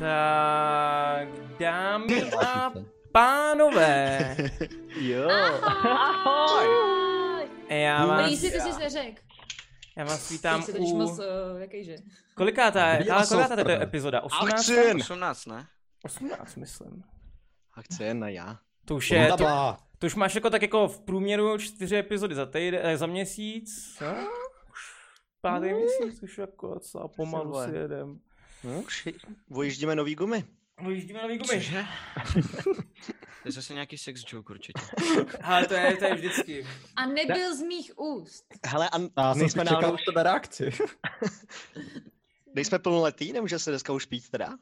Tak, dámy a pánové. Jo. Ahoj. Já vás, Ty jsi neřekl. já vás vítám u... moc, jakýže? Kolikátá je to epizoda? 18? 18, ne? 18, myslím. Akce jen na já. To už je, to už máš jako tak jako v průměru 4 epizody za měsíc. No? Už pátý měsíc, už jako docela pomalu si jedem. No, už vojíždíme nový gumy. Cože? To je zase nějaký sex joke určitě. Ale to je vždycky. A nebyl z mých úst. Hele, já jsem čekal už tebe reakci. Nejsme plnoletý, nemůže se dneska už pít teda?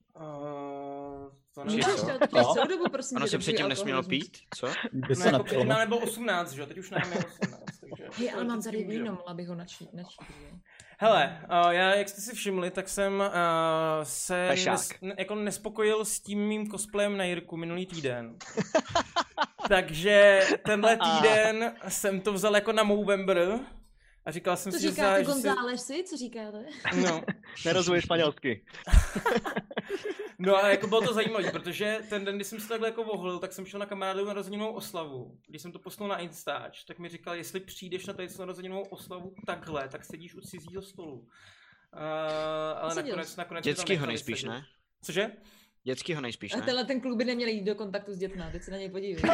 To nevím. Ono se předtím nesmělo pít, co? No jako předtím nám nebylo 18, že? Teď už nám je 18, takže... Hej, ale mám tady víno, mohla bych ho načít. Hele, já, jak jste si všimli, tak jsem se jako nespokojil s tím mým cosplayem na Jirku minulý týden. Takže tenhle týden jsem to vzal jako na Movember a říkal jsem to si, říkáte Gonzálesi? Co říkáte? No. Nerozumím španělsky. No a jako bylo to zajímavé, protože ten den, kdy jsem se takhle jako oholil, tak jsem šel na kamarádovu narozeninovou oslavu. Když jsem to poslal na Instač, tak mi říkal, jestli přijdeš na tady narozeninovou oslavu takhle, tak sedíš u cizího stolu. Ale nakonec dětskýho nejspíš, ne? Cože? Dětskýho nejspíš, ne? A tenhle ten kluk by neměl jít do kontaktu s dětma, teď se na něj podívej.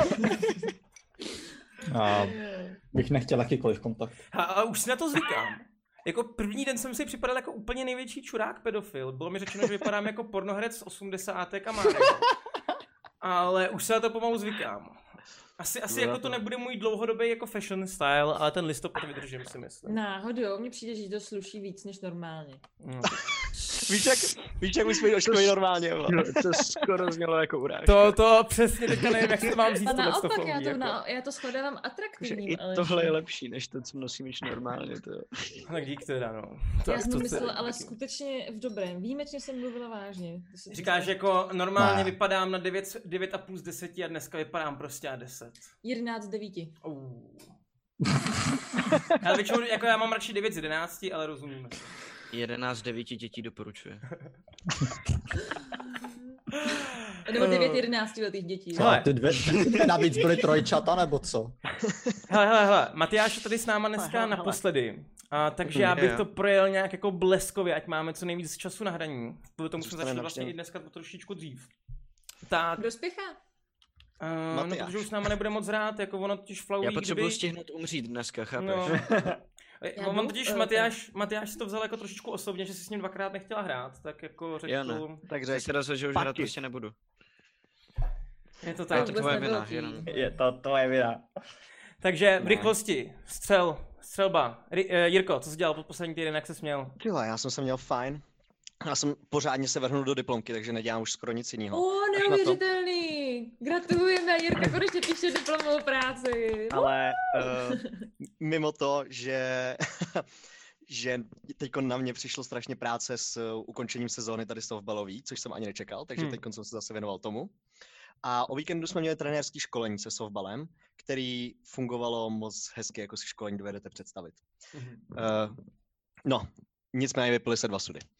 Bych nechtěl jakýkoliv kontakt. A už si na to zvykám. Jako první den jsem si připadal jako úplně největší čurák pedofil. Bylo mi řečeno, že vypadám jako pornoherec z 80. a Mário. Ale už se na to pomalu zvykám. Asi jako to nebude můj dlouhodobý jako fashion style, ale ten listopad vydržím, si myslím. Náhodou, mně přijde, že to sluší víc než normálně. No. Víš, jak jsme do školy normálně, to skoro znělo jako urážka. To přesně teďka nevím, jak se to mám říct. Naopak, já to shledávám atraktivním. I tohle je lepší, než to, co nosíš normálně. To... Tak dík teda, no. Já jsem myslela, ale skutečně v dobrém. Výjimečně jsem mluvila vážně. Říkáš, že jako normálně vypadám na 9,5 z 10 a dneska vypadám prostě na 10. 11 z 9. Ale většinou, jako já mám radši 9 z 11, ale rozumíme. 11 z 9 dětí doporučuje. Nebo 9 11letých dětí. Hele, ty dvě navíc byly trojčata, nebo co? Hele, Matyáš je tady s náma dneska naposledy. Takže já bych to projel nějak jako bleskově, ať máme co nejvíc času na hraní. Kvůli tomu jsme začali vlastně i dneska trošičku dřív. Tak. Kdo spěchá? No, protože už s náma nebude moc hrát, jako ono totiž Flaují, já potřebuji stihnout umřít dneska, chápeš? No. On totiž Matyáš si to vzal jako trošičku osobně, že si s ním dvakrát nechtěla hrát, tak jako řekl... Jo, ne. Takže se rozhodl, že už hrát prostě nebudu. Je to tak. Je to tvoje vina, jenom. Je to tvoje vina. Takže v rychlosti, střelba. Jirko, co jsi dělal poslední týden, jak ses měl? Tyhle, já jsem se měl fajn. Já jsem pořádně se vrhnul do diplomky, takže nedělám už skoro nic jiného. Neuvěřitelný! Gratulujeme, Jirka konečně píše diplomovou práci. Ale mimo to, že teďko na mě přišlo strašně práce s ukončením sezóny tady softballový, což jsem ani nečekal, takže teďko jsem se zase věnoval tomu. A o víkendu jsme měli trenérský školení se softballem, který fungovalo moc hezky, jako si školení dovedete představit. Nicméně vypily se 2 sudy.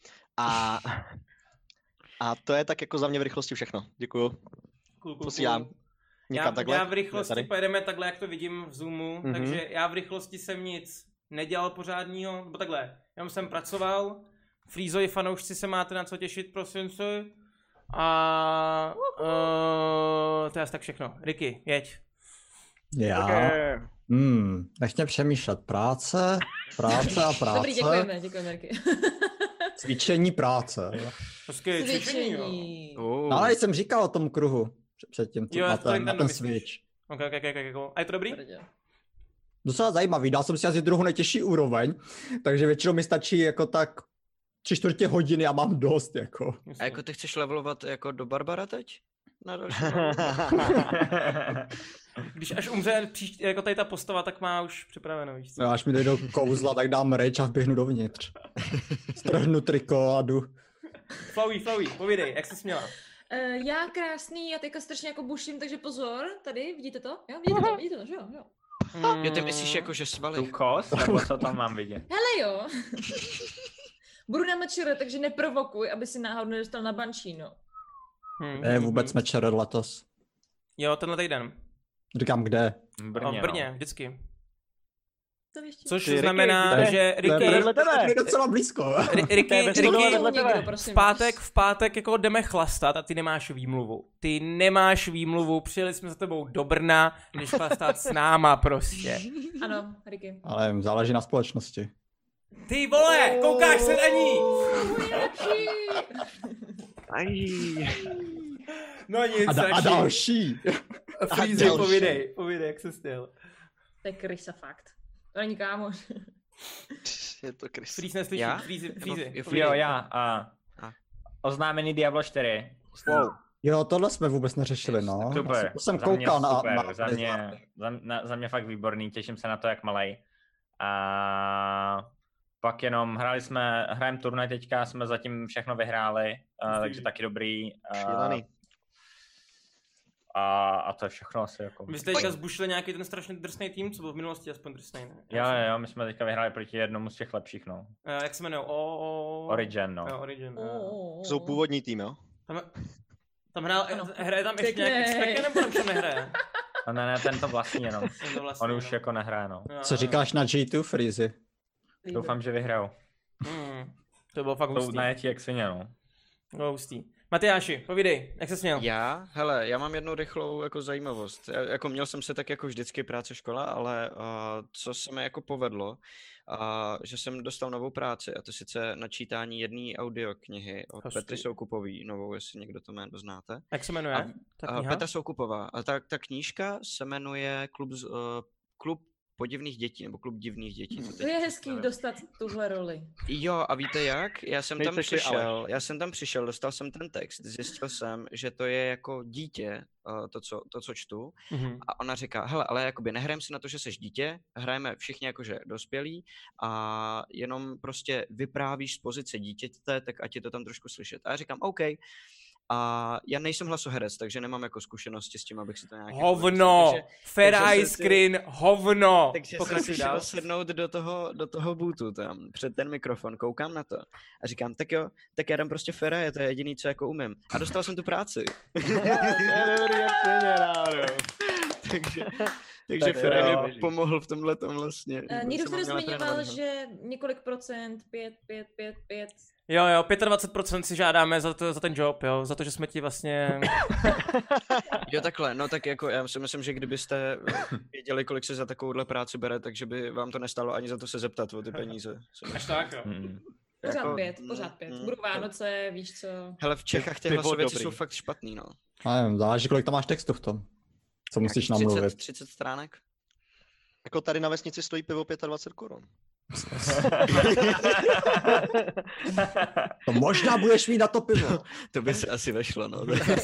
A to je tak jako za mě v rychlosti všechno. Děkuju. Posílám. Já v rychlosti pojedeme takhle, jak to vidím v Zoomu, takže já v rychlosti jsem nic nedělal pořádního, nebo takhle, já jsem pracoval, Freezovi fanoušci se máte na co těšit, prosím se. A to je asi tak všechno. Ricky, jeď. Já? Nechně přemýšlet. Práce. Dobrý, děkujeme, Ricky. Cvičení, práce. Cvičení. Ale jsem říkal o tom kruhu. Předtím, na ten switch. Ok. A je to dobrý? Docela zajímavý, dal jsem si asi druhou nejtěžší úroveň, takže většinou mi stačí jako tak 3/4 hodiny a mám dost, jako. A jako ty chceš levelovat jako do Barbara teď? Na další Když až umře jako tady ta postava, tak má už připraveno, víš co? No, až mi dojdou kouzla, tak dám reč a vběhnu dovnitř. Strhnu triko a jdu. Flaují, povídej, jak jsi směla? Já krásný, já teďka strašně jako buším, takže pozor, tady, vidíte to? Jo, vidíte to, že jo? Jo, ty myslíš jako, že svaly. Tu kost, nebo co tam mám vidět? Hele jo. Budu na mečere, takže neprovokuj, aby si náhodou nedostal na bančíno. Ne, vůbec mečere letos. Jo, tenhle týden. Říkám, kde? V Brně, vždycky. Což Ty, znamená, Ricky, že Ricky... Je docela blízko. Ricky, prosím v pátek jako jdeme chlastat a ty nemáš výmluvu. Ty nemáš výmluvu, přijeli jsme za tebou do Brna, jdeš chlastat s náma prostě. Ano, Ricky. Ale záleží na společnosti. Ty vole, koukáš se na ní! No nic, a další. Freezy, povídej, jak se stěl. To je krysa fakt. To není kámoš. Je to Chris. Freeze neslyší, Freezy. Jo, já. Oznámený Diablo 4. Wow. Jo, tohle jsme vůbec neřešili, no. Super. Jsem Za mě koukal super. Za mě fakt výborný, těším se na to jak malej. A pak jenom hrajeme turnaj teďka, jsme zatím všechno vyhráli, takže taky dobrý. Šílený. A to je všechno asi jako... Vy jste teďka zbušili nějaký ten strašně drsný tým, co byl v minulosti aspoň drsný, ne? Jo, my jsme teďka vyhráli proti jednomu z těch lepších, no. Jak se jmenuje? Origin, no. Jo, Origin. Jsou původní tým, jo? Tam hraje tam ještě nějaký Expected, nebo tam nehraje? Ne, ten to vlastní jenom. On už jako nehraje, no. Co říkáš na G2, Freezy? Doufám, že vyhrajou. To bylo fakt hustý. To najetí jak svině, no. Bylo hustý. Matyáši, povídej, jak se směl? Já mám jednu rychlou jako zajímavost. Jako měl jsem se tak jako vždycky práce škola, ale co se mi jako povedlo, že jsem dostal novou práci, a to sice načítání jedné audioknihy od Petry Soukupový, novou, jestli někdo to jméno znáte. Jak se jmenuje? Petra Soukupová. A ta knížka se jmenuje Klub podivných dětí, nebo Klub divných dětí. To je hezký dostat tuhle roli. Jo, a víte jak? Já jsem tam přišel, dostal jsem ten text, zjistil jsem, že to je jako dítě, to, co čtu, a ona říká, hele, ale jakoby nehrajeme si na to, že seš dítě, hrajeme všichni jakože dospělí a jenom prostě vyprávíš z pozice dítěte, tak ať je to tam trošku slyšet. A já říkám, OK. A já nejsem hlasoherec, takže nemám jako zkušenosti s tím, abych si to nějak... Hovno! Fair ice screen, hovno! Takže jsem si šel sednout do toho bootu tam, před ten mikrofon, koukám na to a říkám, tak jo, tak já dám prostě fair, to je jediný, co jako umím. A dostal jsem tu práci. Takže Ferrari mi pomohl v tomhletom vlastně. Někdo tady zmiňoval, že několik procent, 5. Jo, 25% si žádáme za ten job, jo, za to, že jsme ti vlastně... Jo, takhle, no tak jako já si myslím, že kdybyste věděli, kolik se za takovouhle práci bere, takže by vám to nestalo ani za to se zeptat o ty peníze. Až tak, jo. Pořád pět. Budou Vánoce, víš co. Hele, v Čechách tyhle věci jsou fakt špatný, no. A nevím, záleží, kolik tam máš textu v tom. Co musíš namluvit. 30 stránek? Jako tady na vesnici stojí pivo 25 korun. To možná budeš mít na to pivo. To by se asi vešlo, no.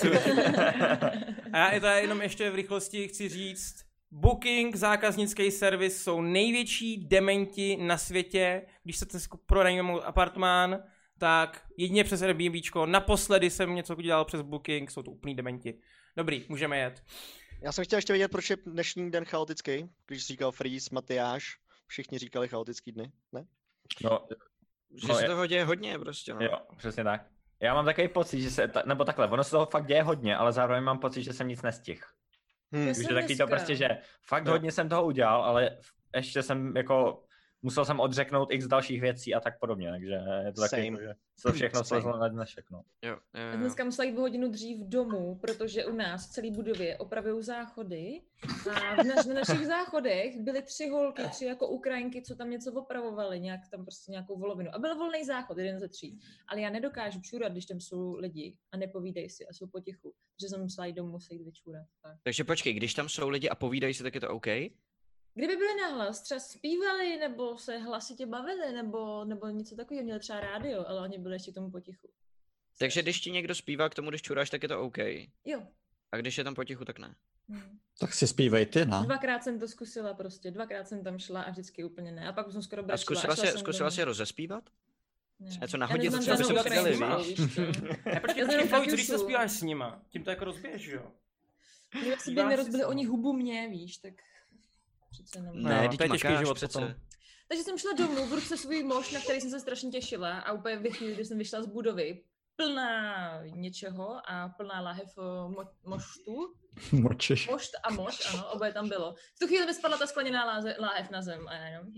A já to jenom ještě v rychlosti chci říct, Booking, zákaznický servis jsou největší dementi na světě. Když se pronajmou apartmán, tak jedině přes Airbnbčko. Naposledy jsem něco dělal přes Booking, jsou to úplný dementi. Dobrý, můžeme jet. Já jsem chtěl ještě vědět, proč je dnešní den chaotický, když říkal Freeze, Matyáš, všichni říkali chaotický dny, ne? No, že se toho děje hodně prostě, no. Jo, přesně tak. Já mám takový pocit, že se, nebo takhle, ono se toho fakt děje hodně, ale zároveň mám pocit, že jsem nic nestihl. Takže taky to prostě, že fakt hodně jsem toho udělal, ale ještě jsem jako, musel jsem odřeknout x dalších věcí a tak podobně, takže je to taky, že se všechno slezlo na dnešek, no. Jo. Dneska musela jít o hodinu dřív domů, protože u nás v celé budově opravují záchody a na našich záchodech byly 3 holky, 3 jako Ukrajinky, co tam něco opravovaly, nějak tam prostě nějakou volovinu. A byl volný záchod, 1 ze 3. Ale já nedokážu čůrat, když tam jsou lidi a nepovídej si a jsou potichu, že jsem musela jít domů, musela jít vyčůrat. Tak. Takže počkej, když tam jsou lidi a povídají si, tak je to OK? Kdyby byli nahlas, třeba zpívali, nebo se hlasitě bavili, nebo něco takového, měli třeba rádio, ale oni byli ještě k tomu potichu. Takže když ti někdo zpívá k tomu, když čuráš, tak je to OK? Jo. A když je tam potichu, tak ne? Tak si zpívej ty, ne? 2krát jsem to zkusila prostě, 2krát jsem tam šla a vždycky úplně ne. A pak jsem skoro brečela. A zkusila si rozespívat? Ne. Co nahodit, co by se přidali, víš? Počkej, co když to zpíváš s nima, tím to jako rozbiješ, jo? Kdyby si by nerozbili oni hubu mě, víš, tak... Ne, to je těžký život přece. potom. Takže jsem šla domů, v ruce svůj mošt, na který jsem se strašně těšila a úplně ve chvíli, kdy jsem vyšla z budovy, plná něčeho a plná láhev moštu. Mošt a mošt, ano, oboje tam bylo. V tu chvíli mi spadla ta skleněná láhev na zem a já jenom,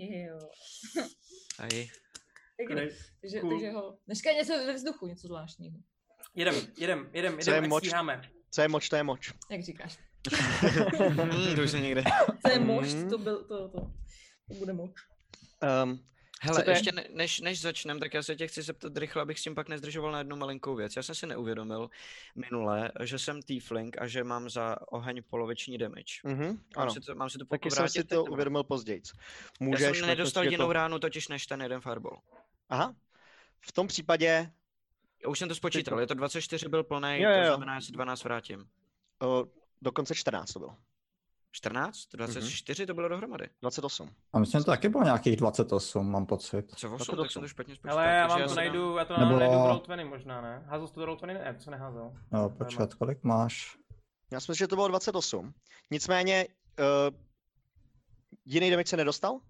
takže ho, dneska je něco ve vzduchu, něco zvláštního. Jedem, stříháme. Co je moč, to je moč. Jak říkáš? To už se někde. Co je mošt, to bude moč. Hele, ještě než začneme, tak já se tě chci zeptat rychle, abych s tím pak nezdržoval na jednu malinkou věc. Já jsem si neuvědomil minule, že jsem tiefling a že mám za oheň poloviční damage. Ano. Mám si to taky jsem si to uvědomil později. Já jsem nedostal jinou ránu totiž než ten jeden fireball. Aha. V tom případě... Já už jsem to spočítal, je to 24 byl plný, to znamená, že si 12 vrátím. Dokonce 14 to bylo. 14? 24 to bylo dohromady. 28. A myslím, že to taky bylo nějakých 28, mám pocit. Co 8, tak jsem to špatně spočítal. Ale já to najdu v Roll20 možná, ne? Házel jsi to do Roll20? Ne, co neházel? No, počkat, kolik máš? Já myslím, že to bylo 28. Nicméně, jiný damage se nedostal?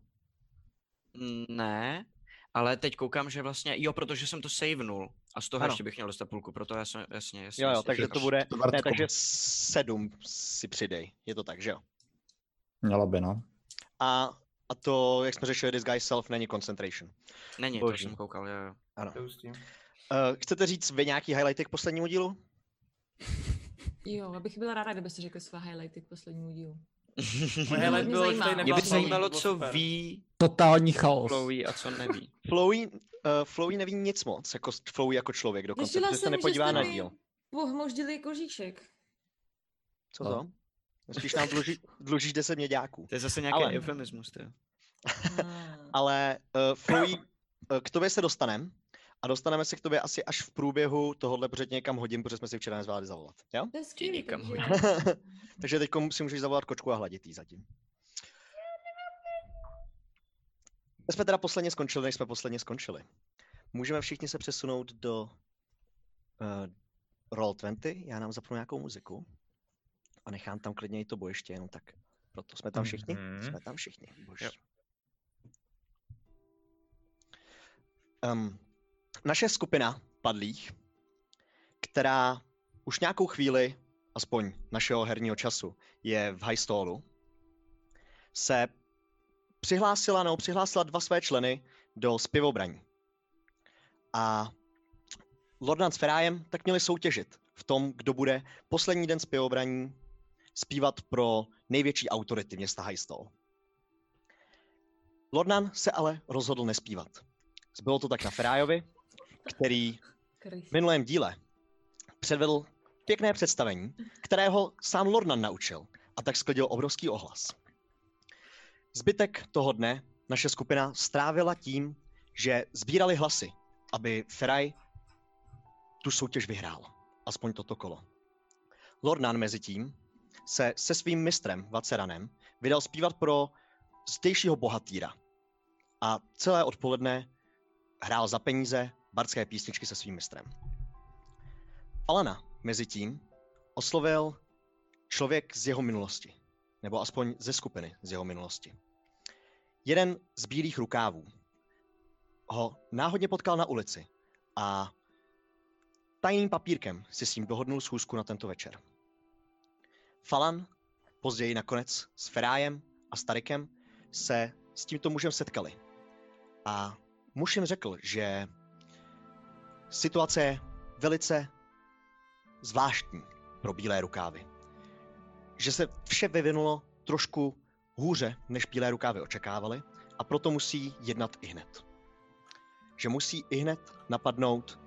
Ne, ale teď koukám, že vlastně, protože jsem to savenul a z toho ještě bych měl dostat půlku, proto jasně. Jo, takže to bude, ne, takže 7 si přidej, je to tak, že jo? Mělo by, no. A to, jak jsme řešili, Disguise Self není concentration. Není, to jsem koukal, jo. Ano. Chcete říct vy nějaký highlighty k poslednímu dílu? Jo, abych byla ráda, kdybyste řekli své highlighty k poslednímu dílu. Mě by zajímalo, co ví totální chaos. Flowey a co neví. Flowey neví nic moc, jako Flowey jako člověk dokonce, protože se nepodívá na díl. Pohmoždili kožíšek. Co to? Spíš nám dlužíš 10 měďáků. To je zase nějaký eufemismus, to. Ale Flowey, k tobě se dostaneme. A dostaneme se k tobě asi až v průběhu tohohle, protože někam hodím, protože jsme si včera nezvládli zavolat. Jo? To je skvělý, takže teď si můžeš zavolat kočku a hladit jí zatím. My jsme teda posledně skončili, než jsme posledně skončili. Můžeme všichni se přesunout do Roll20. Já nám zapnu nějakou muziku. A nechám tam klidně i to bojiště, jenom tak. Proto jsme tam všichni? Jsme tam všichni. Naše skupina padlých, která už nějakou chvíli, aspoň našeho herního času, je v Highstallu, se přihlásila 2 své členy do zpěvobraní. A Lordan s Ferajem tak měli soutěžit v tom, kdo bude poslední den zpěvobraní zpívat pro největší autority města Highstall. Lordan se ale rozhodl nespívat. Bylo to tak na Ferajovi, který v minulém díle předvedl pěkné představení, kterého sám Lordan naučil a tak sklidil obrovský ohlas. Zbytek toho dne naše skupina strávila tím, že sbírali hlasy, aby Feraj tu soutěž vyhrál, aspoň toto kolo. Lordan mezi tím se svým mistrem Vaceranem vydal zpívat pro zdejšího bohatýra a celé odpoledne hrál za peníze bardské písničky se svým mistrem. Falana mezi tím oslovil člověk z jeho minulosti, nebo aspoň ze skupiny z jeho minulosti. Jeden z bílých rukávů ho náhodně potkal na ulici a tajným papírkem si s ním dohodnul schůzku na tento večer. Falan později nakonec s Ferajem a Starikem se s tímto mužem setkali a muž jim řekl, že situace je velice zvláštní pro bílé rukávy. Že se vše vyvinulo trošku hůře, než bílé rukávy očekávali a proto musí jednat ihned. Že musí ihned napadnout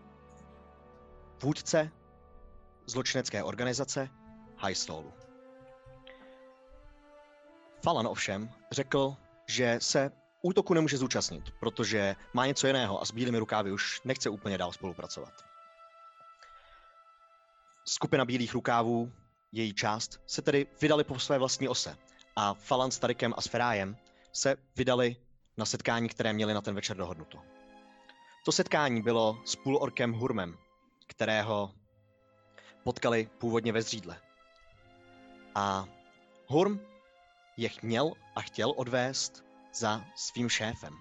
vůdce zločinecké organizace Highstallu. Falan ovšem řekl, že se útoku nemůže zúčastnit, protože má něco jiného a s bílými rukávy už nechce úplně dál spolupracovat. Skupina bílých rukávů, její část, se tedy vydali po své vlastní ose a Falan s Tarikem a s Ferajem se vydali na setkání, které měli na ten večer dohodnuto. To setkání bylo s půlorkem Hurmem, kterého potkali původně ve Zřídle. A Hurm je měl a chtěl odvést za svým šéfem.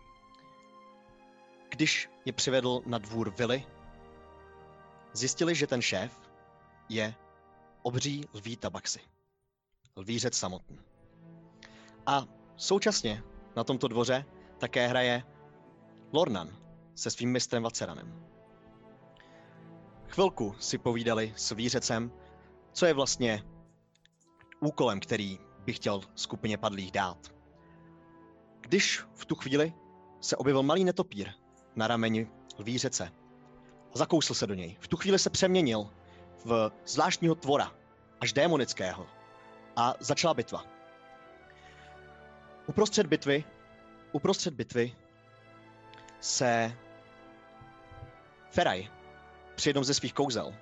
Když je přivedl na dvůr vily, zjistili, že ten šéf je obří lví tabaxi. Lvířec samotný. A současně na tomto dvoře také hraje Lornan se svým mistrem Vaceranem. Chvilku si povídali s Lvířecem, co je vlastně úkolem, který by chtěl skupině padlých dát. Když v tu chvíli se objevil malý netopír na rameni Lvířece a zakousl se do něj. V tu chvíli se přeměnil v zvláštního tvora, až démonického, a začala bitva. Uprostřed bitvy se Feraj při jednom ze svých kouzel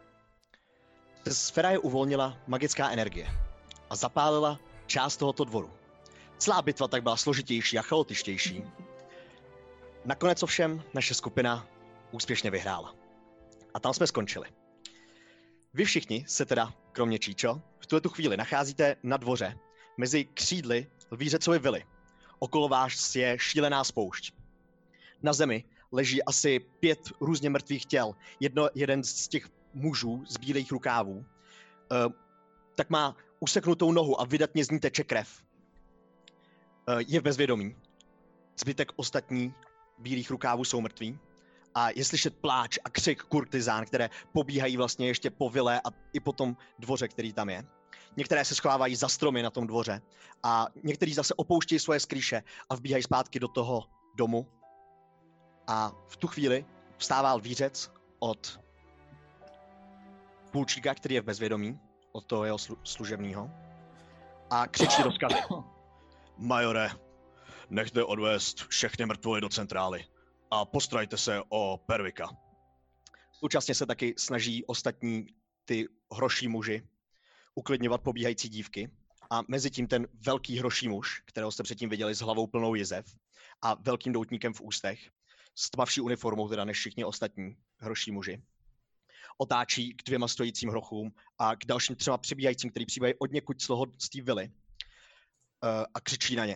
z Feraje uvolnila magická energie a zapálila část tohoto dvoru. Celá bitva tak byla složitější a chaotičtější. Nakonec ovšem naše skupina úspěšně vyhrála. A tam jsme skončili. Vy všichni se teda, kromě Číčo, v tuto chvíli nacházíte na dvoře mezi křídly Lvířecovy vily. Okolo vás je šílená spoušť. Na zemi leží asi 5 různě mrtvých těl. Jeden z těch mužů z bílých rukávů tak má useknutou nohu a vydatně z ní teče krev. Je v bezvědomí. Zbytek ostatní bílých rukávů jsou mrtví. A je slyšet pláč a křik kurtizán, které pobíhají vlastně ještě po vile a i po tom dvoře, který tam je. Některé se schovávají za stromy na tom dvoře a někteří zase opouštějí svoje skrýše a vbíhají zpátky do toho domu. A v tu chvíli vstává Lvířec od půlčíka, který je v bezvědomí, od toho jeho služebního, a křičí rozkazy. Majore, nechte odvést všechny mrtvoly do centrály a postarajte se o Pervika. Současně se taky snaží ostatní ty hroší muži uklidňovat pobíhající dívky a mezi tím ten velký hroší muž, kterého jste předtím viděli s hlavou plnou jizev a velkým doutníkem v ústech, s tmavší uniformou teda než všichni ostatní hroší muži, otáčí k 2 stojícím hrochům a k dalším 3 přibíhajícím, který přibíhají od někud z té vily a křičí na ně.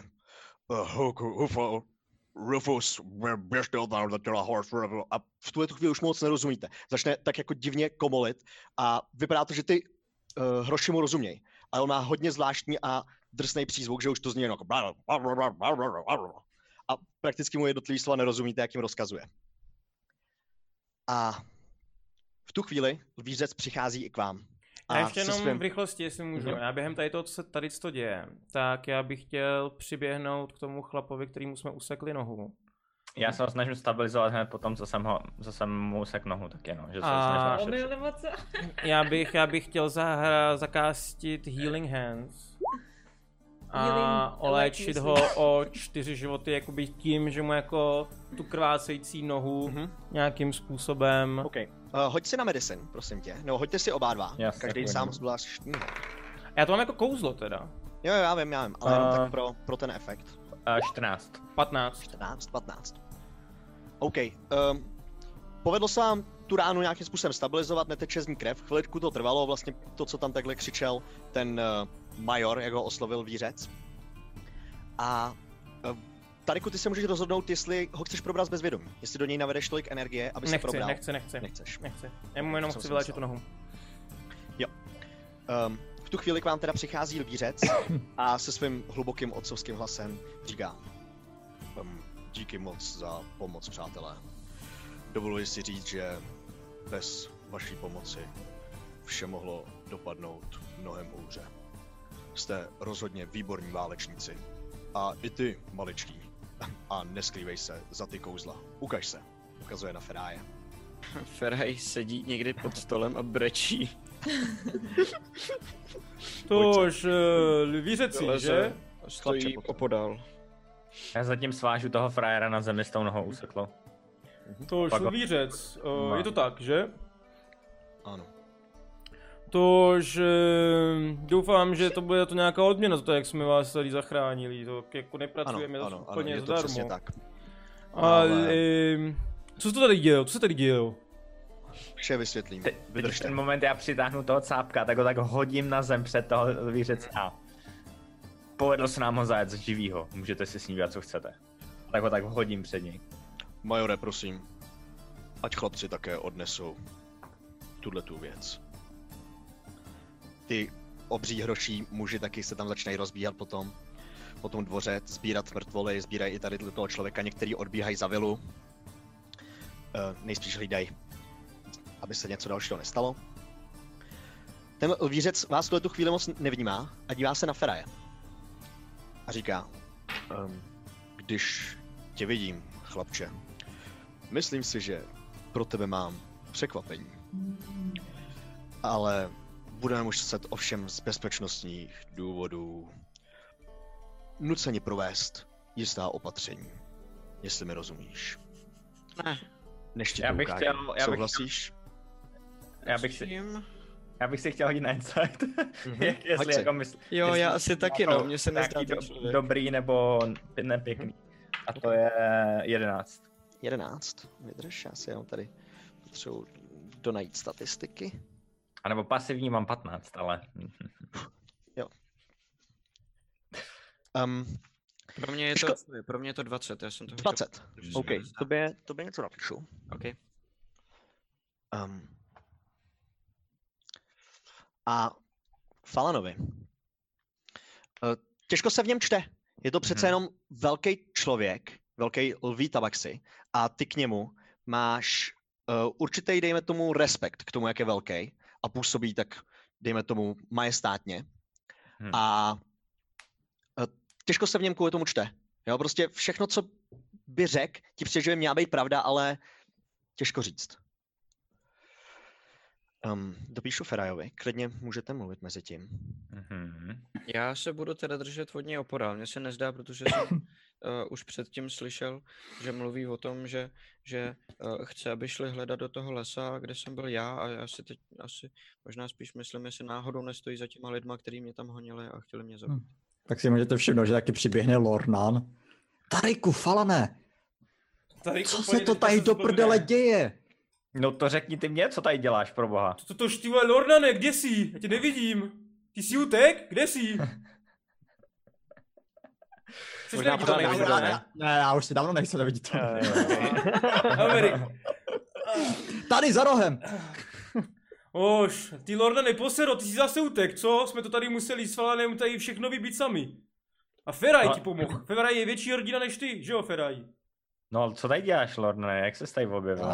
Rufus, běžte od nám do těla horse. A v tuhle chvíli už moc nerozumíte. Začne tak jako divně komolit a vypadá to, že ty hroši mu rozumějí. Ale on má hodně zvláštní a drsný přízvuk, že už to zní jako a prakticky mu jednotlivý slova nerozumíte, jak jim rozkazuje. A v tu chvíli Lvířec přichází i k vám. A ještě jenom v rychlosti, jestli můžu. Já během toho, co se tady to děje, tak já bych chtěl přiběhnout k tomu chlapovi, kterýmu jsme usekli nohu. Já se ho snažím stabilizovat hned po tom, co jsem mu usekl nohu, tak jenom, že se ho snažím. Já bych chtěl zakástit Healing Hands a oléčit ho o 4 životy, jakoby tím, že mu jako tu krvácející nohu nějakým způsobem... Okay. Hoď si na medicine, prosím tě. No, hoďte si oba dva. Jasně, každý sám zvlášť. Já to mám jako kouzlo teda. Jo, já vím, ale jenom tak pro ten efekt. 14. 15. OK. Povedlo se vám tu ránu nějakým způsobem stabilizovat, neteče z ní krev. Chviličku to trvalo, vlastně to, co tam takhle křičel ten major, jak ho oslovil Lvířec. A Tariku, ty se můžeš rozhodnout, jestli ho chceš probrat z bezvědomí. Jestli do něj navedeš tolik energie, aby se probral. Nechceš. Já mu jenom chci vyléčit tu nohu. Jo. V tu chvíli k vám teda přichází Lvířec a se svým hlubokým otcovským hlasem říká: díky moc za pomoc, přátelé. Dovoluji si říct, že bez vaší pomoci vše mohlo dopadnout mnohem hůře. Jste rozhodně výborní válečníci. A i ty, maličký. A neskrývej se za ty kouzla. Ukaž se. Ukazuje na Feraje. Feraj sedí někdy pod stolem a brečí. Tož Lvířeci, že? Stojí opodál. Já zatím svážu toho frajera na zemi s tou nohou useklou. Tož Lvířec, je to tak, že? Ano. Tož doufám, že to bude to nějaká odměna za to, jak jsme vás tady zachránili. To jako nepracujeme ano, úplně zdarma. Přesně tak. Ale co se tady dělo? Vše vysvětlím. V ten moment já přitáhnu toho cápka, tak ho tak hodím na zem před toho Lvířece. povedlo se nám ho zajet živýho, můžete si s ním dělat, co chcete. Tak ho tak hodím před něj. Majore, prosím, ať chlapci také odnesou tu věc. Ty obří hroší muži taky se tam začínají rozbíhat po tom dvoře, sbírat mrtvoly, sbírají i tady toho člověka, některý odbíhají za vilu. Nejspíš hlídají, aby se něco dalšího nestalo. Ten lvířec vás v tu chvíli moc nevnímá a dívá se na Feraje. A říká, když tě vidím, chlapče, myslím si, že pro tebe mám překvapení. Ale budeme muset ovšem z bezpečnostních důvodů nuceni provést jistá opatření, jestli mi rozumíš. Ne. Než ti to ukážu. Souhlasíš? Já bych si chtěl hodit na insight. Jestli jako jo, já asi taky, no, mně se nezdá dobrý nebo nepěkný. A to je 11. 11? Vydrž, já si jenom tady potřebuji donajít statistiky. A nebo pasivní mám 15, ale... Jo. Pro mě je to 20, já jsem to 20, OK, tobě něco napíšu. OK. A Falanovi. Těžko se v něm čte. Je to přece jenom velký člověk, velký lví tabaxi a ty k němu máš určitý, dejme tomu, respekt k tomu, jak je velký a působí tak, dejme tomu, majestátně. A těžko se v něm kvůli tomu čte. Jo, prostě všechno, co by řekl, ti přijde, že by měla být pravda, ale těžko říct. Dopíšu Ferajovi, klidně můžete mluvit mezi tím. Já se budu teda držet od něj opodál, mně se nezdá, protože jsem už předtím slyšel, že mluví o tom, že chce, aby šli hledat do toho lesa, kde jsem byl já a já si teď asi možná spíš myslím, jestli náhodou nestojí za těma lidma, který mě tam honili a chtěli mě zabít. Tak si můžete všimnout, že taky přiběhne Lornan. Taryku, Falane! Co se to tady do prdele děje? No to řekni ty mě, co tady děláš, pro boha. To štíva Lornane, kde jsi? Já tě nevidím. Ty jsi utek? Kde jsi? Ne, já už si dávno nejsem neviditelný. Tady za rohem. Ož, ty Lordane, posero, ty jsi zase utek, co? Jsme to tady museli s Falanem tady všechno vybít sami. A Feraj ti pomohl. Feraj je větší hrdina než ty, že jo, Feraj? No, co tady děláš, Lordane, jak se tady objevil?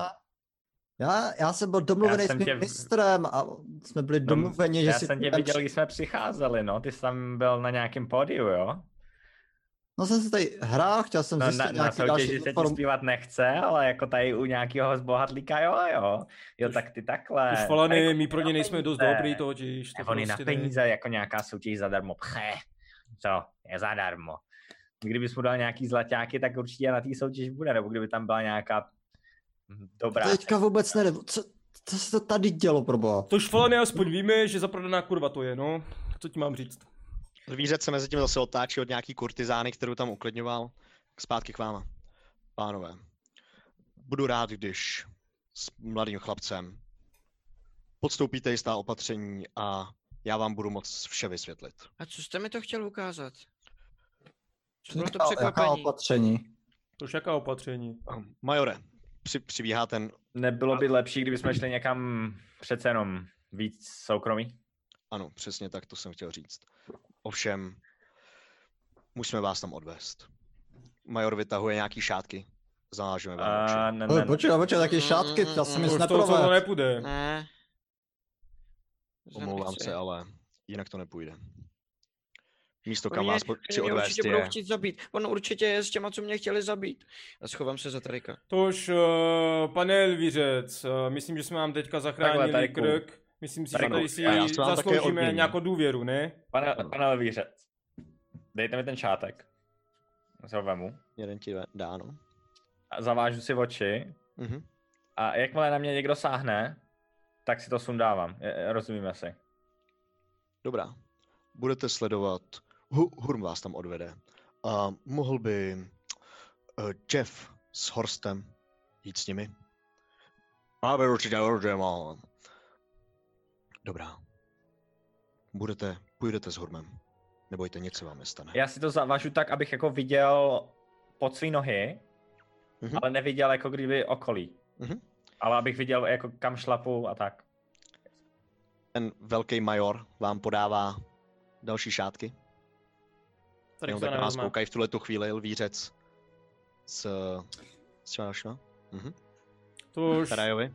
Já jsem byl domluvený s tím mistrem a jsme byli domluveni, že si... Já jsem tě viděl, když jsme přicházeli, no, ty jsi tam byl na nějakém pódiu, jo? No jsem se tady hrál, chtěl jsem zjistit nějaký další... že se ti zpívat nechce, ale jako tady u nějakého zbohatlíka, jo, tak ty takhle. Už Falany, my pro ně nejsme dost dobrý totiž. To oni prostě na peníze, jako nějaká soutěž zadarmo, co, je zadarmo. Kdybys mu dal nějaký zlaťáky, tak určitě na té soutěž bude, nebo kdyby tam byla nějaká dobrá. Teďka vůbec nevím, co se to tady dělo, proboha? Tož Falany aspoň víme, že zaprodaná kurva to je, no. Co ti mám říct? Lvířec se mezi tím zase otáčí od nějaký kurtizány, kterou tam uklidňoval, zpátky k váma. Pánové, budu rád, když s mladým chlapcem podstoupíte jistá opatření a já vám budu moct vše vysvětlit. A co jste mi to chtěl ukázat? Co bylo to překvapení? Jaká opatření? Tož jaká opatření? Majore, přibíhá ten... Nebylo by lepší, kdybychom šli někam přece jenom víc soukromí? Ano, přesně tak, to jsem chtěl říct. Ovšem, musíme vás tam odvést. Major vytahuje nějaký šátky. Zanážeme vám oči. Počkej, taky šátky, já jsem nic neproved. To nepůjde. Ne. Omlouvám se, ale jinak to nepůjde. Místo, kam vás chci odvést určitě budou chtít zabít. On určitě je s těma, co mě chtěli zabít. A schovám se za Taryka. Tož, pane Elvířec, myslím, že jsme vám teďka zachránili krk. Myslím si, že tady si zasloužíme nějakou důvěru, ne? Pane Elvířec, dejte mi ten šátek. Já ho vemu. Jeden ti dá, no. A zavážu si oči. A jakmile na mě někdo sáhne, tak si to sundávám. Rozumíme si. Dobrá. Budete sledovat. Hurm vás tam odvede. Mohl by Jeff s Horstem jít s nimi? Ale určitě mám. Dobrá. Půjdete s Hurmem. Nebojte, něco vám nestane. Já si to zavažu tak, abych jako viděl pod svý nohy, ale neviděl jako kdyby okolí. Ale abych viděl jako kam šlapu a tak. Ten velký major vám podává další šátky. Jenom tak na vás koukají v tuhletu chvíli lvířec s čím dalšíma? Tuž. Ferajovi.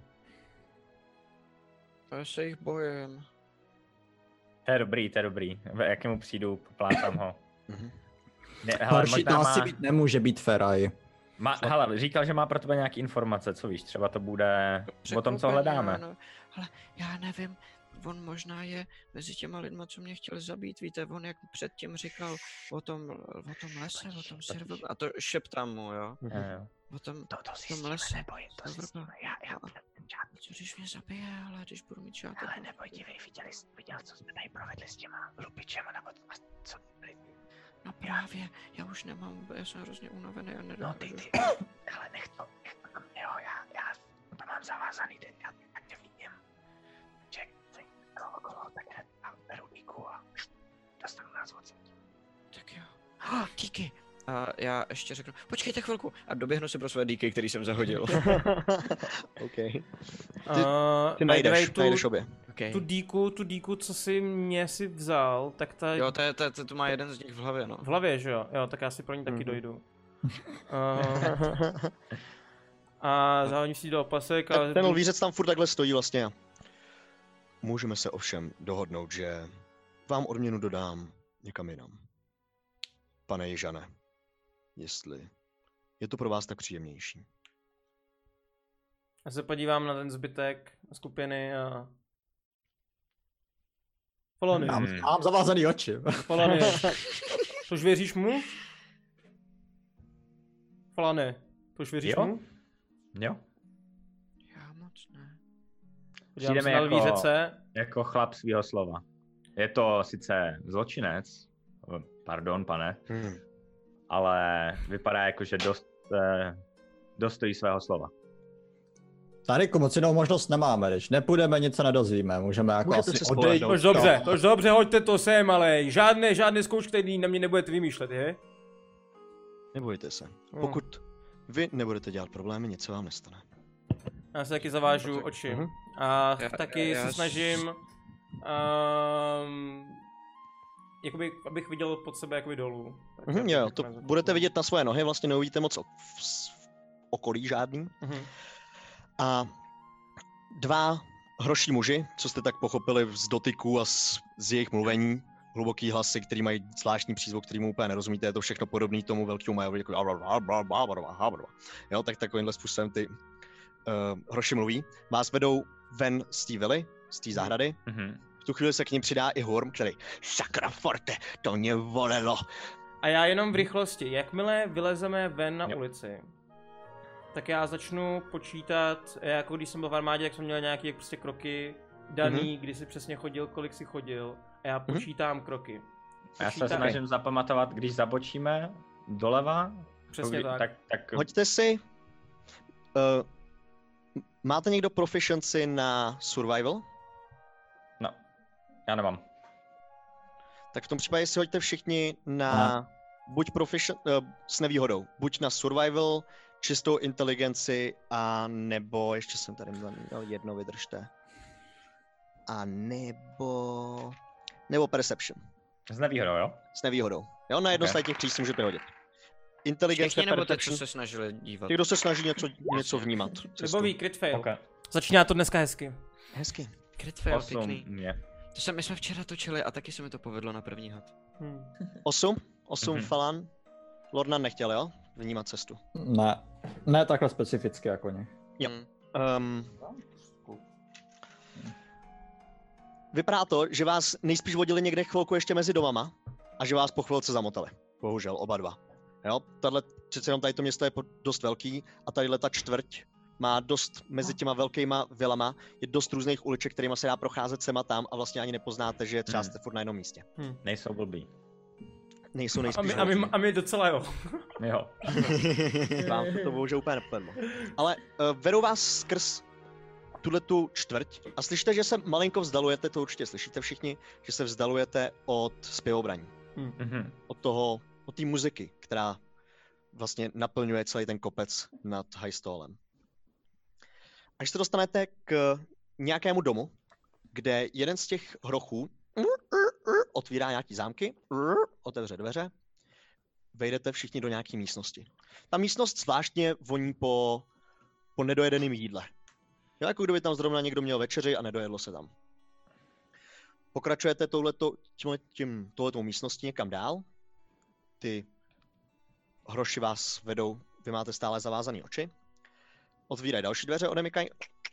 Já se jich bojím. To je dobrý. Jak mu přijdu, poplácám ho. Horší to asi být nemůže být Feraj. Hele, říkal, že má pro tebe nějaký informace, co víš, třeba to bude o tom, co hledáme. No, ale já nevím, on možná je mezi těma lidma, co mě chtěli zabít, víte, on jak předtím říkal o tom lese, o tom serveru, a to šeptám mu, jo. O tom lese. Neboj, to zjistíme, já Co když mě zabije, ale když budu mít šátek. Ale neboj, viděl, co jsme tady provedli s těma lupičema, nebo co byli. No právě, já už nemám, já jsem hrozně unavený a nedokážu. No ty, ale nech to, jo, já to mám zavázaný, já tě vidím, že okolo, tak hned beru díku a dostanu nás odsud. Tak jo. Díky. A já ještě řeknu, počkejte chvilku a doběhnu si pro své díky, který jsem zahodil. OK. Ty najdeš obě. Okay. Tu díku, co jsi mě si vzal, tak ta... Jo, to má jeden z nich v hlavě, no. V hlavě, že jo? Jo, tak já si pro ní taky dojdu. A záhodím si do opasek a... Ten lvířec tam furt takhle stojí vlastně. Můžeme se ovšem dohodnout, že vám odměnu dodám někam jinam. Pane Jižane, jestli je to pro vás tak příjemnější. Já se podívám na ten zbytek skupiny a... Polony. Mám zavázaný oči. Polony. Tož věříš mu? Polony. Tož věříš mu? Jo. Já moc ne. Přijdeme jako chlap svýho slova. Je to sice zločinec, pardon, pane, ale vypadá jako, že dost stojí svého slova. Tady moc jinou možnost nemáme, když nepůjdeme, nic se nedozvíme, můžeme jako můžete asi odejít. Tož dobře, hoďte to sem, ale žádné zkoušky, který na mě nebudete vymýšlet, je? Nebojte se, pokud vy nebudete dělat problémy, nic se vám nestane. Já se taky zavážu oči a taky se snažím, jakoby, abych viděl pod sebe jakoby dolů. Jo, to budete vidět na svoje nohy, vlastně neuvidíte moc okolí žádný. A dva hroší muži, co jste tak pochopili z dotyků a z jejich mluvení, hluboký hlasy, který mají zvláštní přízvuk, který mu úplně nerozumíte, je to všechno podobný tomu velkému majovi, jako jo, tak takovýmhle způsobem ty hroši mluví. Vás vedou ven z té vily, z té zahrady. V tu chvíli se k ním přidá i Horm, který sakra forte, to mě volelo. A já jenom v rychlosti, jakmile vylezeme ven na ulici, tak já začnu počítat, jako když jsem byl v armádě, jak jsem měl nějaké prostě kroky daný, kdy si přesně chodil, kolik si chodil, a já počítám kroky. Já se snažím zapamatovat, když zabočíme doleva. Přesně tak. Hoďte si, máte někdo proficiency na survival? No, já nemám. Tak v tom případě si hoďte všichni na buď s nevýhodou, buď na survival, čistou inteligenci, a nebo, ještě jsem tady měl jedno, vydržte, a nebo perception. S nevýhodou, jo? S nevýhodou. Jo, na jedno z těch tří si můžete hodit. Inteligence, nebo ty, co se snažili dívat? Ty, kdo se snaží něco vnímat. Libový crit fail. Okay. Začíná to dneska hezky. Hezky. Crit fail, pěkný. My jsme včera točili a taky se mi to povedlo na první had. 8 Falan. Lorna nechtěl, jo? Vnímat cestu. Ne takhle specificky jako ně. Jo. Vypadá to, že vás nejspíš vodili někde chvilku ještě mezi domama a že vás po chvilce zamotali. Bohužel, oba dva. Jo, přece jenom tady to město je dost velký a tadyhle ta čtvrť má dost, mezi těma velkýma vilama, je dost různých uliček, kterýma se dá procházet sem a tam a vlastně ani nepoznáte, že třeba jste furt na jednom místě. Nejsou blbý. Nejsou nejspíš a my docela jo. Jo. Vám to bohužel úplně nepovedlo. Ale vedou vás skrz tuhletu čtvrť a slyšíte, že se malinko vzdalujete, to určitě slyšíte všichni, že se vzdalujete od zpěvobraní. Od té muziky, která vlastně naplňuje celý ten kopec nad Highstallem. Až se dostanete k nějakému domu, kde jeden z těch hrochů otvírá nějaký zámky, otevře dveře, vejdete všichni do nějaké místnosti. Ta místnost zvláštně voní po nedojedeném jídle. Jo, jako kdyby tam zrovna někdo měl večeři a nedojedlo se tam. Pokračujete touhletou místností někam dál. Ty hroši vás vedou, vy máte stále zavázané oči. Otvírají další dveře, odemykají.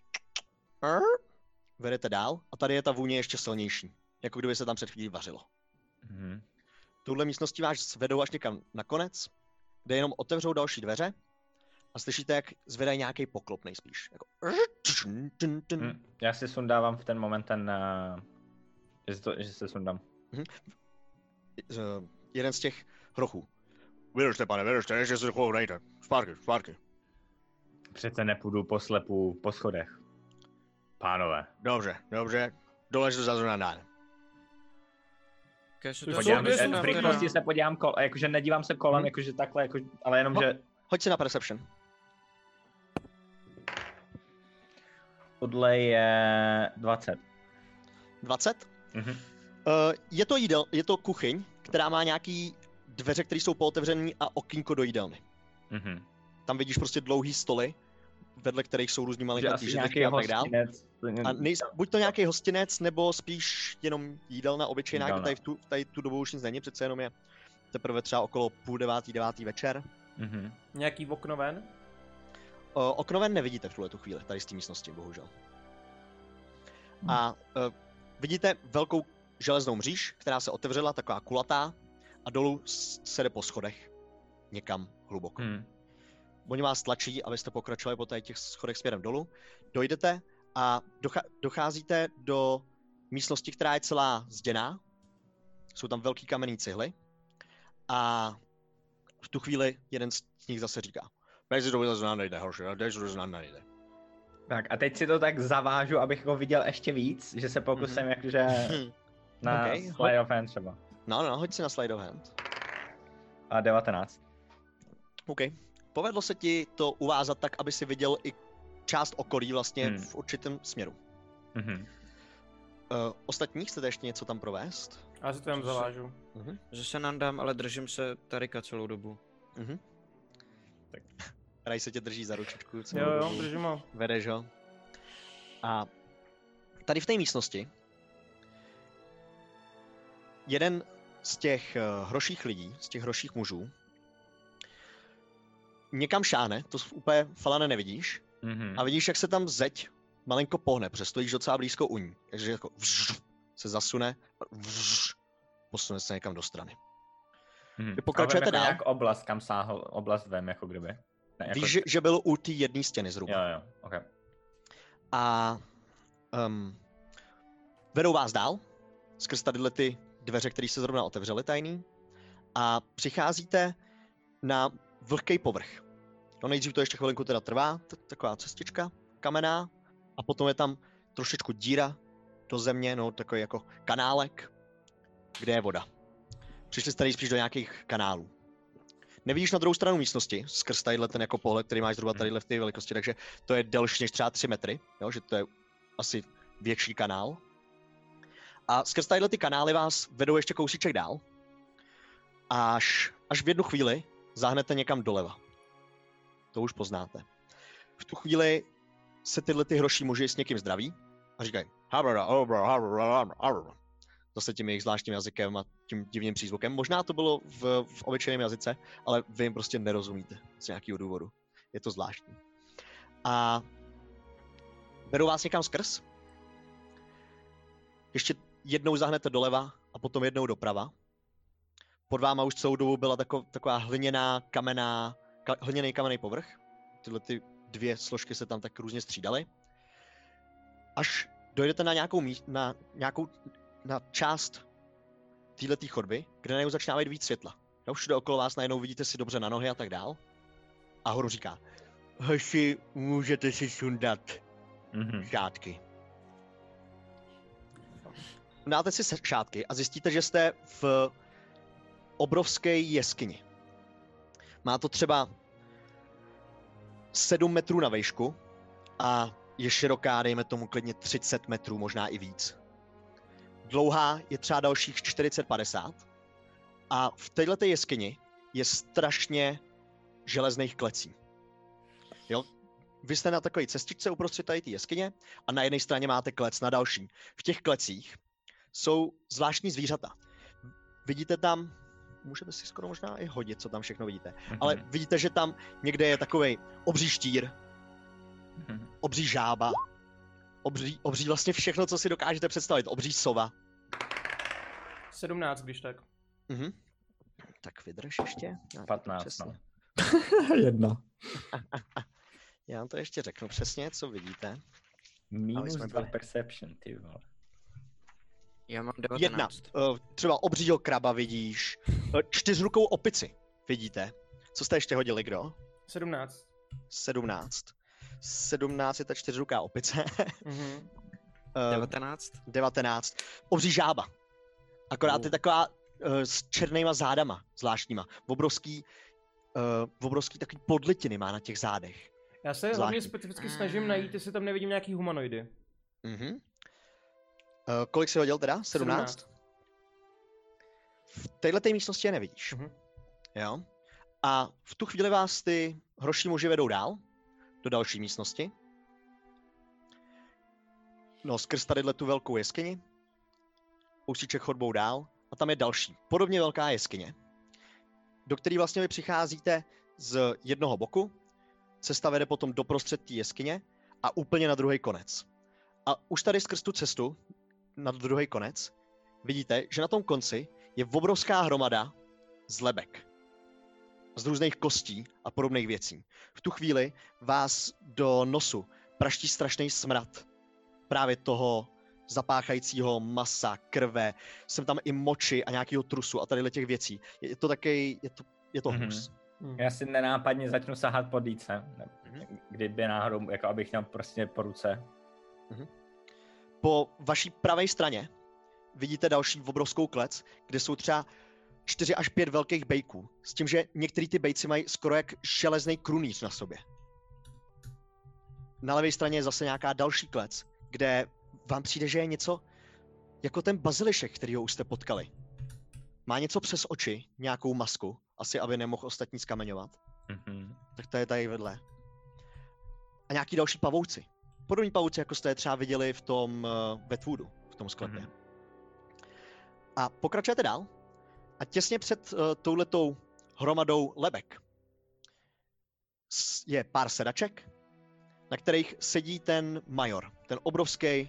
Vedete dál a tady je ta vůně ještě silnější. Jako kdyby se tam před chvílí vařilo. Touhle místností vás vedou až někam nakonec, kde jenom otevřou další dveře a slyšíte, jak zvedají nějaký poklop nejspíš. Jako... Já si sundávám v ten moment že se sundám. Jeden z těch hrochů. Vydržte, pane, vydržte, ještě se chvilku nejde. Zpátky. Přece nepůjdu poslepu po schodech. Pánové. Dobře. Dolež to zazvona dál. V rychlosti se podívám jakože nedívám se kolem, jakože takhle, ale jenom, že... Hoď si na perception. Tohle je 20. 20? Je to kuchyň, která má nějaký dveře, které jsou pootevřený a okýnko do jídelny. Tam vidíš prostě dlouhý stoly, vedle kterých jsou různý malinkatý židličky a tak dál. Buď to nějaký hostinec, nebo spíš jenom jídelna obyčejná, tady tu dobu už nic není, přece jenom je teprve třeba okolo 8:30, 9:00 večer. Nějaký oknoven? Oknoven nevidíte v tuhletu chvíli, tady z té místnosti, bohužel. A vidíte velkou železnou mříž, která se otevřela, taková kulatá, a dolů se jde po schodech někam hluboko. Oni vás tlačí, abyste pokračovali po těch schodech směrem dolů. Dojdete a docházíte do místnosti, která je celá zděná. Jsou tam velký kamenný cihly. A v tu chvíli jeden z nich zase říká: Bejzi to vylezna nejde, horší, bejzi to vylezna nejde. Tak a teď si to tak zavážu, abych ho viděl ještě víc, že se pokusím jakože na slide of hand třeba. No, hoď si na slide of hand. A 19. OK. Povedlo se ti to uvázat tak, aby si viděl i část okolí vlastně v určitém směru. Ostatní chcete ještě něco tam provést? Já si to jen zavážu. Že se nandám, ale držím se Tarika celou dobu. Tak. Raj se tě drží za ručičku celou dobu. Jo, držím ho. Vedeš ho. A tady v té místnosti jeden z těch hroších lidí, z těch hroších mužů, někam šáhne, to úplně Falane nevidíš, a vidíš, jak se tam zeď malinko pohne, protože stojíš docela blízko u ní. Takže jako se zasune a posune se někam do strany. Vy pokračujete dál. Jak oblast, kam sáhl, oblast vem, jako kdyby. Ne, jako... Víš, že byl u té jedné stěny zhruba. Jo, okay. A vedou vás dál, skrz tadyhle ty dveře, které se zrovna otevřely tajný, a přicházíte na vlhký povrch. No nejdřív to ještě chvilinku teda trvá, taková cestička kamenná, a potom je tam trošičku díra do země, no takový jako kanálek, kde je voda. Přišli jste tady spíš do nějakých kanálů. Nevidíš na druhou stranu místnosti, skrz tadyhle ten jako pohled, který máš zhruba tadyhle v té velikosti, takže to je delší než třeba 3 metry, jo, že to je asi větší kanál. A skrz tadyhle ty kanály vás vedou ještě kousíček dál, až v jednu chvíli zahnete někam doleva. To už poznáte. V tu chvíli se tyhle ty hroší muži s někým zdraví a říkají zase tím jejich zvláštním jazykem a tím divným přízvukem. Možná to bylo v obyčejném jazyce, ale vy jim prostě nerozumíte z nějakého důvodu. Je to zvláštní. A berou vás někam skrz. Ještě jednou zahnete doleva a potom jednou doprava. Pod váma už celou dobu byla taková hliněný kamenný povrch. Tyhle ty dvě složky se tam tak různě střídaly. Až dojdete na část této chodby, kde najednou začíná být víc světla. Jo, všude okolo vás najednou vidíte si dobře na nohy a tak dál. A horu říká: Hoši, můžete si sundat šátky. Dáte si šátky a zjistíte, že jste v obrovské jeskyni. Má to třeba 7 metrů na výšku a je široká, dejme tomu klidně 30 metrů, možná i víc. Dlouhá je třeba dalších 40-50 a v této jeskyni je strašně železných klecí. Jo? Vy jste na takové cestičce uprostřed tady té jeskyně a na jedné straně máte klec, na další. V těch klecích jsou zvláštní zvířata. Vidíte tam, můžete si skoro možná i hodit, co tam všechno vidíte, ale vidíte, že tam někde je takovej obří štír, obří žába, obří vlastně všechno, co si dokážete představit, obří sova. 17, když tak. Tak vydrž ještě. 15, no. 1. Já vám to ještě řeknu přesně, co vidíte. -2 perception, ty vole. Já mám 19. 1. Třeba obřího kraba vidíš. 4rukou opici vidíte. Co jste ještě hodili, kdo? 17. 17. 17 je ta 4ruká opice. 19. 19. Obří žába. Akorát je taková s černýma zádama zvláštníma. Obrovský takový podlitiny má na těch zádech. Já se hlavně specificky snažím najít, jestli tam nevidím nějaký humanoidy. Kolik jsi hodil teda? 17? V této místnosti je nevidíš. Jo? A v tu chvíli vás ty hroší muži vedou dál, do další místnosti. No, skrz tadyhle tu velkou jeskyni. Kousíček chodbou dál. A tam je další, podobně velká jeskyně, do které vlastně vy přicházíte z jednoho boku. Cesta vede potom doprostřed té jeskyně a úplně na druhý konec. A už tady skrz tu cestu, na druhý konec, vidíte, že na tom konci je obrovská hromada zlebek. Z různých kostí a podobných věcí. V tu chvíli vás do nosu praští strašný smrad. Právě toho zapáchajícího masa, krve, jsem tam i moči a nějakého trusu a tadyhle těch věcí. Je to taky, je to hnus. Já si nenápadně začnu sahat po dýce, kdyby náhodou, jako abych měl prostě po ruce. Po vaší pravé straně vidíte další obrovskou klec, kde jsou třeba 4 až 5 velkých bejků, s tím, že některý ty bejci mají skoro jak železný krunýř na sobě. Na levé straně je zase nějaká další klec, kde vám přijde, že je něco jako ten bazilišek, kterýho už jste potkali. Má něco přes oči, nějakou masku, asi aby nemohl ostatní zkameňovat. Tak to je tady vedle. A nějaký další pavouci. Podobní pavouci, jako jste je třeba viděli v tom Wetwoodu, v tom sklepě. A pokračujete dál a těsně před touhletou hromadou lebek je pár sedaček, na kterých sedí ten major, ten obrovský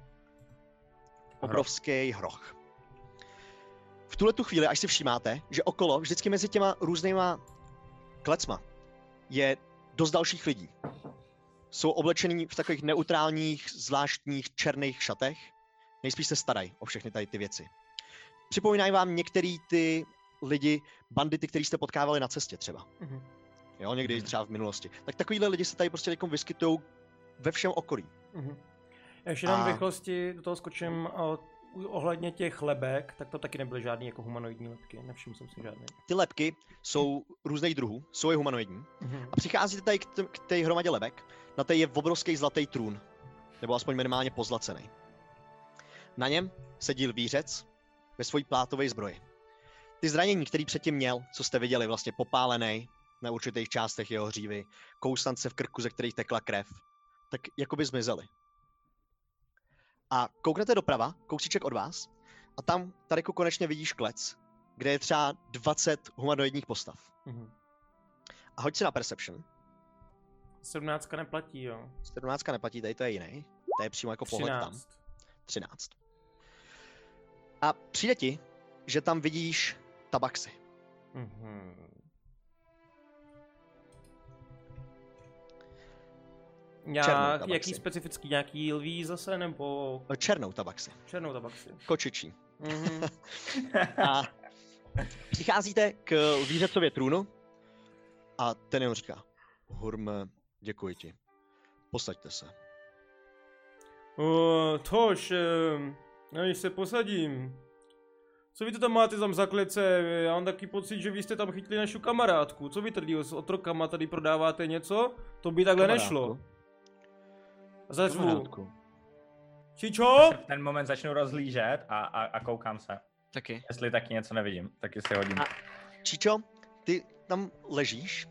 hroch. V tuhletu chvíli, až si všímáte, že okolo, vždycky mezi těma různýma klecma, je dost dalších lidí. Jsou oblečení v takových neutrálních, zvláštních černých šatech. Nejspíš se starají o všechny tady ty věci. Připomínají vám některý ty lidi, bandity, který jste potkávali na cestě třeba. Jo, někdy třeba v minulosti. Tak takovýhle lidi se tady prostě vyskytují ve všem okolí. Já ještě jenom v rychlosti do toho skočím ohledně těch lebek, tak to taky nebyly žádný jako humanoidní lebky, nevšiml jsem si žádný. Ty lebky jsou různých druhů, jsou i humanoidní. A přicházíte tady k té hromadě lebek, na té je obrovský zlatý trůn, nebo aspoň minimálně pozlacený. Na něm sedí lvířec ve svojí plátové zbroji. Ty zranění, který předtím měl, co jste viděli, vlastně popálený na určitých částech jeho hřívy, kousance v krku, ze kterých tekla krev, tak jakoby zmizely. A kouknete doprava, kousíček od vás, a tam tady konečně vidíš klec, kde je třeba 20 humanoidních postav. A hoď si na Perception. 17 neplatí, jo. 17 neplatí, tady to je jiný. To je přímo jako 13. Pohled tam. 13. A přijde ti, že tam vidíš tabaxi. Jaký specifický, nějaký lví zase, nebo... Černou tabaxi. Černou tabaxi. Kočičí. A přicházíte k lvířecově trůnu a ten jenom říká: Hurme, děkuji ti. Posaďte se. Tož, než se posadím. Co vy to tam máte tam za klece? Já mám taky pocit, že vy jste tam chytli naši kamarádku. Co vy tady s otrokama tady prodáváte něco? To by takhle nešlo. Zazvu. Čičo? V ten moment začnu rozhlížet a koukám se. Taky. Jestli taky něco nevidím, taky si hodím. Čičo, ty tam ležíš.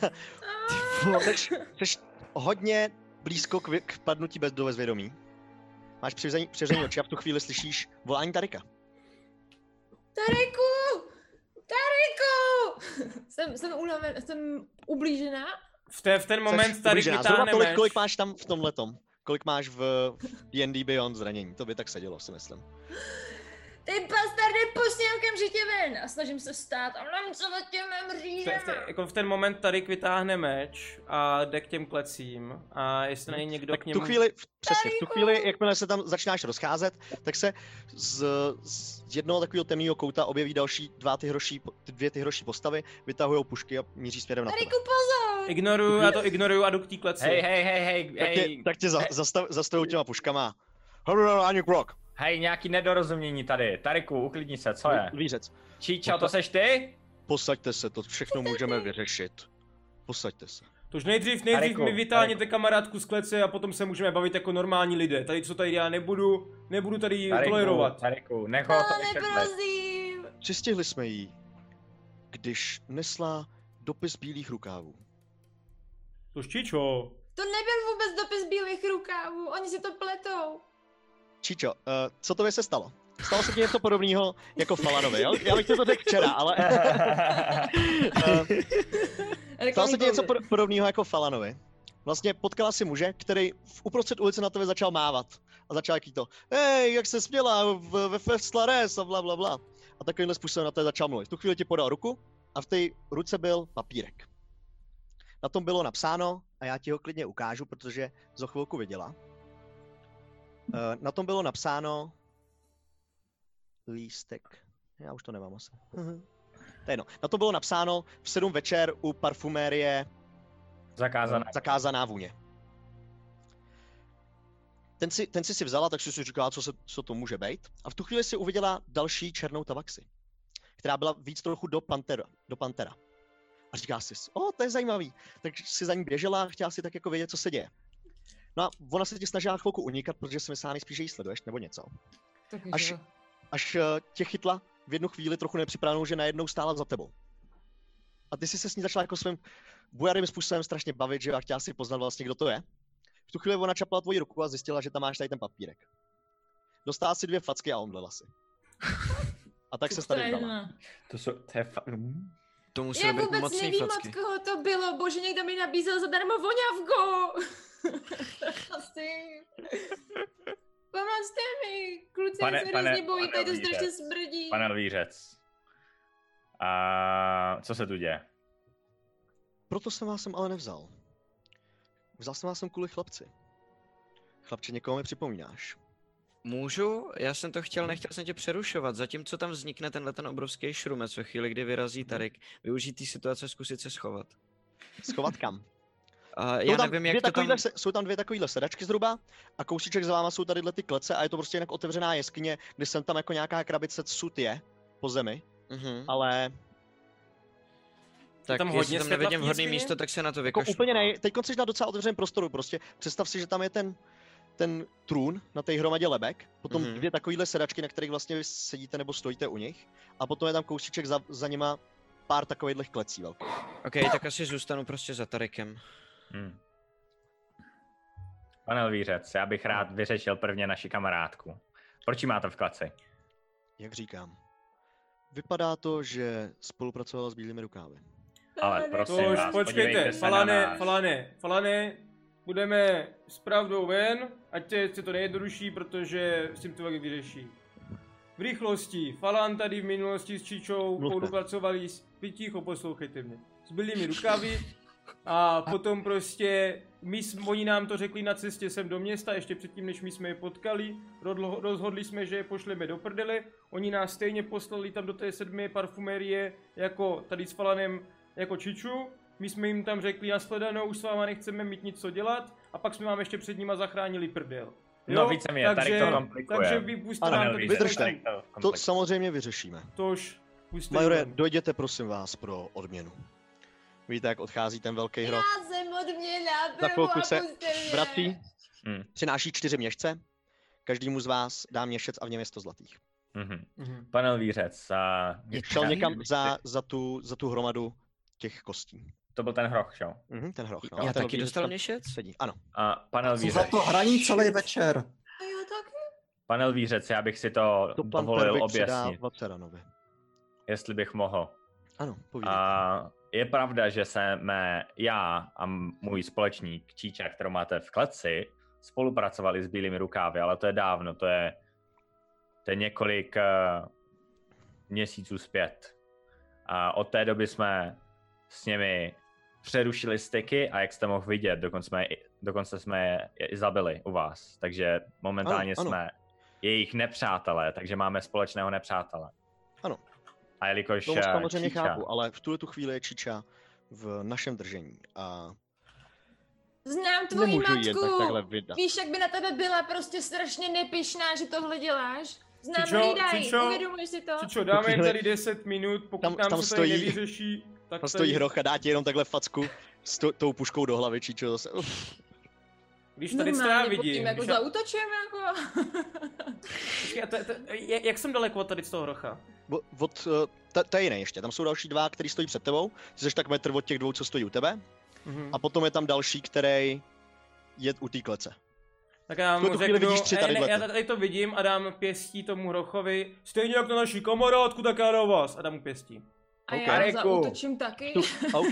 Jsi hodně blízko k padnutí do bezvědomí. Máš převření oči a v tu chvíli slyšíš volání Tarika. Tariku! Tariku! Jsem unaven, jsem ublížená. V ten moment Tarik vytáhne meč. Kolik máš tam v tomhletom? Kolik máš v D&D Beyond zranění? To by tak sedělo, si myslím. Ty bastardy, pustí okamžitě ven! A snažím se stát a lancovat těm mřížem. Jako v ten moment Tarik vytáhne meč a jde k těm klecím. A jestli není někdo k němu... V tu chvíli, jakmile se tam začínáš rozcházet, tak se z jednoho takového temného kouta objeví další dvě ty hroší postavy, vytahujou pušky a míří směrem na tebe. Tariku, pozor! Já to ignoruju a jdu k té kleci. Hej. Tak tě zastavují těma puškama. Ani krok. Hej, nějaký nedorozumění tady. Tariku, uklidni se, co je? Vířec. Číčo, to seš ty? Posaďte se, to všechno můžeme vyřešit. Posaďte se. Tož nejdřív mi vytáhněte kamarádku z klece a potom se můžeme bavit jako normální lidé. Tady co tady já nebudu tady tolerovat. Tariku, nech ho to vysvětlit. Přistihli jsme jí, když nesla dopis bílých rukávů. Tož Čičo. To nebyl vůbec dopis bílých rukávů, oni si to pletou. Čičo, co tobě se stalo? Stalo se ti něco podobného jako Falanovi, jo? Já bych to řekl včera, ale... Stalo se ti něco podobného jako Falanovi. Vlastně potkala si muže, který uprostřed ulice na tebe začal mávat. A začal jaký to, hej, jak se směla ve Slares a blablabla. A takovýmhle způsobem na tebe začal mluvit. V tu chvíli ti podal ruku a v té ruce byl papírek. Na tom bylo napsáno, a já ti ho klidně ukážu, protože za chvilku viděla. Na tom bylo napsáno lístek. Já už to nemám asi. To je jedno. Na to bylo napsáno v 7 večer u parfumérie zakázaná vůně. Ten si vzala, tak si říkala, co to může být. A v tu chvíli si uviděla další černou tabaxi, která byla víc trochu do Pantera. A říká si, to je zajímavý. Tak si za ní běžela a chtěla si tak jako vědět, co se děje. No a ona se tě snažila chvilku unikat, protože si myslela nejspíš, že jí sleduješ, nebo něco. Až tě chytla v jednu chvíli trochu nepřipravenou, že najednou stála za tebou. A ty si se s ní začala jako svým bujarým způsobem strašně bavit, že a chtěla si poznat vlastně, kdo to je. V tu chvíli ona čapla tvoji ruku a zjistila, že tam máš tady ten papírek. Dostala si 2 facky a omdlela si. A tak se tady vdala. To muselo být mocný facky. Já vůbec nevím, od koho to bylo, bože, někdo mi nabízel zadarmo voňavku. Asi. Pomozte mi, kluci se hrozně bojí, tady to strašně smrdí. Pane Lvířec. A co se tu děje? Proto jsem vás sem ale nevzal. Vzal jsem vás sem kvůli chlapci. Chlapče, někoho mi připomínáš. Můžu? Já jsem to chtěl, nechtěl jsem tě přerušovat. Zatímco tam vznikne ten obrovský šrumec ve chvíli, kdy vyrazí Tarik, využít té situace, zkusit se schovat. Schovat kam? Já nevím, jak to tam... Jsou tam 2 takovýhle sedačky zhruba a kousíček za váma jsou tadyhle ty klece a je to prostě jinak otevřená jeskyně, kde sem tam jako nějaká krabice sud je po zemi, ale... Tak jestli tam nevidím vhodný místo, tak se na to vykašlu. Úplně ne, teď jsi na docela otevřeném prostoru prostě. Představ si, že tam je ten trůn na té hromadě lebek, potom 2 takovýhle sedačky, na kterých vlastně vy sedíte nebo stojíte u nich a potom je tam kousíček za nima pár takovýchhle klecí velkých. OK, tak asi zůstanu prostě za Tarikem. Pane Lvířec, já bych rád vyřešil prvně naši kamarádku. Proč ji máte v kleci? Jak říkám, vypadá to, že spolupracovala s bílými rukávy. Ale prosím vás, počkejte, Falane, budeme s pravdou ven, ať se to nejjednodušší, protože s tím to taky vyřeší. V rychlosti, Falan tady v minulosti s Čičou spolupracovali, ticho poslouchejte mě, s bílými rukávy a potom prostě oni nám to řekli na cestě sem do města, ještě předtím, než my jsme je potkali, rozhodli jsme, že je pošleme do prdele, oni nás stejně poslali tam do té 7. parfumérie, jako tady s Falanem, jako Čiču, my jsme jim tam řekli nashledanou, už s váma nechceme mít nic co dělat a pak jsme vám ještě před nima zachránili prdel. No více mě, tady to komplikuje. Takže vypusťte nám to. Vydržte, to samozřejmě vyřešíme. Tož, Majore, dojděte prosím vás pro odměnu. Víte, jak odchází ten velký hrob? Já jsem odměna, Za chvilku se vrací, přináší 4 měšce, každému z vás dá měšec a v něm je 100 zlatých. Pan Elvířec. Šel někam za tu hromadu těch kostí. To byl ten hroch, jo? Ten hroch, no. Já taky dostal měšec? Sedí, ano. A pan Elvířec. Za to hraní celý večer. A já taky. Pan Elvířec, já bych si to dovolil objasnit. Jestli bych mohl. Ano, povídej. Je pravda, že jsme já a můj společník Číča, kterou máte v kleci, spolupracovali s Bílými rukávy, ale to je dávno, to je několik měsíců zpět. A od té doby jsme s nimi přerušili styky a jak jste mohl vidět, dokonce jsme je i zabili u vás. Takže momentálně jsme jejich nepřátelé, takže máme společného nepřátele. Ano. A jelikož to samozřejmě chápu, ale v tuhle chvíli je Číča v našem držení a znám tvoji matku, víš, jak by na tebe byla prostě strašně nepyšná, že tohle děláš? Znám hlídaj, uvědomuješ si to? Čičo, dáme jim tady 10 minut, pokud nám se tady nevyřeší, tak tam stojí hroch a dá ti jenom takhle facku s tou puškou do hlavy, Čičo, zase. Když tady já vidím. Normálně jako zaútočujeme jako. Jak jsem daleko od tady z toho hrocha? To je jiné ještě, tam jsou další 2, který stojí před tebou, ty jsi tak metr od těch 2, co stojí u tebe, a potom je tam další, který je u té klece. Tak já mu řeknu, já tady to vidím a dám pěstí tomu hrochovi, stejně jak na naší kamarádku, tak já dám vás a dám mu pěstí. A já zaútočím taky. OK.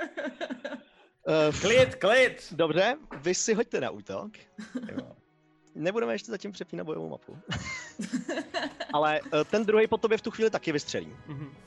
Klid! Dobře, vy si hoďte na útok. Nebudeme ještě zatím přepínat bojovou mapu. Ale ten druhý po tobě v tu chvíli taky vystřelí.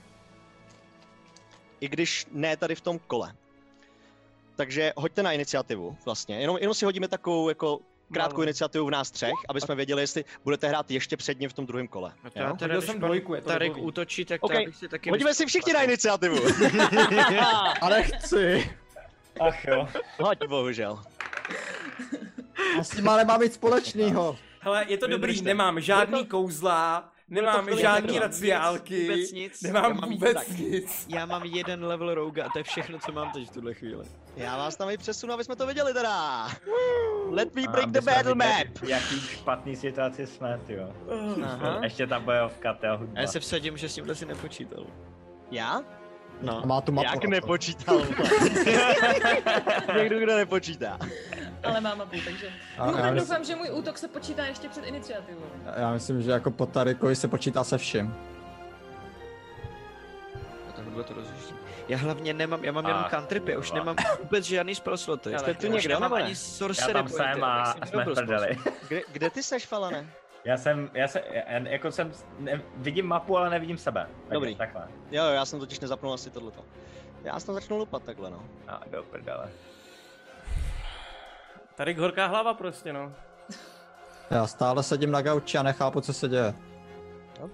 I když ne tady v tom kole. Takže hoďte na iniciativu vlastně. Jenom si hodíme takovou jako krátkou iniciativu v nás 3, aby jsme věděli, jestli budete hrát ještě předně v tom druhém kole. Já teda, když Tarek útočí, tak to bych si taky... Hodíme si všichni na iniciativu. Ale chci. Ach jo. Hoď, bohužel. A s tím ale má být společnýho. Hele, je to dobrý, nemám žádný kouzla, nemám žádný raciálky, nemám vůbec nic. Já mám 1 level rogue a to je všechno, co mám teď v tuhle chvíli. Já vás tam i přesunu, aby jsme to viděli teda. Let me break the battle map. Jaký špatný situaci jsme, tyjo. Ještě ta bojovka, ta hudba. Já se vsadím, že s tímhle si nepočítal. Já? No. Má tu mapu. Jak nepočítal? Někdo, kdo nepočítá. Ale mám mapu, takže doufám, že můj útok se počítá ještě před iniciativou. Já myslím, že jako po Tarikovi se počítá se vším. A takhle to rozliší. Já hlavně nemám, já mám jenom cantripy, už nemám vůbec žádný spell sloty. Jste tu někde, nemám ani sorcery. Já tam jsem a jsme v prdeli. Kde ty seš, Falane? Vidím mapu, ale nevidím sebe. Dobrý. Takhle. Jo, já jsem totiž nezapnul asi tohleto. Já jsem začnu lupat takhle, no. A do prdele. Tady horká hlava prostě, no. Já stále sedím na gauči a nechápu, co se děje. OK.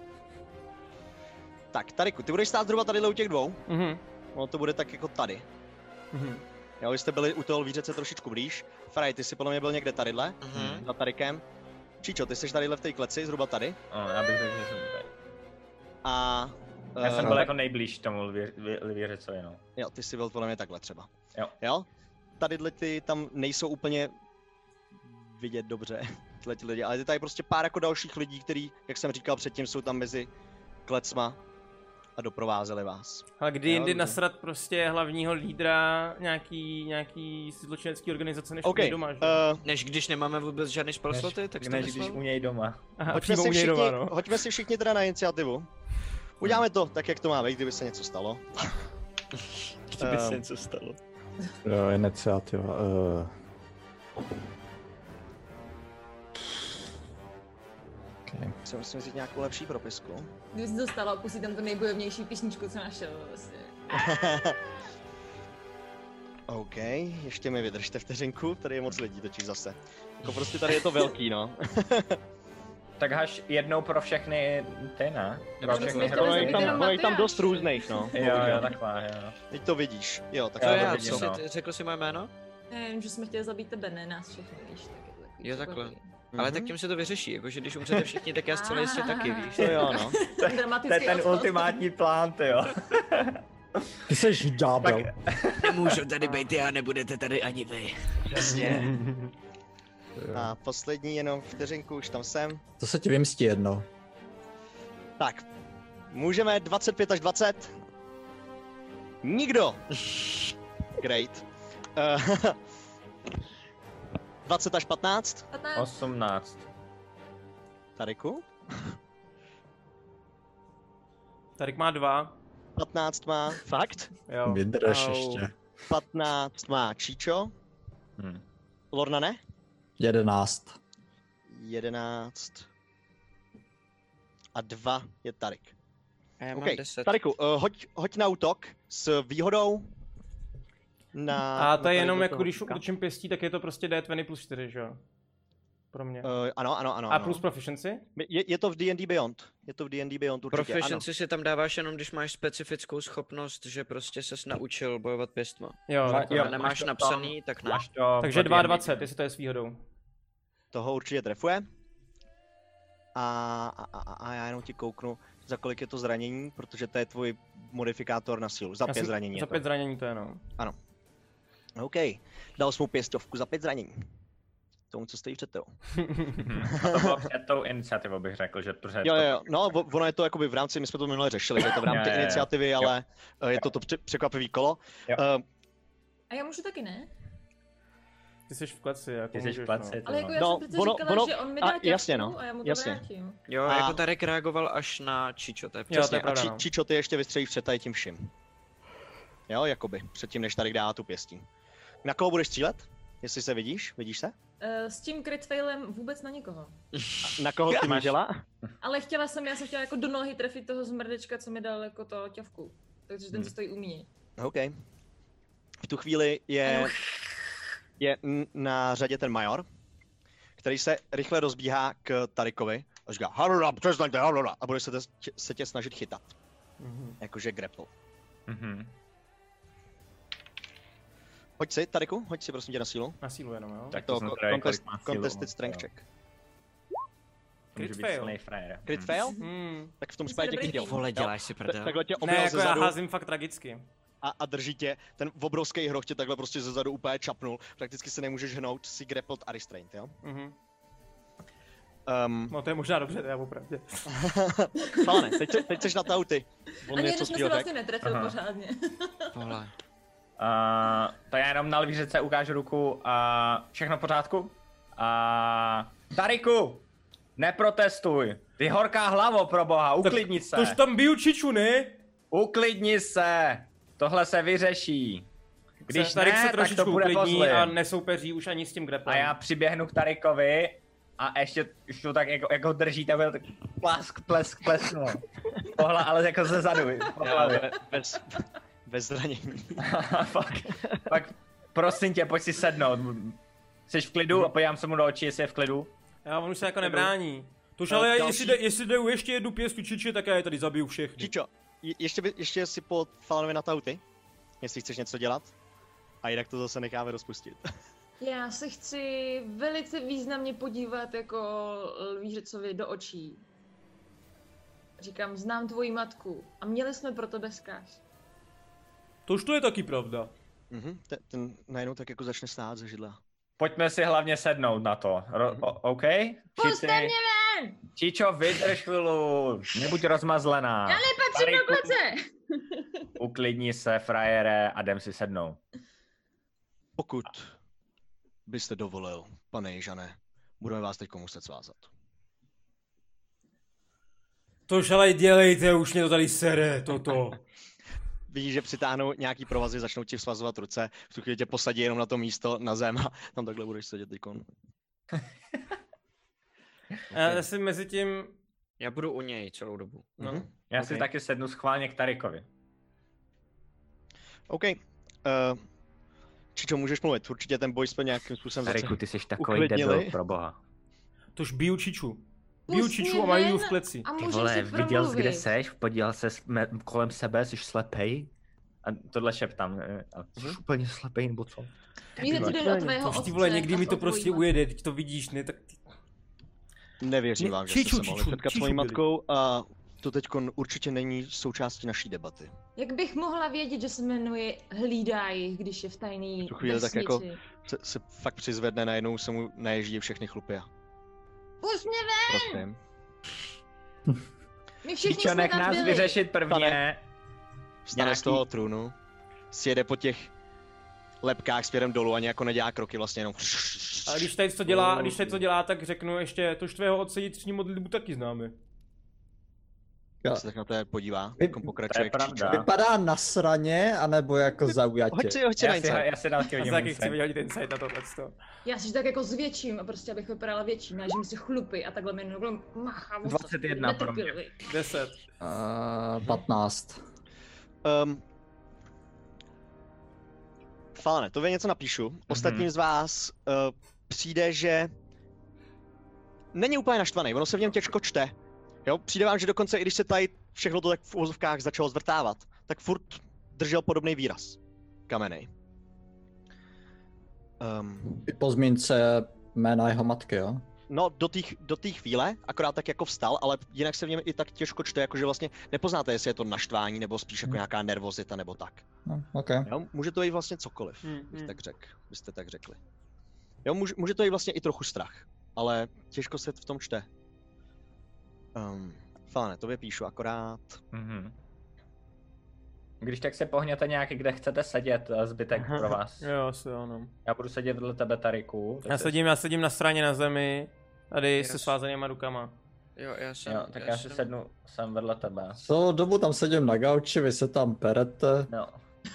Tak, Tariku, ty budeš stát zhruba tadyhle u těch 2. No to bude tak jako tady. Jo, vy jste byli u toho Elvířece trošičku blíž. Fraj, ty jsi podle mě byl někde tadyhle, za Tarikem. Číčo, ty jsi tadyhle v té kleci, zhruba tady. Já bych řekl, že jsem tady. A... Já jsem byl jako nejblíž tomu Elvířecovi, no. Jo, ty jsi byl podle mě takhle třeba. Jo. Tadyhle ty tam nejsou úplně vidět dobře, tyhle lidi, ale je tady prostě pár jako dalších lidí, kteří, jak jsem říkal předtím, jsou tam mezi klecma a doprovázeli vás. A kdy jindy nasrat prostě hlavního lídra nějaký zločinecký organizace než u něj doma, že? Než když nemáme vůbec žádný spell sloty, tak než když u něj doma. Aha, hoďme si všichni teda na iniciativu. Uděláme to tak, jak to má být, kdyby se něco stalo. Kdyby se něco stalo. Jo, iniciativa. Okay. Musím vzít nějakou lepší propisku. Kdyby se to stalo, pustit tam tu nejbojovnější písničku, co našel vlastně. OK, ještě mi vydržte vteřinku, tady je moc lidí točí zase. Jako prostě tady je to velký, no. Tak haš jednou pro všechny ty, ne? Pro všechny ono je tam dost různých, no. Jo, takhle, jo. Teď to vidíš, jo, tak to já vidím, no. Řekl jsi moje jméno? Nevím, že jsme chtěli zabít tebe, ne nás všechny, víš, tak je to takový. Jo, takhle. Ale tak tím se to vyřeší, jakože když umřete všichni, tak já zcela jistě taky, víš. To jo, no. To je ten ultimátní plán, ty jo. Ty jsi ďábel. Nemůžu tady být já, nebudete tady ani vy. Přesně. A poslední jenom vteřinku, už tam jsem. To se ti vymstí jedno. Tak, můžeme 25 až 20? Nikdo! Great. 20 až 15? 18. Tariku? Tarik má 2. 15 má fakt? Jo. Vydrž ještě. 15 má Číčo. Lorna ne? 11. 11. A 2 je Tarik. A já mám Okay. 10. Tariku, hoď na útok s výhodou. A to je jenom jako když útočím pěstí, tak je to prostě D20 plus 4, že jo? Pro mě. Ano. A plus proficiency? Je to v D&D Beyond. Je to v D&D Beyond určitě, Proficiency si tam dáváš jenom, když máš specifickou schopnost, že prostě ses naučil bojovat pěstma. Jo, tak nemáš napsaný, tak ne. Takže 22, jestli to je s výhodou. Toho určitě trefuje. A já jenom ti kouknu, za kolik je to zranění, protože to je tvůj modifikátor na sílu. Za 5 zranění. Za 5 zranění to je, no. Ano. OK. Dal jsem mu 500 za 5 zranění. Tomu, co stojí před tebou. A to bylo před tou iniciativou, bych řekl, že... Jo. No, ono je to jakoby v rámci, my jsme to minule řešili, že je to v rámci iniciativy, ale je to překvapivý kolo. A já můžu taky, ne? Ty jsi v kleci, jako Ty jsi v kleci, ale jako já jsem přece říkala, že on mi dá těžkou a já mu to vrátím. Jo, jako Tarek reagoval až na Čičo, to je přesně. Jo, to je a Čičo ty ještě vystřelíš před tady tím vším. Jo, jakoby, předtím, než Tarek dá tu pěstí. Na koho budeš střílet? Jestli se vidíš? Vidíš se? S tím crit failem vůbec na nikoho. Na koho ty viděla? Ale já jsem chtěla jako do nohy trefit toho zmrdečka, co mi dal jako to ťavku. Takže ten, co stojí u mě. OK. V tu chvíli je na řadě ten major, který se rychle rozbíhá k Tarikovi a říká přestaňte, a bude se tě snažit chytat. Jakože grapple. Hoď si, Tariku, hoď si prosím tě na sílu. Na sílu jenom, jo? Tak to contested strength check. Crit fail. Crit fail? Tak v tom případě tě chytil. Vole, děláš si prdel. Takhle tě Ne, objel jako zezadu já házím fakt tragicky. a drží tě, ten obrovský hroch tě takhle prostě zezadu úplně čapnul. Prakticky se nemůžeš hnout, si grappled a restrained, jo? No to je možná dobře, to je opravdu. Falane, teď seš na tahu ty. Ani jeden jsme se vlastně netrefil pořádně. Vole. To já jenom na lvířece ukážu ruku a všechno v pořádku. Tariku, neprotestuj. Ty horká hlavo, pro boha, uklidni se. Tož tam biju Čiču, ne? Uklidni se, tohle se vyřeší. Když Tarik ne, se tak trošičku to bude uklidní pozlím. a nesoupeří už ani s tím grapplem. A já přiběhnu k Tarikovi a ještě to tak jako držíte, tak plesknu. Tohle ale jako ze zadu. Bez zranění. Fakt, prosím tě, pojď si sednout. Jsi v klidu a podívám se mu do očí, jestli je v klidu. Já on už se jako nebrání. Tož ale jestli jde ještě jednu pěstu Čiče, tak já je tady zabiju všechny. Čičo, ještě si po Falanovi na tahu ty, jestli chceš něco dělat. A jinak to zase necháme rozpustit. Já se chci velice významně podívat jako lvířecovi do očí. Říkám, znám tvoji matku a měli jsme pro tebe vzkaz. Tož to je taky pravda. Ten najednou tak jako začne stát ze židla. Pojďme si hlavně sednout na to, OK? Puste mě ven! Čičo, vydrž chvilu, nebuď rozmazlená. Já nepatřím do klece! Uklidni se, frajere, a jdem si sednout. Pokud byste dovolil, pane Jižane, budeme vás teď muset svázat. Tož ale dělejte, už mě to tady sere, toto. Vidíš, že přitáhnou nějaký provazy, začnou ti svazovat ruce, v tu chvíli tě posadí jenom na to místo, na zem a tam takhle budeš sedět teďkon. Já si mezi tím... Já budu u něj celou dobu. No. Já si taky sednu schválně k Tarikovi. OK. Čičo, můžeš mluvit, určitě ten boj jsme nějakým způsobem Tariku, ty jsi takový debil, pro boha. Tož biju Čiču. Biju Čiču a mají v kleci. Ty vole, viděl jsi, kde seš? Podíval se kolem sebe, jsi slepej? A tohle šeptám, jsi úplně slepej nebo co? Víte, co jde do tvého otce. Ty vole, někdy mi to prostě ujede, teď to vidíš, ne? Tak Nevěřím vám, že jste se mohli setkat s mojí matkou a to teďkon určitě není součástí naší debaty. Jak bych mohla vědět, že se jmenuje Hlídaj, když je v tajný v tu chvíli tak jako se fakt přizvedne, najednou se mu naježdí všechny chlupy. Pust mě ven! Prosím. My všichni Píčo, jsme tam nás byli. vyřešit prvně. Vstane z toho trůnu, sjede po těch lepkách směrem dolů a nějak nedělá kroky vlastně jenom. A když teď co dělá, tak řeknu ještě, tož tvého otce jitřní modlitbu taky známe. Se tak na to podívá, jako pokračuje. To je pravda. Vypadá nasraně, anebo jako zaujatě? Hoď si na insight. Já si dám Já taky chci vyhodit insight na tohleto. Já si tak jako zvětším a prostě abych vypadala větší, ne, že mi si chlupy a takhle mi jenom machám. 21 pro mě. 10. 15. Falane, to něco napíšu. Ostatním z vás přijde, že není úplně naštvaný, ono se v něm těžko čte. Jo, přijde vám, že dokonce i když se tady všechno to tak v uvozovkách začalo zvrtávat, tak furt držel podobný výraz. Kamenej. Po zmínce jména jeho matky, jo? No, do té chvíle, akorát tak jako vstal, ale jinak se v něm i tak těžko čte, jakože vlastně nepoznáte, jestli je to naštvání, nebo spíš jako nějaká nervozita, nebo tak. No, okay. Jo, může to být vlastně cokoliv, byste tak řekli. Jo, může to být vlastně i trochu strach, ale těžko se v tom čte. Falane, tobě píšu akorát. Když tak se pohněte nějak, kde chcete sedět, zbytek pro vás. Jo, asi ano. Já budu sedět vedle tebe, Tariku. Já sedím na straně na zemi, tady se svázenýma rukama. Jo, tak já si sednu sem vedle tebe. Co dobu tam sedím na gauči, vy se tam perete. No.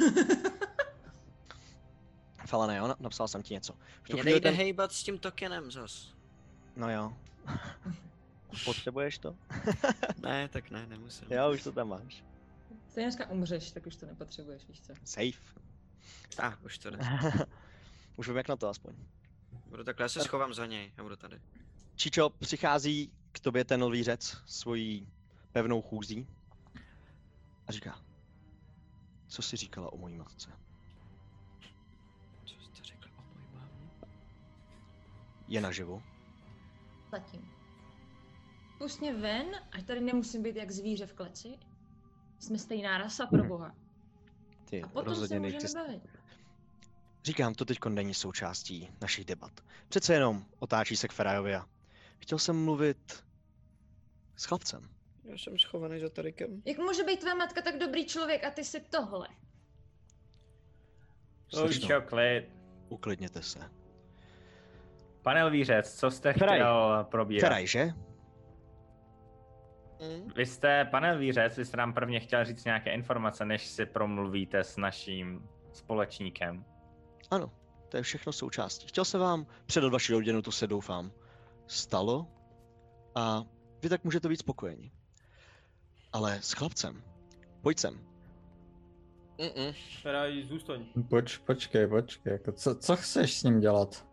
Falane, jo, napsal jsem ti něco. Mě nejde hejbat s tím tokenem zas. No jo. Potřebuješ to? Ne, tak ne, nemusím. Jo, už to tam máš. Stejně dneska umřeš, tak už to nepotřebuješ, víš co? Safe. Už to jde. Už vím jak na to aspoň. Budu takhle, já se schovám za něj, já budu tady. Čičo, přichází k tobě ten lvířec svojí pevnou chůzí a říká: co jsi říkala o mojí matce? Co jsi řekla o mojí mámě? Je naživu? Zatím. Pust mě ven, ať tady nemusím být jak zvíře v kleci. Jsme stejná rasa, pro boha. Ty a potom rozhodně se můžeme bavit. Říkám, to teďko není součástí našich debat. Přece jenom otáčí se k Ferajovi a chtěl jsem mluvit s chlapcem. Já jsem schovaný za Tarikem. Jak může být tvá matka tak dobrý člověk a ty si tohle? Klid. Uklidněte se. Pane lvířec, co jste chtěl probírat? Feraj, že? Vy jste, pane lvířec, vy jste nám prvně chtěl říct nějaké informace, než si promluvíte s naším společníkem. Ano, to je všechno součástí. Chtěl jsem vám předat vaši rodinu, to se doufám stalo a vy tak můžete být spokojeni. Ale s chlapcem, pojď sem. Feraj, zůstaň. Počkej, jako co chceš s ním dělat?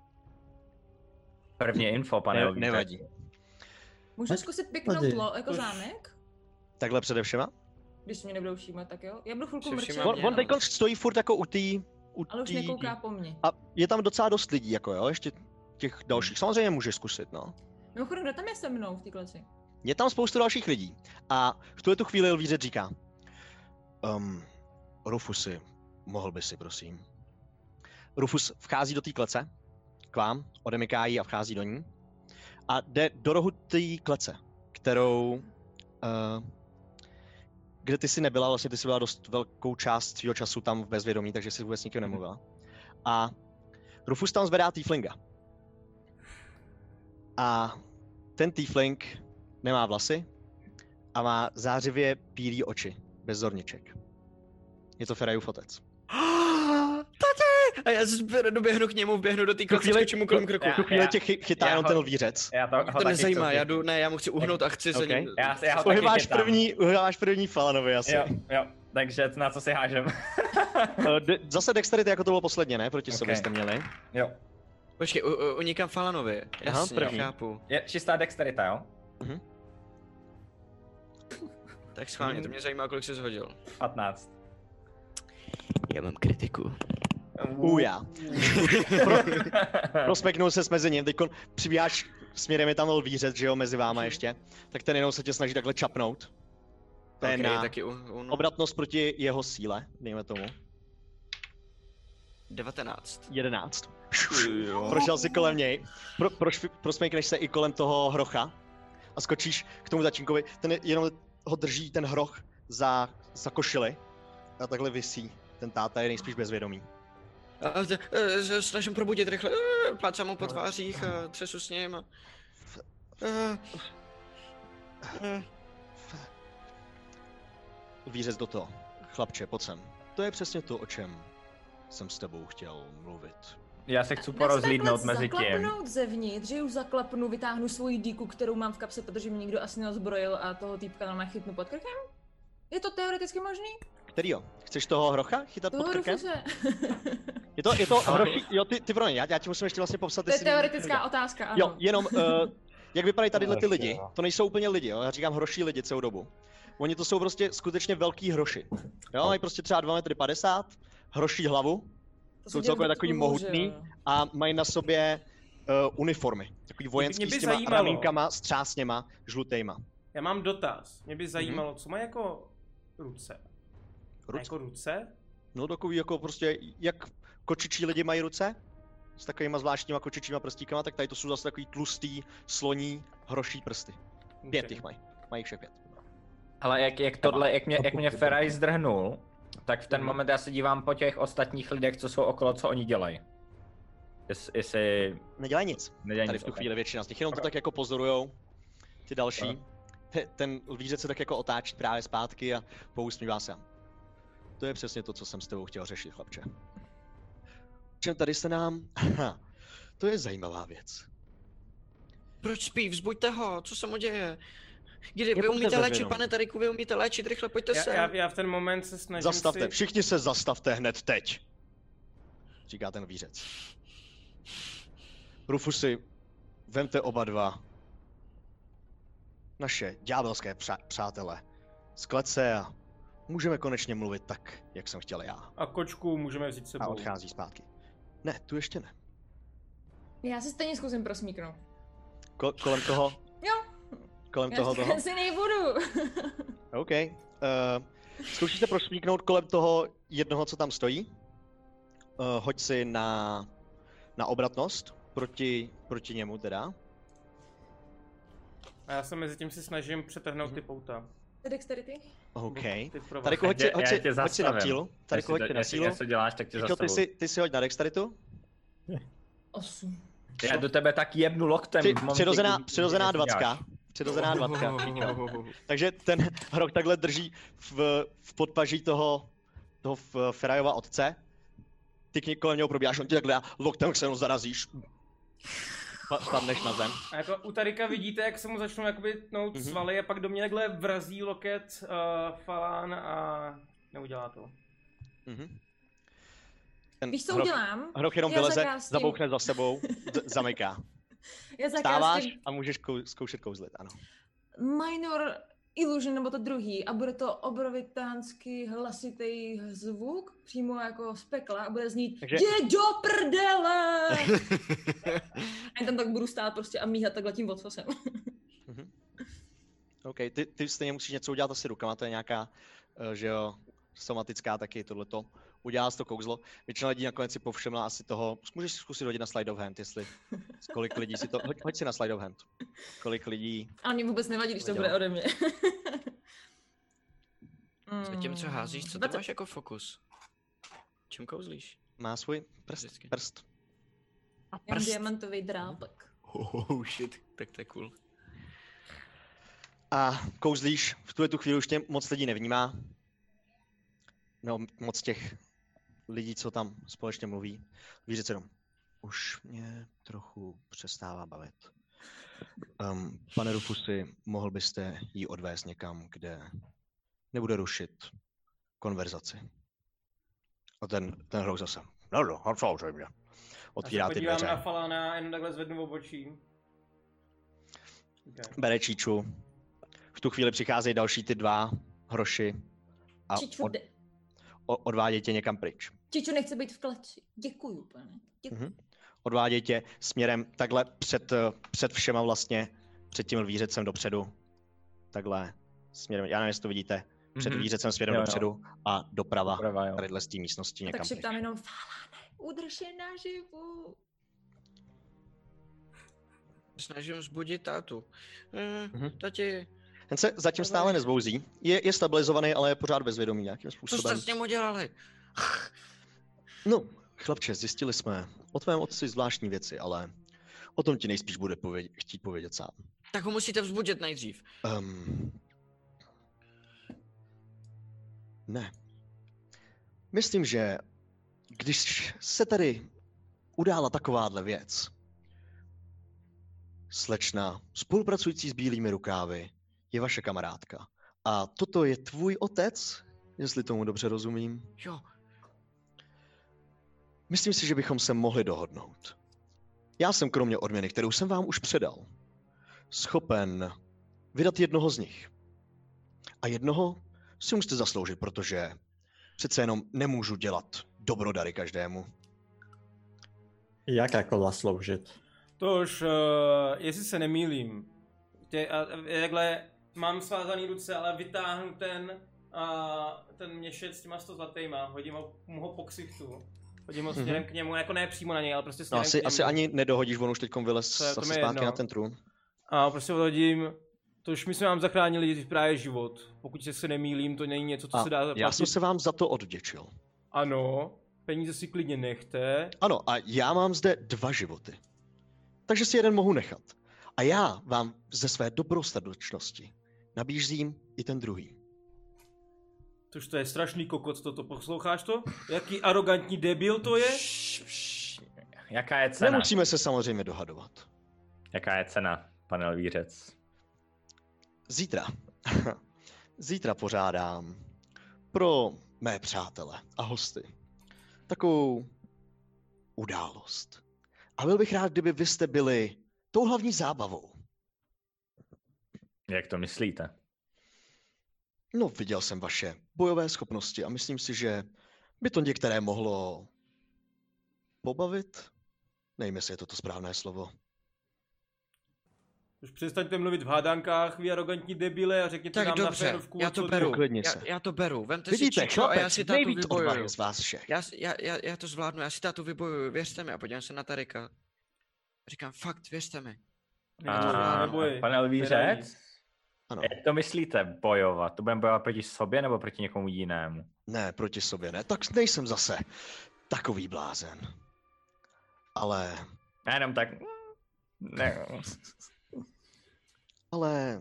První info, pane lvířec. Nevadí. Můžu zkusit piknout jako zámek? Takhle přede všema? Když se mě nebudou všímat, tak jo. Já budu chvilku mrčet. On teď stojí furt jako u té... Ale už nekouká po mně. A je tam docela dost lidí, jako jo, ještě těch dalších. Samozřejmě můžeš zkusit, no. Mimochodem, kdo tam je se mnou v té kleci? Je tam spoustu dalších lidí. A v tu chvíli lvířec říká: Rufusi, mohl by si, prosím. Rufus vchází do té klece, k vám, odemyká ji a vchází do ní. A jde do rohu té klece, kterou, kde ty jsi nebyla, vlastně ty jsi byla dost velkou část svého času tam v bezvědomí, takže jsi vůbec nikým nemluvila. A Rufus tam zvedá tieflinga. A ten tiefling nemá vlasy a má zářivě bílý oči, bez zorniček. Je to Ferajův otec. A já doběhnu k němu, vběhnu do té klece, skočím mu kolem kroku. Tu chvíli tě chytá jenom ten lvířec. To nezajímá, já mu chci uhnout a chci za ním. Uhyváš první Falanovi asi. Jo, takže na co si hážem? Zase dexterity, jako to bylo posledně, ne? Proti sobě jste měli. Jo. Počkej, unikám Falanovi, jasně, první. chápu. Je čistá dexterita, jo? Tak schválně, to mě zajímá, kolik jsi zhodil. 15. Já mám kritiku. Já. Prospeknul ses mezi ním, teďkon přibíháš směrem je tam lvířec, že jo, mezi váma ještě, tak ten jenom se tě snaží takhle čapnout. To je na obratnost proti jeho síle, dejme tomu. 19. 11. Prošel si kolem něj, prosmejkneš se i kolem toho hrocha a skočíš k tomu začínkovi, ten jenom ho drží ten hroch za košili a takhle visí. Ten táta je nejspíš bezvědomý. Snažím probudit rychle, plácám mu po tvářích, třesu s ním. Vířec do toho. Chlapče, pojď sem. To je přesně to, o čem jsem s tebou chtěl mluvit. Já se chci porozhlídnout mezi tím. Zaklapnout zevnitř, že už zaklapnu, vytáhnu svoji díku, kterou mám v kapse, protože mi nikdo asi neozbrojil a toho týpka nám chytnu pod krkem? Je to teoreticky možný? Kterýho? Chceš toho hrocha chytat toho pod krkem? Rufuse. Je to hroší, jo, ty pro ně, já ti musím ještě vlastně popsat. To je teoretická otázka, ano. Jo, jenom, jak vypadají tadyhle ty lidi, to nejsou úplně lidi, jo, já říkám hroší lidi celou dobu. Oni to jsou prostě skutečně velký hroši. Jo, mají prostě třeba 2,50 m, hroší hlavu, jsou celkově takový mohutný a mají na sobě uniformy, takový vojenský s těma ramínkama, s třásněma, žlutejma. Já mám dotaz, mě by zajímalo, co má jako ruce? Jako ruce? No takový jako prostě, jak kočičí lidi mají ruce, s takovýma zvláštníma kočičíma prstíkama, tak tady to jsou zase takový tlustý, sloní, hroší prsty. 5 jich mají všech 5. Ale jak mě Feraj zdrhnul, tak v ten moment já se dívám po těch ostatních lidech, co jsou okolo, co oni dělají. Jestli... Nedělají nic. Tady v tu chvíli většina z nich, jenom to tak jako pozorujou ty další. Ten lvířec se tak jako otáčí právě zpátky a pousmívá se. To je přesně to, co jsem s tebou chtěl řešit, chlapče. Čem tady se nám... to je zajímavá věc. Proč spí? Vzbuďte ho, co se mu děje? Vy umíte léčit, pane Tariku, vy umíte léčit, rychle pojďte se. Já v ten moment se snažím Zastavte, všichni se zastavte hned teď. Říká ten vířec. Rufusi, vemte oba dva naše ďábelské přátele z klece a můžeme konečně mluvit tak, jak jsem chtěl já. A kočku můžeme vzít sebou. A odchází zpátky. Ne, tu ještě ne. Já se stejně zkusím prosmíknout. Kolem toho? Jo. Kolem já toho? Já si nebudu. OK. Zkoušíte prosmíknout kolem toho jednoho, co tam stojí. Hoď si na obratnost proti němu teda. A já se mezi tím si snažím přetrhnout ty pouta. Dexterity? OK. Tady hoď si na sílu. Tady hoď na sílu. Jestli děláš, tak tě zastavuji. Ty si hoď na dexteritu. 8. Já do tebe tak jebnu loktem. Přirozená 20. Přirozená 20. Takže ten hrok takhle drží v podpaží toho Ferajova otce. Ty kolem něho probíháš, on ti takhle loktem se zarazíš. Spadneš na zem. A jako u Tarika vidíte, jak se mu začnou jakoby tnout svaly a pak do mě takhle vrazí loket Falan a neudělá to. Víš, co udělám? Hroch jenom vyleze, zabouchne za sebou, zamyká. Stáváš a můžeš zkoušet kouzlit, ano. Minor Illusion, nebo to druhý, a bude to obrovitánsky hlasitý zvuk, přímo jako z pekla, a bude znít Jdi do prdele! A tam tak budu stát prostě a míhat takhle tím vocasem. OK, ty stejně musíš něco udělat asi rukama, to je nějaká, že jo, somatická taky tohleto. Udělá to kouzlo. Většina lidí nakonec si povšimla asi toho, můžeš zkusit hodit na slide of hand, jestli, kolik lidí si to, hoď si na slide of hand. Kolik lidí... A mě vůbec nevadí, když to bude ode mě. Zatím co házíš, co ty máš jako fokus? Čím kouzlíš? Má svůj prst. A prst? Já mám diamantový drápek. Oh shit, tak to je cool. A kouzlíš, v tu chvíli už tě moc lidí nevnímá. No, moc těch lidí, co tam společně mluví. Víš, jenom, už mě trochu přestává bavit. Pane Rufusi, mohl byste ji odvést někam, kde nebude rušit konverzaci? A ten hroch zase. No, samozřejmě. Otvírá ty dveře. Já se podívám na Falana, jen takhle zvednu obočí. Okay. Bere číču. V tu chvíli přicházejí další ty dva hroši. A odvádějí tě někam pryč. Čiču nechce být v kleci. Děkuju, pane. Děkuju. odvádějí tě směrem takhle před všema vlastně, před tím lvířecem dopředu. Takhle směrem, já nevím, jestli to vidíte, před lvířecem směrem dopředu a doprava tadyhle z té místnosti někam. Tak šeptám jenom, Falane, udrž je naživu. Snažím vzbudit tátu. Tati. Ten se zatím stále nezbouzí. Je stabilizovaný, ale je pořád bezvědomý nějakým způsobem. Co jste s ním udělali? No, chlapče, zjistili jsme o tvém otci zvláštní věci, ale o tom ti nejspíš bude chtít povědět sám. Tak ho musíte vzbudit nejdřív. Ne. Myslím, že když se tady udála takováhle věc, slečna spolupracující s bílými rukávy je vaše kamarádka. A toto je tvůj otec, jestli tomu dobře rozumím? Jo. Myslím si, že bychom se mohli dohodnout. Já jsem kromě odměny, kterou jsem vám už předal, schopen vydat jednoho z nich. A jednoho si musíte zasloužit, protože přece jenom nemůžu dělat dobrodary každému. Jak jako zasloužit? Tož, jestli se nemýlím, takhle mám svázaný ruce, ale vytáhnu ten měšec s těma 100 zlatýma, hodím ho po ksichtu. Hodím ho směrem k němu, jako ne přímo na něj, ale prostě směrem k němu. Asi ani nedohodíš, on už teďkom vylez zase zpátky na ten trůn. A prostě hodím, tož my jsme vám zachránili právě život. Pokud se nemýlím, to není něco, co se dá zaplatit. Já jsem se vám za to odvděčil. Ano, peníze si klidně nechte. Ano, a já mám zde 2 životy. Takže si jeden mohu nechat. A já vám ze své dobrosrdečnosti nabízím i ten druhý. Tož to je strašný kokot, toto posloucháš to? Jaký arrogantní debil to je? Jaká je cena? Nemusíme se samozřejmě dohadovat. Jaká je cena, pane lvířec? Zítra pořádám pro mé přátele a hosty takovou událost. A byl bych rád, kdyby vy jste byli tou hlavní zábavou. Jak to myslíte? No, viděl jsem vaše bojové schopnosti a myslím si, že by to některé mohlo pobavit. Nevím, jestli je to správné slovo. Už přestaňte mluvit v hádankách, vy arrogantní debile, a řekněte tak nám dobře, na férovku. Já to beru, já to beru. Vemte vidíte, si Čičo a já si tátu vybojuju. Z vás všech. Já to zvládnu, já si tátu vybojuju, věřte mi, a podívám se na Tarika. Říkám, fakt, věřte mi. Pane lvířec? Ano. Jak to myslíte bojovat? To budeme bojovat proti sobě nebo proti někomu jinému? Ne, proti sobě ne, tak nejsem zase takový blázen. Ale... Já jenom tak... Ne. Ale...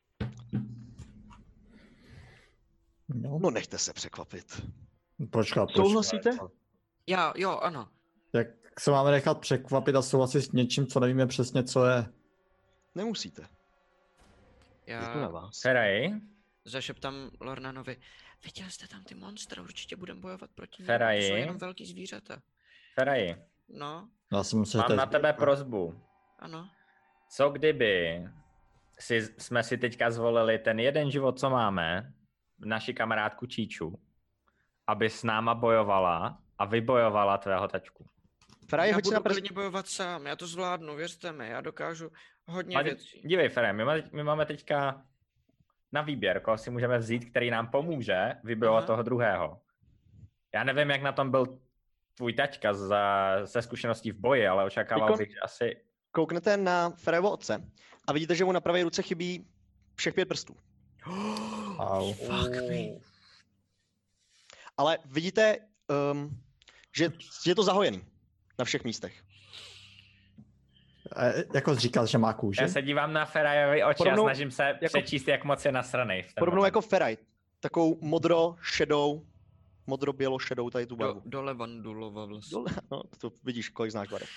No, nechte se překvapit. Počkat. Souhlasíte? Jo, ano. Jak se máme nechat překvapit a souhlasit s něčím, co nevíme přesně, co je? Nemusíte. Je to na vás. Ferai? Zašeptám Lornanovi. Viděl jste tam ty monstra, určitě budeme bojovat proti nim. Ferai? Jsou jenom velký zvířata. Ferai? No? Mám na tebe prosbu. Ano? Co kdyby jsme si teďka zvolili ten jeden život, co máme, naši kamarádku Číču, aby s náma bojovala a vybojovala tvého tačku. Já budu klidně bojovat sám, já to zvládnu, věřte mi, já dokážu hodně věcí. Dívej, Ferai, my máme teďka na výběr, koho si můžeme vzít, který nám pomůže vybojovat toho druhého. Já nevím, jak na tom byl tvůj tačka ze zkušeností v boji, ale očekával bych, že asi... Kouknete na Feraiho otce a vidíte, že mu na pravé ruce chybí všech 5 prstů. Fuck me. Ale vidíte, že je to zahojený na všech místech. Jako jsi říkal, že má kůži? Já se dívám na Feraiovy oči a snažím se přečíst, jak moc je nasranej. Podobnou jako Ferai. Takovou modro-bělo-šedou tady tu barvu. Do Levandulova vlastně. No, to vidíš, kolik znáš barev.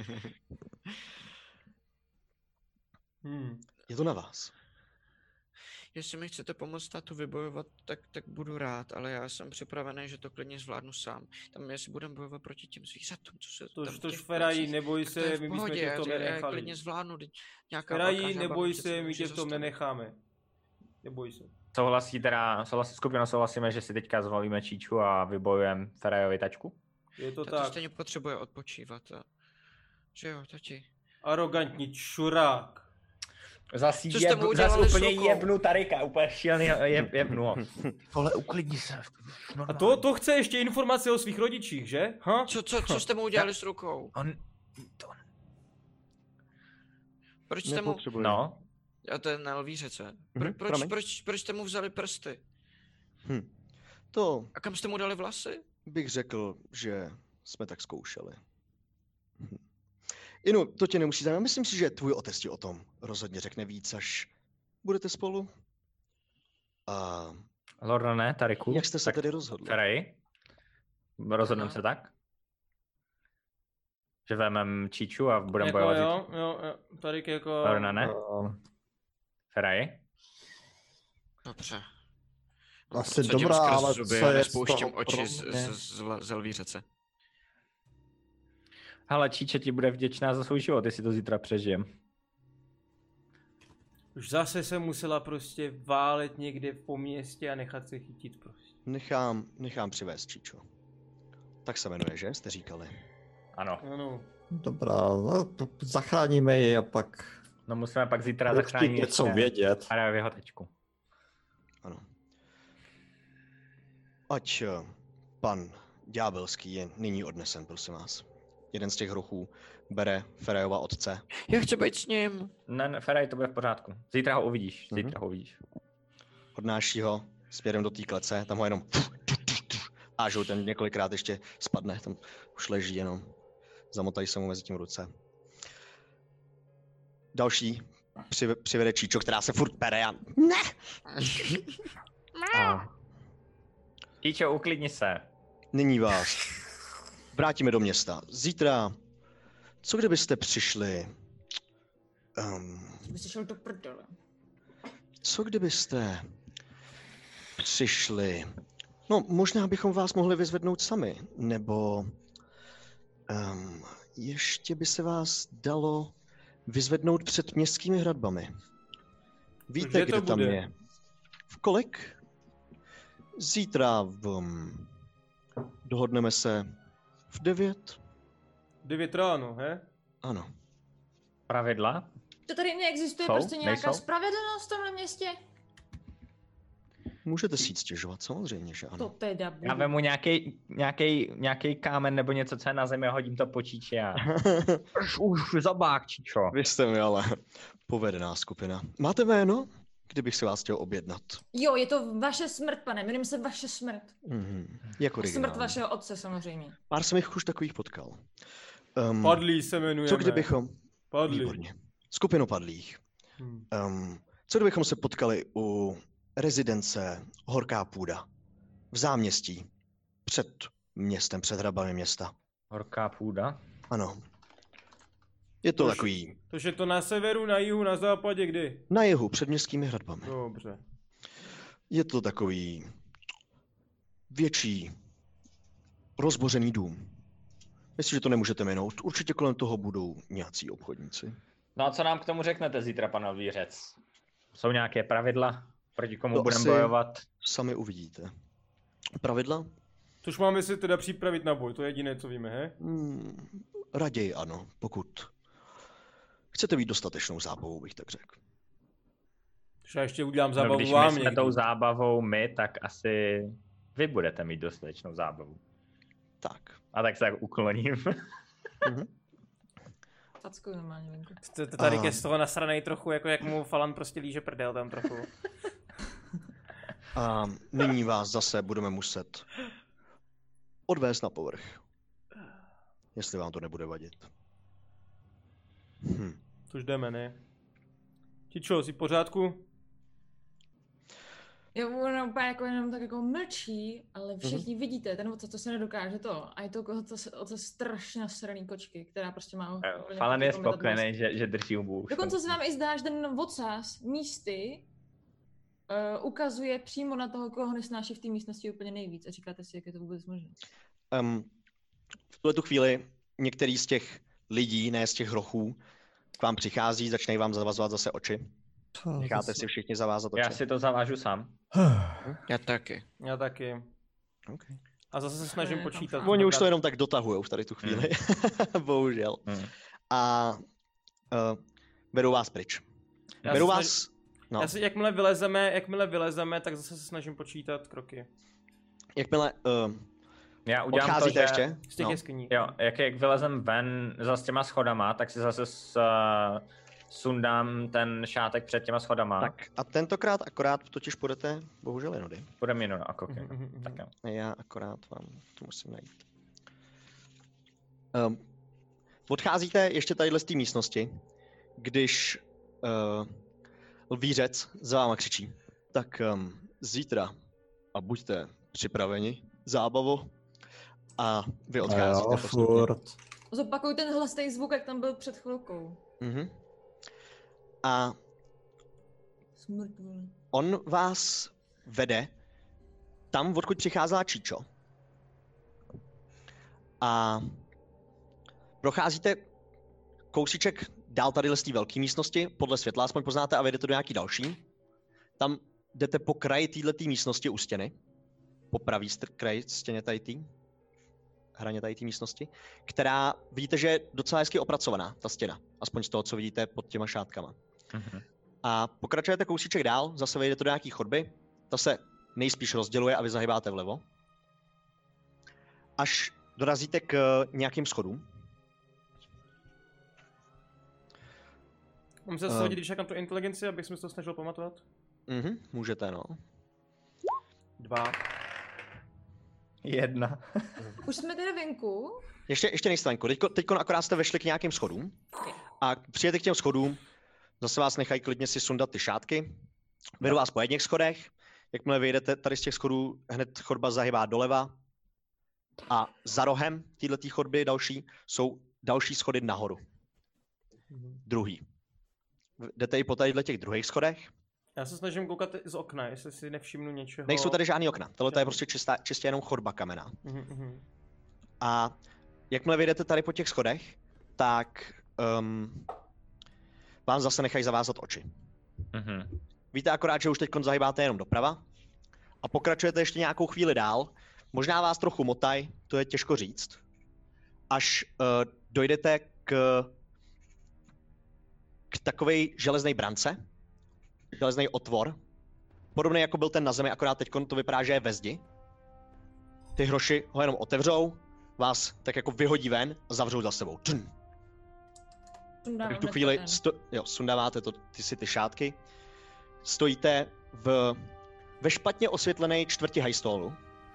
Je to na vás. Jestli mi chcete pomoct tátu vybojovat, tak budu rád, ale já jsem připravený, že to klidně zvládnu sám. Tam jestli budeme bojovat proti těm zvířatům, co se tam... Tož Ferai, neboj se, my bychom tě v tom nenechali. Já klidně zvládnu, Ferai, neboj se, my tě v tom nenecháme. Neboj se. Souhlasíme, že si teďka zvolíme Číču a vybojujeme Feraiovi tačku? Je to tak. tak. To stejně potřebuje odpočívat. Že jo, tati. Arrogantní čurák. Zas úplně jebnu Tarika, úplně šílený jebnu. Vole, uklidni se. A to chce ještě informace o svých rodičích, že? Ha? Co jste mu udělali s rukou? Proč jste mu... No. A to je na lvířece. Proč jste mu vzali prsty? To... A kam jste mu dali vlasy? Bych řekl, že jsme tak zkoušeli. Inu, to tě nemusí zajímat. Myslím si, že tvůj otec ti o tom rozhodně řekne víc, až budete spolu. A... Lordane, Tariku. Jak jste se tedy rozhodli? Ferej, rozhodneme se tak? Že vemem Číču a budeme jako bojovat. Jo, Tarik jako... Lordane. Ferej. Dobře. Asi dobrá, ale zuby, co je spouštím oči z lvířece. Hele, Číče ti bude vděčná za svůj život, jestli to zítra přežijem. Už zase se musela prostě válet někde po městě a nechat se chytit prostě. Nechám přivést Číčo. Tak se jmenuje, že? Jste říkali. Ano. Dobrá, no, zachráníme ji a pak... No musíme pak zítra zachránit něco vědět. A v jeho tečku. Ano. Ať pan Ďábelský je nyní odnesen, prosím vás. Jeden z těch hrochů bere Ferejova otce. Já chci být s ním. Ne, Ferej, to bude v pořádku. Zítra ho uvidíš, Odnáší ho směrem do té klece, tam ho jenom a že ten několikrát ještě spadne, tam už leží jenom. Zamotají se mu mezi tím ruce. Další přivede Číčo, která se furt pere a ne! Číčo, uklidni se. Nyní vás vrátíme do města. Zítra, co kdybyste přišli... Byste šel do prdele. Co kdybyste přišli... No, možná bychom vás mohli vyzvednout sami, nebo... ještě by se vás dalo vyzvednout před městskými hradbami. Víte, kde tam je? V kolik? Zítra dohodneme se v 9. 9 ráno, he? Ano. Pravidla? To tady neexistuje prostě nějaká spravedlnost v tomhle městě? Můžete si stěžovat, samozřejmě, že ano. To teda budu. Já vemu nějaký kámen nebo něco, co je na zemi a hodím to po Číči a... Už zabák, Číčo. Vy jste mi ale povedená skupina. Máte jméno? Kdybych si vás chtěl objednat. Jo, je to vaše smrt, pane, jmenujeme se vaše smrt. Jako smrt vašeho otce, samozřejmě. Pár jsem jich už takových potkal. Padlí se jmenujeme. Co kdybychom... Padlí. Výborně. Skupinu padlých. Co kdybychom se potkali u rezidence Horká půda v záměstí před městem, před hrabami města. Horká půda? Ano. Je to takový... Takže to na severu, na jihu, na západě, kdy? Na jihu, před městskými hradbami. Dobře. Je to takový větší rozbořený dům. Myslím, že to nemůžete minout. Určitě kolem toho budou nějací obchodníci. No a co nám k tomu řeknete zítra, pan Lvířec? Jsou nějaké pravidla, proti komu budeme bojovat? Sami uvidíte. Pravidla? Což máme si teda připravit na boj, to je jediné, co víme, he? Raději ano, pokud chcete být dostatečnou zábavou, bych tak řekl. Já ještě udělám zábavu když vám my jsme tou zábavou my, tak asi vy budete mít dostatečnou zábavu. Tak. A tak se tak ukloním. Fackuju normálně venku. Tady je z toho nasranej trochu, jako jak mu Falan prostě líže prdel tam trochu. A nyní vás zase budeme muset odvést na povrch. Jestli vám to nebude vadit. To už jdeme, ne? Čičo, jsi v pořádku? Jo, ono úplně jako jenom tak jako mlčí, ale všichni vidíte, ten otec to se nedokáže to. A je to otec strašně nasraný kočky, která prostě má... Falan je spokojený, že drží hubu. Dokonce se vám i zdá, že ten ocas místy ukazuje přímo na toho, koho nesnáší v té místnosti úplně nejvíc. A říkáte si, jak je to vůbec možné? V tuhle chvíli některý z těch lidí, ne z těch hrochů, k vám přichází, začínají vám zavazovat zase oči. Necháte si všichni zavázat oči? Já si to zavážu sám. Já taky. Okay. A zase se snažím počítat. Oni už to jenom tak dotahujou v tady tu chvíli. Bohužel. a vedou vás pryč. Vedou vás... No. Já si, jakmile vylezeme, tak zase se snažím počítat kroky. Jakmile já udělám odcházíte to, že... ještě? Z těch jeskyní. Jo, jak vylezem ven za s těma schodama, tak si zase sundám ten šátek před těma schodama. Tak a tentokrát akorát totiž půjdete, bohužel jinudy. Půjdeme jinudy, okay. Tak jo. Já akorát vám to musím najít. Odcházíte ještě tadyhle z té místnosti, když lvířec za váma křičí. Tak zítra a buďte připraveni, zábavu. A vy odcházíte postupně. Zopakuj ten hlasný zvuk, jak tam byl před chvilkou. A on vás vede tam, odkud přicházela Číčo. A procházíte kousíček dál tady z té velké místnosti, podle světla aspoň poznáte a vejdete do nějaký další. Tam jdete po kraji této místnosti u stěny. Po pravý kraji stěně tady hraně tady té místnosti, která vidíte, že je docela hezky opracovaná, ta stěna. Aspoň z toho, co vidíte pod těma šátkama. A pokračujete kousíček dál, zase vejdete do nějaký chodby, ta se nejspíš rozděluje a vy zahybáte vlevo. Až dorazíte k nějakým schodům. Mám se zase hodit, když čekám tu inteligenci, abych se to snažil pamatovat? Můžete, no. 2. 1. Už jsme teda venku? Ještě nejste venku. Teďko akorát jste vešli k nějakým schodům. A přijete k těm schodům, zase vás nechají klidně si sundat ty šátky. Vedu vás po jedných schodech. Jakmile vyjdete tady z těch schodů, hned chodba zahybá doleva. A za rohem této chodby další jsou další schody nahoru. Druhý. Jdete i po tady těch druhých schodech. Já se snažím koukat z okna, jestli si nevšimnu něčeho. Nejsou tady žádný okna. Tohle je prostě čistě jenom chodba kamenná. A jakmile vyjdete tady po těch schodech, tak vám zase nechají zavázat oči. Víte akorát, že už teď zahybáte jenom doprava a pokračujete ještě nějakou chvíli dál. Možná vás trochu motaj, to je těžko říct, až dojdete k takové železné brance, železný otvor, podobný jako byl ten na zemi, akorát teď to vypadá, že je ve zdi. Ty hroši ho jenom otevřou, vás tak jako vyhodí ven a zavřou za sebou. Tak v tu chvíli sundáváte ty šátky. Stojíte ve špatně osvětlené čtvrti Hightstolu.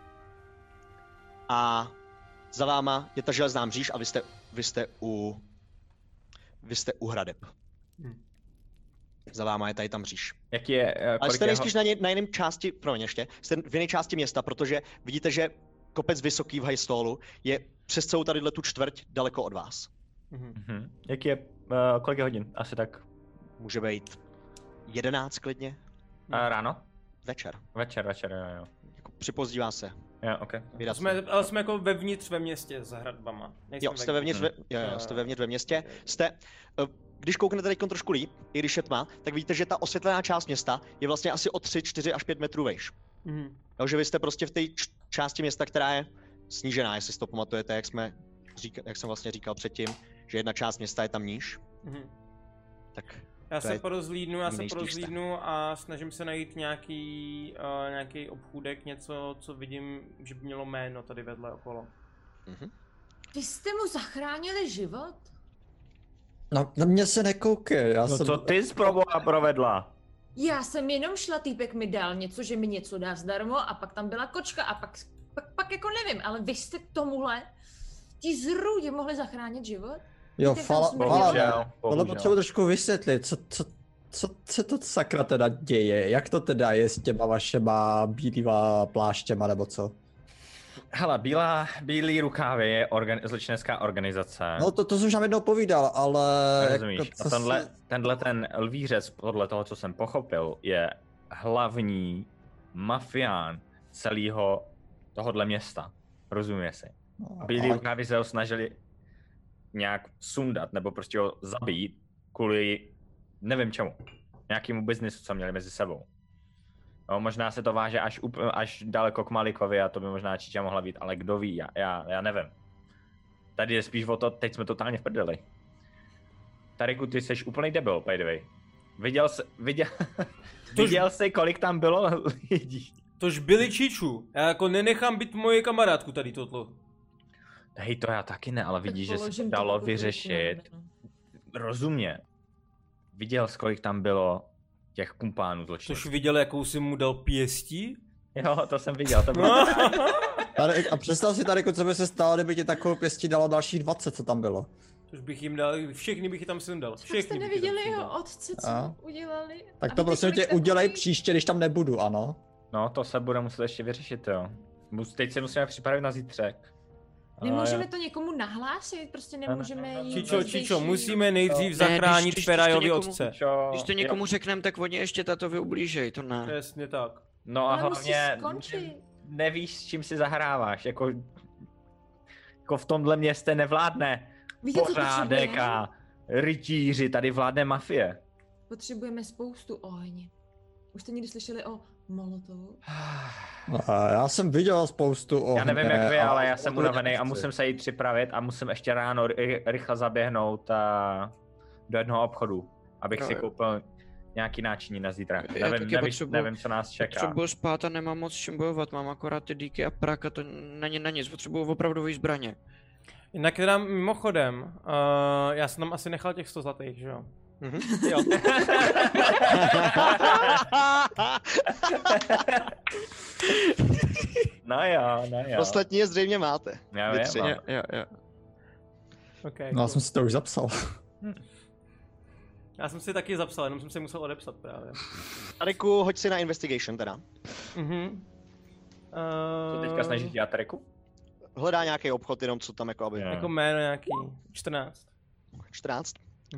A za váma je ta železná mříž a vy jste u hradeb. Za váma je tady tam mříž. Jaký je... Ale jste nejspíš na jiném části, jste v jiné části města, protože vidíte, že kopec vysoký v Hightstolu je přes celou tady tu čtvrť daleko od vás. Jaký je, kolik je hodin? Asi tak. Může být 11 klidně. Ráno? Večer, jo. Jako připozdívá se. Jo, ok. Ale jsme jako vevnitř ve městě za hradbama. Jo, jste vevnitř ve městě. Když kouknete teď trošku líp, i když je tma, tak vidíte, že ta osvětlená část města je vlastně asi o 3, 4 až 5 metrů vejš. Takže vy jste prostě v té části města, která je snížená, jestli si to pamatujete, jak jsem vlastně říkal předtím, že jedna část města je tam níž. Tak já se porozhlídnu a snažím se najít nějaký obchůdek, něco, co vidím, že by mělo jméno tady vedle okolo. Vy jste mu zachránili život? No, na mě se nekoukej, co ty jsi provedla? Já jsem jenom šla, týpek mi dal něco, že mi něco dá zdarmo a pak tam byla kočka a pak jako nevím, ale vy jste tomuhle, ti zrůdě mohli zachránit život? Jo, tohle potřebuji trošku vysvětlit, co se to sakra teda děje, jak to teda je s těma vašema bílýma pláštěma nebo co? Hele, Bílý rukávy je zločinecká organizace. No to jsem už nám jednou povídal, ale... Rozumíš, jako, tenhle ten lvířec, podle toho, co jsem pochopil, je hlavní mafián celého tohohle města. Rozumíš si? A Bílý rukávy se ho snažili nějak sundat, nebo prostě ho zabít kvůli nevím čemu. Nějakému biznisu, co měli mezi sebou. No, možná se to váže až daleko k Malikovi a to by možná Číča mohla být, ale kdo ví, já nevím. Tady je spíš o to, teď jsme totálně v prdeli. Tariku, ty jsi úplný debil, by the way. Viděl jsi, kolik tam bylo lidí? Tož byli Čiču. Já jako nenechám být moje kamarádku tady toto. Hej, to já taky ne, ale vidíš, že se to dalo vyřešit. Rozumně. Viděl jsi, kolik tam bylo těch kumpánů zločinů. Tož viděl, jakou jsi mu dal pěstí? Jo, to jsem viděl, to bylo. A představ si tady, co by se stalo, kdyby ti takovou pěstí dalo dalších 20, co tam bylo. Tož bych jim dal, všechny bych tam sundal. Všechny jste neviděli jeho otce, co udělali? Tak to prosím tě udělej příště, když tam nebudu, ano? No, to se bude muset ještě vyřešit, jo. Teď se musíme připravit na zítřek. Nemůžeme to někomu nahlásit, prostě nemůžeme jít. Čičo, musíme nejdřív zachránit Ferajovi otce. Když to někomu řekneme, tak oni ještě tatovi ublížej, to ne. Přesně tak. No a hlavně nevíš, s čím si zahráváš, jako v tomhle městě nevládne pořádek a rytíři, tady vládne mafie. Potřebujeme spoustu ohně. Už jste někdy slyšeli o Molotovu? Já jsem viděl spoustu ohně. Já nevím jak vy, ale já jsem unavený a musím se jít připravit a musím ještě ráno rychle zaběhnout do jednoho obchodu, abych si koupil nějaký náčiní na zítra. Nevím, co nás čeká. Potřebuji spát a nemám moc čím bojovat, mám akorát ty díky a prak a to není na nic, potřebuji opravdový zbraně. Jinak teda mimochodem, já jsem tam asi nechal těch 100 zlatých, že jo? Jo. No jo. Ostatní je zřejmě máte. Jo. Okay, no já jsem si to už zapsal. Já jsem si taky zapsal, jenom jsem si musel odepsat právě. Tariku, hoď si na investigation teda. Co teďka snažíš dělat Tariku? Hledá nějaký obchod, jenom co tam jako aby... Jako jméno nějaký, 14. 14?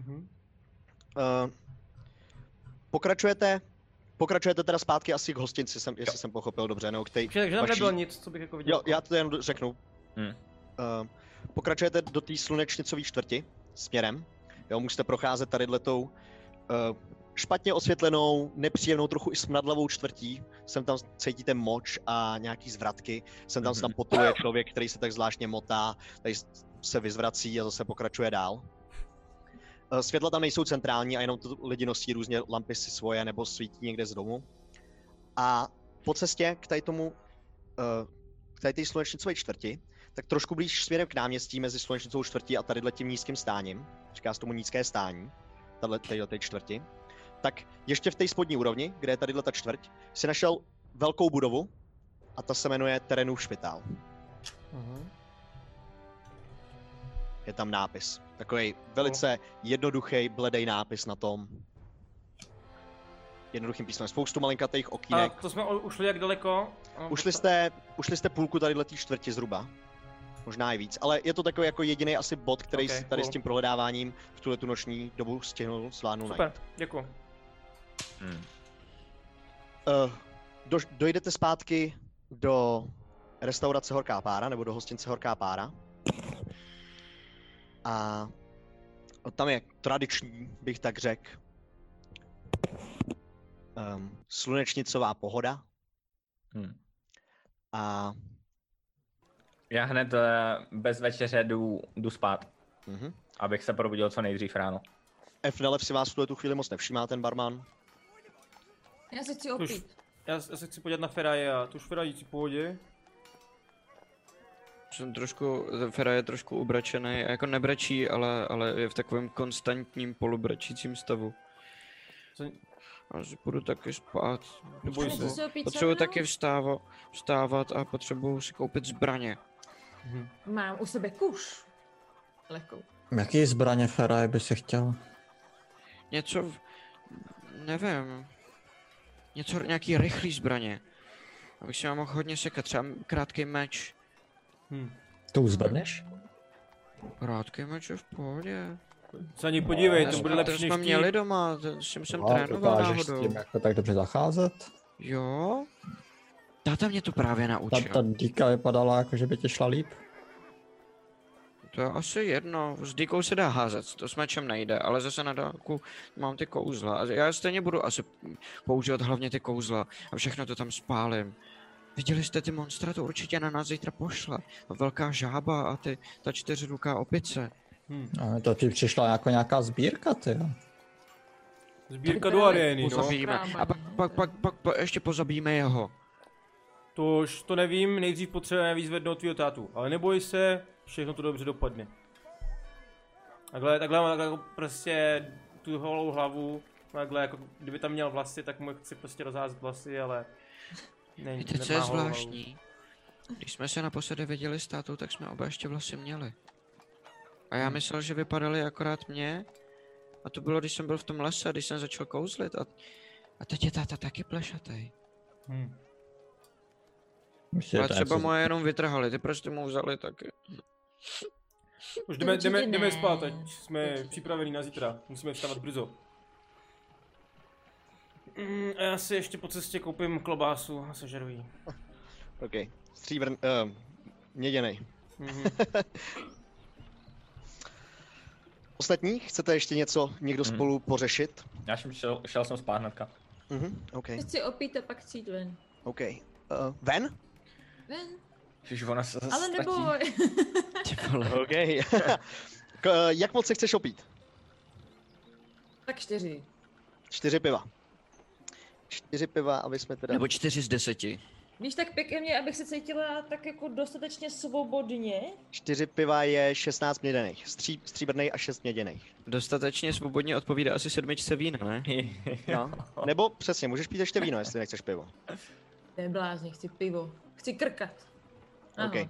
Pokračujete teda zpátky asi k hostinci, jestli jsem pochopil dobře, nebo k té Takže tam nebylo nic, co bych jako viděl. Jo, já to jen řeknu. Pokračujete do té slunečnicové čtvrti směrem. Jo, musíte procházet tadyhletou špatně osvětlenou, nepříjemnou, trochu i smradlavou čtvrtí. Sem tam cítíte moč a nějaký zvratky. Sem tam se tam potuluje člověk, který se tak zvláštně motá, tady se vyzvrací a zase pokračuje dál. Světla tam nejsou centrální a jenom to lidi nosí různě lampy si svoje nebo svítí někde z domu. A po cestě k té slunečnicové čtvrti, tak trošku blíž směrem k náměstí mezi slunečnicovou čtvrtí a tadyhle tím nízkým stáním, říká se tomu nízké stání, tadyhle čtvrti, tak ještě v té spodní úrovni, kde je tadyhle ta čtvrť, si našel velkou budovu a ta se jmenuje Terenův špitál. Je tam nápis. Takový velice jednoduchý, bledej nápis na tom. Jednoduchým písmem. Spoustu malinkatých okýnek. A to jsme ušli jak daleko? Ušli jste půlku tadyhle té čtvrti zhruba. Možná i víc, ale je to takový jako jediný asi bod, který si tady s tím prohledáváním v tuhle tu noční dobu stihnul zvládnout najít. Super, děkuji. Dojdete zpátky do restaurace Horká pára, nebo do hostince Horká pára. A tam je tradiční, bych tak řekl, slunečnicová pohoda. A já hned bez večeře jdu spát, abych se probudil co nejdřív ráno. Nelev si vás v tu chvíli moc nevšímá ten barman. Já se chci opít. Já se chci podívat na Feraje a tuž Feraj v pohodě. Feraj je trošku ubračený, jako nebračí, ale je v takovém konstantním polubračícím stavu. Až budu taky spát. Potřebuji taky vstávat a potřebuji si koupit zbraně. Mám u sebe kuš. Lehkou. Jaký zbraně Feraj by si chtěl? Nevím. Nějaký rychlý zbraně. Abych si mohl hodně sekat, třeba krátký meč. To už zvedneš? Krátký meč je v pohodě. Se ani podívej, to bude lepší než jsme měli doma, s čím jsem trénoval náhodou. S tím jako tak dobře zacházet? Jo. Táta mě to právě naučil. Ta dýka vypadala jako, že by ti šla líp. To je asi jedno, s dýkou se dá házet, to s mečem nejde, ale zase na dálku mám ty kouzla. A já stejně budu asi používat hlavně ty kouzla a všechno to tam spálím. Viděli jste ty monstra, to určitě na nás zítra pošle. Velká žába a ta 4ruká opice. No, to ti přišla jako nějaká sbírka, ty. Sbírka do arény, no. A pak ještě pozabíme jeho. To nevím, nejdřív potřebujeme vyzvednout tvýho tátu, ale neboj se, všechno to dobře dopadne. Takhle prostě tu holou hlavu, takhle jako kdyby tam měl vlasy, tak mu chci prostě rozházet vlasy, ale víte, co je zvláštní? Když jsme se naposledy viděli s tátou, tak jsme oba ještě vlasy měli. A já myslel, že vypadaly akorát mě. A to bylo, když jsem byl v tom lese, když jsem začal kouzlit. A teď je táta taky plešatej. Ale třeba moje jenom vytrhali, ty prostě mu vzali taky. Už jdeme spát, ať jsme připraveni na zítra. Musíme vstávat brzo. A já si ještě po cestě koupím klobásu a sežeru jí. OK. Měděnej. Ostatní, chcete ještě někdo spolu pořešit? Já jsem šel jsem spát hnedka. OK. Chci opít a pak chci jít ven. OK. Ven? Ven. Ježiš, ona se zase ale neboj. OK. Jak moc se chceš opít? Tak 4. 4 piva. 4 piva, aby jsme teda... Nebo 4 z 10. Víš, tak pěkně, abych se cítila tak jako dostatečně svobodně. 4 piva je 16 měděných. Stříbrnej a 6 měděných. Dostatečně svobodně odpovídá asi 7 vína, ne? No. Nebo přesně, můžeš pít ještě víno, jestli nechceš pivo. Neblázně, chci pivo. Chci krkat. OK.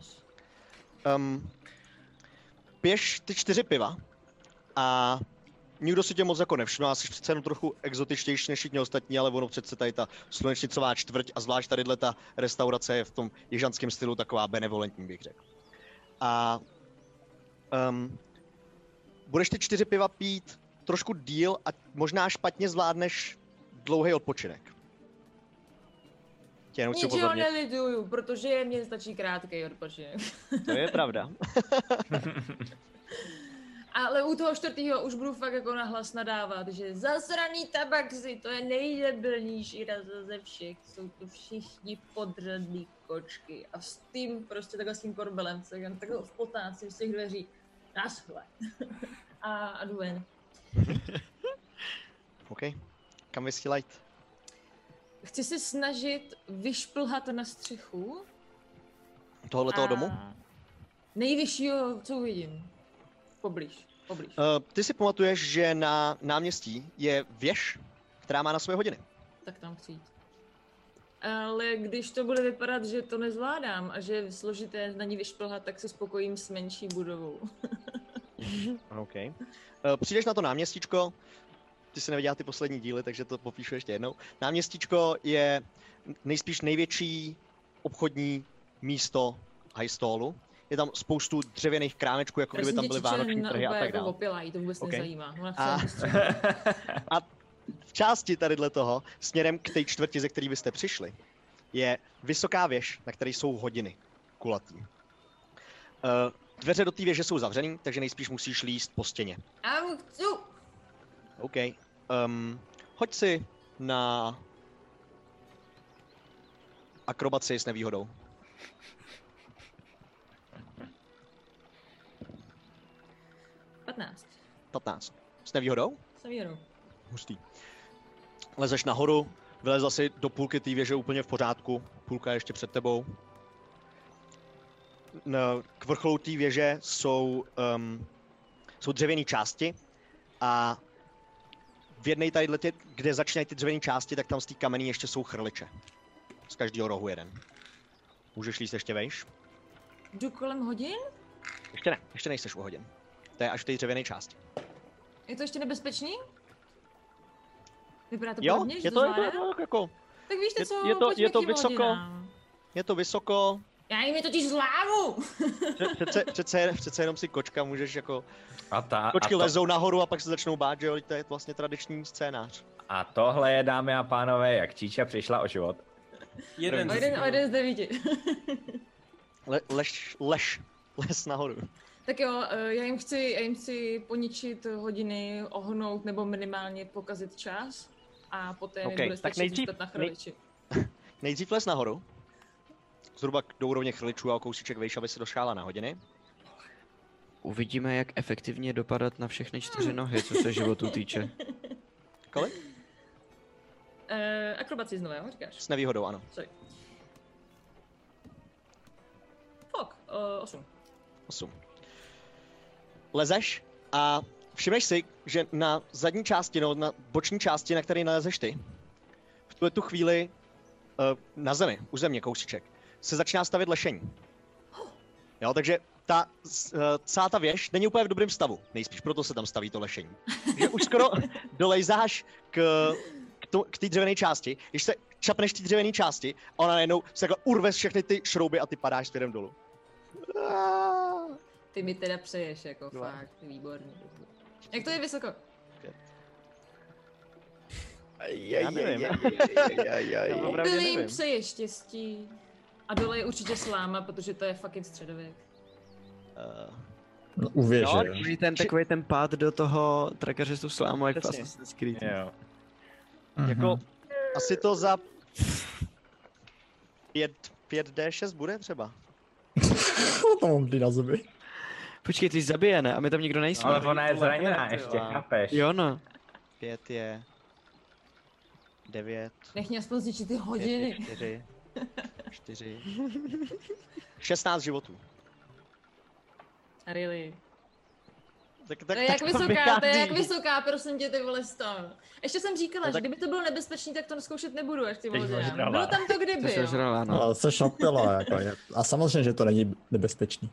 Piješ ty 4 piva a nikdo si tě moc jako nevšiml, jsi přece jenom trochu exotičtější než všichni ostatní, ale ono přece tady ta slunečnicová čtvrť a zvlášť tadyhle ta restaurace je v tom jižanském stylu taková benevolentní, bych řekl. A budeš ty 4 piva pít trošku díl a možná špatně zvládneš dlouhý odpočinek. Ničeho nelituju, protože mně stačí krátký odpočinek. To je pravda. Ale u toho 4. už budu fakt jako nahlas nadávat, že zasraný tabaxi, to je nejdebilnější raza ze všech, jsou to všichni podřadný kočky a s tím prostě takhle s tím korbelem, takhle v potáci z těch dveří, naschle. a jdu ven. OK, kam bys chtěla jít? Chci se snažit vyšplhat na střechu. Tohletoho domu? Nejvyššího, co uvidím. Poblíž. Ty si pamatuješ, že na náměstí je věž, která má na své hodiny. Tak tam chci jít. Ale když to bude vypadat, že to nezvládám a že je složité na ní vyšplhat, tak se spokojím s menší budovou. OK. Přijdeš na to náměstíčko, ty si neviděla ty poslední díly, takže to popíšu ještě jednou. Náměstíčko je nejspíš největší obchodní místo Highstallu. Je tam spoustu dřevěných krámečků, jako kdyby tam byly vánoční trhy a tak dále. Opilá, to vůbec nezajímá. A v části tadyhle toho, směrem k té čtvrti, ze který byste přišli, je vysoká věž, na které jsou hodiny kulatý. Dveře do té věže jsou zavřený, takže nejspíš musíš líst po stěně. OK. Hoď si na akrobaci s nevýhodou. 15. S nevýhodou? S nevýhodou. Hustý. Lezeš nahoru, vylezla si do půlky té věže úplně v pořádku, půlka je ještě před tebou. K vrcholu té věže jsou dřevěné části a v jedné tadyhle, kde začínají ty dřevěné části, tak tam z té kamenný ještě jsou chrliče. Z každého rohu jeden. Můžeš líst ještě vejš? Jdu kolem hodin? Ještě nejseš u hodin. To je až v té dřevěné části. Je to ještě nebezpečný? Vypadá to podobně, že to jako... Tak víš co, je to vysoko. Hodinám. Je to vysoko. Já jim je totiž z lávu. Přece jenom si kočka můžeš jako... Kočky lezou nahoru a pak se začnou bát, že jo, to je vlastně tradiční scénář. A tohle je, dámy a pánové, jak Číča přišla o život. Jeden z 9. Les nahoru. Tak jo, já jim chci poničit hodiny, ohnout nebo minimálně pokazit čas a poté mi bude stačit zůstat na chrliči. Nejdřív les nahoru, zhruba do úrovně chrličů a kousíček vejš, aby se došála na hodiny. Uvidíme, jak efektivně dopadat na všechny 4 nohy, co se životu týče. Kolik? Akrobaci znovu, jo, říkáš? S nevýhodou, ano. Sorry. Fok, 8. 8. Lezeš a všimneš si, že na zadní části, no na boční části, na které nalezeš ty, v tu chvíli na zemi, u země kousíček, se začíná stavět lešení. Jo, takže celá ta věž není úplně v dobrém stavu, nejspíš proto se tam staví to lešení. Takže už skoro dolejzáš k té dřevěné části, když se čapneš té dřevěné části a ona najednou se takhle urve všechny ty šrouby a ty padáš směrem dolů. Ty mi teda přeješ, jako fakt, výborný. Jak to je vysoko? Já nevím. Dole jim přeje štěstí. A dole je určitě sláma, protože to je fucking středověk. No, uvěř, jo. Takový ten pád do toho trakaře s tu slámu, jak vlastně skrytý. Jo. Jako, asi to za 5D6 bude třeba. To mám ty na zuby. Počkej, ty zabije, ne? A my tam nikdo nejsme. Ale ona je zraněná ještě, chápeš? Jo, no. 5 je 9. Nech mě aspoň zničit ty hodiny. 4. 16 životů. Really? Tak, to je jak vysoká, to je jak vysoká, prosím tě, ty vole, stav. Ještě jsem říkala, no, že kdyby to bylo nebezpečný, tak to zkoušet nebudu, až ty vole. Bylo tam to kdyby, jo. No, se šopilo, jako je. A samozřejmě, že to není nebezpečný.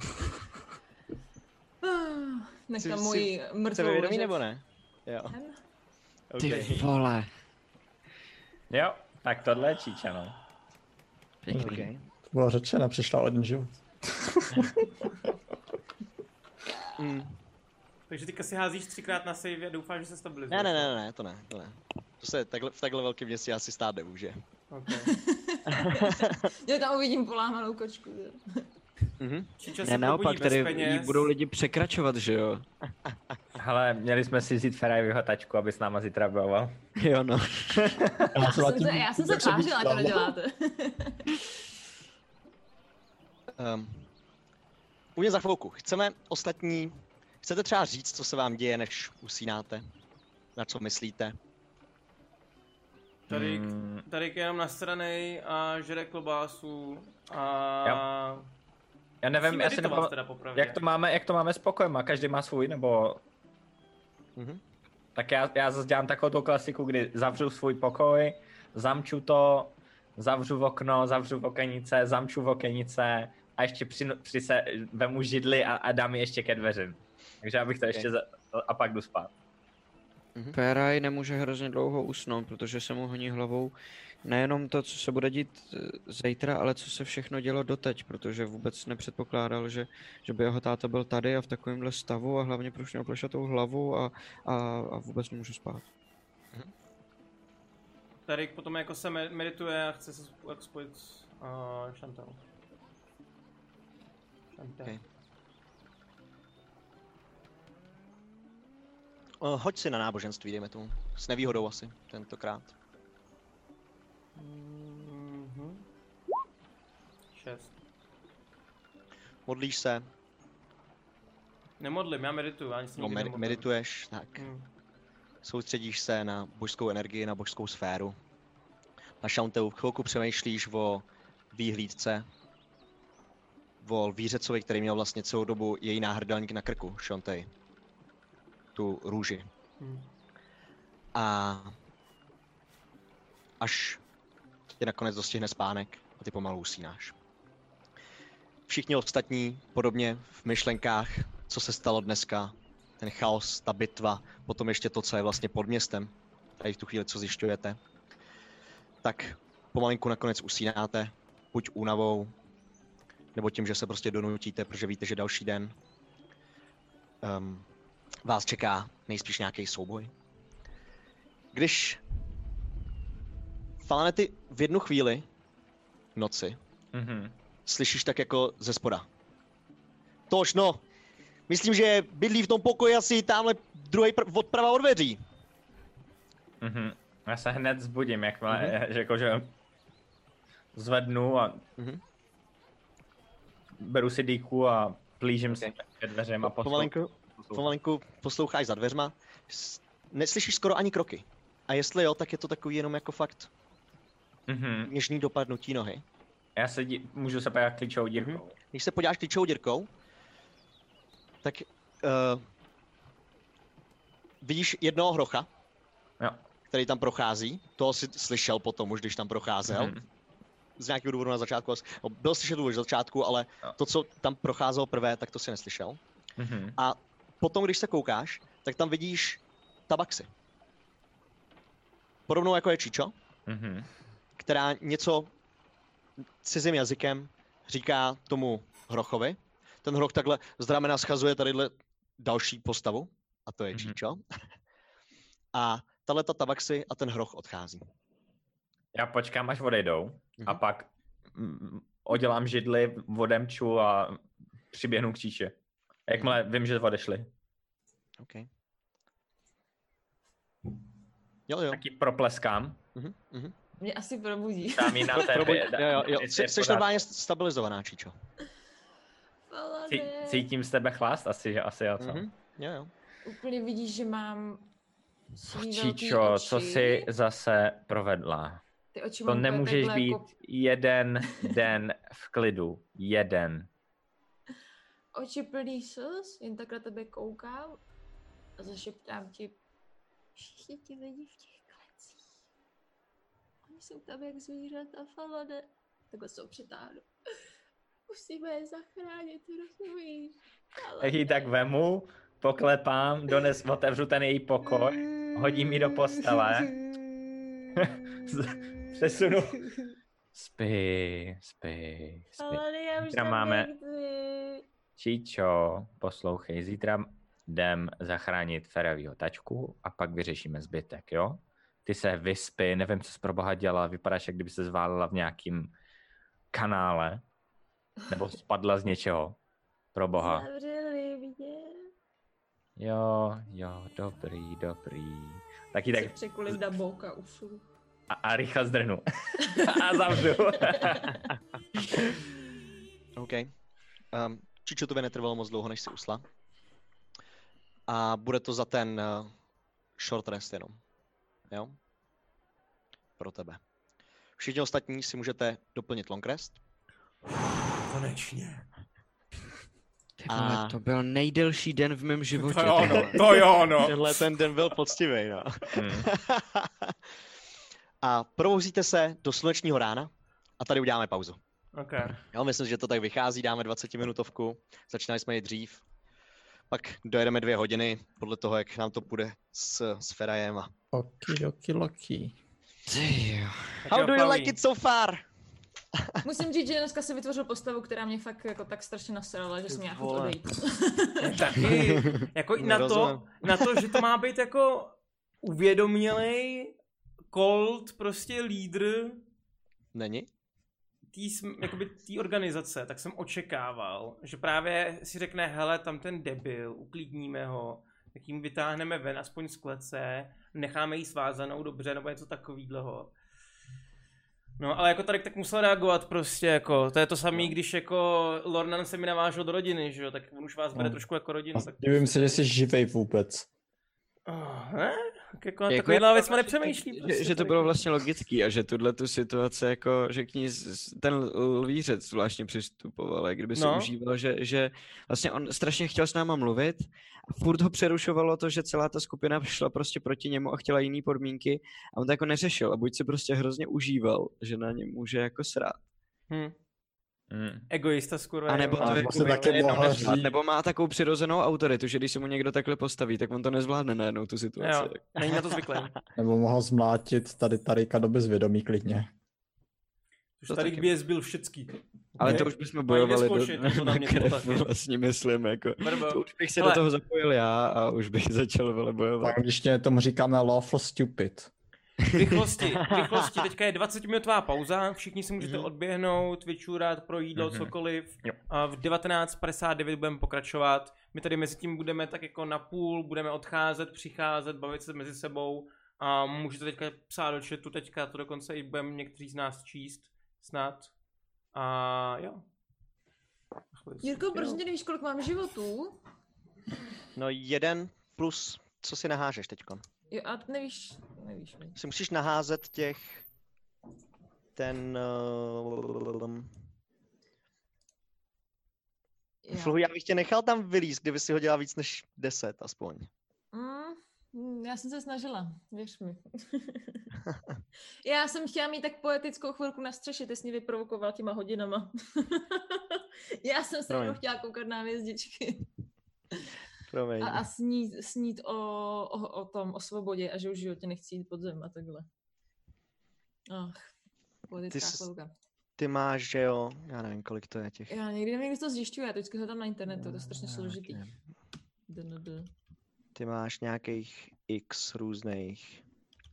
Nechám můj mrtvou ležet. Nebo ne? Jo. Okay. Ty vole. Jo, tak tohle je číča, no. Okay. To bylo řečeno, přišla o jeden život. Takže teďka si házíš 3krát na save a doufáš, že se stabilizuje. Ne, to ne. To se v takhle velkém městě asi stát nemůže. Okay. Já tam uvidím polámanou kočku. Ne, naopak, tady budou lidi překračovat, že jo? Hele, měli jsme si vzít Ferrariho tačku, aby s náma zítra bojoval. Jo, no. Já jsem se tvářila, to neděláte. U mě za chvilku. Chcete třeba říct, co se vám děje, než usínáte? Na co myslíte? Tady je jenom nasranej a žere klobásu a... Já nevím, jak to máme s pokojem, a každý má svůj, nebo... Tak já zase dělám takovou tu klasiku, kdy zavřu svůj pokoj, zamču to, zavřu okno, zavřu okenice, zamču okenice a ještě vemu židli a dám ji ještě ke dveřím. Takže abych to ještě a pak jdu spát. Peraj nemůže hrozně dlouho usnout, protože se mu honí hlavou nejenom to, co se bude dít zítra, ale co se všechno dělo doteď, protože vůbec nepředpokládal, že by jeho táta byl tady a v takovémhle stavu a hlavně proč měl plešatou hlavu a vůbec nemůžu spát. Tarik potom jako se medituje a chce se spojit s Chantal. Okay. Hoď si na náboženství, dejme tomu. S nevýhodou asi, tentokrát. 6. Modlíš se? Nemodlím, já medituju, já nic nemodlím. Medituješ, tak. Soustředíš se na božskou energii, na božskou sféru. Na Chantel chvilku přemýšlíš o výhlídce, o Lvířecovi, který měl vlastně celou dobu její náhrdelník na krku, Chantej. Tu růži. A až tě nakonec dostihne spánek a ty pomalu usínáš. Všichni ostatní podobně v myšlenkách, co se stalo dneska, ten chaos, ta bitva, potom ještě to, co je vlastně pod městem, tady v tu chvíli, co zjišťujete, tak pomalinku nakonec usínáte, buď únavou, nebo tím, že se prostě donutíte, protože víte, že další den vás čeká nejspíš nějaký souboj. Když Falanety v jednu chvíli noci slyšíš tak jako ze spoda. Tož no, myslím, že bydlí v tom pokoji asi tamhle druhý odprava od dveří. Já se hned zbudím, jakmile že zvednu a beru si dýku a plížím se ke dveřem a pomalinku posloucháš za dveřma. Neslyšíš skoro ani kroky. A jestli jo, tak je to takový jenom jako fakt něžný dopadnutí nohy. Já se můžu se podívat klíčovou dírkou. Když se podíváš klíčovou dírkou, tak vidíš jednoho hrocha, který tam prochází. Toho si slyšel potom už, když tam procházel. Z nějakého důvodu na začátku. Byl slyšet už z začátku, ale to, co tam procházelo prvé, tak to si neslyšel. A potom, když se koukáš, tak tam vidíš tabaxi. Podobnou jako je Čičo, která něco cizím jazykem říká tomu hrochovi. Ten hroch takhle z ramena schazuje tadyhle další postavu, a to je Čičo. A tahleta tabaxi a ten hroch odchází. Já počkám, až odejdou, a pak odělám židli, odemču a přiběhnu k Číče. Jakmile vím, že odešli. OK. Jo. Taky propleskám. Mě asi probudí. Dám ji na tebe. Jo. Jsi normálně stabilizovaná, Číčo. Cítím z tebe chlást? Asi jo, co? Jo. Úplně vidíš, že mám Číčo, co jsi zase provedla? To nemůžeš být jako... jeden den v klidu. Jeden. Oči plný slz, jen tak na tebe koukám a zašeptám ti, všichni ti lidi v těch klecích. Oni jsou tam jak zvířata, Falade. Takhle se ho přitáhnu. Musíme je zachránit, rozumíš? Jak ji tak vemu, poklepám, otevřu ten její pokoj, hodím ji do postele. Přesunu. Spí. Zítra máme... Číčo, poslouchej, zítra jdem zachránit Ferovýho tačku a pak vyřešíme zbytek, jo? Ty se vyspí, nevím, co jsi pro boha dělala, vypadáš, jak kdyby se zválila v nějakým kanále, nebo spadla z něčeho, pro boha. Zavřeli mě. Jo, dobrý. Taky tak... Překulit na boka usu. A rychle zdrhnu. A zavřu. OK. Čičo, to by netrvalo moc dlouho, než si usla. A bude to za ten short rest jenom. Jo? Pro tebe. Všichni ostatní si můžete doplnit long rest. Konečně. A... To byl nejdelší den v mém životě. To jo, no. Tenhle ten den byl poctivý, no. A provouzíte se do slunečního rána a tady uděláme pauzu. Okay. Jo, myslím, že to tak vychází, dáme 20-minutovku, začínali jsme ji dřív, pak dojedeme 2 hodiny, podle toho, jak nám to půjde s Ferajem. Okidoki. How do you like it so far? Musím říct, že dneska si vytvořil postavu, která mě fakt jako tak strašně nasrala, že jsem měla chuť odejít. Taky, jako na to, že to má být jako uvědomělej, cold, prostě lídr. Není? Té organizace, tak jsem očekával, že právě si řekne, hele, tam ten debil, uklidníme ho, tak jim vytáhneme ven, aspoň z klece, necháme jí svázanou dobře, nebo něco takovýhleho. No, ale jako tady tak musel reagovat prostě, jako, to je to samé, když jako Lornan se mi navážel do rodiny, že jo, tak on už vás bere trošku jako rodinu. Tak... Divím se, že jsi živej vůbec. Jako takovýhle věc jsme nepřemýšlí. Prostě, že to bylo vlastně logický a že tuhle tu situaci jako, že k ní ten lvířec zvláštně přistupoval, jak kdyby se užíval, že vlastně on strašně chtěl s náma mluvit a furt ho přerušovalo to, že celá ta skupina šla prostě proti němu a chtěla jiný podmínky a on to jako neřešil a buď si prostě hrozně užíval, že na něm může jako srát. Egoista skurva. A nebo to nebo má takovou přirozenou autoritu, že když se mu někdo takhle postaví, tak on to nezvládne najednou tu situaci. Jo, není na to zvyklý. Nebo mohl zmlátit tady Taríka do bezvědomí klidně. Už Tarík by je zbyl všecky. Ale to už bychom bojovali na krev, vlastně myslím, jako. To už bych se do toho zapojil já a už bych začal bojovat. Tak když tomu říkáme lawful stupid. V rychlosti, teďka je 20-minutová pauza, všichni si můžete odběhnout, vyčůrat, pro jídlo, cokoliv. A v 19:59 budeme pokračovat. My tady mezi tím budeme tak jako na půl, budeme odcházet, přicházet, bavit se mezi sebou a můžete teďka psát do chatu, teďka to dokonce i budeme někteří z nás číst, snad. A jo. Jirko, prosím tě, nevíš, kolik mám životů? No 1 plus, co si nahážeš teďkon? Jo, a nevíš mi. Si musíš naházet Fluhu, já bych tě nechal tam vylízt, kdyby si hodila víc než 10 aspoň. Já jsem se snažila, věř mi. Já jsem chtěla mít tak poetickou chvilku na střeše, ty jsi mě vyprovokoval těma hodinama. Já jsem se jenom chtěla koukat na hvězdičky. A snít o svobodě a že už v životě nechci jít pod zem a takhle. Poetická chvilka. Ty máš, že jo, já nevím, kolik to je těch. Já někdy nevím, když to zjišťuju, já to vždycky hledám na internetu, to je strašně složitý. Ty máš nějakých x různých.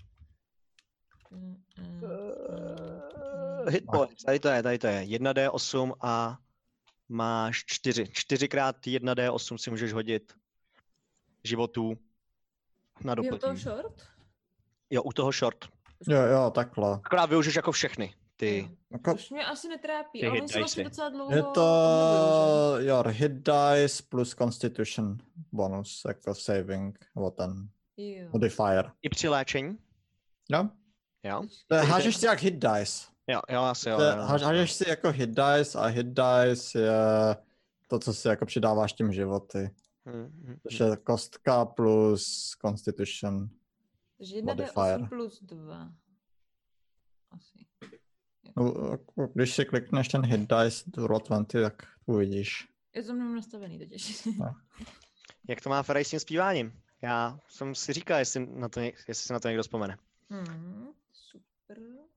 Hitpoints, tady to je. 1d8 a máš 4. 4x 1d8 si můžeš hodit životů na doplnění. U toho short? Jo, u toho short. Jo, takhle. Akorát využiješ jako všechny. Ty. Což mě asi netrápí, ale oni jsou vlastně docela dlouho... Je to your hit dice plus constitution bonus, jako saving, nebo ten modifier. I při léčení? Jo. Hážeš si jak hit dice. Jo, asi jo. Hážeš si jako hit dice a hit dice je to, co si jako přidáváš tím životy. Takže kostka plus constitution takže modifier. 1d8 plus 2. Asi. No, když si klikneš ten hit dice do roll20, tak uvidíš. Je to mnou nastavený totiž. Jak to má Feraj s tím zpíváním? Já jsem si říkal, jestli si na to někdo vzpomene. Super.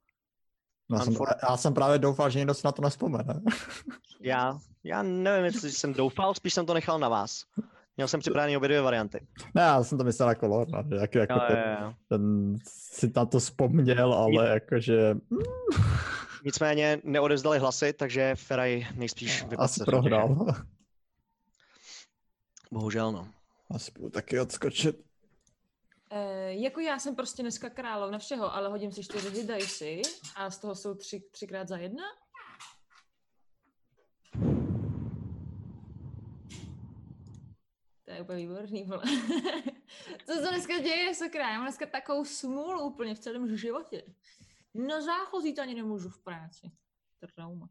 Já jsem právě doufal, že někdo si na to nevzpomene. Já nevím, jestli jsem doufal, spíš jsem to nechal na vás. Měl jsem připravený obě 2 varianty. Ne, já jsem to myslel jako Lorna, jako ten si na to vzpomněl, ale jakože... Nicméně neodevzdali hlasy, takže Feraj nejspíš vypadl. Asi prohrál. Bohužel no. Asi budu taky odskočit. Jako já jsem prostě dneska královna všeho, ale hodím si 4 hidajsy a z toho jsou 3x za 1. To je úplně výborný, vole. Co se dneska děje, sakra? Já mám dneska takovou smůlu úplně v celém životě. Na záchozí to ani nemůžu v práci. Trauma.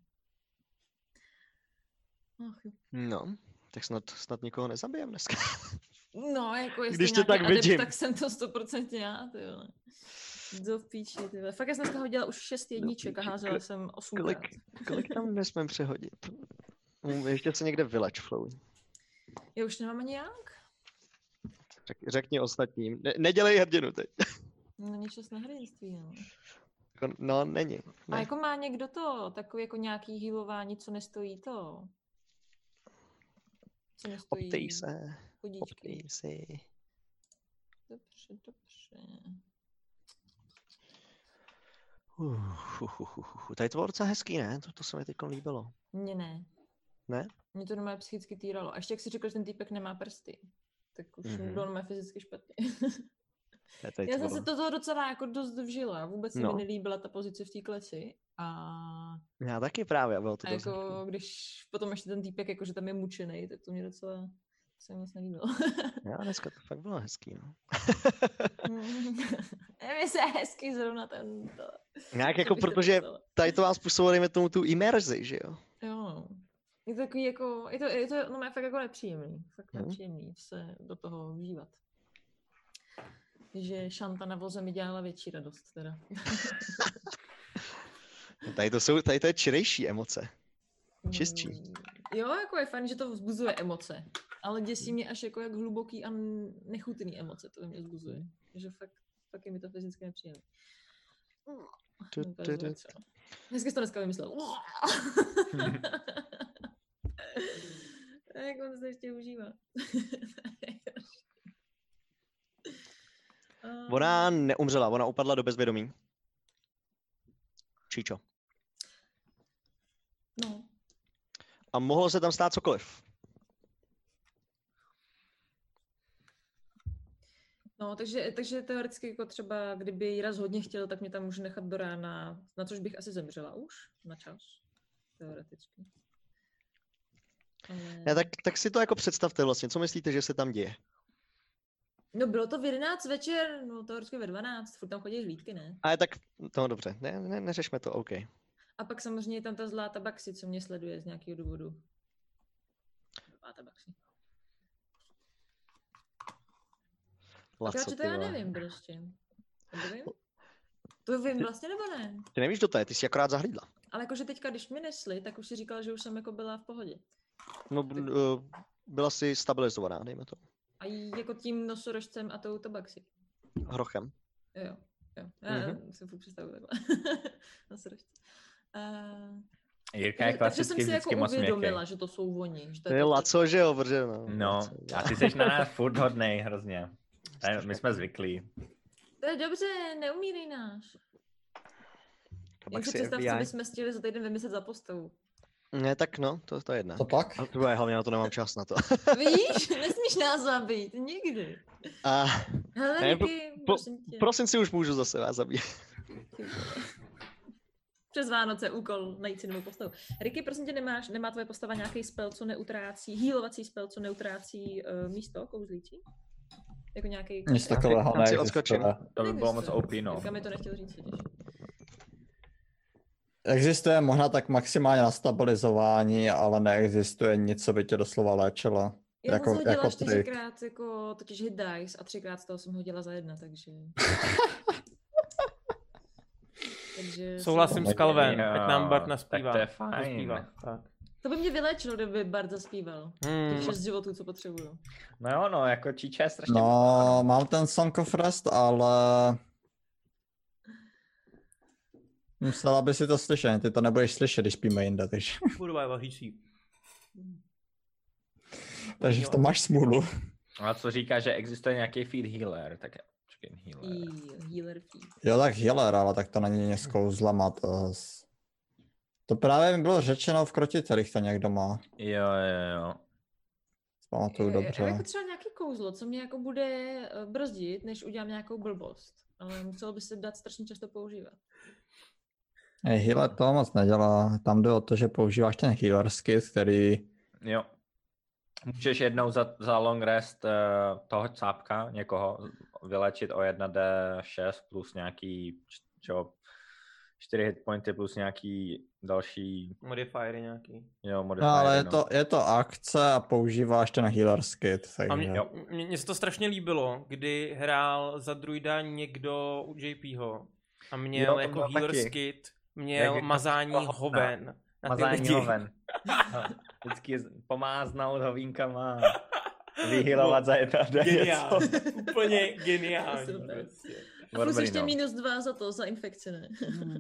No, tak snad nikoho nezabijem dneska. No, jako jestli když to tak adept, vidím. tak jsem to 100% já, ty vole. Do píči, ty vole. Fakt já jsem dneska hodila už 6 jedniček a házela jsem 8 Kolik tam nesmím přehodit? Ještě se někde vyleč, Flow. Já už nemám ani jak. Řekni ostatním. Nedělej hrdinu teď. Není čas na hrdinství, no. No, není. Ne. A jako má někdo to, takový jako nějaký healování, co nestojí to? Co nestojí? Optej se. Chudíčky. Si. Dobře. Tady to bylo docela hezký, ne? To se mi teď líbilo. Mně ne. Ne? Mě to normálně psychicky týralo. A ještě jak si řekl, že ten týpek nemá prsty, tak už mi bylo normálně fyzicky špatně. Já jsem se toho docela jako dost vžila. Vůbec se mi nelíbila ta pozice v té kleci. A já taky právě. Bylo to dost jako, hezký. Když potom ještě ten týpek, jako, že tam je mučený, tak to mě docela se moc nelíbilo. Já dneska to fakt bylo hezký, no. Mně se hezký zrovna tento. Nějak jako, protože tady to vám způsobilo, dejme tomu tu imerzi, že jo? Jo. Je to takový jako, je to no, fakt jako nepříjemný. Fakt nepříjemný se do toho vžívat. Že Šanta na voze mi dělala větší radost teda. Tady to je čirejší emoce. Čistší. Jo, jako je fajn, že to vzbuzuje emoce. Ale děsí mě až jako jak hluboký a nechutný emoce to mě vzbuzuje. Že fakt je mi to fyzicky nepříjemné. Dneska jsi to vymyslel. Jak on se ještě užívá. Ona neumřela, ona upadla do bezvědomí. Číčo. No. A mohlo se tam stát cokoliv. No, takže teoreticky jako třeba, kdyby jí raz hodně chtěl, tak mě tam může nechat do rána, na což bych asi zemřela už na čas. Teoreticky. Ne, tak si to jako představte vlastně, co myslíte, že se tam děje? No bylo to v 11 večer, no to vždycky ve 12, furt tam chodí hlídky, ne? Ale tak, no dobře, neřešme to, OK. A pak samozřejmě je tam ta zlá tabaxi, co mě sleduje z nějakého důvodu. Zlá tabaxi. To já nevím prostě. To vím vlastně nebo ne? Ty nevíš, kdo to je, ty jsi akorát zahlídla. Ale jakože teďka, když mi nesli, tak už si říkala, že už jsem jako byla v pohodě. No, byla jsi stabilizovaná, dejme to. A jako tím nosorožcem a tou tabaxi. Hrochem. Jo. Já si furt představuji takhle. Nosorožce. Jirka je klasicky vždycky moc měkký. Takže jsem si jako uvědomila, že to jsou oni. Že to je Laco, že jo, protože no. A ty jsi na nás furt hodnej hrozně. My jsme zvyklí. To je dobře, neumírej náš. Jak si představ, co bychom chtěli za týden vymyslet za postavu. Ne, tak no, to je jedna. To pak? A to je, hlavně na to nemám čas na to. Víš, nesmíš nás zabít, nikdy. Hele, ne, Ricky, prosím si už můžu zase vás zabít. Přes Vánoce úkol najít si novou postavu. Ricky, prosím tě, nemá tvoje postava nějaký spell, co neutrácí, healovací spell, co neutrácí místo kouzlící? Jako nějaký... Nic takového neexistuje. To by bylo moc OP, no. Jirka mi to nechtěl říct, vidíš. Existuje možná tak maximálně na stabilizování, ale neexistuje nic, co by tě doslova léčilo. Já jsem hodila 4krát jako totiž hit dice a 3krát z toho jsem hodila za 1, takže... Souhlasím s Calvem, ať nám Bard naspívá. Tak to je fajn. Tak. To by mě vyléčilo, kdyby Bard zaspíval. Těch 6 životů, co potřebuju. No jo, no, jako Číča je strašně... No, mám ten Song of Rest, ale... Musela by si to slyšet, ty to nebudeš slyšet, když spíme jinde, takže... Kurva, je vařící. Takže v tom máš smůlu. A co říká, že existuje nějaký feed healer, tak Healer feed. Jo, tak healer, ale tak to není nic kouzlama, to právě mi bylo řečeno v Krotitelích, to někdo má. Jo. Pamatuju dobře. Já jako třeba nějaký kouzlo, co mě jako bude brzdit, než udělám nějakou blbost. Ale muselo by se dát strašně často používat. Healer to moc nedělá, tam jde o to, že používáš ten healer skill, který... Jo. Můžeš jednou za long rest toho cápka, někoho, vylečit o 1d6 plus nějaký, 4 hit pointy plus nějaký další... Modifiery nějaký. Jo, modifiery, no, ale je to akce a používáš ten healer skill. A mně se to strašně líbilo, kdy hrál za druida někdo u JPho a měl jako healer skill, měl mazání hoven. Mazání hoven. Vždycky pomáznout hovínkama. Vyhylovat za jedna něco. Úplně geniální. A plus ještě -2 za to, za infekci, ne?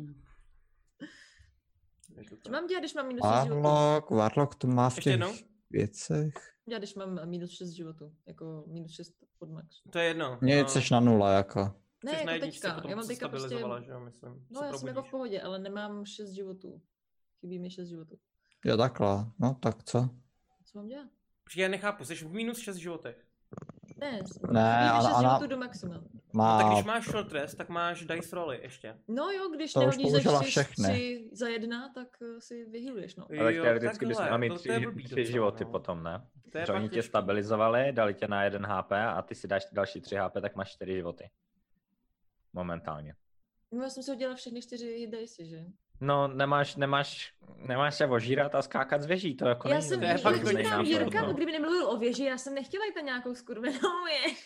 Co mám dělat, když mám -6 životů? Warlock to má v těch věcech. Já když mám -6 životů, jako -6 pod max. To je jedno. Nic, jsi na 0 jako. Ne, jako teďka, já mám teďka prostě... No já jsem jako v pohodě, ale nemám 6 životů. Chybí mi 6 životů. Jo takhle, no tak co? Co mám dělat? Protože já nechápu, jsi v -6 životech. Ne, ale 6 životů do maxima. No, tak když máš short rest, tak máš dice rolly ještě. No jo, když nehodíš ze 3 za 1, tak si vyhýluješ, no. Ale teoreticky bys měl mít 3 životy potom, ne? Že oni tě stabilizovali, dali tě na 1 HP a ty si dáš další 3 HP, tak máš 4 životy. Momentálně. No já jsem si udělala všechny 4 dice, že? No, nemáš se ožírat a skákat z věží, to jako já jsem Jirka, kdyby nemluvil o věži, já jsem nechtěla jít na nějakou skurvenou věž.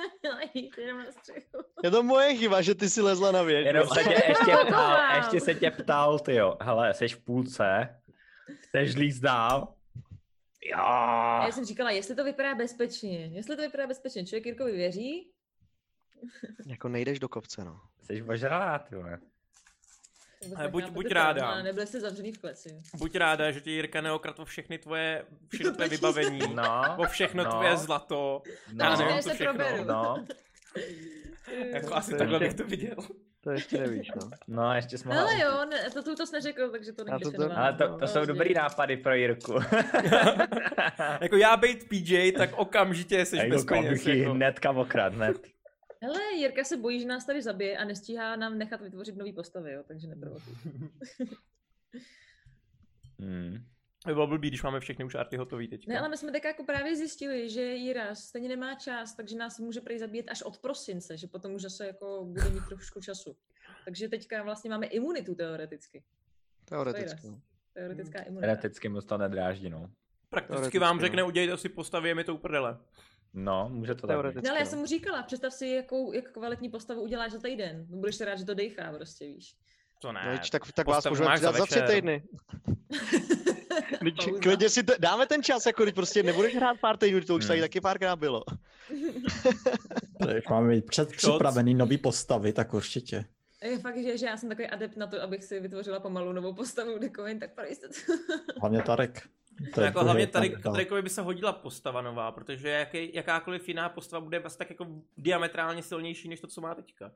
Je to moje chyba, že ty si lezla na věž. Jenom se tě ještě se tě ptal, tyjo, hele, jsi v půlce, chceš líst dál? Jo. Já jsem říkala, jestli to vypadá bezpečně, člověk Jirkovi věří. Jako nejdeš do kopce, no. Jsi ožralá, tyjo. Ale buď ráda. Nebyli jste zavřený v kleci. Buď ráda, že ti Jirka neokradl všechny tvoje vybavení. No. O všechno tvoje zlato. No, nevím, to všechno. No. Jako asi takhle bych to viděl. To ještě nevíš, no. No, ještě jsme... Ale jo, to jsi neřekl, takže to není definované. Ale to jsou dobrý nápady pro Jirku. Jako já bejt PJ, tak okamžitě jsi bez peněz. Jako hnedka okrad, hned. Hele, Jirka se bojí, že nás tady zabije a nestíhá nám nechat vytvořit nový postavy, jo, takže neprovokuj. By bylo blbý, když máme všechny už arty hotový teďka. Ne, ale my jsme tak jako právě zjistili, že Jira stejně nemá čas, takže nás může prý zabíjet až od prosince, že potom už zase jako bude mít trošku času. Takže teďka vlastně máme imunitu teoreticky. Teoretická imunita. Teoreticky moc to nedráždí, no. Prakticky vám řekne, udělejte si postavy, je mi to uprdele. No, může to tak být. No, ale já jsem mu říkala, představ si, jak kvalitní postavu uděláš za týden. Budeš se rád, že to dejchá, prostě víš. To ne. No, tak vás můžeme přidat za 3 týdny. Klidně si dáme ten čas, jako když prostě nebudeš hrát pár týdnů, to už tady taky párkrát bylo. Když máme mít předpřipravený nový postavy, tak určitě. Je fakt, že já jsem takový adept na to, abych si vytvořila pomalu novou postavu Decoin, tak pro jistotu. Hlavně Tarek. Jako hlavně Tarekovi by se hodila postava nová, protože jakákoliv jiná postava bude vlastně tak jako diametrálně silnější, než to, co má teďka.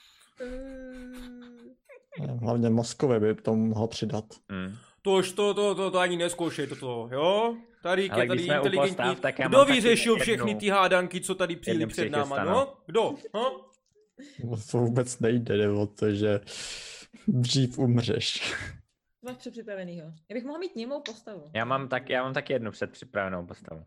Hlavně mozkové by to mohl přidat. To ani neskoušej toto, jo? Tarík je tady inteligentní. Kdo vyřešil všechny ty hádanky, co tady přijeli před náma, no? Kdo? To vůbec nejde, nebo to, že dřív umřeš. Máš předpřipravenýho. Já bych mohla mít němou postavu. Já mám taky jednu předpřipravenou postavu.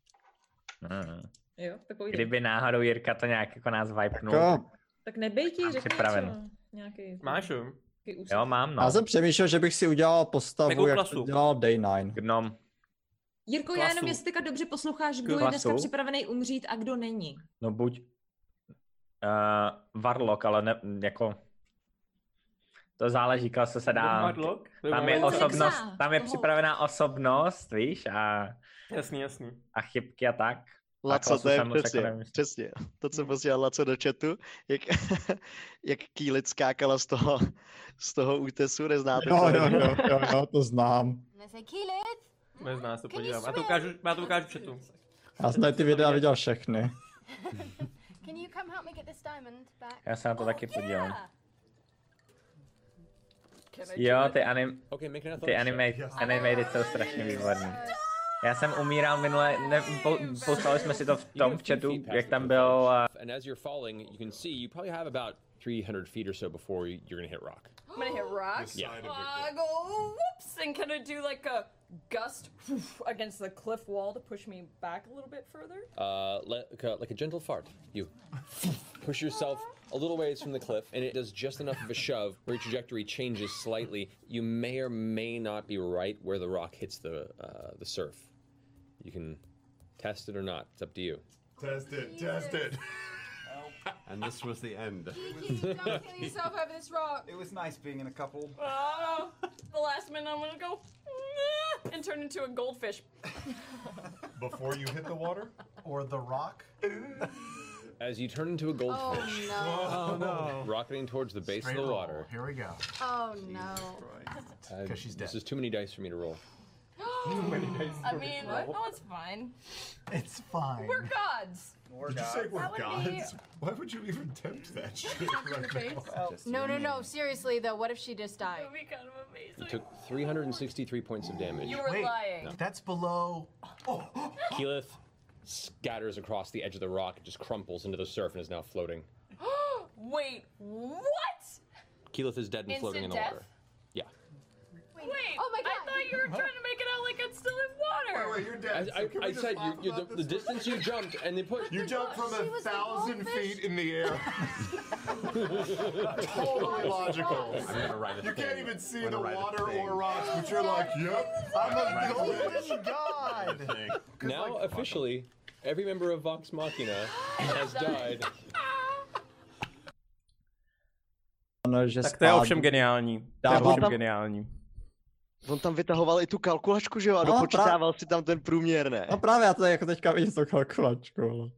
Jo, tak povídej. Kdyby náhodou Jirka to nějak jako nás vipenul. Tak nebej ti, řekni něco. Máš jo? Jo, mám, no. Já jsem přemýšlel, že bych si udělal postavu, jak to dělal Day9. Gnom. Jirko, já jenom jestli teďka dobře posloucháš, kdo je dneska připravený umřít a kdo není. No buď Warlock, ale ne, jako... To záleží, koho se dá... Tam je osobnost, tam je připravená osobnost, víš, a... Jasný. A chybky a tak. Laco, to je přesně. To, co posílal Laco do chatu, jak Kýlit skákala z toho útesu, neznáte? Jo, to znám. Nezná, to podívám. Já to ukážu v chatu. Já jsem ty videa viděl všechny. Já se na to taky podívám. Jo, ty animated jsou strašně výborný. Já jsem umíral minule, poslali jsme si to v tom chatu, jak tam byl... And as you're falling, you can see you probably have about 300 feet or so before you're gonna hit rock. I'm gonna hit rock? Yeah. I go whoops, and can I do like a gust against the cliff wall to push me back a little bit further? Like a gentle fart. You push yourself a little ways from the cliff, and it does just enough of a shove where your trajectory changes slightly. You may or may not be right where the rock hits the surf. You can test it or not. It's up to you. Test it. And this was the end. Don't kill yourself over this rock. It was nice being in a couple. The last minute I'm gonna go and turn into a goldfish. Before you hit the water? Or the rock? As you turn into a goldfish. Oh no. Rocketing towards the base of the water. Here we go. Oh no. Because she's dead. This is too many dice for me to roll. I mean, no, it's fine. It's fine. We're gods. Did you say we're gods? Why would you even tempt that shit right now? No. Seriously though, what if she just died? It would be kind of amazing. You took 363 points of damage. You were lying. No. That's below. Keyleth scatters across the edge of the rock and just crumples into the surf and is now floating. Wait, what? Keyleth is dead and floating in the water. Yeah. Wait, oh my God. I thought you were trying to make it out like it's still in water. Wait, you're dead. I said the distance you jumped and they put... You jumped from 1,000 feet in the air. Totally logical. I'm gonna write you can't even see the water or rocks, but you're like, yep, I'm a golden god. Now, officially, every member of Vox Machina has died. Tak to je ovšem geniální. On tam vytahoval i tu kalkulačku, že jo? A dopočítával si tam ten průměr, ne? No právě, já to jako teďka vidím tu kalkulačku.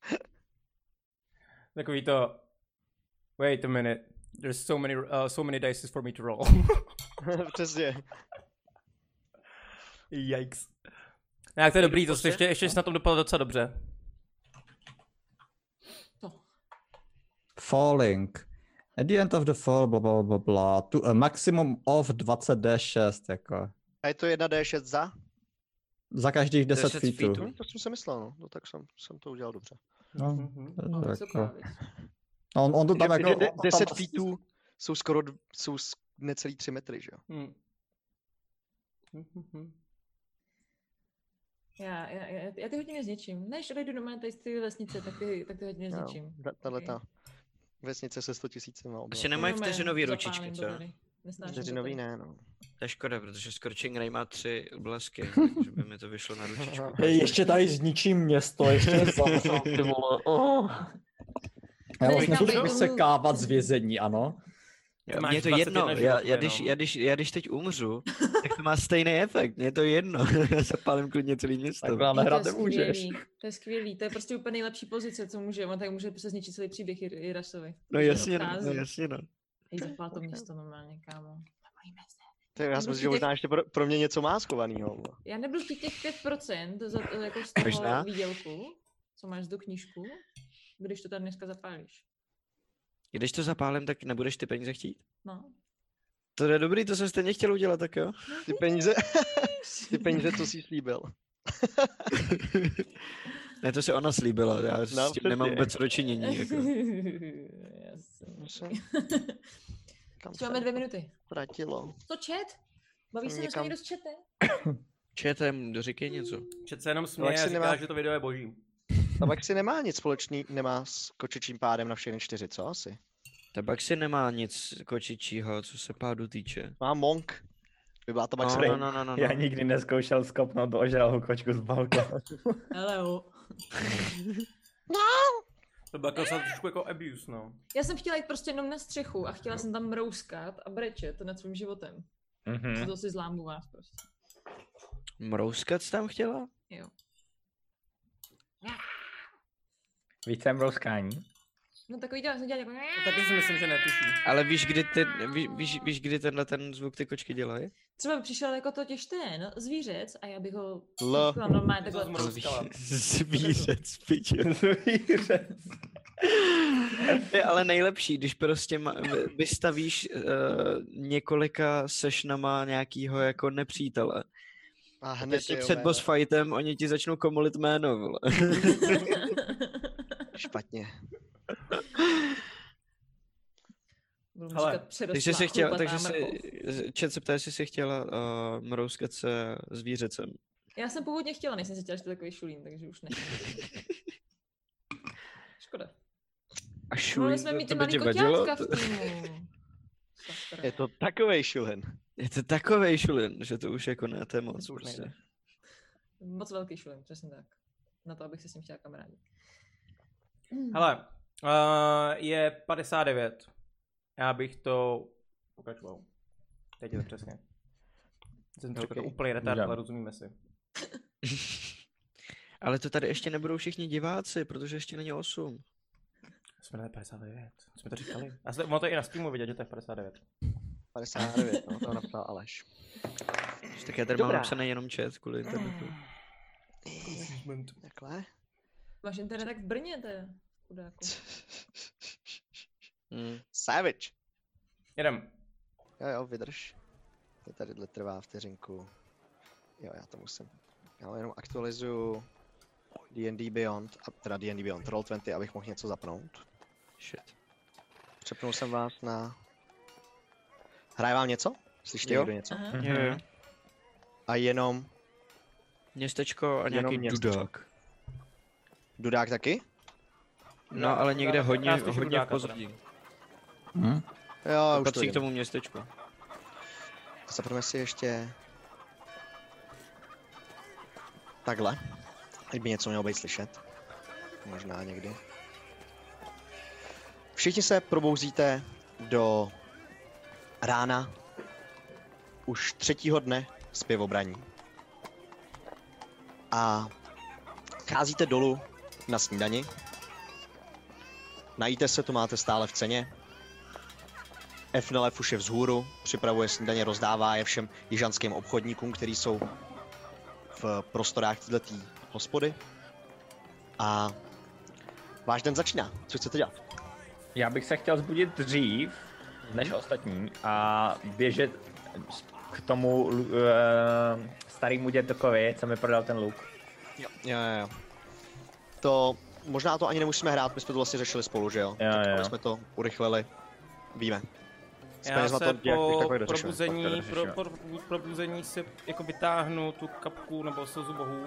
Takový to... Wait a minute. There's so many dice for me to roll. Přesně. Yikes. Tak to je dobrý, to ještě na tom dopadlo docela dobře. Falling. At the end of the fall, bla, to a maximum of 20d6, jako. A je to 1d6 za? Za každých 10 feetů. To jsem si myslel, no. No tak jsem to udělal dobře. No, jako. On to tam jako... 10 feetů jsou necelý 3 metry, že jo? Já ty hodně zničím. Než odejdu doma tady z té vesnice, tak ty hodně zničím. Tato vesnice se 100 000 Asi nemají vteřinový ručičky, co? Vteřinový ne, no. To je škoda, protože Scorching Ray má 3 blesky, takže by mi to vyšlo na ručičku. Ještě tady zničím město, ještě zavřu, ty vole. Já vlastně budu vysekávat z vězení, ano. Mně to jedno, já když teď umřu, tak to má stejný efekt, mně to jedno, já zapálím klidně celý město. Takhle nehrát nemůžeš. To je skvělý, to je prostě úplně nejlepší pozice, co může, on tady může prostě zničit celý příběh Irasovi. No jasně, no. Jí zapál to město normálně, kámo. Já si myslím, že možná ještě pro mě něco má schovanýho. Já nebudu chtít těch 5% jako z toho výdělku, co máš do knížku, když to tady dneska zapálíš. Když to zapálím, tak nebudeš ty peníze chtít? No. To je dobrý, to jsem stejně chtěl udělat, tak jo. Ty peníze, co jsi slíbil. Ne, to se ona slíbila, já s tím nemám vůbec dočinění. Jako. Máme 2 minuty. Tratilo. Co chat? Baví se někdo s chatem? Chatem, doříkej něco. Chat se jenom směje a říká, že to video je boží. Tabaxi nemá nic společný, nemá s kočičím pádem na všechny 4, co asi? Tabaxi nemá nic kočičího, co se pádu týče. Má Monk. By byla Tabaxi. No. Já nikdy neskoušel skopnout ožralou kočku z balkonu. Hello. No! To bylo trošku jako abuse, no. Já jsem chtěla jít prostě jenom na střechu a chtěla jsem tam mrouskat a brečet nad svým životem. To si zlámu vás prostě. Mrouskat jsi tam chtěla? Jo. Více mrouskání? No takový jsem dělal jako... No, taky si myslím, že netuší. Ale víš, kdy tenhle ten zvuk ty kočky dělají? Třeba by přišel jako totiž ten zvířec a já bych ho... normálně takhle... Zvířec, piče. Zvířec. Je ale nejlepší, když prostě vystavíš několika sešnama nějakýho jako nepřítele. A hned před boss fightem oni ti začnou komolit jméno, vole. Špatně. Hele, takže jsi chtěla, Chat se ptá, jestli jsi chtěla mrouskat se zvířecem. Já jsem původně chtěla, než jsem si chtěla, že to je takový šulín, takže už ne. Škoda. A šulín, jsme mít ty malý koťátka v týmu. Je to takovej šulin. Je to takovej šulin, že to už jako ne, to je moc. Prostě. Moc velký šulin, přesně tak. Na to, abych se s ním chtěla kamarádit. Hele, je 59. Já bych to pokračoval. Teď je to přesně. Jsem to řekl úplný retard, ale rozumíme si. Ale to tady ještě nebudou všichni diváci, protože ještě není 8. Jsme na 59, jsme to říkali. A ono to i na streamu vidět, že to je 59. 59, no, to napsal Aleš. Tak já tady mám napsaný jenom chat kvůli internetu. Takhle? Máš internet tak v Brně, to je chudáku. Savage. Jedem. Jo, vydrž. To tady trvá vteřinku. Jo, já to musím. Já jenom aktualizuju D&D Beyond, teda D&D Beyond Roll20, abych mohl něco zapnout. Shit. Přepnul jsem vás na... Hraje vám něco? Slyšíte někdo něco? Jo. A jenom... Městečko a nějaký dudák. Dudák taky? No, ale někde hodně v pozadí. Jo, už patří k tomu městečku. Zapneme si ještě... Takhle. Teď by něco mělo být slyšet. Možná někdy. Všichni se probouzíte do rána už 3. dne zpěvobraní. A cházíte dolů na snídani. Najíte se, to máte stále v ceně. Efnelef už je vzhůru, připravuje snídaně, rozdává je všem jižanským obchodníkům, kteří jsou v prostorách této hospody. A váš den začíná. Co chcete dělat? Já bych se chtěl zbudit dřív než ostatní a běžet k tomu starému dědkovi, co mi prodal ten luk. Jo. To možná to ani nemusíme hrát, my jsme to vlastně řešili spolu, že jo? Jo. Jsme to urychlili. Víme. Já se po probuzení si jako vytáhnu tu kapku nebo slzu bohů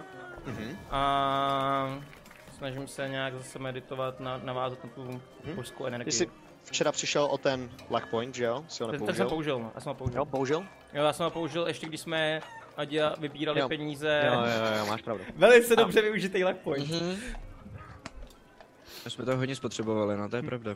a snažím se nějak zase meditovat, navázat na tu božskou energii. Ty jsi včera přišel o ten luck point, že jo? Jsi ho nepoužil? Ten jsem použil, no. Já jsem ho použil. Jo, použil? Jo, já jsem ho použil ještě když jsme vybírali peníze. Jo, máš pravdu. Velice dobře využitý luck point. My jsme to hodně spotřebovali, no to je pravda.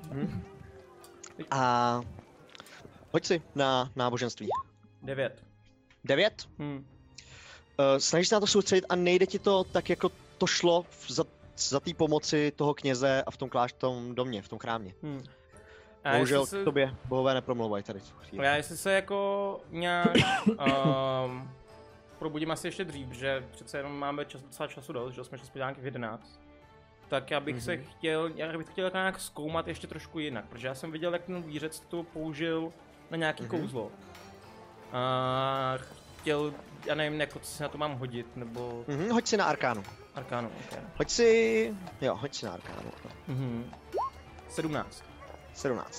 A hoď si na náboženství. 9. 9? Snažíš se na to soustředit a nejde ti to tak, jako to šlo za té pomoci toho kněze a v tom tom domě, v tom chrámě. Bohužel k tobě bohové nepromlouvají tady. Já jestli se jako nějak probudím asi ještě dřív, že přece jenom máme docela času dost, že jsme šli spědánky v 11. Tak já bych chtěl nějak zkoumat ještě trošku jinak, protože já jsem viděl, jak ten vířec to použil na nějaký kouzlo. A chtěl, já nevím, jako co si na to mám hodit, nebo... Hoď si na arkánu. Arkánu, ok. Hoď si na arkánu. 17. 17.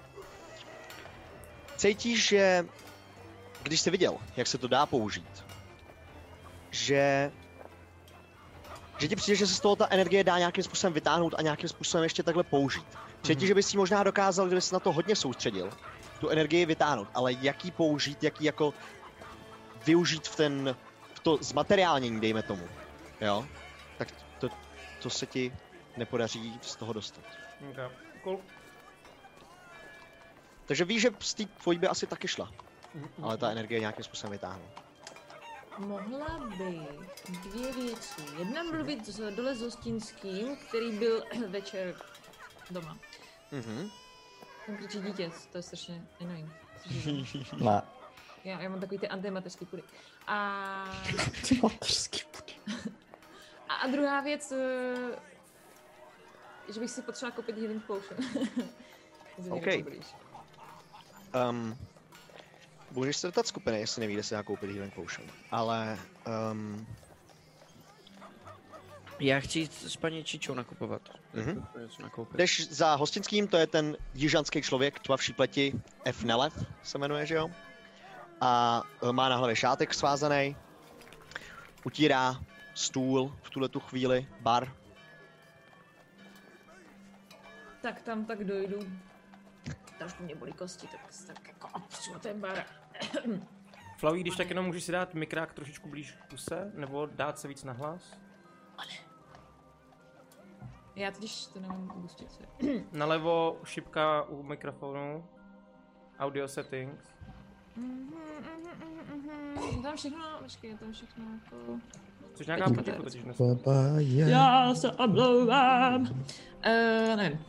Cítíš, že když jsi viděl, jak se to dá použít, že ti přijde, že se z toho ta energie dá nějakým způsobem vytáhnout a nějakým způsobem ještě takhle použít. Cítíš, že bys si možná dokázal, kdyby se na to hodně soustředil, tu energii vytáhnout, ale jak ji použít, jak ji jako využít v to zmateriálnění, dejme tomu, jo? Tak to se ti nepodaří z toho dostat. Okay. Cool. Takže víš, že z té tvojí by asi taky šla, ale ta energie nějakým způsobem vytáhne. Mohla bych 2 věci. Jedna mluvit dole s hostinským, který byl večer doma. Tam kričí dítě, to je strašně annoying. Ne. Já mám takový ty antimaterský pudy. A druhá věc, že bych si potřebovala koupit healing potion. OK. Můžeš se dotat skupiny, jestli neví, kde se dá koupit healing potion, ale... Já chci jít s paní Čičou nakupovat. Jdeš za hostinským, to je ten jižanský člověk, tmavší pleti, F. Nelev se jmenuje, že jo? A má na hlavě šátek svázaný, utírá stůl v tuhletu chvíli, bar. Tak tam tak dojdu. Trošku mě bolí kosti, tak jako opřu ten bar. Flaví, když tak jenom můžeš si dát mikrák trošičku blíž k puse, nebo dát se víc nahlas? Já totiž to nemám pustit se. Nalevo šipka u mikrofonu. Audio settings. Tam všechno, počkej, tam všechno jako... Což nějaká potichu totiž dnes. Já se omlouvám. Nevím.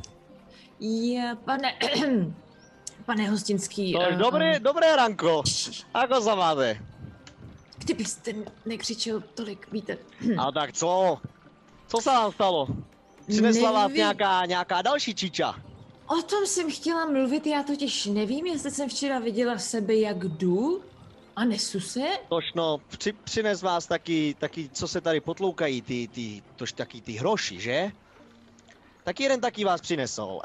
Pane hostinský... Dobré ranko. Ako sa máte? Kdybyste nekřičel tolik, víte. A tak co? Co se vám stalo? Přinesla vás nějaká další čiča? O tom jsem chtěla mluvit, já totiž nevím, jestli jsem včera viděla sebe, jak jdu a nesu se. Točno, přines vás taky, co se tady potloukají, ty hroši, že? Tak jeden taky vás přinesl.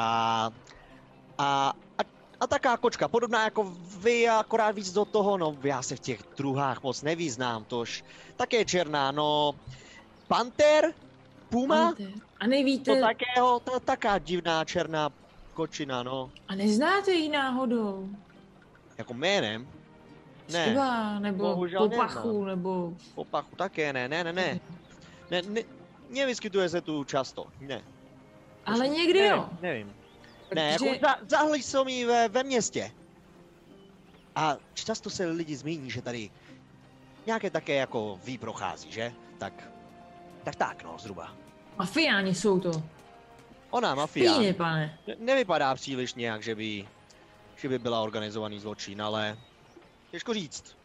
A taká kočka, podobná jako vy, akorát víc do toho, no já se v těch druhách moc nevyznám, tož také černá, no... Panter? Puma? Panter. A nevíte... To taká divná černá kočina, no. A neznáte ji náhodou? Jako jménem? Ne. Třeba, nebo po pachu, nebo... Po pachu také ne. Nevyskytuje se tu často, ne. Ale někdy jo. Nevím. Ne, jako zahlí jsou mi ve městě. A často se lidi zmíní, že tady nějaké také jako ví prochází, že? Tak no, zhruba. Mafiáni jsou to. Ona mafián. Píně, pane. Nevypadá příliš nějak, že by byla organizovaný zločin, ale těžko říct.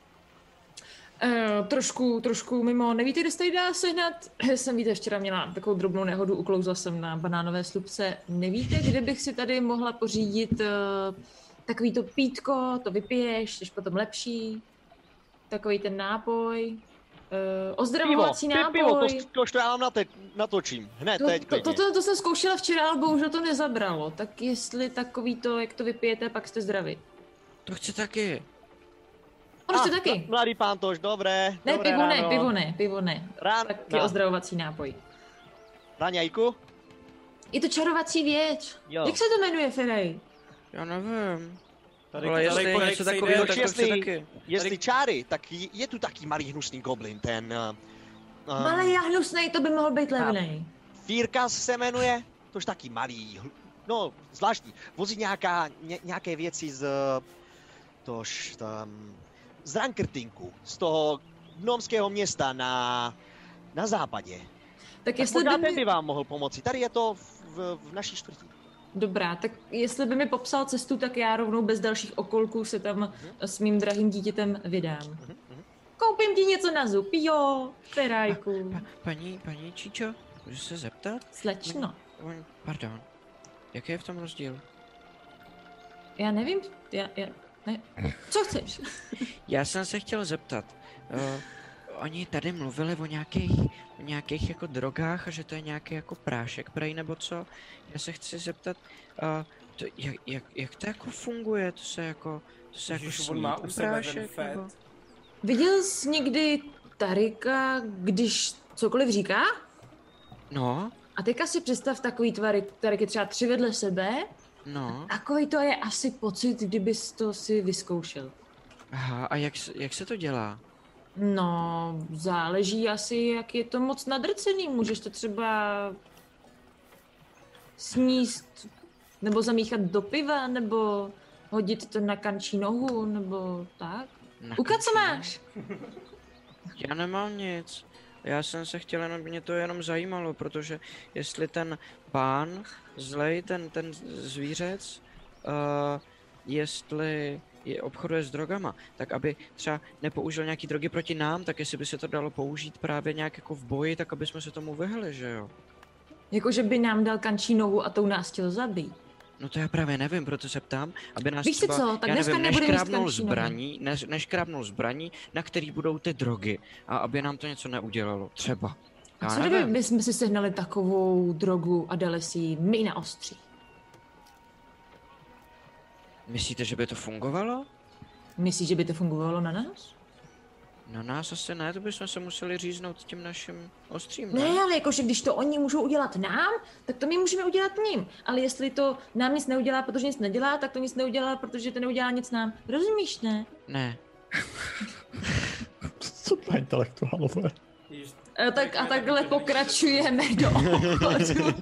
Trošku mimo. Nevíte, kde se tady dá sehnat? Víte, včera měla takovou drobnou nehodu, uklouzla jsem na banánové slupce. Nevíte, kde bych si tady mohla pořídit takový to pítko, to vypiješ, jsi potom lepší. Takový ten nápoj. Ozdravovací nápoj. Pivo, to já vám natočím. Hned, teď klidně. To jsem zkoušela včera, ale bohužel to nezabralo. Tak jestli takový to, jak to vypijete, pak jste zdraví. To chci taky. On chce taky. Mladý pán Toš, dobré. Ne, dobré pivo ne. Taky ozdravovací nápoj. Raňajku? Je to čarovací věc. Jo. Jak se to jmenuje, Ferej? Já nevím. Ale jestli je něco takového, tak to chci taky. Jestli čáry, tak je tu taky malý hnusný goblin, ten... Malý a hnusnej, to by mohl být levnej. Fírkas se jmenuje, tož taky malý, no zvláštní. Vozí nějaké věci z... z Rankrtinku, z toho gnomského města na západě. Tak jestli by vám mohl pomoci, tady je to v naší čtvrtí. Dobrá, tak jestli by mi popsal cestu, tak já rovnou bez dalších okolků se tam s mým drahým dítětem vydám. Koupím ti něco na zub, jo, Ferajku. Paní Číčo, můžu se zeptat? Slečno. Pardon, jaký je v tom rozdíl? Já nevím, ne. Co chceš? Já jsem se chtěl zeptat. Oni tady mluvili o nějakých jako drogách a že to je nějaký jako prášek prej nebo co. Já se chci zeptat, jak to jako funguje, to se jako sní ten prášek nebo... Viděl jsi někdy Tarika, když cokoliv říká? No. A teďka si představ takový tvary, Tarik je třeba 3 vedle sebe. No. Takový to je asi pocit, kdybys to si vyzkoušel. Aha, a jak se to dělá? No, záleží asi, jak je to moc nadrcený. Můžeš to třeba sníst, nebo zamíchat do piva, nebo hodit to na kančí nohu, nebo tak. Uka, co máš? Já nemám nic. Já jsem se chtěl mě to jenom zajímalo, protože jestli ten pán zlej, ten zvířec, jestli obchoduje s drogama, tak aby třeba nepoužil nějaký drogy proti nám, tak jestli by se to dalo použít právě nějak jako v boji, tak aby jsme se tomu vyhli, že jo? Jakože by nám dal kančí nohu a tou nás chtěl zabít. No to já právě nevím, proto se ptám, aby nás Víš třeba, co, tak dneska neškrábnul zbraní, na který budou ty drogy a aby nám to něco neudělalo, třeba. A co kdyby my jsme si sehnali takovou drogu a dali si ji my na ostří? Myslíte, že by to fungovalo? Myslíš, že by to fungovalo na nás? Na nás asi ne, to bychom se museli říznout tím naším ostřím, ne? Ale jakože když to oni můžou udělat nám, tak to my můžeme udělat ním. Ale jestli to nám nic neudělá, protože nic nedělá, tak to nic neudělá, protože to neudělá nic nám. Rozumíš, ne? Ne. Co to intelektuálové? A takhle pokračujeme do obchodu.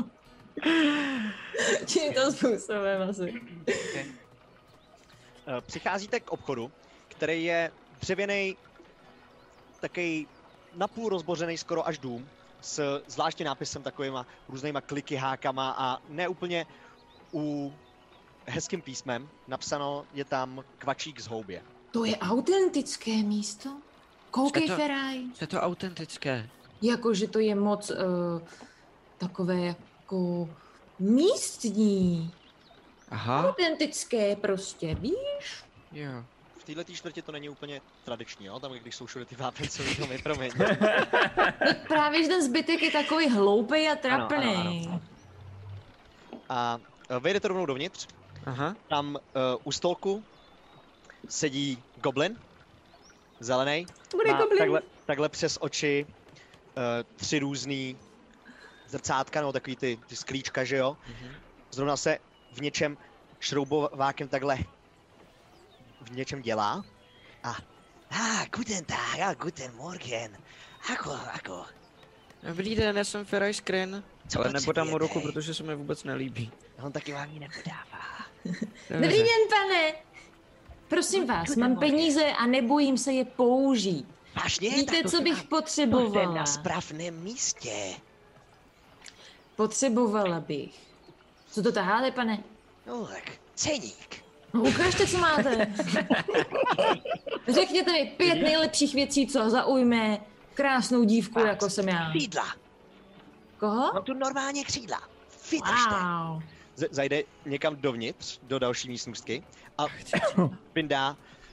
Tímto způsobem asi. Okay. Přicházíte k obchodu, který je dřevěný, takový napůl rozbořený skoro až dům, s zvláštním nápisem takovýma různýma kliky, hákama a ne úplně hezkým písmem. Napsáno je tam Kvačík z Houbě. To je autentické místo? Koukej, Feraj. Je to autentické. Jakože to je moc takové jako místní. Aha. Autentické prostě, víš? Jo. V této čtvrtě to není úplně tradiční, jo? Tam když jsou všude ty vápencový domy, promiň. Právě, že ten zbytek je takový hloupej a trapný. Ano. A vejdete rovnou dovnitř. Aha. Tam u stolku sedí goblin, zelený. Takhle přes oči 3 různý zrcátka, nebo takový ty sklíčka, že jo? Zrovna se v něčem šroubovákem takhle v něčem dělá. Guten Tag, guten Morgen. Ako. Dobrý den, já jsem Feraj Skrin. Ale nepodám mu ruku, protože se mi vůbec nelíbí. On taky vám ji nepodává. Dobrý den, pane. Prosím vás, mám peníze a nebojím se je použít. Vážně? Víte, co bych potřebovala? To je na správném místě. Potřebovala bych. Co to taháte, pane? No tak, ceník. No, ukážte, co máte. Řekněte mi 5 nejlepších věcí, co zaujme krásnou dívku, jako jsem já. Křídla. Koho? Mám tu normálně křídla. Vydržte. Wow. Zajde někam dovnitř, do další místnostky a vyndá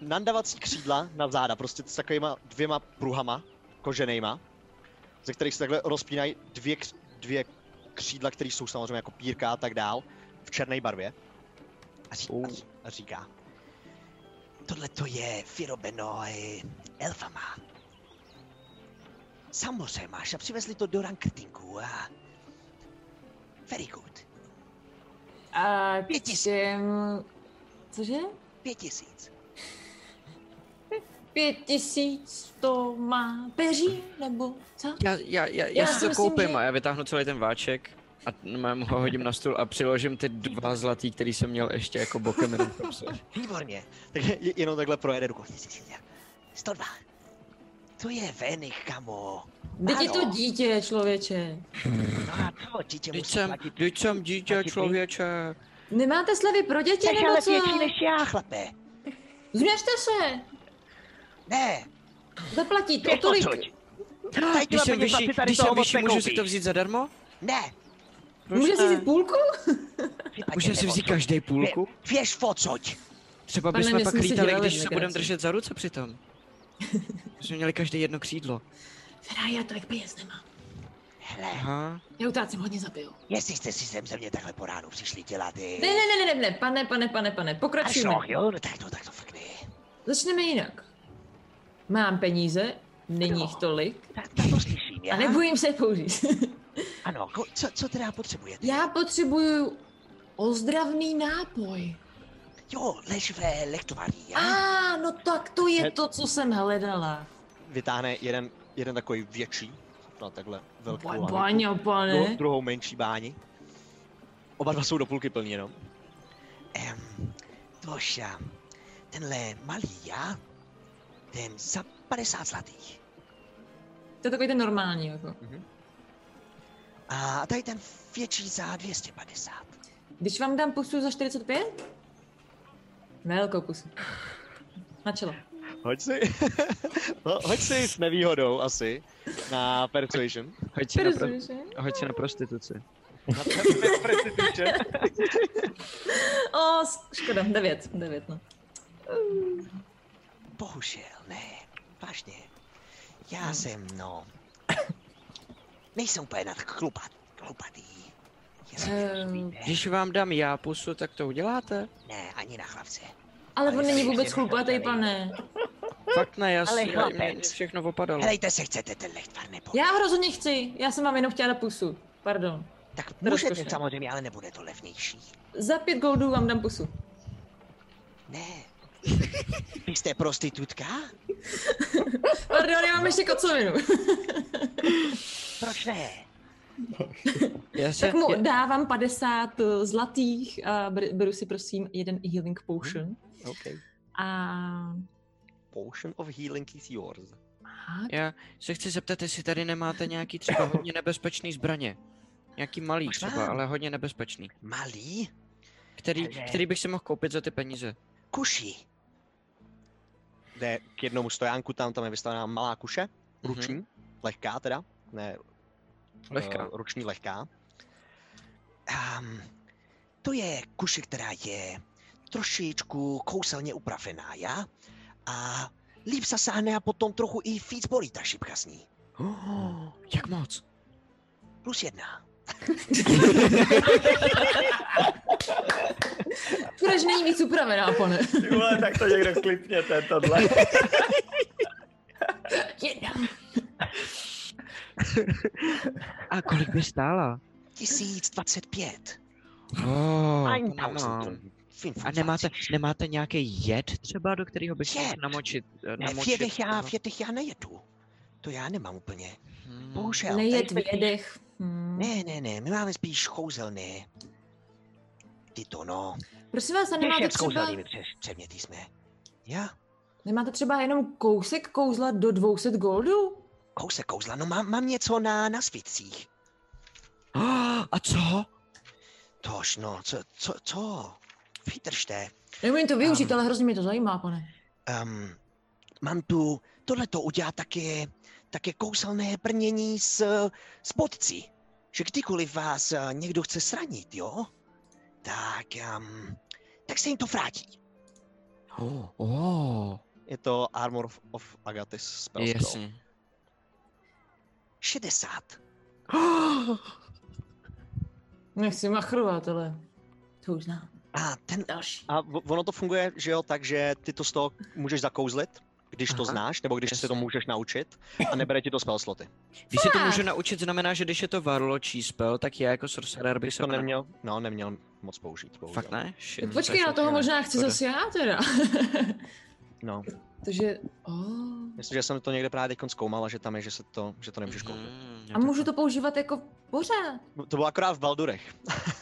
nandavací křídla na záda, prostě s takovýma 2 pruhama koženejma, ze kterých se takhle rozpínají 2 křídla, které jsou samozřejmě jako pírka a tak dál, v černé barvě. A říká, tohle to je vyrobeno elfama. Samozřejmě máš a přivezli to do Rankrtinku a... Very good. A 5000... Cože? 5000. 5000 to má peří, nebo co? Já si to koupím a já vytáhnu celý ten váček a mu ho hodím na stůl a přiložím ty 2 zlatý, který jsem měl ještě jako bokem jenom v kapse. Výborně. Tak jenom takhle projede rukou. 102. To je venych, kamo. Teď je to dítě, člověče. No a to dítě musí platit. Teď jsem dítě, člověče. Nemáte slevy pro děti, nebo ale co? větší než já, chlape. Změřte se. Ne. Zaplatí to tolik. Když jsem vyšší, můžu si to vzít zadarmo? Ne. Může si vzít půlku? Může si vzít každý půlku? Věž focoď. Třeba bychom pak lítali, když se budeme držet za ruce přitom. Jsme měli každý jedno křídlo. Fera, já tolik peněz nemám. Hele. Aha. Já utrácím hodně za pivo. Jestli jste si sem ze mě takhle po ránu přišli dělat Ne, pane, pokračujeme. Jo, no tak to fakt ne. Začneme jinak. Mám peníze, není jich tolik. Tak to slyším, já. A nebojím se použít. Ano, co teda potřebujete? Já potřebuju ozdravný nápoj. Jo, lež ve lektovarí, já? No tak to je to, co jsem hledala. Vytáhne jeden takový větší, no takhle velkou Báňa, pane. Druhou menší báni. Oba 2 jsou do půlky plní jenom. Toša, tenhle malý, já? Ten za 50 zlatých. To je takový ten normální, jako. A tady ten větší za 250. Když vám dám pusu za 45? Velkou pusu. Na čelo. Hoď si s nevýhodou asi na persuasion. Hoď si na prostituci. Na prostitution. Škoda, 9, no. Bohužel, ne. Vážně. Já jsem, nejsem úplně nad chlupatý. Když vám dám já pusu, tak to uděláte? Ne, ani na chlapce. Ale on není vůbec chlupatý, pane. Fakt ne, já si mě všechno opadalo. Helejte se, chcete ten lechtvar nebo? Já ho rozhodně chci, já jsem vám jenom chtěla dát pusu. Pardon. Tak můžete samozřejmě, ale nebude to levnější. Za 5 goldů vám dám pusu. Ne. Vy jste prostitutka? Pardon, já mám ještě kocovinu. Proč ne? Tak mu dávám 50 zlatých a beru si prosím jeden healing potion. Okay. A... Potion of healing is yours. Já se chci zeptat, jestli tady nemáte nějaký třeba hodně nebezpečný zbraně. Nějaký malý třeba, ale hodně nebezpečný. Malý? Který bych si mohl koupit za ty peníze. Kuši. Jde k jednomu stojánku, tam je vystavená malá kuše, ruční, lehká teda, ne lehká. Ruční lehká. To je kuše, která je trošičku kouselně upravená, já? A líp se sáhne a potom trochu i víc bolí ta šipka s ní. Jak moc? +1. Proč není víc upravená, pane? Ty vole, tak to někdo klipněte, tohle. A kolik by stála? 1025. A nemáte nějaký jed třeba, do kterého bych mohl namočit? V jedech já nejedu. To já nemám úplně. Bohužel. Nejed v jedech. Ne, my máme spíš kouzelné. Tyto, no. Prosím vás, a nemáte třeba... předměty jsme. Já? Nemáte třeba jenom kousek kouzla do 200 goldů? Kousek kouzla? No mám něco na svitcích. A co? Tož, no, co? Vydržte. Nemůžu to využít, ale hrozně mě to zajímá, pane. Mám tu, tohleto udělat také kouzelné brnění s bodci. Že kdykoliv vás někdo chce sranit, jo? Tak se jim to vrátí. Je to Armor of Agathis spell scroll. Jasně. 60. Nechci machrovat, ale to už znám. Další. A ono to funguje, že jo, takže ty to z toho můžeš zakouzlit, když to znáš, nebo když se to můžeš naučit a nebere ti to spell sloty. Když se to může naučit, znamená, že když je to varločí spell, tak já jako sorcerer bych se to neměl moc použít. Bohužel. Fakt ne? Shit, počkej, já toho možná chci zase já teda. No. Takže, Myslím, že jsem to někde právě teď zkoumal, že tam je, že to nemůžeš koupit. A můžu to používat jako pořád? To bylo akorát v Baldurech.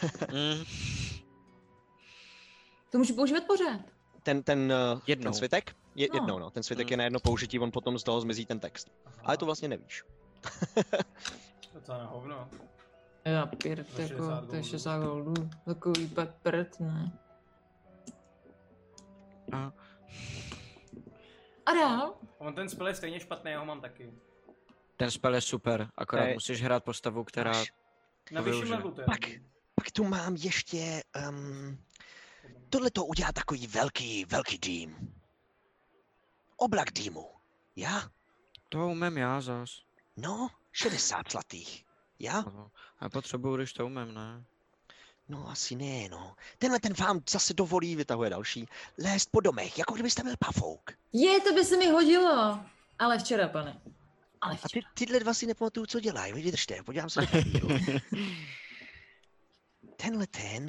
To můžu používat pořád? Ten svitek? Jednou, no. Ten svitek je na jedno použití, on potom z toho zmizí ten text. Ale to vlastně nevíš. To je na hovno. Já pěrt, jako, to je 60 goldů. Takový prd, ne? A dál? On ten spell je stejně špatný, já ho mám taky. Ten spell je super, akorát musíš hrát postavu, která... Na vyšším levelu to je. Pak tu mám ještě... tohle to udělá takový velký dým. Oblak dýmu. Já? To umím já zas. No, 60 zlatých. Já? Já potřebuju, když to umím, ne? No, asi ne, no. Tenhle ten vám zase dovolí, vytahuje další, lézt po domech, jako kdybyste byl pafouk. To by se mi hodilo. Ale včera, pane. Ale včera. A tyhle dva si nepamatuju, co dělají. Vydržte, podívám se do papíru. Tenhle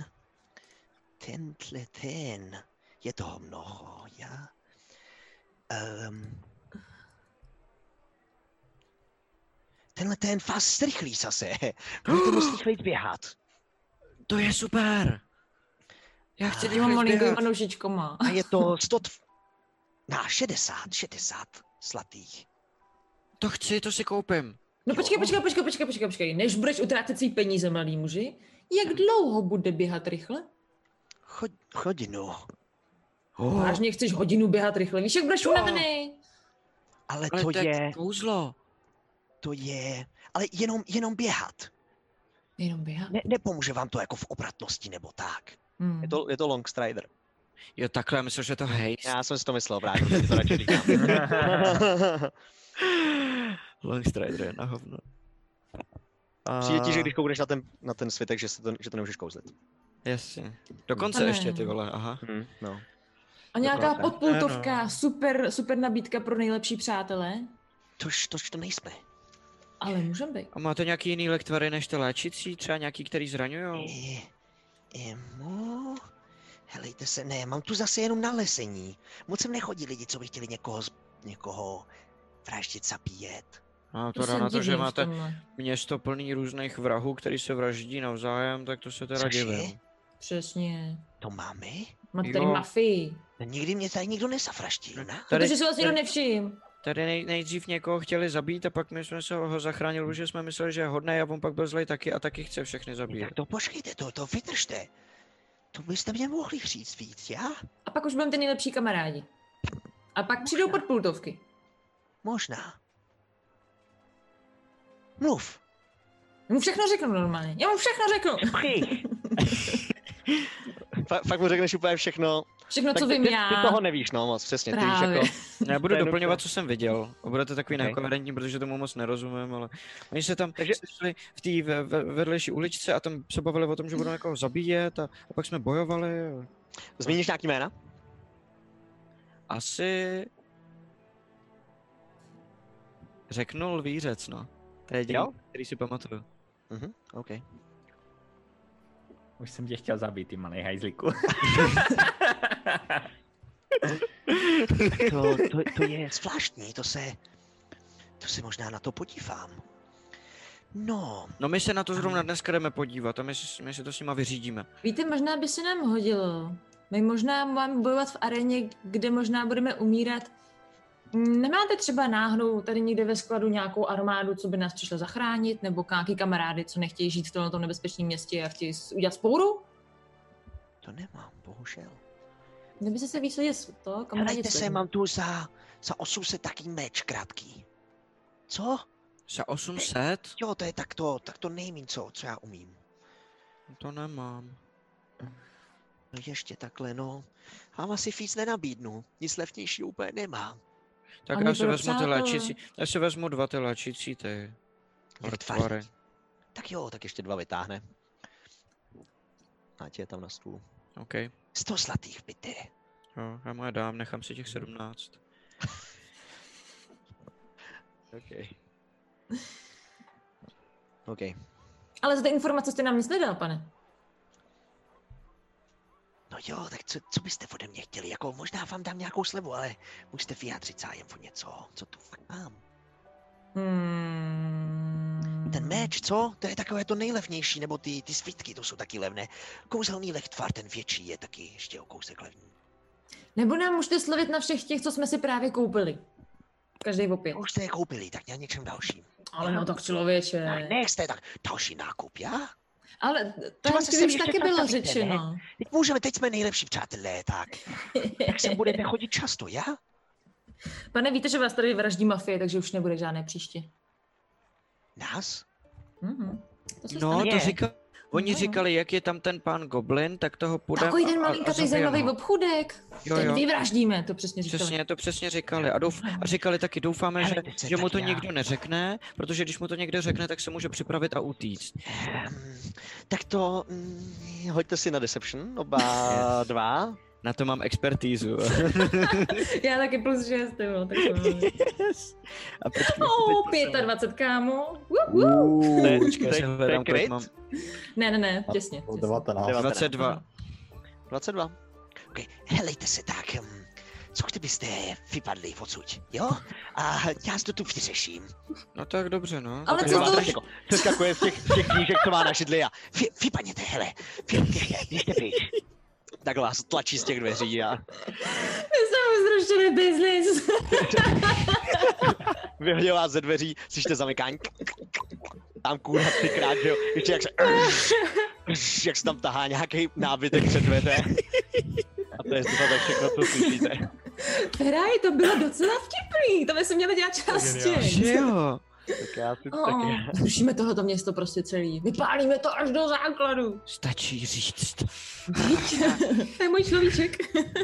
je toho mnoho, já? Tenhle vás zrychlí zase. Budete muset rychleji běhat. To je super. Já chci dělat malinkýma nožičkoma. A je to 100... 60 zlatých. To chci, to si koupím. No počkej. Než budeš utrácet svý peníze, mladý muži, jak dlouho bude běhat rychle? Hodinu. Vážně chceš hodinu běhat rychle? Víš, jak budeš unavený? Ale to je... kouzlo. To je... Ale jenom běhat. Jenom běhat? Nepomůže vám to jako v obratnosti nebo tak. Je to long strider. Jo, takhle, já myslím, že to haste. Já jsem si to myslel právě, protože to radši říkám. Long strider je na hovno. Přijde ti, že když koukneš na ten svitek, že to nemůžeš kouzlit. Jasně. Dokonce ještě, ty vole, aha. No. A nějaká podpultovka, super nabídka pro nejlepší přátelé? Tož to nejsme. Ale můžem být. A máte nějaký jiný lektvary než ty léčící? Třeba nějaký, který zraňujou? Helejte se, ne, mám tu zase jenom nalesení. Moc sem nechodí lidi, co by chtěli někoho vraždit, zabíjet. A to dá na to, že máte město plný různých vrahů, který se vraždí navzájem, tak to se teda divím. Přesně. To máme? Máte tady mafii. Nikdy mě tady nikdo nesafraštil, ne? Protože se vás nikdo nevšim. Tady nejdřív někoho chtěli zabít a pak my jsme se ho zachránili, protože jsme mysleli, že je hodnej a on pak byl zlej taky a taky chce všechny zabít. Tak to počkejte, to vydržte. To byste mě mohli říct víc, já? A pak už budeme ty nejlepší kamarádi. A pak přijdou podpultovky. Možná. Mluv. Já mu všechno řeknu normálně. Fakt mu řekneš úplně všechno. Všechno, co vím já. Ty toho nevíš, no moc, přesně. Právě. Ty víš, jako... Já budu doplňovat, co jsem viděl. A bude to takový nekoherentní, protože tomu moc nerozumím, ale oni se tam sešli v té vedlejší uličce a tam se bavili o tom, že budou někoho zabíjet a pak jsme bojovali. Zmíníš nějaký jména? Asi... Řeknu Lvířec, no. To je jediný, který si pamatuju. OK. Už jsem tě chtěl zabít, ty malej hajzliku. To je zvláštní, to se možná na to podívám. No my se na to zrovna dneska jdeme podívat a my si to s nima vyřídíme. Víte, možná by se nám hodilo. My možná máme bojovat v aréně, kde možná budeme umírat. Nemáte třeba náhodou tady někde ve skladu nějakou armádu, co by nás přišla zachránit, nebo nějaký kamarády, co nechtějí žít v tomto nebezpečném městě a chtějí udělat spouru? To nemám, bohužel. Kdyby se víc lidí to, kamarádi. Helejte se, mám tu za 800 taký meč krátký. Co? Za 800? Jo, to je tak to nejmín, co já umím. To nemám. No ještě takhle, no. A asi víc nenabídnu. Nic levnější úplně nemám. Tak já si vezmu ty léčící. Já si vezmu 2 ty léčící, ty. Mrtvory. Tak jo, tak ještě 2 vytáhne. Ať je tam na stůl. OK. 100 zlatých byte. Jo, já mu je dám, nechám si těch 17. OK. OK. Ale za ty informace jste nám nic nedal, pane. No jo, tak co byste ode mě chtěli? Jako možná vám dám nějakou slevu, ale musíte vyjádřit zájem o něco, co tu fakt mám. Ten meč, co? To je takové to nejlevnější, nebo ty svítky, to jsou taky levné. Kouzelný lechtvar, ten větší, je taky ještě o kousek levný. Nebo nám můžete slovit na všech těch, co jsme si právě koupili. Každý opět. Už jste je koupili, tak na něčem dalším. Ale no tak člověče. Tak nechste, tak další nákup, já? Ale to už taky bylo řečeno. Teď jsme nejlepší přátelé, tak sem budete chodit často, já? Pane, víte, že vás tady vraždí mafie, takže už nebude žádné příště. Nás? To říkal. Oni říkali, jak je tam ten pán Goblin, tak toho půjdeme. Takový ten malinkatý zajímavý obchůdek. Ten vyvraždíme, to přesně říkali. Přesně, to přesně říkali. A říkali taky, doufáme, že mu to nikdo neřekne, protože když mu to někdo řekne, tak se může připravit a utíct. Tak to hoďte si na Deception, oba 2. Na to mám expertízu. Já taky +6, jo, tak to yes. A 25, kámo. Počkej, se hledám, kolik mám. Ne, těsně. 22. 22. OK, helejte se tak. Co kdybyste vypadli odsud, jo? A já to tu vyřeším. No tak dobře, no. Ale co to? Přeskakuje v těch knížek, co má na šidli a vypadněte, hele. Běžte pryč. Tak vás tlačí z těch dveří a... Jsem zrušený business. Vyhodil vás ze dveří, slyšte zamykání. Tam kůra třikrát, že jo. Ještě jak se tam tahá nějaký nábytek před dveře. A to je zhruba tak všechno, co slyšíte. Feraj, to bylo docela vtipný, to bychom měli dělat častěji. Že jo. Tak já si zrušíme tohleto město prostě celý. Vypálíme to až do základu. Stačí říct. To je můj človíček.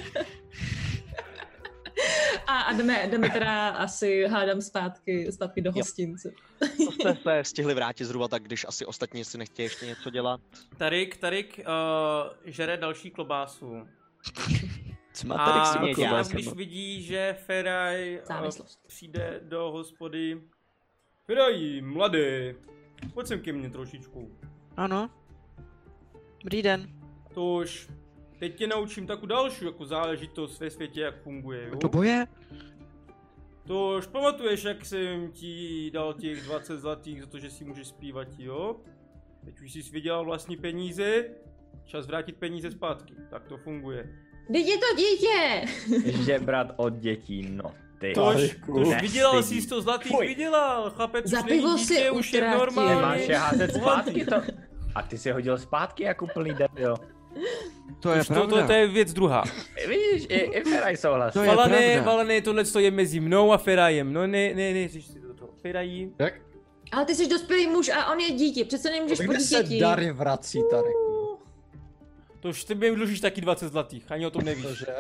A jdeme teda asi hádám zpátky do hostince. To jste se stihli vrátit zhruba tak, když asi ostatní si nechtějí ještě něco dělat. Tarik žere další klobásu. Co má Tarik s těma klobásama? Když vidí, že Feraj přijde do hospody. Feraj, mladý, pojď sem ke mně trošičku. Ano. Dobrý den. Tož, teď tě naučím takovou další jako záležitost ve světě, jak funguje, jo? To boje? Tož, pamatuješ, jak jsem ti dal těch 20 zlatých za to, že si můžeš zpívat, jo? Teď už jsi vydělal vlastní peníze, čas vrátit peníze zpátky, tak to funguje. Teď je to dítě! Žebrat od dětí, no. Tož vydělal jsi 100 zlatých, vydělal, chlapec už není dítě, už je normálně. Nemáš je házet zpátky to. A ty si hodil zpátky jak úplný debil. To je pravda. To je věc druhá. Vidíš, i Feraj souhlasí. Valany, tohle je mezi mnou a Ferajem, no ne, říš si do toho. Ferají. Jak? Ale ty jsi dospělý muž a on je dítě, přece nemůžeš po dítěti. Kde se dary vrací, Tariku? Tož ty mi dlužíš taky 20 zlatých, ani o tom nevíš. Cože?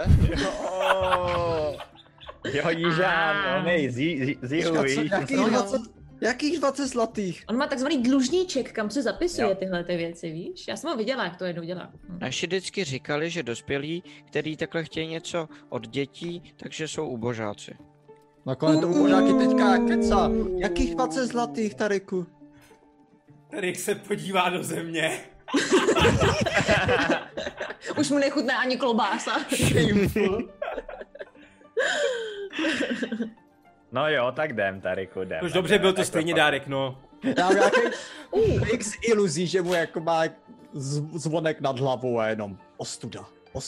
Jo, Jižán, Zihu, víš. Jakých 20 zlatých? On má takzvaný dlužníček, kam se zapisuje tyhle ty věci, víš? Já jsem ho viděla, jak to jednou dělá. Naši vždycky říkali, že dospělí, kteří takhle chtějí něco od dětí, takže jsou ubožáci. Nakonec to ubožáky teďka keca. Jakých 20 zlatých, Tariku? Tarik se podívá do země. Už mu nechutná ani klobása. No jo, tak jdem, Tariku, jdem. Už dobře, byl to stejně dárek, no. Já mám nějaký x iluzí, že mu jako má zvonek nad hlavou a jenom ostuda.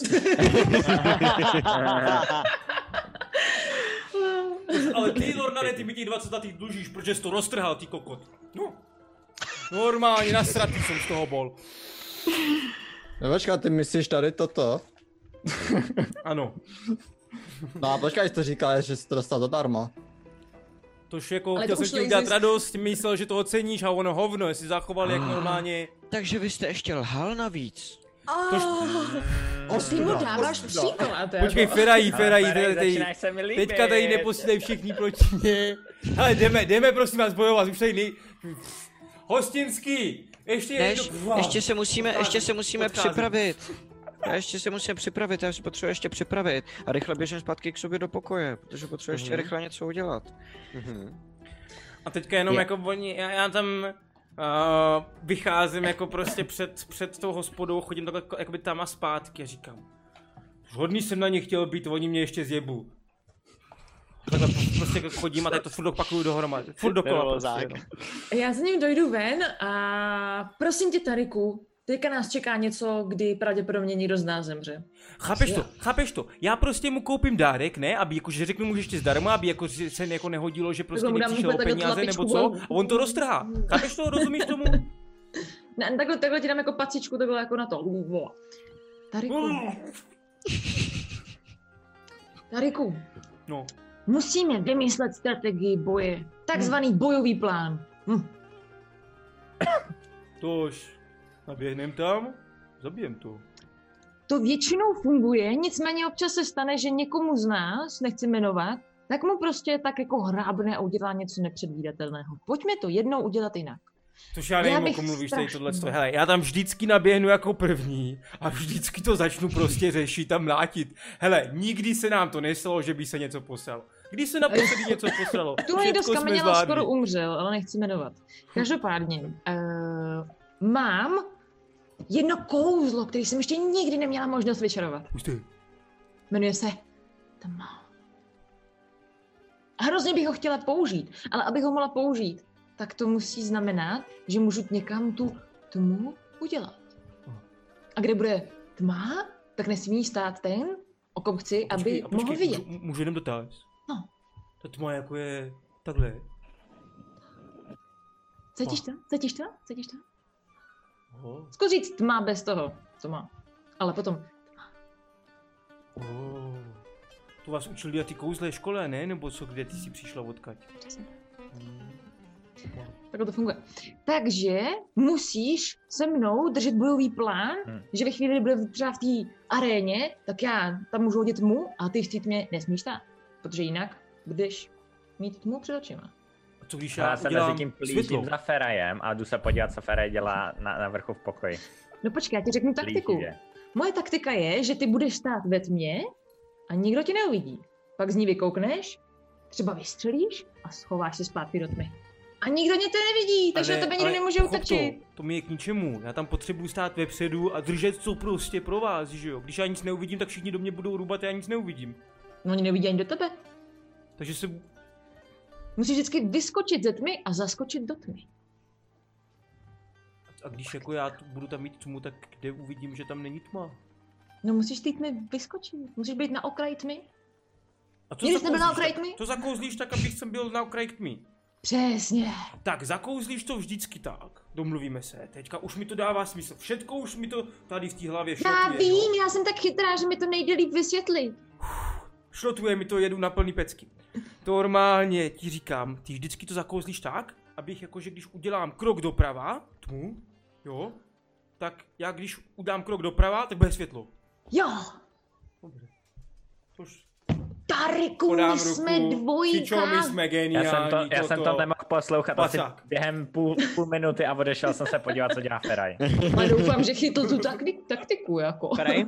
Ale ty, Lornane, ty mi těch 20 zlatých dlužíš, protože jsi to roztrhal, ty kokot. No. Normálně nasratý jsem z toho bol. No počkej, ty myslíš tady toto? Ano. No a počkej, jsi to říkal, že jsi to dostal zadarmo. Tož jako chtěl jsem ti udělat radost, myslel, že toho ceníš a ono hovno, jsi zachoval jak normálně. Takže vy jste ještě lhal navíc. Ty mu dáváš příklad. Počkej, Ferají, teďka tady neposílej všichni proti mě. Ale jdeme prosím vás bojovat, už tady Hostinský, ještě se musíme připravit. Ještě se musím připravit, já si potřebuji ještě připravit a rychle běžím zpátky k sobě do pokoje, protože potřebuji ještě rychle něco udělat. A teďka jenom jako oni, já tam vycházím jako prostě před tou hospodou, chodím takhle jakoby tam a zpátky a říkám, hodný jsem na ně chtěl být, oni mě ještě zjebu. Takhle prostě chodím a tady to furt opakuju dohromady, furt dokola prostě, no. Já za ním dojdu ven a prosím tě, Tariku, teďka nás čeká něco, kdy pravděpodobně někdo z nás zemře. Chápeš to? Já prostě mu koupím dárek, ne? Aby jakože řeknu mu, že ještě zdarma, aby jako se jako nehodilo, že prostě mi přišlo peníze nebo co? A on to roztrhá. Chápeš to? Rozumíš tomu? Ne, takhle ti dám jako pacičku, takhle jako na to. Tariku. No. Musíme vymyslet strategii boje. Takzvaný bojový plán. Tož. Naběhnem tam, zabijem to. To většinou funguje, nicméně občas se stane, že někomu z nás, nechci jmenovat, tak mu prostě tak jako hrábne a udělá něco nepředvídatelného. Pojďme to jednou udělat jinak. Což já nevím, o kom mluvíš tady tohleto. Hele, já tam vždycky naběhnu jako první a vždycky to začnu prostě řešit a mlátit. Hele, nikdy se nám to nestalo, že by se něco poslalo. Když se naposledy něco poslalo, tuhle doska měla skoro umřel, ale nechci jmenovat. Každopádně, mám jedno kouzlo, který jsem ještě nikdy neměla možnost vyčarovat. Jmenuje se tma. Hrozně bych ho chtěla použít, ale abych ho mohla použít, tak to musí znamenat, že můžu někam tu tmu udělat. A kde bude tma, tak nesmí stát ten, o kom chci, aby mohl vidět. Můžu jenom dotaz? No. Ta tma jako je takhle. Cítíš to? Zkus říct tma bez toho, co má. Ale potom tma. To vás učili dělat ty kouzlé škole, ne? Nebo co, kde ty jsi přišla odkaď? Takhle to funguje. Takže musíš se mnou držet bojový plán, že ve chvíli, kdy bude třeba v té aréně, tak já tam můžu hodit tmu a ty v té tmě nesmíš stát. Protože jinak budeš mít tmu před očima. A co když já se mezi tím plížím za Ferajem a jdu se podívat, co Feraj dělá na vrchu v pokoji. No počkej, já ti řeknu taktiku. Moje taktika je, že ty budeš stát ve tmě a nikdo tě neuvidí. Pak z ní vykoukneš, třeba vystřelíš a schováš se zpátky do tmy. A nikdo mě to nevidí, takže tebe nikdo nemůže utočit. To mi je k ničemu. Já tam potřebuji stát vepředu a držet to prostě pro vás, že jo? Když já nic neuvidím, tak všichni do mě budou rubat a já nic neuvidím. No oni nevidí ani do tebe. Takže se... Musíš vždycky vyskočit ze tmy a zaskočit do tmy. A když jako já budu tam mít tmu, tak kde uvidím, že tam není tma? No musíš z té tmy vyskočit. Musíš být na okraji tmy. A co jsi nebyl na okraji tmy? To zakouzlíš tak, abych jsem byl na okraji tmy. Přesně. Tak zakouzlíš to vždycky tak. Domluvíme se. Teďka už mi to dává smysl. Všetko už mi to tady v té hlavě šlotuje. Já vím, já jsem tak chytrá, že mi to nejde líp vysvětlit. Šlotuje mi to, jedu na plný pecky. To normálně ti říkám, ty vždycky to zakouzlíš tak, abych jakože když udělám krok doprava, tmu, jo, tak já když udám krok doprava, tak bude světlo. Jo. Dobře. Což... Tariku, my jsme dvojka. Čičo, my jsme geniální. Já jsem to nemohl poslouchat asi během půl minuty a odešel jsem se podívat, co dělá Feraj. Ale doufám, že chytl tu taktiku, jako. Feraj?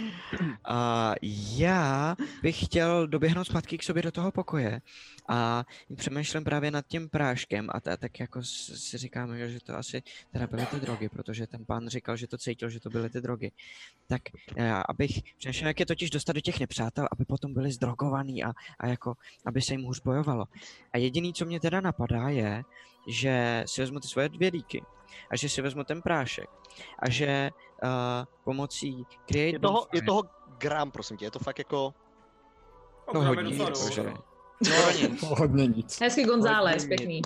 Já bych chtěl doběhnout zpátky k sobě do toho pokoje a přemýšlím právě nad tím práškem a tak jako si říkáme, že to asi teda byly ty drogy, protože ten pán říkal, že to cítil, že to byly ty drogy. Tak abych přemýšlel, jak je totiž dostat do těch nepřátel, aby potom byli zdrogovaný a jako, aby se jim hůř bojovalo. A jediný, co mě teda napadá, je, že si vezmu ty svoje 2 líky a že si vezmu ten prášek a že pomocí Create je toho gram, prosím tě, je to fakt jako... To hodně, jakože... Hodně nic. Hezky González, pěkný.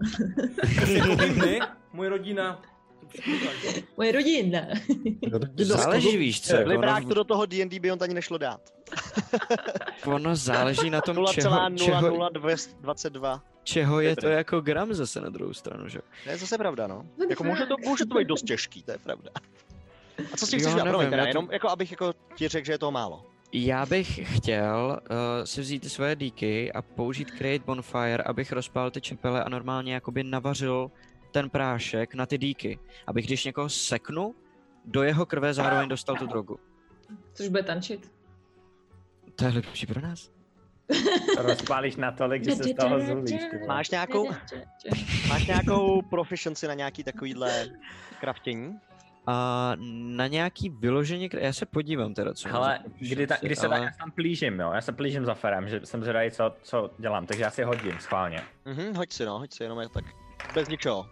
Moje rodina... Moje rodina. Záleží, víš co. Librák to do toho D&D by on ani nešlo dát. Ono záleží na tom, 0,00222. Čeho je to jako gram zase na druhou stranu, že? To je zase pravda, no. Jako může to být dost těžký, to je pravda. A co s tím chceš dělat? Promiň, jenom jako abych jako ti řekl, že je to málo. Já bych chtěl si vzít ty svoje díky a použít Create Bonfire, abych rozpálil ty čepele a normálně jakoby navařil ten prášek na ty díky. Abych když někoho seknu, do jeho krve zároveň dostal tu drogu. Což bude tančit. To je lepší pro nás. To rozpálíš natolik, že se z toho zulíš. Máš nějakou proficiency na nějaký takovýhle kraftění? Na nějaký vyloženě, já se podívám teda, co. Hele, kdy se ale... já tam plížím, jo, já se plížím za Ferem, že jsem zvědavý, co dělám, takže já si hodím schválně. Hoď si, jenom je tak. Bez ničeho.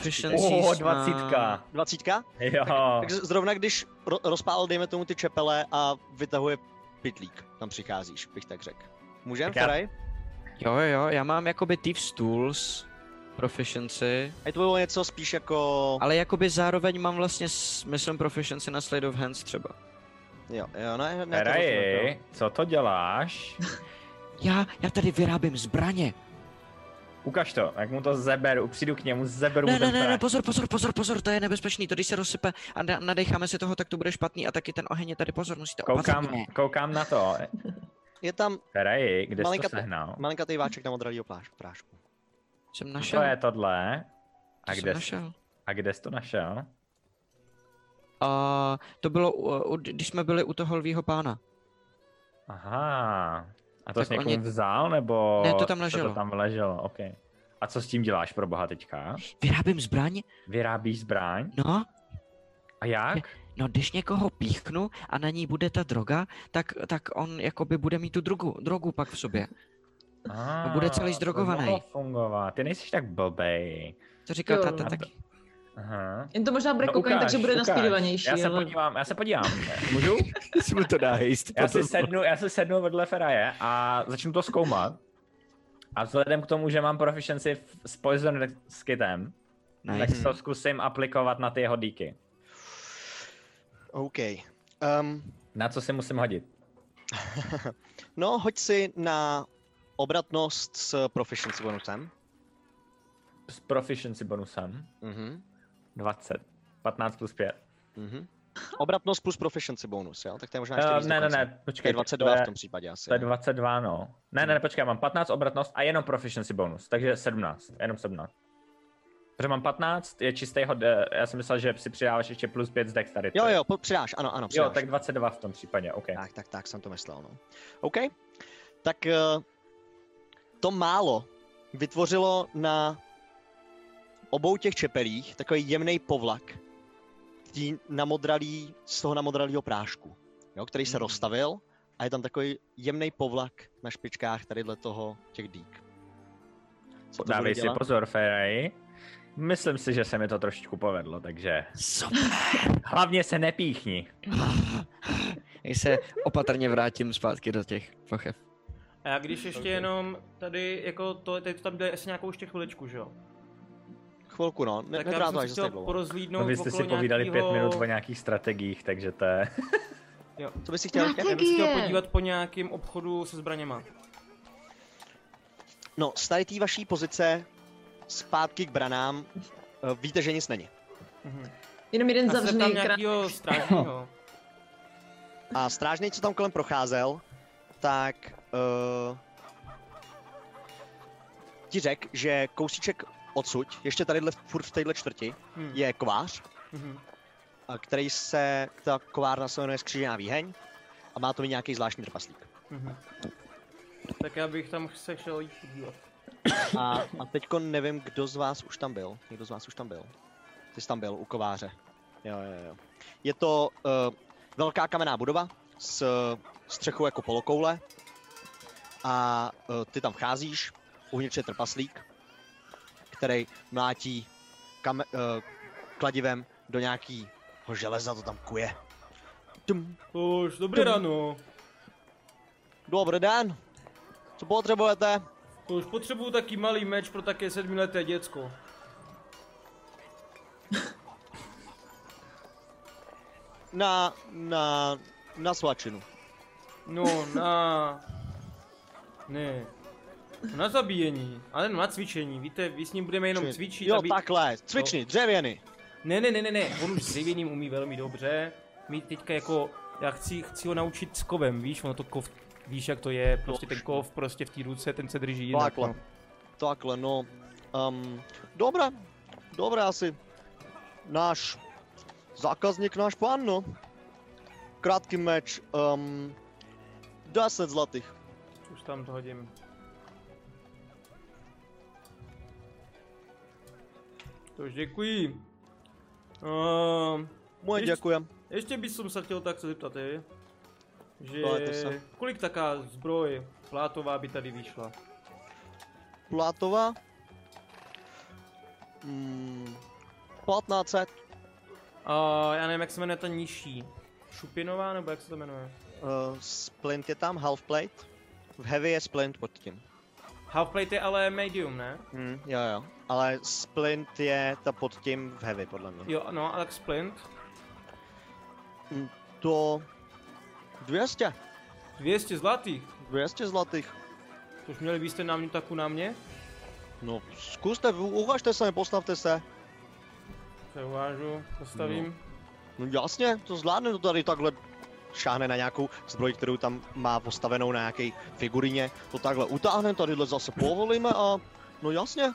20. 20? Jo. Takže zrovna když rozpálil, dejme tomu ty čepele a vytahuje pytlík, tam přicházíš, bych tak řekl. Můžem, Feraj? Jo, já mám jakoby Thieves Tools, Proficiency. A to bylo něco spíš jako... Ale jakoby zároveň mám vlastně, myslím, Proficiency na Slate of Hands třeba. Jo, ne Feraj, co to děláš? Já tady vyrábím zbraně. Ukaž to, jak mu to zeberu, přijdu k němu, zeberu mu ten zbraň. Ne, pozor, to je nebezpečný, to když se rozsype a nadecháme si toho, tak to bude špatný a taky ten oheň je tady, pozor, musíte opatrně. Koukám na to. Je tam... Feraj, kde jsi to sehnal? Malinkatý váček na modralýho prášku. Jsem našel. To je tohle. A kde jsi to našel? To bylo, když jsme byli u toho lvího pána. Aha. A to jsi někomu vzal, nebo... Ne, to tam leželo. To tam leželo, ok. A co s tím děláš pro boha teďka? Vyrábím zbraň. Vyrábíš zbraň? No. A jak? No, když někoho píchnu a na ní bude ta droga, tak on jakoby bude mít tu drogu pak v sobě. Bude celý zdrogovaný. To fungovat. Ty nejsi tak blbej. To říkal táta taky. Aha. Jen to možná bude kokain, takže bude naspídovanější. Já se podívám. Můžu? Si mu to dá hejst. Já si sednu vedle Feraje a začnu to zkoumat. A vzhledem k tomu, že mám proficiency s Poison Skitem, tak to zkusím aplikovat na ty jeho díky. OK. Na co si musím hodit? No, hoď si na obratnost s proficiency bonusem. S proficiency bonusem? 20. 15 plus 5. Obratnost plus proficiency bonus, jo? Tak to je možná ještě víc Ne, počkej. 22 v tom případě asi. To je 22, no. Ne, počkej, mám 15 obratnost a jenom proficiency bonus, takže 17, jenom 17. Protože mám 15, je čistý hod, já jsem myslel, že si přidáváš ještě plus 5 z dexterity. Jo, přidáš, ano, přidáš. Jo, tak 22 v tom případě, OK. Tak jsem to myslel, no. OK, tak to málo vytvořilo na obou těch čepelích takový jemný povlak z toho namodralýho prášku, jo, který se rozstavil a je tam takový jemný povlak na špičkách tadyhle toho těch dík. Dávej si pozor, Feraj. Myslím si, že se mi to trošičku povedlo, takže... Super. Hlavně se nepíchni. Já se opatrně vrátím zpátky do těch pochev. A já když ještě jenom tady, jako to, teď to tam jde asi nějakou ještě chviličku, že jo? Chvilku, no. Tak já jsem si chtěl porozlídnout vy jste si povídali 5 minut o nějakých strategiích, takže to je... Jo. Co bys si chtěl? Já bych chtěl podívat po nějakým obchodu se zbraněma. No, z tady té vaší pozice zpátky k branám víte, že nic není. Jenom jeden zavřený tam nějakýho strážního. A strážný, co tam kolem procházel, tak ti řekl, že kousíček odsud, ještě tadyhle furt v téhle čtvrti, je kovář, který ta kovárna se jmenuje Skřížená výheň a má to mít nějaký zvláštní trpaslík. Tak já bych tam se šel jít podívat. A teďko nevím, kdo z vás už tam byl. Někdo z vás už tam byl. Ty jsi tam byl, u kováře. Jo. Je to velká kamenná budova s střechou jako polokoule. A ty tam vcházíš, uvnitř je trpaslík, který mlátí kladivem do nějakého železa, to tam kuje. Už, dobrý ráno. Dobrý den. Co potřebujete? Už potřebuju taky malý meč pro také 7leté děcko. Na svačinu. No, ne. Na zabíjení, ale na cvičení, víte, my s ním budeme jenom cvičit. Jo, takhle, cvičný, dřevěný. Ne, on už s dřevěním umí velmi dobře. My teďka jako, já chci ho naučit s kovem, víš, ono to kov, víš jak to je, prostě ten kov prostě v té ruce, ten se drží jinak. Takhle, no. Dobré asi. Náš zákazník, náš pán, no. Krátký meč, 10 zlatých. Už tam to hodím. Tož děkuji. Moje děkujem. Ještě bych se chtěl tak se zeptat, že kolik taká zbroj plátová by tady vyšla? Plátová? 1500. Já nevím, jak se jmenuje ta nižší. Šupinová, nebo jak se to jmenuje? Splint je tam, half plate. V heavy je splint pod tím. Half plate je ale medium, ne? Jo. Ale splint je ta pod tím v heavy, podle mě. Jo, no, a tak splint? To 200. 200 zlatých? 200 zlatých. Tož měli byste nám taku na mě? No, zkuste, uvažte se, postavte se. Se uvážu, postavím. No jasně, to zvládne to tady takhle. Šáhne na nějakou zbroj, kterou tam má postavenou na nějaké figurině. To takhle utáhne, tadyhle zase povolíme a no jasně.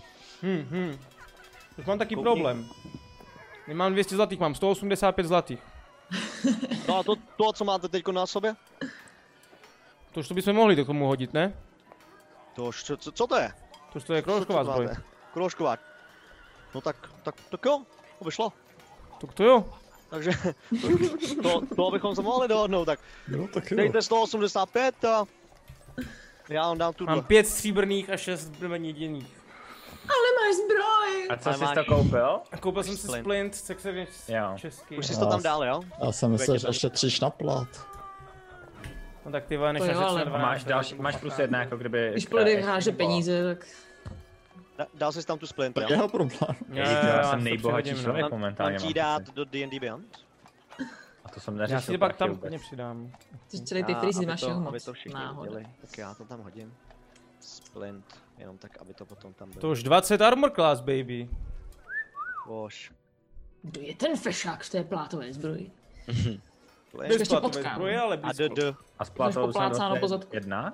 Už mám taky problém. Nemám 200 zlatých, mám 185 zlatých. No a to co máte teďko na sobě? To bychom mohli k tomu hodit, ne? Co to je? To je kroužková zbroj. Kroužková. No tak jo, to by šlo. Tak to jo. Takže to bychom se mohli dohodnout, tak jo, tak jo. Dejte 185 a já vám dám tuto. Mám 5 stříbrných a 6 jediných. Ale máš zbroj! A co jsi to koupil? Koupil jsem si splint, tak se česky. Už jsi to tam dál, jo? Já jsem myslel, že šetříš na plat. No tak ty vole, než na 12. Máš plus 1, jako kdyby... Když Plodek háže peníze, tak... Dal jsi tam tu splint, jo? To je jeho problém. Já jsem nejbohatší člověk momentálně. Mám ti dát do D&D Beyond? A to jsem neřešil. Já si pak tam úplně přidám. Ty celý ty frizy máš jeho moc. Aby to všichni viděli, tak já to tam hodím. Splint, jenom tak, aby to potom tam bylo. To už 20 armor class, baby. Bož. Kdo je ten fešák v té plátové zbroji? Bez plátové zbroje, ale blízko. A s plátovou jsem dostal 1?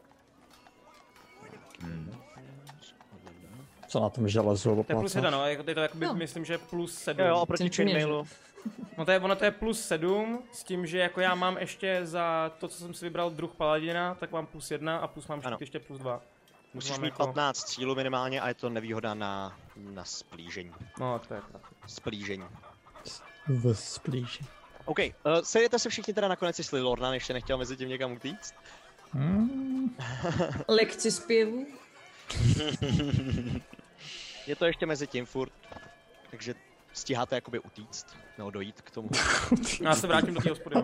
Co na tom železu? To je plus 1, no, je to jakoby, myslím, že plus 7. Jo, oproti chainmailu. No to je plus 7, s tím, že jako já mám ještě za to, co jsem si vybral druh paladina, tak mám plus 1 a plus mám ještě plus 2. Musíš mít 15 cílů minimálně a je to nevýhoda na splížení. No, to je pravda. Splížení. Splížení. OK, sejete se všichni teda nakonec, jestli Lorna ještě nechtěl mezi tím někam utíct? Lekci zpěvu. Je to ještě mezi tím furt, takže stíháte jakoby utíct, nebo dojít k tomu. Já se vrátím do té hospody.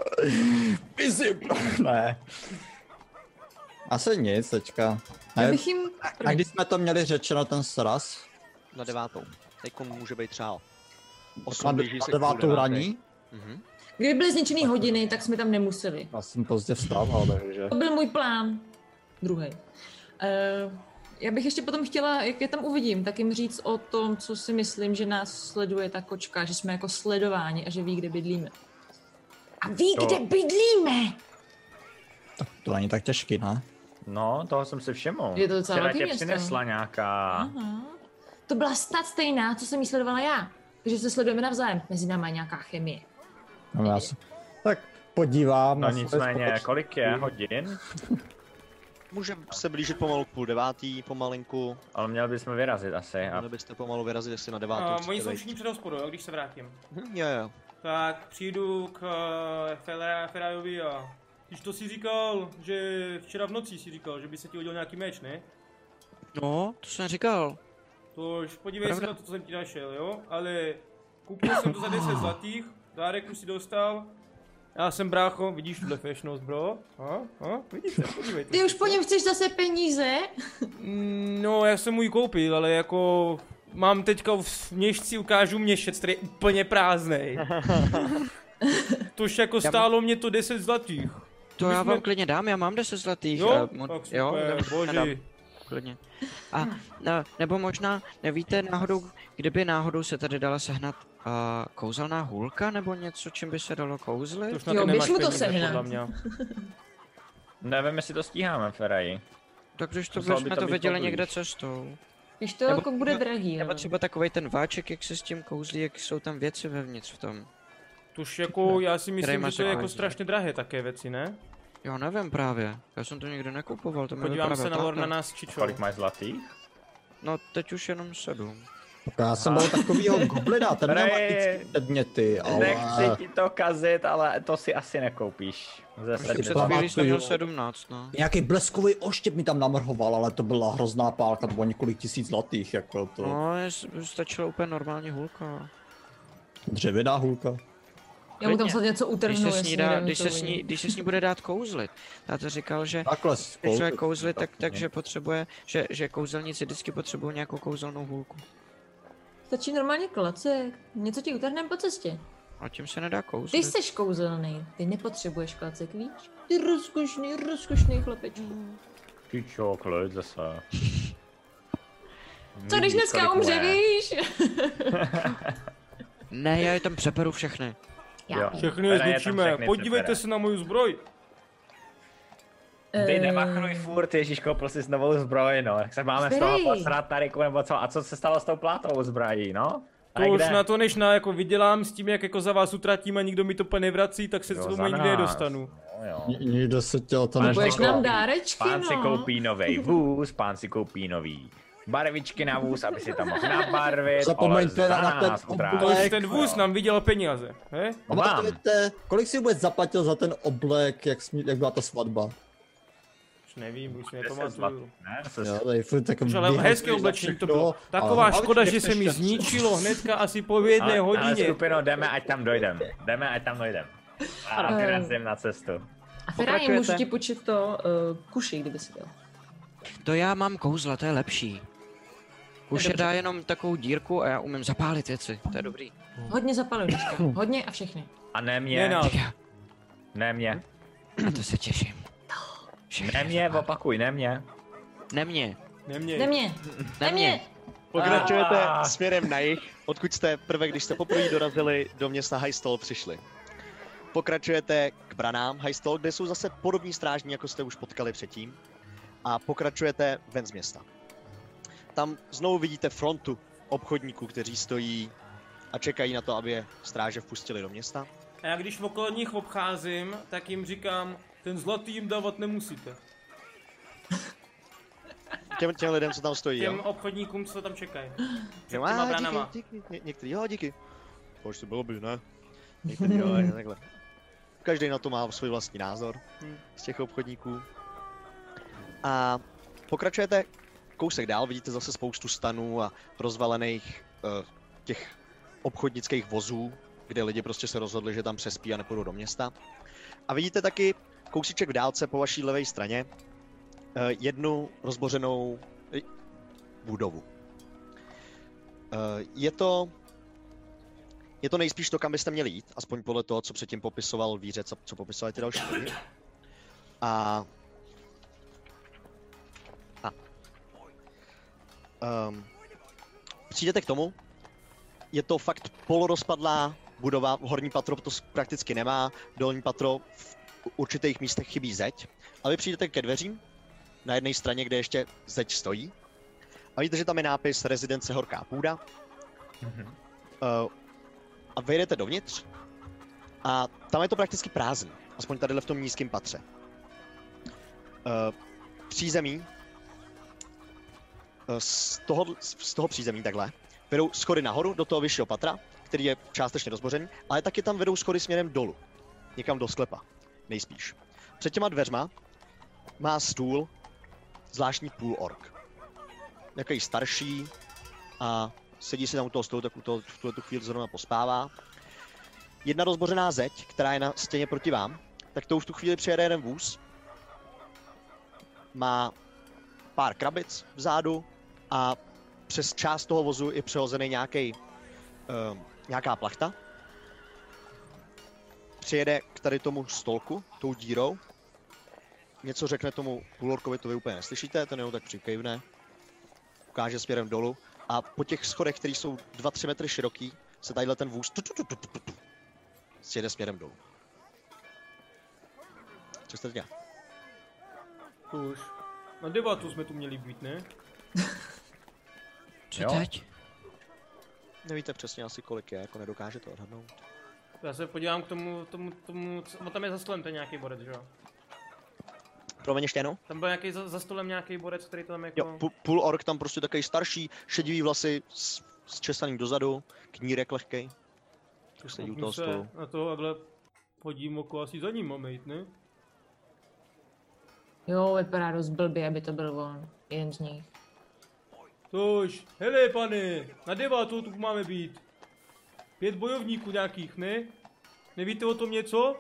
Ne. Asi nic teďka. A když jsme to měli řečeno ten sraz? Na 9. Teďko může být třeba 8, na 9. raní? Kdyby byly zničený hodiny, tak jsme tam nemuseli. Já jsem pozdě vstával, takže... To byl můj plán. Druhý. Já bych ještě potom chtěla, jak je tam uvidím, tak jim říct o tom, co si myslím, že nás sleduje ta kočka, že jsme jako sledováni a že ví, kde bydlíme. A ví, kde bydlíme! Tak to není tak těžký, ne? No, toho jsem si všiml. Je to docela včera velký tě město. přinesla nějaká... Aha. To byla snad stejná, co jsem jí sledovala já. Takže se sledujeme navzájem. Mezi náma je nějaká chemie. No, já se... Tak podívám. No nicméně, kolik je hodin? Může se blížit pomalu k 8:30, pomalinku. Ale měli bychom vyrazit asi. Měli byste pomalu vyrazit asi na 9. Oni jsou všichni před hospodou, když se vrátím. Jo. Tak přijdu k Ferajovi a... Když to si říkal, že včera v noci si říkal, že by se ti hodil nějaký meč, ne? No, to jsem říkal. Tož podívej se na to, co jsem ti našel, jo? Ale koupil jsem to za 10 zlatých, dárek už si dostal. Já jsem brácho, vidíš tuhle fashionost, bro? Vidíte, podívejte. Ty už po něm chceš zase peníze? No, já jsem mu ji koupil, ale jako... Mám teďka v měšci, ukážu měšec, který je úplně prázdnej. Tož jako stálo mě to 10 zlatých. To já vám klidně dám, já mám 10 zlatých. Jo? Tak super, boži. klidně. A nebo možná, nevíte náhodou, kdyby náhodou se tady dala sehnat kouzelná hůlka nebo něco, čím by se dalo kouzlit? Jo, běž mu to sehnat. Nevím, jestli to stíháme, Feraji. Tak když to bychom to viděli někde cestou. Když to jako bude drahý, nebo třeba takovej ten váček, jak se s tím kouzlí, jak jsou tam věci vevnitř v tom. Tuž jako, já si myslím, že to je jako strašně drahé také věci, ne? Jo, nevím právě. Já jsem to nikdy nekupoval, to mi podívám se na Lorna nás čičo. Kolik máš zlatých? No, teď už jenom 7. Já jsem byl takovýho goblina, ten měl magický předměty, ale... Nechci ti to kazit, ale to si asi nekoupíš. Před chvílí jsem měl 17, no. Nějaký bleskový oštěp mi tam namrhoval, ale to byla hrozná pálka, to bylo několik tisíc zlatých, jako to. No, stačila úplně normální hůlka. Dřevěná hůlka. Já mu tam snad něco utrhnu, když se s ní bude dát kouzlit. Táta říkal, že když člověk kouzlit, takže potřebuje, že kouzelníci vždycky potřebují nějakou kouzelnou hůlku. Stačí normálně klacek, něco ti utrhneme po cestě. A tím se nedá kouzlit. Ty jsi kouzelný, ty nepotřebuješ klacek, víš? Ty rozkošný chlapečku. Ty čokolád zase. Co když dneska umře, víš? Ne, já je tam přeperu všechny. Všechny je zničíme, podívejte se na moju zbroj. Ty nemachruj furt, ježiško, prostě s novou zbroj, no. Jak se máme z toho posrat na Riku nebo co? A co se stalo s tou plátovou zbrají, no? To už na to, než jako vydělám s tím, jak jako za vás utratím a nikdo mi to nevrací, tak se tomu nikdy nedostanu. Nikdo se tělo to než budeš nám dárečky, pán si koupí novej vůz, pán si koupí nový barvičky na vůz, aby si tam mohl nabarvit. Zapomeňte na ten oblek. Ten vůz nám vydělal peníze, he? Pamatujete, kolik si vůbec zaplatil za ten oblek, jak byla ta svatba? Už nevím, už si nepamatuju. Ale hezké oblečení to bylo. Taková škoda, že se mi zničilo hnedka asi po 1 hodině. Ale skupino, jdeme, ať tam dojdem. A vyrazím na cestu. A Feraji, můžu ti počít to kuši, kdyby si dal. To já mám kouzla, to je lepší. Kuše dá jenom takovou dírku a já umím zapálit věci, to je dobrý. Hodně zapaluj dneska, hodně a všechny. A ne mě. Ne mě. Na to se těším. Ne mě, opakuj, ne mě. Ne mě. Ne mě. Pokračujete směrem na jih, odkud jste když jste poprvé dorazili do města Highstall přišli. Pokračujete k branám Highstall, kde jsou zase podobní strážní, jako jste už potkali předtím. A pokračujete ven z města. Tam znovu vidíte frontu obchodníků, kteří stojí a čekají na to, aby je stráže vpustili do města. A já když okolo nich obcházím, tak jim říkám, ten zlatý jim dávat nemusíte. Těm lidem, co tam stojí, těm obchodníkům, co tam čekají. Díky. Některý, díky. Pojď, to bylo by, ne? Některý, takhle. Každý na to má svůj vlastní názor z těch obchodníků. A pokračujete kousek dál, vidíte zase spoustu stanů a rozvalených těch obchodnických vozů, kde lidi prostě se rozhodli, že tam přespí a nepůjdou do města. A vidíte taky kousíček v dálce po vaší levé straně jednu rozbořenou budovu. Je to nejspíš to, kam byste měli jít, aspoň podle toho, co předtím popisoval Vířec a co popisovali ty další lidi. Přijdete k tomu, je to fakt polorozpadlá budova, horní patro to prakticky nemá, dolní patro v určitých místech chybí zeď, ale vy přijdete ke dveřím, na jedné straně, kde ještě zeď stojí, a vidíte, že tam je nápis Rezidence Horká půda. A vejdete dovnitř a tam je to prakticky prázdný, aspoň tady v tom nízkém patře. Přízemí z toho přízemí takhle vedou schody nahoru do toho vyššího patra, který je částečně rozbořený, ale taky tam vedou schody směrem dolů, někam do sklepa, nejspíš. Před těma dveřma má stůl zvláštní půlork. Nějaký starší a sedí si tam u toho stolu, tak v tuhletu chvíli zrovna pospává. Jedna rozbořená zeď, která je na stěně proti vám, tak to už v tu chvíli přijede jeden vůz. Má pár krabic vzadu a přes část toho vozu je přehozený nějaká plachta. Přijede k tady tomu stolku, tou dírou něco řekne tomu půlorkovi, to vy úplně neslyšíte, ten jenom tak přikejvne, ukáže směrem dolů a po těch schodech, které jsou 2-3 metry široký, se tadyhle ten vůz sjede směrem dolů. Co jste dělá? Už. Na debatu jsme tu měli být, ne? Co teď? Nevíte přesně asi kolik je, jako nedokážete odhadnout. Já se podívám k tomu, tam je za stolem ten nějaký borec, že jo? Promiň ještě jednou? Tam byl nějaký za stolem nějaký borec, který tam jako... Jo, půl ork tam prostě takový starší, šedivý vlasy, zčesaný dozadu, knírek lehkej. Tu sedí u toho stolu. Na to takhle hodím oko, asi za ním máme jít, ne? Jo, vypadá dost blbě, aby to byl on, jeden z nich. Tož, hele pane, na debatu tu máme být. 5 bojovníků nějakých, ne? Nevíte o tom něco?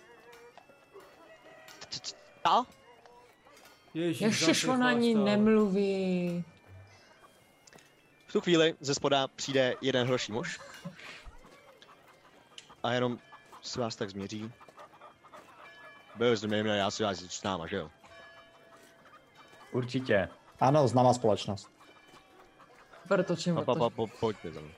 Co? Ježiš, on ani nemluví. V tu chvíli ze spoda přijde jeden hroší muž. A jenom se vás tak změří. Byl jste mě, já si vás s náma, že jo? Určitě. Ano, známá společnost. Protočím Pojďte za mnou.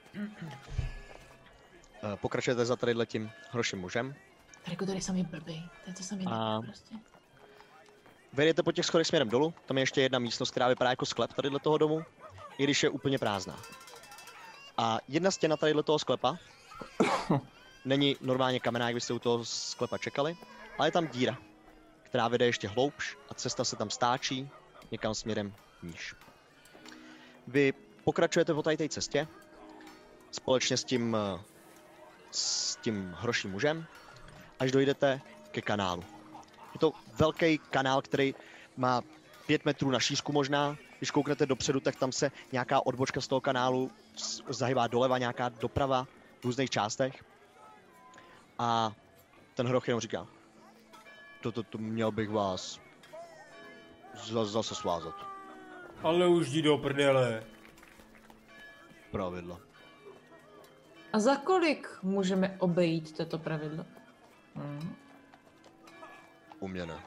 Pokračujete za tadyhletím hroším mužem. Riku, tady sami blbý, to je to samý prostě. Vejdete po těch schodech směrem dolů, tam je ještě jedna místnost, která vypadá jako sklep tadyhle toho domu, i když je úplně prázdná. A jedna stěna tadyhle toho sklepa není normálně kamenná, jak byste u toho sklepa čekali, ale je tam díra, která vede ještě hloubš a cesta se tam stáčí někam směrem níž. Vy pokračujete po té cestě společně s tím hroším mužem, až dojdete ke kanálu. Je to velký kanál, který má 5 metrů na šířku možná. Když kouknete dopředu, tak tam se nějaká odbočka z toho kanálu zahybá doleva, nějaká doprava v různých částech. A ten hroch jenom říká, to měl bych vás zase svázat. Ale už jdi do prdele. Pravidla. A za kolik můžeme obejít toto pravidlo? U mě ne.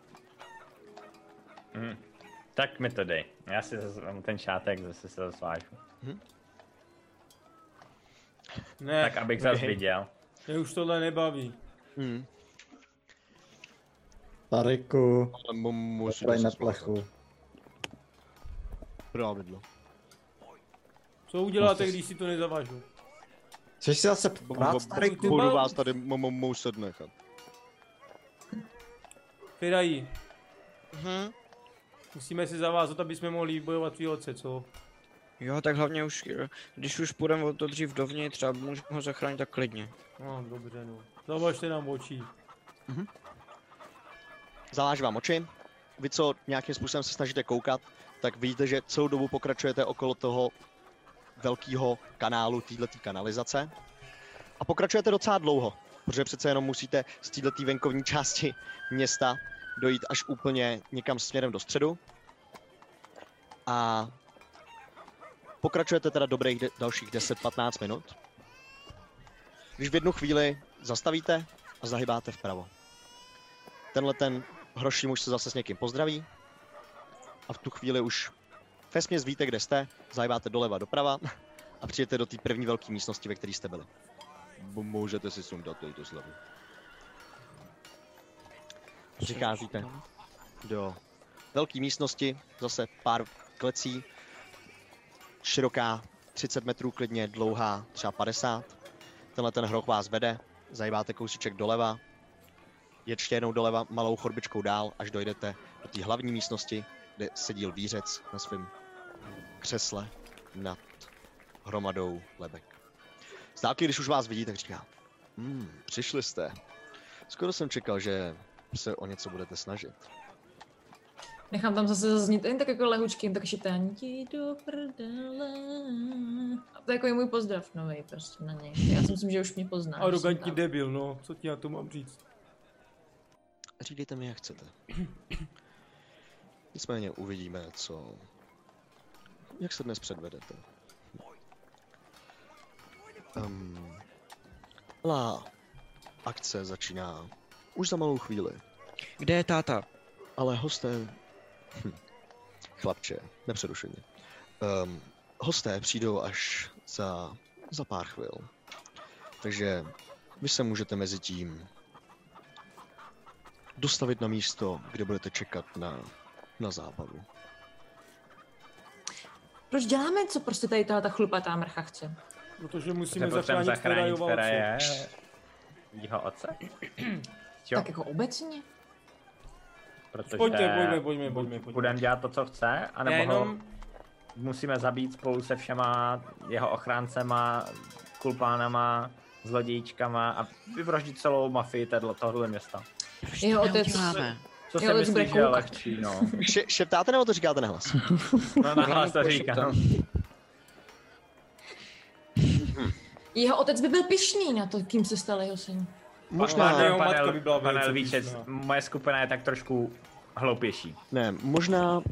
Tak mi to dej. Já si ten šátek zase se svážu. Ne. Tak abych zase viděl. Mě už tohle nebaví. Tariku, musím na plechu. Pravidlo. Co uděláte, když si to nezavážu? Chceš si zase prát, Tariku? Budu vás tady muset nechat. Firají. Musíme si zavázat, aby jsme mohli bojovat tvý otce, co? Jo, tak hlavně už, když už půjdeme o to dřív dovnitř, třeba můžeme ho zachránit tak klidně. No, dobře, no. Zavažte nám oči. Zavážu vám oči. Vy, co nějakým způsobem se snažíte koukat, tak vidíte, že celou dobu pokračujete okolo toho velkého kanálu, této kanalizace. A pokračujete docela dlouho, protože přece jenom musíte z této venkovní části města dojít až úplně někam směrem do středu. A pokračujete teda dobrých dalších 10-15 minut. Když v jednu chvíli zastavíte a zahybáte vpravo. Tenhle ten hroší muž se zase s někým pozdraví. A v tu chvíli už vesměs víte, kde jste, zahybáte doleva doprava a přijdete do té první velké místnosti, ve které jste byli. Můžete si sundat tu slavu. Přicházíte do velké místnosti, zase pár klecí, široká 30 metrů klidně, dlouhá třeba 50. Tenhle ten hroch vás vede, zahybáte kousíček doleva, ještě jednou doleva malou chodbičkou dál, až dojdete do té hlavní místnosti, kde sedí lvířec na svém křesle nad hromadou lebek. Z dálky, když už vás vidí, tak říká, přišli jste. Skoro jsem čekal, že se o něco budete snažit. Nechám tam zase zaznít jen tak jako lehučkým, tak šeptání ti do prdele. A to je jako je můj pozdrav novej prostě na něj. Já si myslím, že už mě pozná. Arrogantní debil, no. Co ti na to mám říct? Říkejte mi, jak chcete. Nicméně uvidíme, jak se dnes předvedete. Akce začíná už za malou chvíli. Kde je táta? Ale hosté... Chlapče, nepřerušuj mě. Hosté přijdou až za pár chvil. Takže vy se můžete mezi tím dostavit na místo, kde budete čekat na zábavu. Proč děláme, co prostě tady ta chlupatá mrcha chce? Protože musíme zachránit Feraje, jeho otce. Tak jako obecně? Protože pojďme. budeme dělat to, co chce, anebo ho musíme zabít spolu se všema jeho ochráncema, kulpánama, zlodějíčkama a vyvraždit celou mafii tohohle města. Jeho otec... Co si myslíš, že je lehčí, no? Šeptáte nebo to říkáte nahlas? No nahlas to říkám. Jeho otec by byl pyšný na to, kým se stal jeho syn. Možná pan Elvíčec, moje skupina je tak trošku hloupější. Ne, možná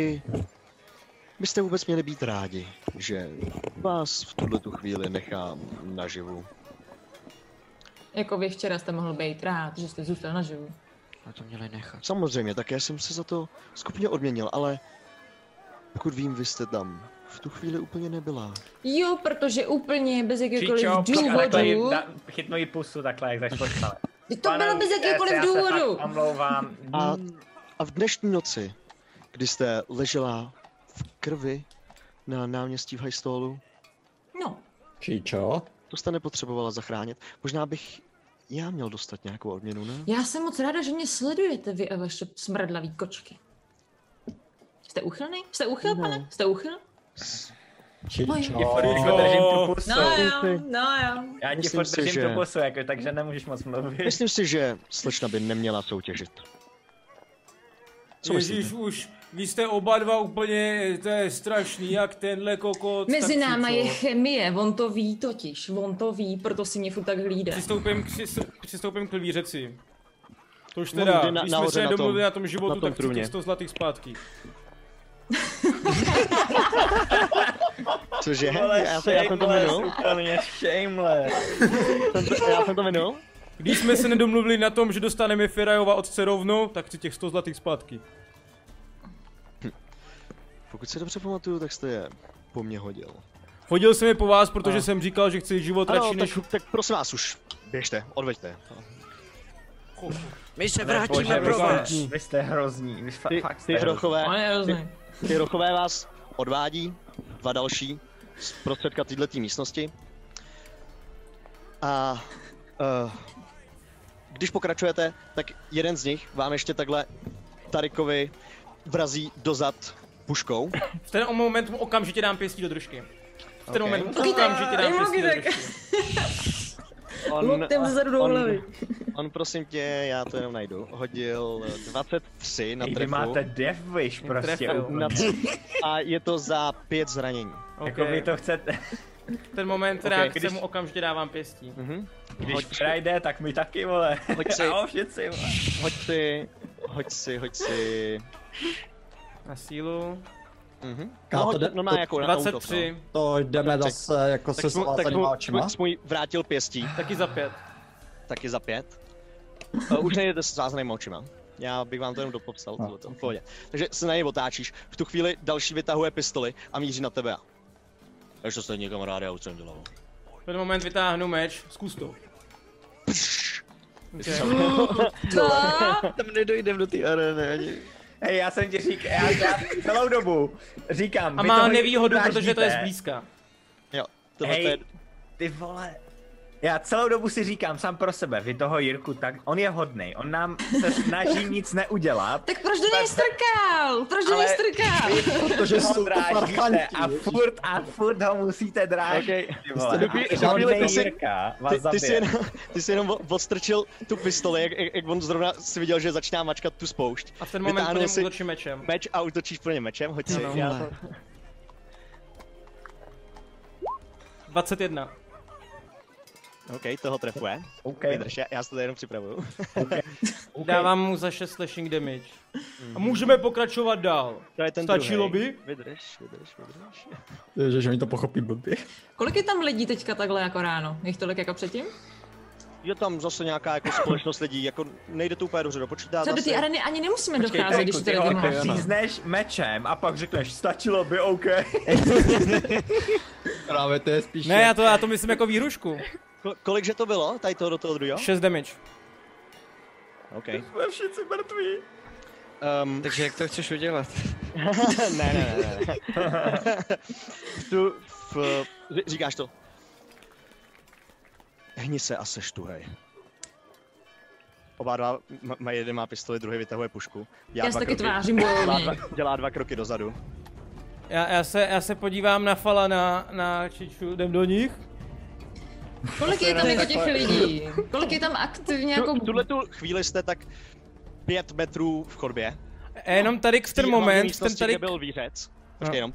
byste vůbec měli být rádi, že vás v tuhletu chvíli nechám naživu. Jako vy včera jste mohl být rád, že jste zůstal naživu. A to měli nechat. Samozřejmě, také jsem se za to skupně odměnil, ale pokud vím, vy jste tam v tu chvíli úplně nebyla. Jo, protože úplně bez jakékoliv důvodu. Chytnu jí pusu takhle, jak začalo stále. To bylo bez jakékoliv důvodu. Omlouvám. A v dnešní noci, kdy jste ležela v krvi na náměstí v Highstallu, no. Číčo? To jste nepotřebovala zachránit. Možná bych já měl dostat nějakou odměnu, ne? Já jsem moc ráda, že mě sledujete, vy a vaše smradlavý kočky. Jste úchylný? Jste úchyl, pane? Jste úchyl? Číčo. Držím tu pusu. No jo. Já ti furt držím tu pusu, jako, takže nemůžeš moc mluvit. Myslím si, že slečna by neměla soutěžit. Co Ježíš, už vy jste oba dva úplně, to je strašný, jak tenhle kokot. Mezi náma je chemie, on to ví totiž, proto si mě furt tak hlídá. Přistoupím k lvířeci. To už teda, když jsme se nedomluvili na tom životu, tak chci těch 100 zlatých zpátky. Cože? Já jsem to minul? Já jsem to minul? Když jsme se nedomluvili na tom, že dostaneme Ferajova otce rovnou, tak chci těch 100 zlatých zpátky. Pokud se dobře pamatuju, tak jste je po mně hodil. Hodil jsem je po vás, protože jsem říkal, že chci život radši než... Tak prosím vás už, běžte, odveďte. My se vrátíme pro vás. Vy jste hrozní, Ty rochové vás odvádí, dva další z prostředka této místnosti. A když pokračujete, tak jeden z nich vám ještě takhle Tarikovi vrazí dozad puškou. V ten moment mu okamžitě dám pěstí do držky. V ten moment mu okamžitě dám pěstí do držky. On prosím tě, já to jenom najdu, hodil 23 na trefu. Vy máte death wish prostě. A je to za 5 zranění. Okay. Jako vy to chcete. Ten moment reakce mu okamžitě dávám pěstí. Když Friday, tak my taky, vole. Všichni, vole. Hoď si. Na sílu. Jako 23. To jdeme zase jako se svázenýma očima. Tak můj vrátil pěstí. Taky za 5. Taky za 5. Už nejdete s svázenýma očima. Já bych vám to jenom dopopsal. V pohodě. Takže se na něj otáčíš. V tu chvíli další vytahuje pistoli a míří na tebe. Takže to stejně kamaráde, já už jsem dělal. V ten moment vytáhnu meč, zkus to. Tam nedojdem do té arény ani. Hej, já jsem ti říkal, já celou dobu říkám. A má nevýhodu, protože to je zblízka. Jo, hej, ty vole. Já celou dobu si říkám sám pro sebe, vy toho Jirku, tak on je hodnej, on nám se snaží nic neudělat. Tak proč do něj strkal? Protože jsou drážíte a furt ho musíte drážit. Ty jsi jenom odstrčil tu pistoli, jak on zrovna si viděl, že začíná mačkat tu spoušť. A v ten moment po něm útočí mečem. Meč a útočíš po něm mečem, hoď si. 21. OK, toho trefuje. Okay. Vydrž, já se to jenom připravuju. Okay. Dávám mu za 6 slashing damage. A můžeme pokračovat dál. To je ten Stačilo by? Vydrž. Ježe, že mi to pochopí blbě. Kolik je tam lidí teďka takhle jako ráno? Je jich tolik jako předtím? Je tam zase nějaká jako společnost lidí, jako nejde to úplně dobře do počítat. Co do té areny ani nemusíme docházet, když tady máš. Řízneš mečem a pak řekneš, stačilo by, OK. Právě to je spíš... Ne, já to myslím jako výhrušku. Kolikže to bylo, tady toho do toho druhého? 6 damage. OK. Jsme všichni mrtví. Takže jak to chceš udělat? ne. Říkáš to. Hni se a seš tuhej. Oba dva jeden má pistoli, druhý vytahuje pušku. Já se taky tvářím bojovně. Dělá 2 kroky dozadu. Já se podívám na Fala na Čiču, jdem do nich. Kolik je tam jako těch lidí? Kolik je tam aktivně jako... V tuhletu chvíli jste tak 5 metrů v chodbě. Jenom tady v ten moment, ten tady... byl výřec. Počkej jenom.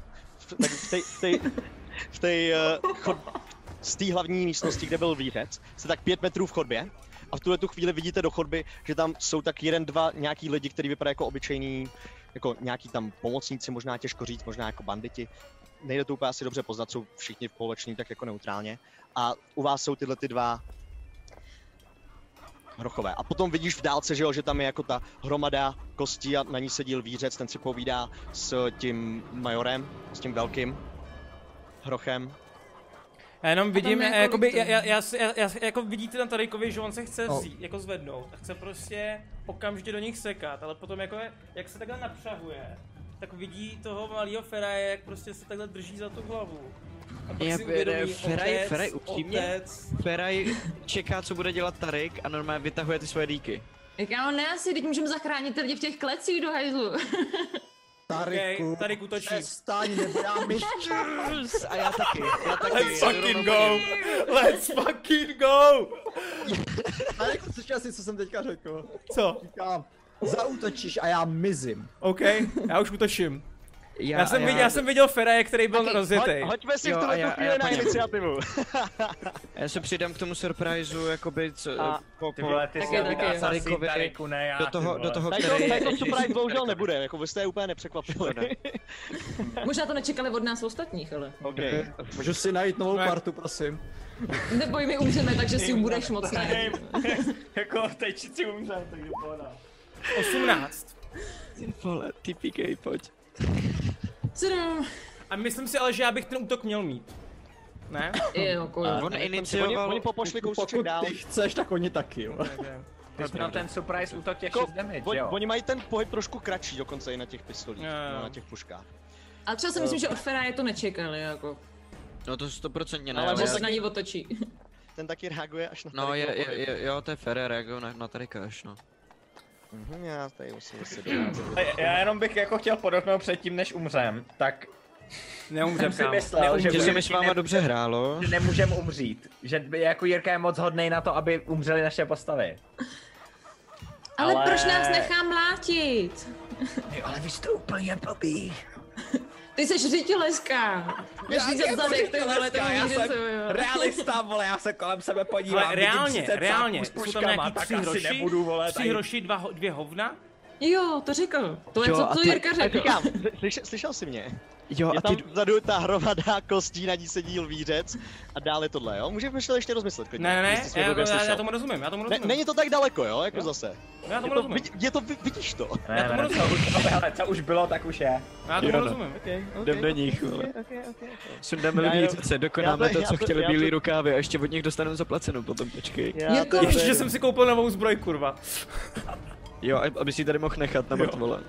Z té hlavní místnosti, kde byl výřec, jste tak 5 metrů v chodbě. A v tuhletu chvíli vidíte do chodby, že tam jsou tak 1-2 nějaký lidi, kteří vypadají jako obyčejní, jako nějaký tam pomocníci, možná těžko říct, možná jako banditi. Nejde to úplně asi dobře poznat, jsou všichni poleční tak jako neutrálně. A u vás jsou tyhle ty 2 hrochové. A potom vidíš v dálce, že tam je jako ta hromada kostí a na ní sedí výřec, ten si povídá s tím majorem, s tím velkým hrochem. Já jenom vidím, já jako vidíte na Tarykovi, že on se chce jako zvednout a chce prostě okamžitě do nich sekat, ale potom jako jak se takhle napřahuje, tak vidí toho malého Feraje, jak prostě se takhle drží za tu hlavu. A pak si uvědomí, Feraj upřímně, Feraj čeká, co bude dělat Taryk a normálně vytahuje ty svoje díky. Kámo, ne asi, teď můžeme zachránit ty lidi v těch klecích do hajzlu. Taryk útočí. Přestaň, nebo já A já taky. Let's fucking go! Let's fucking go! Taryk, slyšel jsi, co jsem teďka řekl? Co? Říkám, zaútočíš a já mizím. OK, já už útočím. Já jsem viděl Feraje, který byl rozjetej. Hoďme si v tuhle chvíli na iniciativu. Já se přidám k tomu surpriseu, jakoby co... Ty vole, ty si Taryku, ne já, do toho, který... Tady to surprise bohužel nebude, jako vy jste je úplně nepřekvapili. Možná to nečekali od nás ostatních, ale... Okay. Můžu si najít novou kartu, prosím. Neboj, my umřeme, takže si budeš moc najít. Jako teď si umřem, takže pohodá. 18. Ty vole, typikej, pojď. 7. A myslím si ale, že já bych ten útok měl mít. Ne? Jo. On inicioval... Oni popošli kouseček dál. Pokud ty chceš, tak oni taky, jo. Ty jsi měl ten surprise útok těch 6 damage, jo? Oni mají ten pohyb trošku kratší dokonce i na těch pistolích, na těch puškách. Ale třeba si myslím, že od Feraje to nečekali, jako. No to 100% ne, ale se na ní otočí. Ten taky reaguje až na Taryka. No jo, to je Feraj, reaguje na Taryka až, no. Já tady musím si Já jenom bych jako chtěl podotknout předtím, než umřem, tak... Neumřem, si myslel, že se mi s váma dobře hrálo. Že nemůžem umřít. Že jako Jirka je moc hodnej na to, aby umřeli naše postavy. Ale proč nás nechá mlátit? Ale vy jste úplně blbý. Ty jsi řitileska. Já jsem realista, vole, já se kolem sebe podívám. Ale reálně, jsou tam nějaký 3 hroši, 2 hovna? Jo, to řekl. To je, co Jirka řekl. Říkám, slyšel jsi mě? Jo, je tam vzadu ta hromada kostí, na ní sedí lvířec a dále tohle, jo? Můžeme ještě rozmyslet. Ne, já tomu rozumím, Není to tak daleko, jo, jako zase. Já tomu rozumím. Vidíš to? Já tomu rozumím. Ale co už bylo, tak už je. Já tomu rozumím. Jdem do nich, vole. Sundáme lvířce, dokonáme to, co chtěli bílý rukávy a ještě od nich dostaneme zaplacenou potom, počkej. Ještě jsem si koupil novou zbroj, kurva. Jo, aby si ji tady mohl nechat na mrtvole.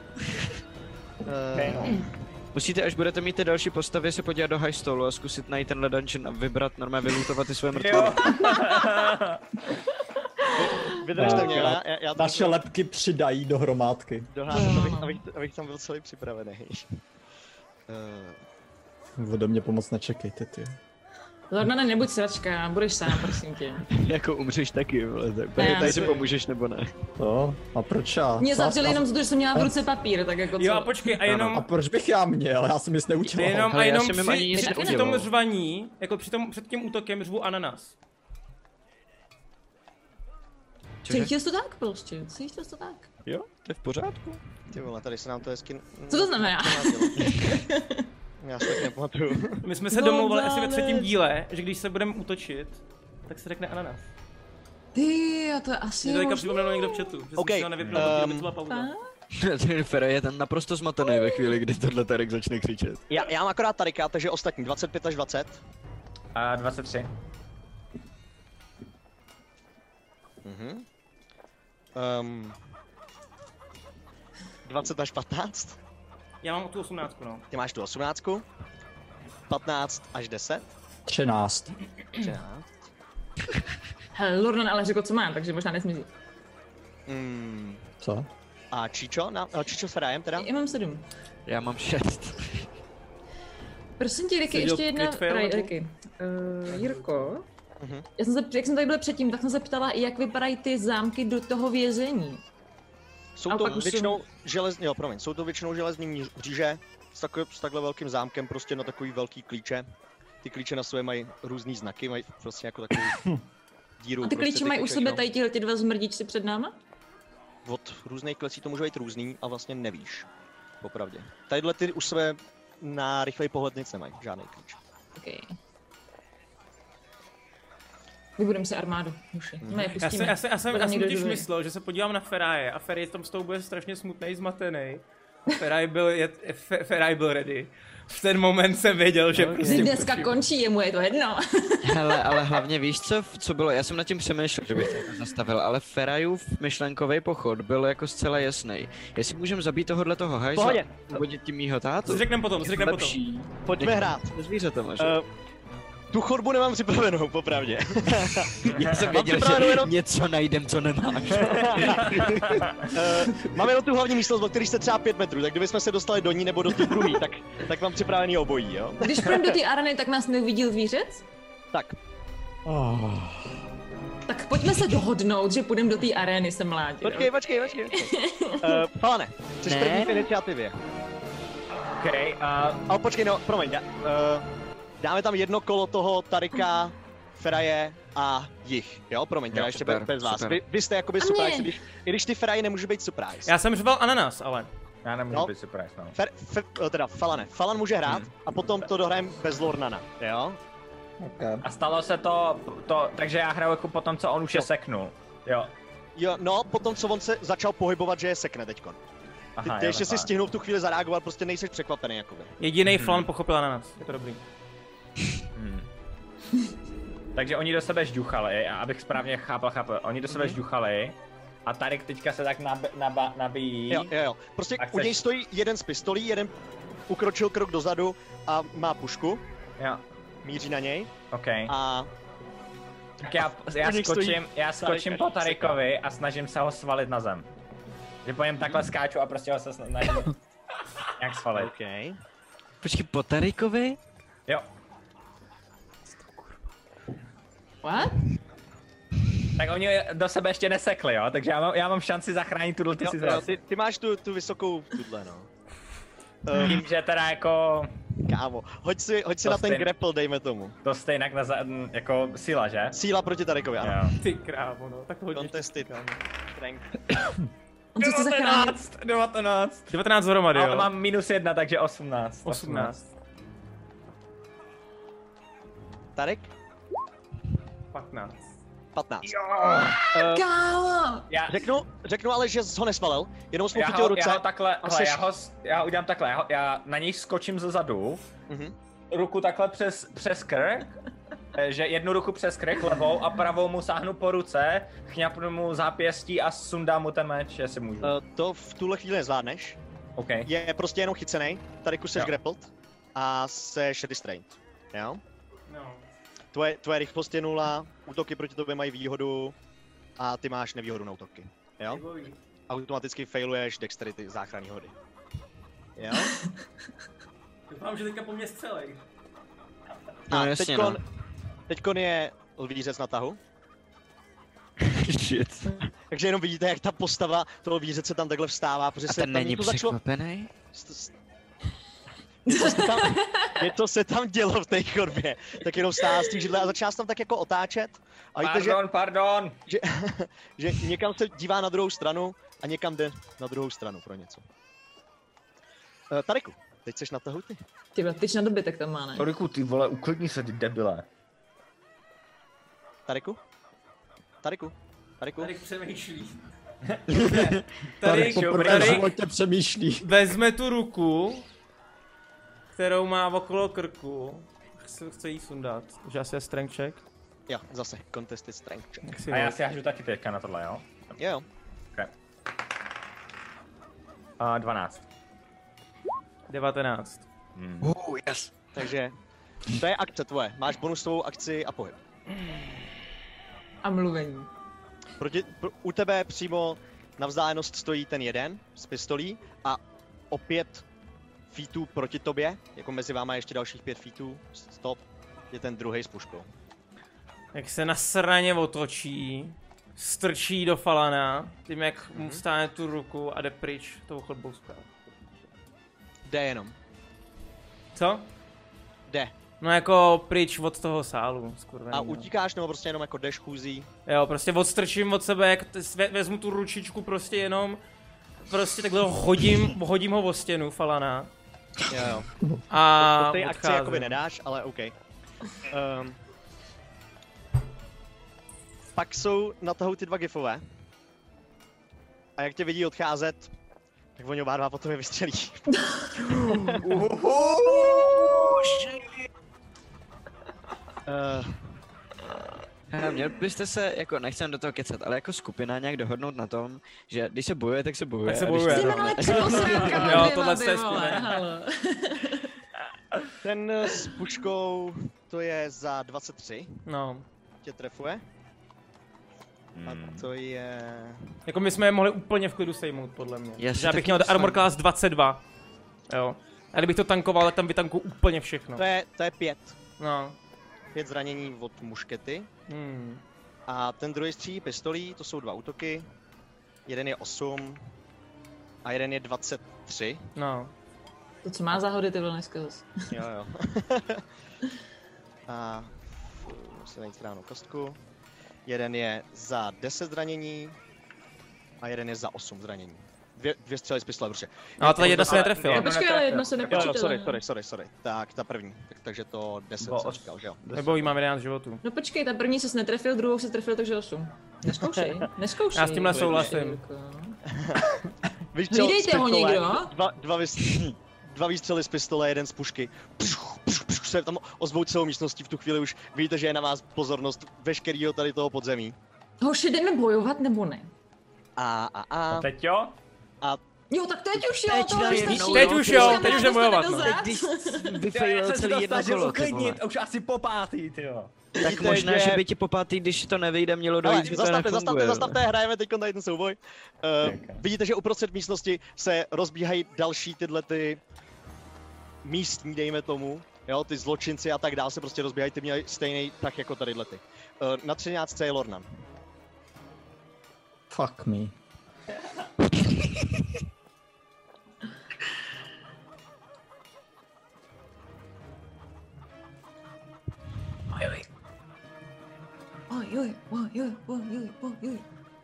Musíte, až budete mít ty další postavy, se podívat do high stolu a zkusit najít tenhle dungeon a vybrat, normálně vylootovat ty své mrtvoly. Vydržte mě, naše lepky přidají do hromádky. Abych tam byl celý připravený. Ode mě pomoc nečekejte, ty. Lordane, nebuď sračka, budeš sám, prosím tě. Jako umřeš taky, vole, tak tady si pomůžeš nebo ne? No, a proč já? Mě zavřeli jenom za to, že jsem měla v ruce papír, tak jako co? Jo a počkej, a jenom... A proč bych já měl? Já jsem nic neudělal. A jenom při tom řvaní, jako před tím útokem řvu ananas. Cítil jsi to tak prostě, cítil jsi to tak. Jo, to je v pořádku. Ty vole, tady se nám to hezky... Co to znamená? Já si tak nepamatuju. My jsme se domlouvali asi ve 3. díle, že když se budeme útočit, tak se řekne ananas. Ty, to je asi mě to teďka připomnělo někdo v chatu, že jsem si ho nevypnul, protože byla pauza. Fera je ten naprosto zmatený ve chvíli, kdy tohle Tarek začne křičet. Já mám akorát Tarika, takže ostatní 25 až 20. A 23. 20 až 15. Já mám tu 18, no. Ty máš tu 18. 15 až 10. 13. 13. Hele, Lornan ale řekl, co mám, takže možná nesmizí. Co? A Čičo? Čičo s Ferajem teda? Já mám 7. Já mám 6. Prosím tě, Ricky, ještě jedna... Ricky. Jirko, jak jsem tady byl předtím, tak jsem se ptala, jak vypadají ty zámky do toho vězení. Jsou to většinou jsou to většinou železní mříže s takhle velkým zámkem, prostě na takový velký klíče. Ty klíče na sobě mají různý znaky, mají prostě jako takovou díru. A ty klíče mají u sebe tady ty dva zmrdičci před náma? Od různých klecí to může být různý a vlastně nevíš. Popravdě. Tadyhle ty u sebe na rychlej pohled nic nemají, žádný klíč. Okay. Vybudeme se armádu, muši. Já jsem totiž myslel, že se podívám na Feraje a Feraj tam s tou bude strašně smutnej, zmatený. Feraj byl ready. V ten moment jsem věděl, že prostě... Dneska končí, jemu je to jedno. Hele, ale hlavně víš co bylo, já jsem nad tím přemýšlel, že bych to zastavil, ale Ferajův myšlenkový pochod byl jako zcela jasný. Jestli můžeme zabít tohohletoho hajzla, uvodit tím mýho tátu? Řekneme potom. Pojďme hrát. Zvířata máš. Tu chodbu nemám připravenou, popravdě. Já jsem věděl, že jenom... něco najdem, co nemáš. Máme jenom tu hlavní místnost, o který jste třeba 5 metrů, tak kdybychom se dostali do ní nebo do té druhé, tak mám připravený obojí, jo? Když půjdeme do té areny, tak nás neuvidí zvířec? Tak. Tak pojďme se dohodnout, že půjdeme do té arény, jsem mládě. Počkej. Falane, jsi první v iniciativě. Okay, ale počkej, no, promiň, dáme tam jedno kolo toho Tarika, Feraje a jich, jo? Promiň, teda ještě bez vás. Vy jste jakoby surprise, i když ty Feraje nemůže být surprise. Já jsem řval ananas, ale... Já nemůžu být surprise, no. Teda Falane. Falan může hrát a potom to dohrajeme bez Lornana, jo? Okay. A stalo se to, takže já hraju jako potom, co on už je seknul, jo? Jo, no, potom, co on se začal pohybovat, že je sekne teďkon. Ty ještě si stihnul v tu chvíli zareagovat, prostě nejseš překvapený, jakoby. Jedinej Falan pochopil ananas, je to dobrý. Takže oni do sebe žduchali, abych správně chápal, oni do sebe žduchali a Tarik teďka se tak nabíjí. Jo. Prostě u něj stojí jeden z pistolí, jeden ukročil krok dozadu a má pušku. Jo. Míří na něj. OK. A... Tak já skočím po Tarikovi a snažím se ho svalit na zem. Že po něm takhle skáču a prostě ho se snažím nějak svalit. OK. Počkej, po Tarikovi? Jo. What? Tak oni do sebe ještě nesekli, jo? Takže já mám šanci zachránit tuhle situaci. Ty máš tu vysokou tuhle, no. Tím, že teda jako... Kámo, hoď si na ten grapple, dejme tomu. To stejnak jako síla, že? Síla proti Tarikovi, ano. Ty krávo, no, tak to hodně. Contested, strength. 19 dohromady, jo. Ale mám -1, takže 18. Tarek? 15. Kámo! Řeknu ale, že jsi ho nesvalil, jenom jsme chytil ruce. Já udělám takhle, já na něj skočím zezadu, ruku takhle přes krk, že jednu ruku přes krk, levou a pravou mu sáhnu po ruce, chňapnu mu zápěstí a sundám mu ten meč, jestli můžu. To v tuhle chvíli nezvládneš. Okay. Je prostě jenom chycenej, tady seš grappled a seš restrained, jo? No. Tvoje rychlost je 0, útoky proti tobě mají výhodu a ty máš nevýhodu na útoky, jo? Automaticky failuješ dexterity záchranný hody. Jo? Doufám, že teďka po mě střelej. A teďkon je lvířec na tahu. Shit. Takže jenom vidíte, jak ta postava toho lvířece tam takhle vstává, protože se tam není překvapený? Něco se tam dělo v té chodbě, tak jenom stál z těch židle a začal tam tak jako otáčet. A víte, pardon. Že někam se dívá na druhou stranu a někam jde na druhou stranu pro něco. Tariku, teď seš na tahu ty. Ty vole, tyč na dobytek tam má, ne? Tariku, ty vole, uklidni se, ty debile. Tariku? Tarik přemýšlí. Tarik poprvé v životě přemýšlí. Vezme tu ruku, kterou má okolo krku. Chce jí sundat. Že asi je strength check. Jo, zase, contested strength check. A já si hážu taky teďka na tohle, jo? Jo. Okay. 12. 19. Yes. Takže to je akce tvoje. Máš bonusovou akci a pohyb. A mluvení. U tebe přímo na vzdálenost stojí ten jeden z pistolí a o 5 feetů proti tobě, jako mezi váma ještě dalších 5 feetů, stop, je ten druhý s puškou. Jak se nasraně otočí, strčí do Falana, tím jak mu stáne tu ruku a jde pryč tou chodbou zpráv. Jde jenom. Co? Jde. No jako pryč od toho sálu, skurvený. A utíkáš nebo prostě jenom jako jdeš chůzí? Jo, prostě odstrčím od sebe, jak vezmu tu ručičku prostě jenom, prostě takhle hodím ho o stěnu Falana. Jo. A to ty akci jakoby nedáš, ale OK. Pak jsou na tahu ty dva gifové. A jak tě vidí odcházet, tak oni oba dva potom je vystřelí. Měl byste se, jako nechcem do toho kecat, ale jako skupina nějak dohodnout na tom, že když se bojuje, tak se bojuje. Tak se bojuje. Jo, tohle je Ten s puškou, to je za 23. No. Tě trefuje. A to je... Jako my jsme je mohli úplně v klidu sejmout, podle mě. Yes, že já bych měl armor class 22. Jo. A kdybych to tankoval, tak tam vytankuju úplně všechno. To je 5. No. 5 zranění od muškety. A ten druhý střílí pistolí, to jsou 2 útoky. Jeden je 8 a jeden je 23. No. To co má záhody ty dneska zase. Jo. A musím najít správnou kostku. Jeden je za 10 zranění a jeden je za 8 zranění. Dvě střely z pistole, prostě. No to jedna se netrefila. Počkej, ale jedno se nepočítalo. Sorry. Tak, ta první. Takže to 10 jsem říkal, že jo? Nebo jí máme 11 životů. No počkej, ta první se netrefil, druhou se trefil, takže 8. Neskoušej. Já s tímhle souhlasím. Hlídejte ho někdo? Dva výstřely z pistole, jeden z pušky. Se tam ozvou celou místností, v tu chvíli už vidíte, že je na vás pozornost veškerýho tady toho podzemí. Hoši, jdeme bojovat nebo ne? A teď jo? Jo, tak teď už jo, teď už jdeme bojovat, no. Když vyfejlil celý jedno kolo, uklidnit, už asi po pátý, tyjo. Tak možná, že by ti po pátý, když to nevyjde, mělo dojít, že to nefunguje. Zastavte, hrajeme teď tady ten souboj. Vidíte, že uprostřed místnosti se rozbíhají další tyhle ty místní, dejme tomu. Jo, ty zločinci a tak dál se prostě rozbíhají, ty měli stejný tak jako tadyhle ty. Na 13 je Lornan. Fuck me. Oj.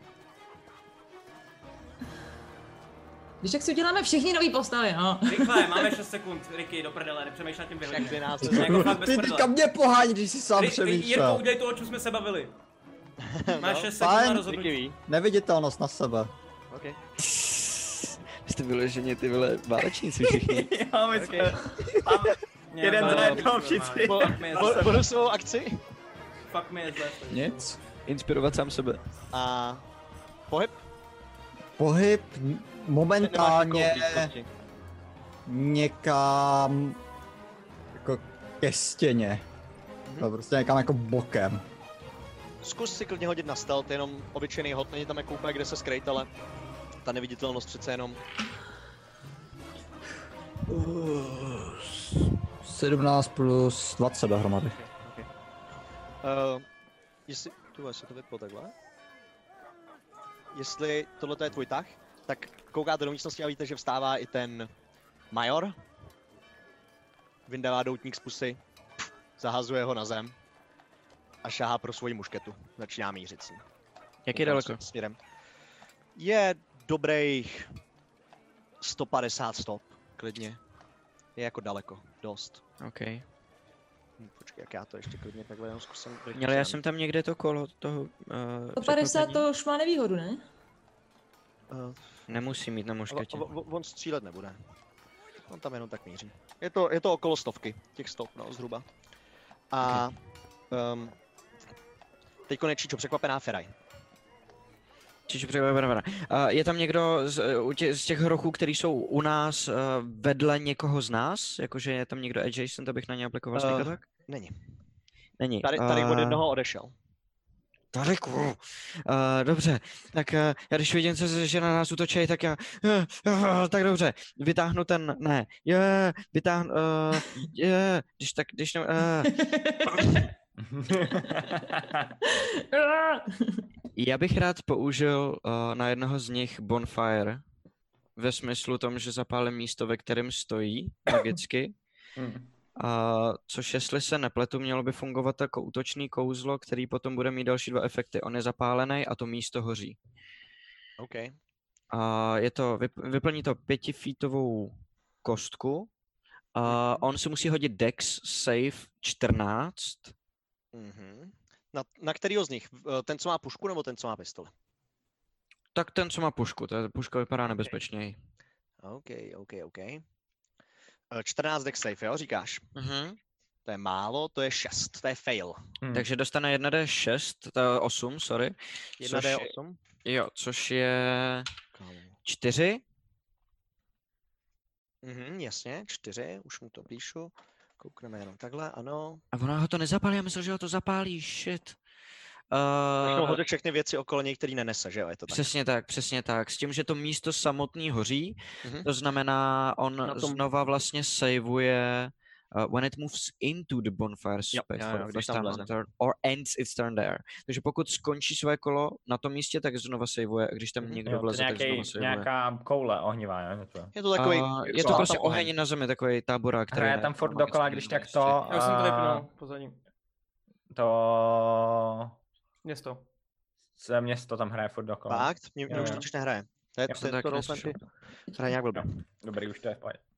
Když tak si uděláme všichni nový postavy, no. Rychle, máme 6 sekund, Ricky, do prdele, nepřemýšlej nad tím vyhodit. Ty teďka mě pohání, když jsi sám přemýšlel. Jirko, udělej to, o čem jsme se bavili. Máš 6 sekund na rozhodnutí. Neviditelnost na sebe. Okay. Jste vyloženě ty vole válečníci všichni. Jo, my jsme... Jeden za jednoho všichni. Bonusovou akci? Fuck me je zle. Nic. Inspirovat sám sebe. A pohyb? Pohyb momentálně někam jako ke stěně. No, prostě někam jako bokem. Zkus si klidně hodit na stealth, jenom obyčejný hod, není tam jako úplně kde se skrejt, ale ta neviditelnost přece jenom. 17 plus 20 dohromady. Okay. Jestli to vyplo takhle? Jestli tohle je tvůj tah, tak koukáte do místnosti a víte, že vstává i ten major. Vyndává doutník z pusy, zahazuje ho na zem a šáhá pro svoji mušketu. Začíná mířit s ním. Jak je daleko? Směrem. Je dobrých 150 stop, klidně. Je jako daleko, dost. OK. Počkej, jak já to ještě klidně takhle jenom zkusím. Ale já jsem tam někde to kolo toho... 150 to už má nevýhodu, ne? Nemusí mít na mušketě. On střílet nebude. On tam jenom tak míří. Je to okolo 100, těch 100, no, zhruba. A teďko je Číčo překvapená Feraj. Číčo překvapená. Je tam někdo z těch hrochů, kteří jsou u nás vedle někoho z nás? Jakože je tam někdo adjacent, abych na ně aplikoval sneak attack? Není. Není. Tady od jednoho odešel. Tadyku. Dobře, tak já když vidím, že na nás útočí, tak já... tak dobře, vytáhnu ten... Ne. Vytáhnu... Když ne... Já bych rád použil na jednoho z nich bonfire. Ve smyslu tom, že zapálím místo, ve kterém stojí, logicky. Což jestli se nepletu, mělo by fungovat jako útočný kouzlo, který potom bude mít další 2 efekty. On je zapálený a to místo hoří. OK. Je to, vyplní to 5feetovou kostku. On si musí hodit Dex save 14. Na kterýho z nich? Ten, co má pušku, nebo ten, co má pistoli? Tak ten, co má pušku. Ta puška vypadá nebezpečněji. OK. 14 dex save, jo, říkáš? To je málo, to je 6, to je fail. Takže dostane 1d6, to je 8, sorry. 1d8? Jo, což je 4. Jasně, 4, už mu to píšu. Koukneme jenom takhle, ano. A ona ho to nezapálí, já myslel, že ho to zapálí, shit. Hodit všechny věci okolo něj, který nenese, že jo? Je to tak. Přesně tak. S tím, že to místo samotný hoří, to znamená, on znova vlastně saveuje when it moves into the bonfire space for the first time on turn, or ends its turn there. Takže pokud skončí své kolo na tom místě, tak znova saveuje, a když tam někdo vleze, tak znova saveuje. Nějaká koule ohnivá, jo? Je to takový... je to prostě oheň na zemi, takový táborák, který... Hraje tam furt dokola, když tak to... Já jsem to vypnul, pozadí. To... Město. Město tam hraje furt dokola. Fakt? Mě už totiž nehraje. To je to roleplanty. To hraje nějak blbě. Dobrý, už to je v pohodě.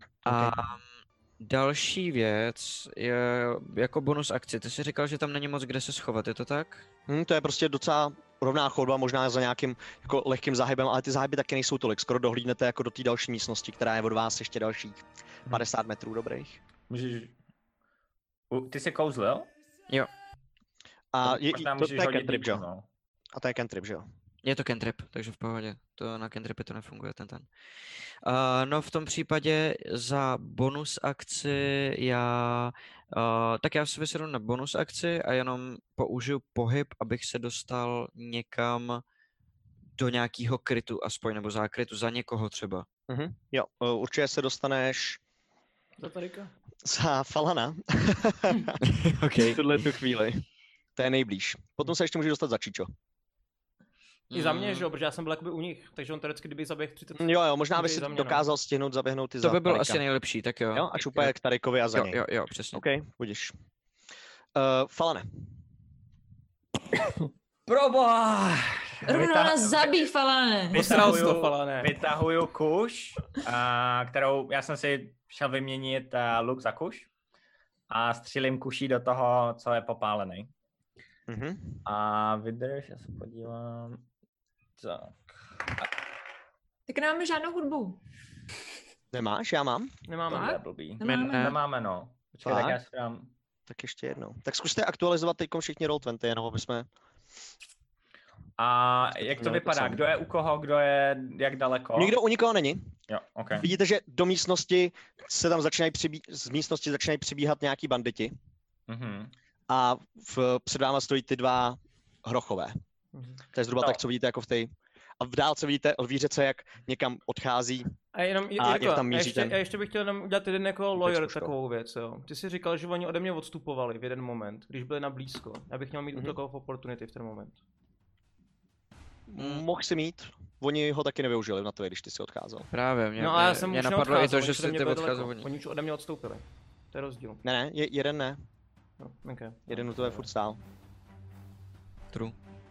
Další věc je jako bonus akci. Ty jsi říkal, že tam není moc kde se schovat, je to tak? To je prostě docela rovná chodba, možná za nějakým jako lehkým zahybem, ale ty zahyby taky nejsou tolik. Skoro dohlídnete jako do té další místnosti, která je od vás ještě dalších 50 metrů dobrých. Můžeš... Ty jsi kouzlil? Jo. A to je cantrip, že jo? A to je cantrip, že jo? Je to cantrip, takže v pohodě. To na cantripy to nefunguje, ten. No v tom případě za bonus akci tak já si vysedu na bonus akci a jenom použiju pohyb, abych se dostal někam do nějakého krytu aspoň, nebo zákrytu za někoho třeba. Jo, určitě se dostaneš... Za Tadyka. Za Falana. Okay. V tuhle tu chvíli. To je nejblíž. Potom se ještě může dostat za Číčo. I za mě, že jo, protože já jsem byl jakoby u nich, takže on teoreticky, kdyby zaběh 30... Jo, možná by si dokázal stihnout zaběhnout ty za To by bylo Tadyka. asi nejlepší, tak jo. Jo, a šupaje k Tadykovi a za něj. Jo, přesně. OK, budíš. Falane. Proboha! Rovno nás zabij, Falane. Vytahuju kuš, kterou já jsem si šel vyměnit luk za kuš a střílím kuší do toho, co je popálený. A vydrž, já se podívám. Tak. Tak nemáme žádnou hudbu. Nemáš? Já mám? Nemáme. Blbý. Nemáme, no. Počkej, tak já si dám. Tak ještě jednou. Tak zkuste aktualizovat teďkom všichni Roll20, jenom aby jsme... A jak to vypadá? Kdo je u koho, kdo je jak daleko? Nikdo u nikoho není. Jo, okay. Vidíte, že do místnosti se tam z místnosti začínají přibíhat nějaký banditi. A před váma stojí ty 2 hrochové. To je zhruba tak, co vidíte jako v té... A v dálce vidíte odvířece, jak někam odchází. A jenom jak tam míří já ještě bych chtěl jenom udělat jeden jako lawyer takovou věc, jo. Ty jsi říkal, že oni ode mě odstupovali v jeden moment, když byli na blízko. Já bych měl mít útokovou opportunity v ten moment. Mohl si mít. Oni ho taky nevyužili na to, když ty si odcházel. Právě, mě napadlo i to, že jsi ty odcházel. Oni už ode mě odstoupili. To je rozdíl. Ne, jeden ne. No, okay. Jeden to je furt stál. True.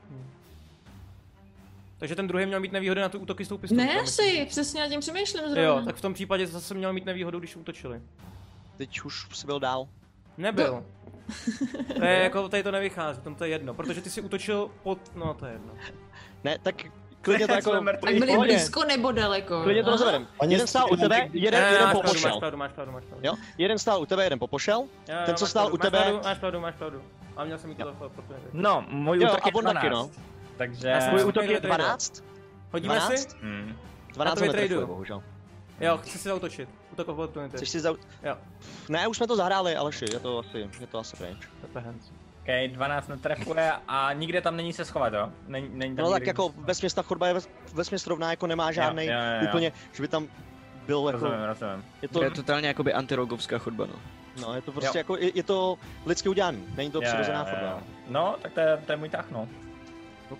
Takže ten druhý měl mít nevýhody na tu útoky s tou pistolí. Ne, asi, přesně na tím přemýšlím zrovna. Jo, tak v tom případě zase měl mít nevýhodu, když útočili. Teď už si byl dál. Nebyl. To je jako, tady to nevychází, tam to je jedno, protože ty si útočil pod, no to je jedno. Ne, tak klidně to jako... Tak byli blízko nebo daleko? Klidně to rozvedem. Jeden stál u tebe, jeden popošel. Máš pravdu. Jo? Jeden stál u tebe, jeden popošel. Ten, co stál u tebe... Máš pravdu. A měl jsem jí to oportunitu. No, můj útok je 12. Taky, no. Takže... Můj útok je 12. Hodíme si? 12 netrefuje, bohužel. Jo, chci si zautočit. Útok oportunity. Chceš si Jo. Ne, už jsme to zahráli, Aleši, je to asi pryč. OK, 12 netrefuje a nikde tam není se schovat, jo? Není tam no tak jako vesměs ta chodba je vesměs rovná, jako nemá žádnej úplně, že by tam byl jako... Rozumím. Je totálně jakoby antirogovská chodba, no. No, je to prostě jako, je to lidsky udělaný, není to přirozená chodba. No, tak to je můj tah, no. OK.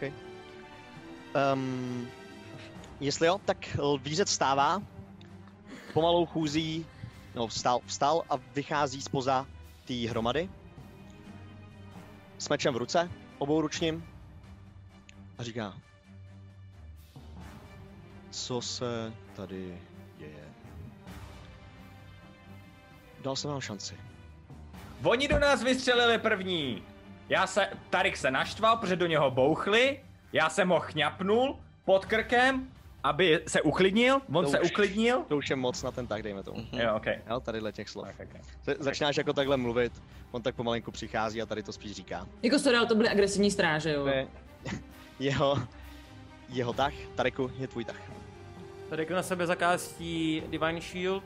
Jestli jo, tak lvířec vstává, pomalou chůzí, no vstal a vychází zpoza té hromady. S mečem v ruce, obouručním. A říká: co se tady děje? Dal jsem vám šanci. Oni do nás vystřelili první. Tarik se naštval, protože do něho bouchli. Já jsem ho chňapnul pod krkem, aby se uklidnil. On se uklidnil. To už je moc na ten tak, dejme tomu. Jo, okay. Jo, tadyhle těch slov. Okay. Začínáš jako takhle mluvit, on tak pomalinku přichází a tady to spíš říká. Jako sorry, to byly agresivní stráže, jo? Jeho tah, Tariku, je tvůj tah. Tarik na sebe zakástí Divine Shield.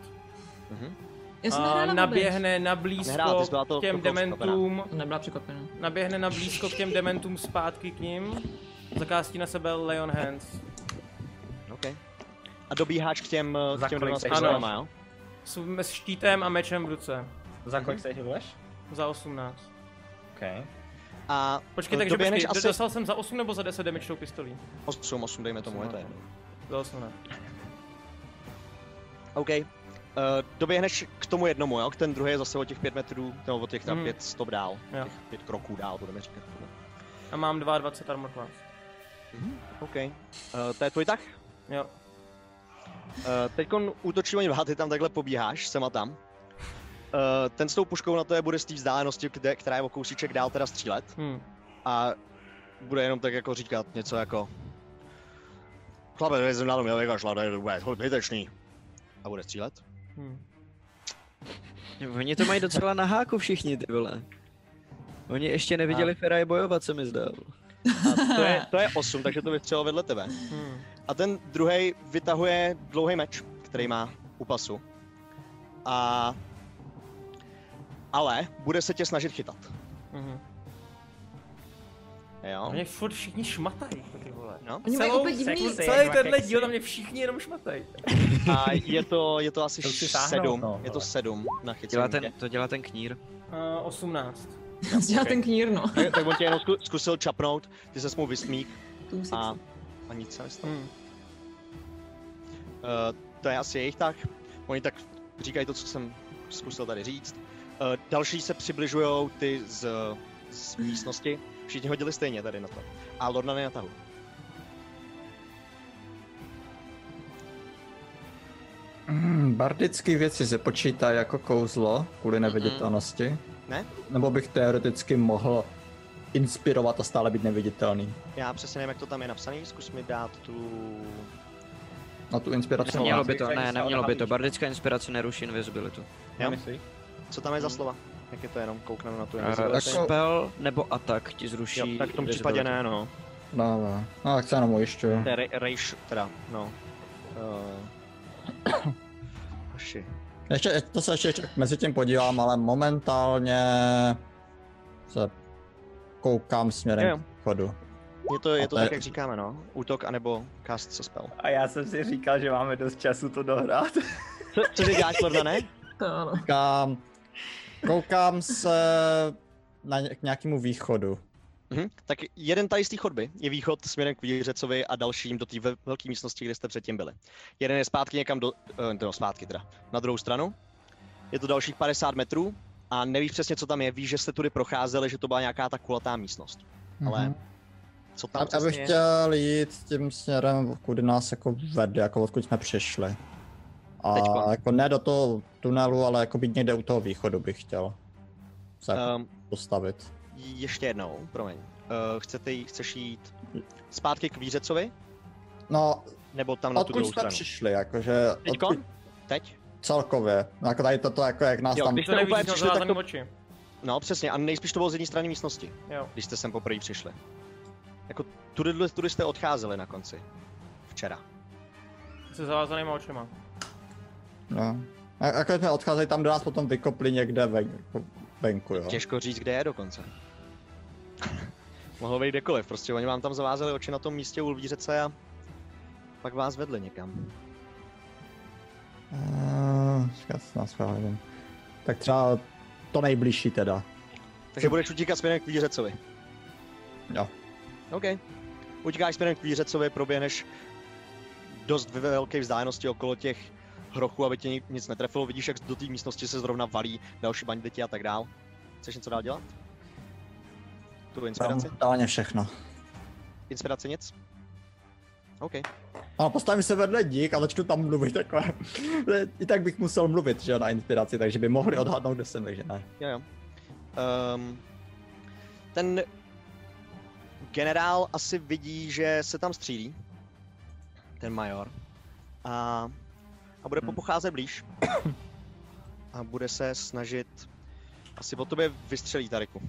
A naběhne na blízko k těm dementům. Nebyla překvapená. Naběhne na blízko k těm dementům zpátky k ním. Zakástí na sebe Leon Hands. OK. A dobíháš k těm 12 pozorama, jo? S štítem a mečem v ruce. Za kolik se healuješ? Za 18. OK. A počkej, takže asi... dostal jsem za 8 nebo za 10 damage tou pistolí? 8 dejme tomu, je to jedno. Za 8 ne. OK. Doběhneš k tomu jednomu, jo? Ten druhý je zase o těch 5 metrů, nebo o těch 5 stop dál. Těch 5 kroků dál, budeme říkat. A mám 22 armor class. OK. To je tvůj tah? Jo. Teďkon útočí oni dva, ty tam takhle pobíháš, sem a tam. Ten s tou puškou na to je bude z té vzdálenosti, která je o kousíček dál teda střílet. A bude jenom tak jako říkat něco jako: chlape, jsem na to měl vykašlat, to je zbytečný. A bude střílet. Oni to mají docela na háku všichni, ty vole. Oni ještě neviděli Feraj bojovat, se mi zdál. A to je 8, takže to vystřelilo vedle tebe. A ten druhý vytahuje dlouhý meč, který má u pasu. Ale bude se tě snažit chytat. Jo. Mě furt všichni šmatají, ty vole. No. Celý tenhle díl na mě všichni jenom šmatají. A je to asi 7, je to 7 na chycení. To dělá ten knír. 18. Dělá ten knír, no. Tak on tě jenom zkusil čapnout, ty ses mu vysmík a nic se nestalo. To je asi jejich tah. Oni tak říkají to, co jsem zkusil tady říct. Další se přibližujou ty z místnosti. Všichni hodili stejně tady na to. A Lorna je na tahu. Bardické věci se počítají jako kouzlo kvůli neviditelnosti. Ne? Nebo bych teoreticky mohl inspirovat a stále být neviditelný. Já přesně nevím, jak to tam je napsaný, zkus mi dát tu... Na tu inspiraci. Nemělo by to. Bardická inspirace neruší invisibilitu. Jo? Co tam je za slova? Jak je to jenom koukneme na tu invisibilitu? Spell nebo atak ti zruší. Jo, tak v tom případě ne, no. No, tak se jenom ujišťuju. To je rage, teda, no. Ještě mezi tím podívám, ale momentálně se koukám směrem k chodu. Je to tak, jak říkáme, no. Útok anebo cast se spell. A já jsem si říkal, že máme dost času to dohrát. Co ty děláš, Lorna, ne? Koukám se k nějakému východu. Tak jeden tady z té chodby je východ směrem k Vířecovi a dalším do té velké místnosti, kde jste předtím byli. Jeden je zpátky někam zpátky teda, na druhou stranu. Je to dalších 50 metrů a nevíš přesně, co tam je. Víš, že jste tudy procházeli, že to byla nějaká ta kulatá místnost. Ale co tam přesně je? Já bych chtěl jít tím směrem, kudy nás jako vede, jako odkud jsme přišli. A jako ne do toho tunelu, ale jako být někde u toho východu bych chtěl. se postavit. Ještě jednou, promiň. Chceš jít zpátky k Vířecovi? No, nebo tam na tu druhou stranu? Přišli, jakože... Teď? Celkově. Jako tady toto, jako jak nás tam... Když jste úplně přišli, tak to... No přesně, a nejspíš to bylo z jedné strany místnosti. Jo. Když jste sem poprvé přišli. Jako tudy jste odcházeli na konci. Včera. Se zavázanýma očima. No. Jako jsme odcházeli tam, do nás potom vykopli někde venku, jo. Těžko říct, kde je dokonce. Mohlo být kdekoliv, prostě oni vám tam zavázali oči na tom místě u Lvířece a pak vás vedli někam. Tak třeba to nejbližší teda. Takže budeš utíkat směrem k Vířecovi. Jo. OK. Utíkáš směrem k Vířecovi, proběhneš dost velké vzdálenosti okolo těch hrochů, aby tě nic netrefilo. Vidíš, jak do té místnosti se zrovna valí další banditi a tak dál. Chceš něco dál dělat? Tu inspiraci? Dále všechno. Inspiraci nic? OK. A postavím se vedle dík a začnu tam mluvit takhle. I tak bych musel mluvit, že na inspiraci, takže by mohli odhadnout, kde jsem, takže ne. Jo. Ten generál asi vidí, že se tam střílí. Ten major. A bude pocházet blíž. A bude se snažit asi po tobě vystřelí Tariku.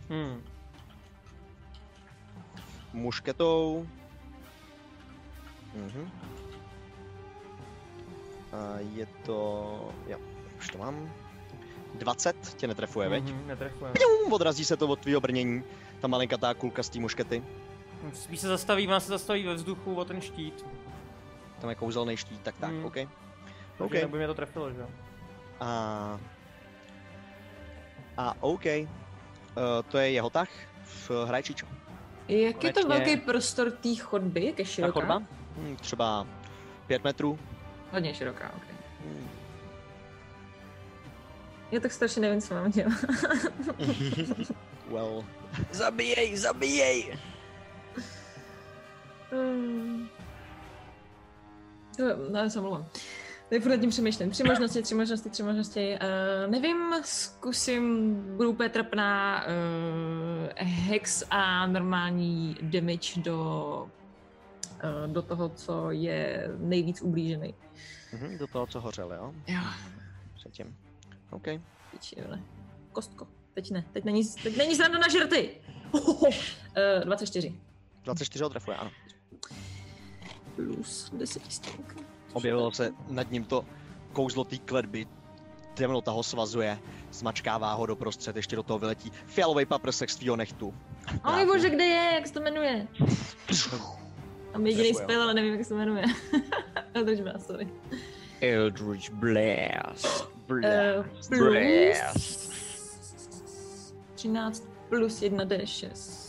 Mušketou. A je to... Jo, už to mám. 20 tě netrefuje, veď? Netrefuje. Odrazí se to od tvýho brnění. Ta malinkatá kulka z té muškety. Spíš se zastaví, ona se zastaví ve vzduchu o ten štít. Tam je kouzelný štít, tak, OK. Takže neby mě to trefilo, že jo? OK. To je jeho tah. Hraj Číčo. Jak je to velký prostor té chodby? Jak je široká? Ta chodba? Třeba 5 metrů. Hodně široká, OK. Já tak strašně nevím, co mám dělat. Well. Zabíjej! No, já se omlouvám. Tady furt nad tím přemýšlím. Tři možnosti. Nevím, budu úplně trapná. Hex a normální damage do toho, co je nejvíc ublížený. Do toho, co hořel, jo? Jo. Předtím. OK. Kostko. Teď ne. Teď není sranda na žrty. 24. 24 ho trefuje, ano. Plus 10 stovek. Objevilo se nad ním to kouzlo té kletby. Temnota ho svazuje, zmačkává ho doprostřed, ještě do toho vyletí fialový paprsek z tvýho nechtu. Oj bože, kde je? Jak se to jmenuje? Mám jediný spell, ale nevím, jak se to jmenuje. Eldritch Blast, sorry. Eldritch Blast. Plus 13 plus 1d6.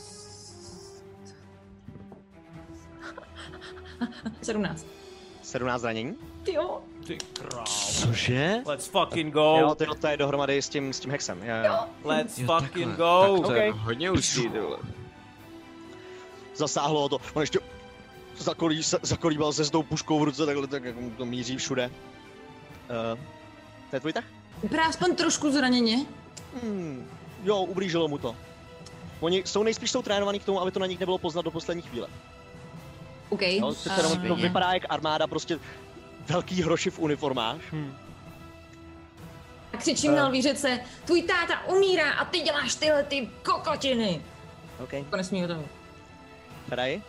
17. 17 zranění? Jo. Ty král. Cože? Let's fucking go. Jo, to je dohromady s tím hexem. Jo. Let's fucking go. Tak to je hodně úzký, tyhle. Zasáhlo to, on ještě zakolíbal se s tou puškou v ruce, takhle tak jak mu to míří všude. To je tvůj tah? Vypadá aspoň trošku zraněně. Jo, ublížilo mu to. Oni nejspíš trénovaní k tomu, aby to na nich nebylo poznat do poslední chvíle. OK. No, to vypadá jak armáda, prostě velký hroši v uniformách. A křičím na Lvířece, tvůj táta umírá a ty děláš tyhle ty kokotiny. OK. Konec mýho toho. Hraj.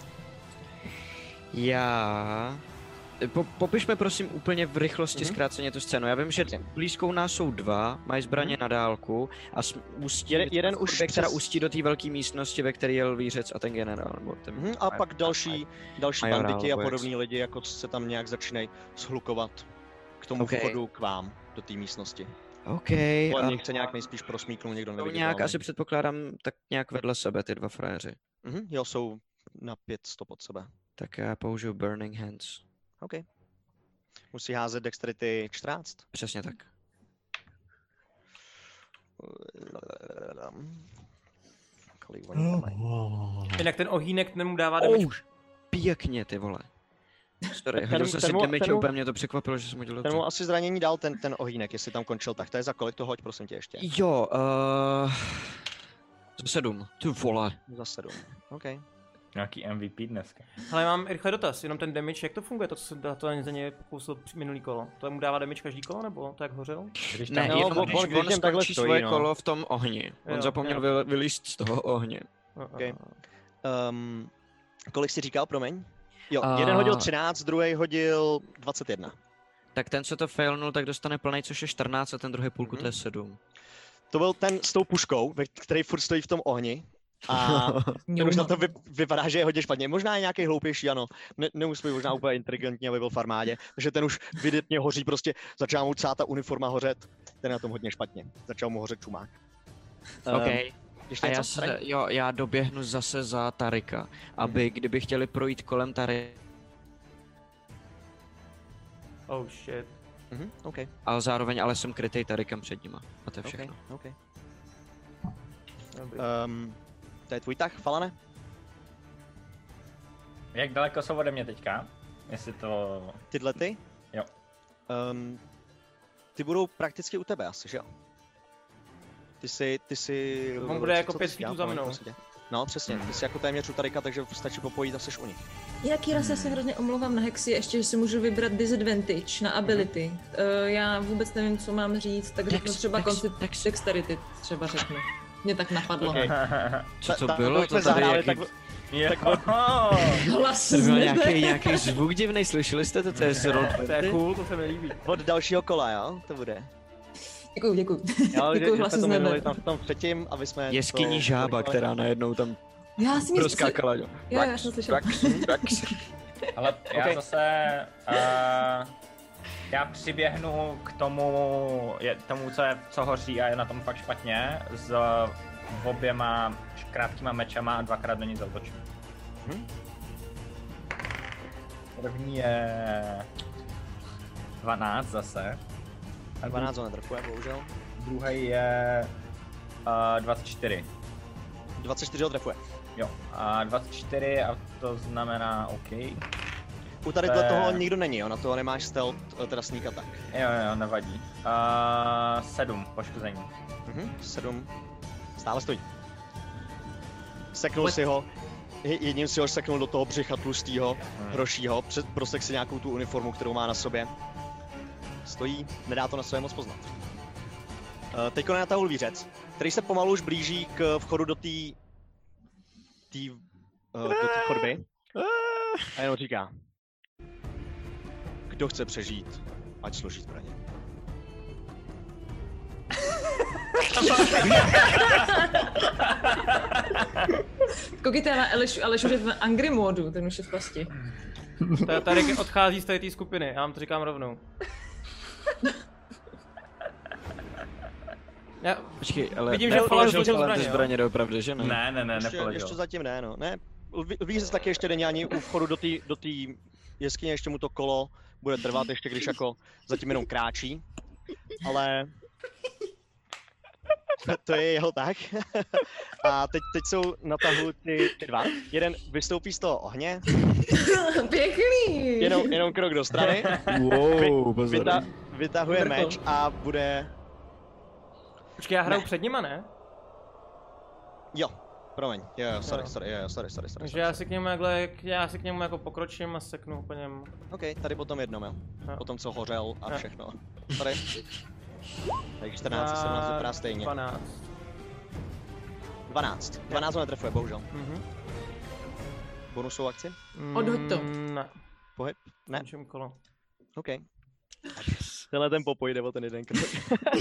Já... Popišme prosím úplně v rychlosti zkráceně tu scénu. Já vím, že blízkou nás jsou dva, mají zbraně na dálku a jeden už která ústí do té velké místnosti, ve které je Lvířec a ten generál. A pak další banditi a podobní lidi jako se tam nějak začínají shlukovat k tomu vchodu k vám, do té místnosti. OK. A se nějak nejspíš prosmíknul, někdo neviditelný. Nějak asi předpokládám tak nějak vedle sebe ty dva frajeři. Jo, jsou na 500 od sebe. Tak já použiju Burning Hands. OK. Musí házet Dexterity 14. Přesně tak. Jinak ten ohýnek nemu dává damage. Pěkně, ty vole. Sorry, hodil jsem si damage a úplně mě to překvapilo, že jsem udělal. Ten mu asi zranění dal ten ohýnek, jestli tam končil, tak to je za kolik, to hoď prosím tě ještě. Jo, za 7, ty vole. Za 7, OK. Nějaký MVP dneska. Ale mám rychle dotaz, jenom ten damage, jak to funguje, to, co se za něj pokousil minulý kolo? To mu dává damage každý kolo, nebo to jak hořel? Ne, on skončí svoje kolo v tom ohni. On zapomněl vylízt z toho ohně. Okay. Kolik jsi říkal, promiň? Jo, jeden hodil 13, druhý hodil 21. Tak ten, co to failnul, tak dostane plnej, což je 14 a ten druhý půlku to je 7. To byl ten s tou puškou, který furt stojí v tom ohni. A ten už na to vypadá, že je hodně špatně. Možná je nějaký hloupější, ano. Nemusí být možná úplně inteligentní, aby byl v armádě. Takže ten už viditelně hoří, prostě začala mu celá ta uniforma hořet. Ten je na tom hodně špatně. Začal mu hořet čumák. OK. A já doběhnu zase za Tarika, aby kdyby chtěli projít kolem Tarika. Oh shit. OK. A zároveň ale jsem krytej Tarikem před nima. A to je všechno. OK. To je tvůj tah, Falane? Jak daleko jsou ode mě teďka? Jestli to... Tyhle ty? Jo. Ty budou prakticky u tebe asi, že jo? Ty jsi... On bude jako 5 feetů za mnou. No přesně, ty jsi jako téměř u Tarika, takže stačí popojit a jsi u nich. Já Kira se hrozně omlouvám na Hexi, ještě že si můžu vybrat disadvantage na ability. Já vůbec nevím, co mám říct, tak řeknu třeba dexterity, třeba řeknu. Mě tak napadlo. Okay. Co to bylo? To tady nějaký zvuk divnej, slyšeli jste to? To je zrod. To je cool, to se mi líbí. Od dalšího kola, jo? To bude. Děkuju. Děkuju hlasu z nebe. Tam předtím, aby jsme... Jeskyní žába, která najednou tam rozkákala, jo. Já jsem slyšel. Ale já zase... Já přiběhnu k tomu, co hoří a je na tom fakt špatně, s oběma krátkýma mečama a dvakrát do ní zautočím. První je 12 zase. A 12 ho netrefuje, bohužel. Druhý je 24. 24 ho trefuje. Jo, a 24 a to znamená OK. U tady toho nikdo není, jo? Na toho nemáš stealth, teda sneak attack. Jo, nevadí. 7 poškození. 7. Stále stojí. Seknul si ho, jedním si ho seknul do toho břicha tlustýho, hrošího, prosek si nějakou tu uniformu, kterou má na sobě. Stojí, nedá to na sobě moc poznat. Teďko natahul vířec, který se pomalu už blíží k vchodu do té chodby. A jenom říká: kdo chce přežít, ať složí zbraně. Koukejte, Aleš už je v angry modu, ten už je v pasti. Tady odchází z té skupiny, já vám to říkám rovnou. Počkej, ale vidím, že Fallen složil zbraně doopravdy, že ne? Ne, nepoložil. Ještě zatím ne, no. Ne, víc taky ještě není ani u vchodu do té jeskyně, ještě mu to kolo bude trvat, ještě když jako zatím jenom kráčí. Ale... to je jeho tah. A teď jsou na tahu ty dva. Jeden vystoupí z toho ohně. Pěkný! Jenom krok do strany. Wow, pozor. Vytahuje meč a bude... Počkej, já hraju před nima, ne? Jo, promiň. Sorry. Takže já si k němu jako pokročím a seknu po něm. OK, tady potom jednom, jo. Potom co hořel a všechno. Sorry. Takže 14, 17 vypadá stejně. 12 ho netrefuje, bohužel. Bonusovou akci? Odhoď to. Ne. Pohyb? Ne. Končím kolo. OK. Tenhle ten popoj jde o ten jeden krok.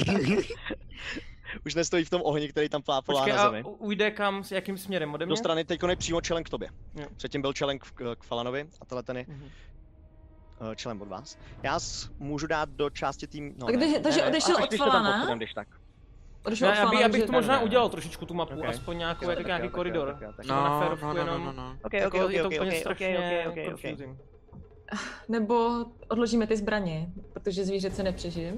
Už nestojí v tom ohni, který tam plápolá na zemi. Počkej, a ujde kam, s jakým směrem ode mě? Do strany, teďko je přímo čelen k tobě. Jo. Předtím byl čelen k Falanovi a tenhle ten je čelen od vás. Já můžu dát do části tým... No, takže odešel od Falana? Já bych to možná udělal trošičku tu mapu, aspoň nějaký koridor. No. OK. Je to úplně strašně confusing. Nebo odložíme ty zbraně, protože zvířat se nepřežijem.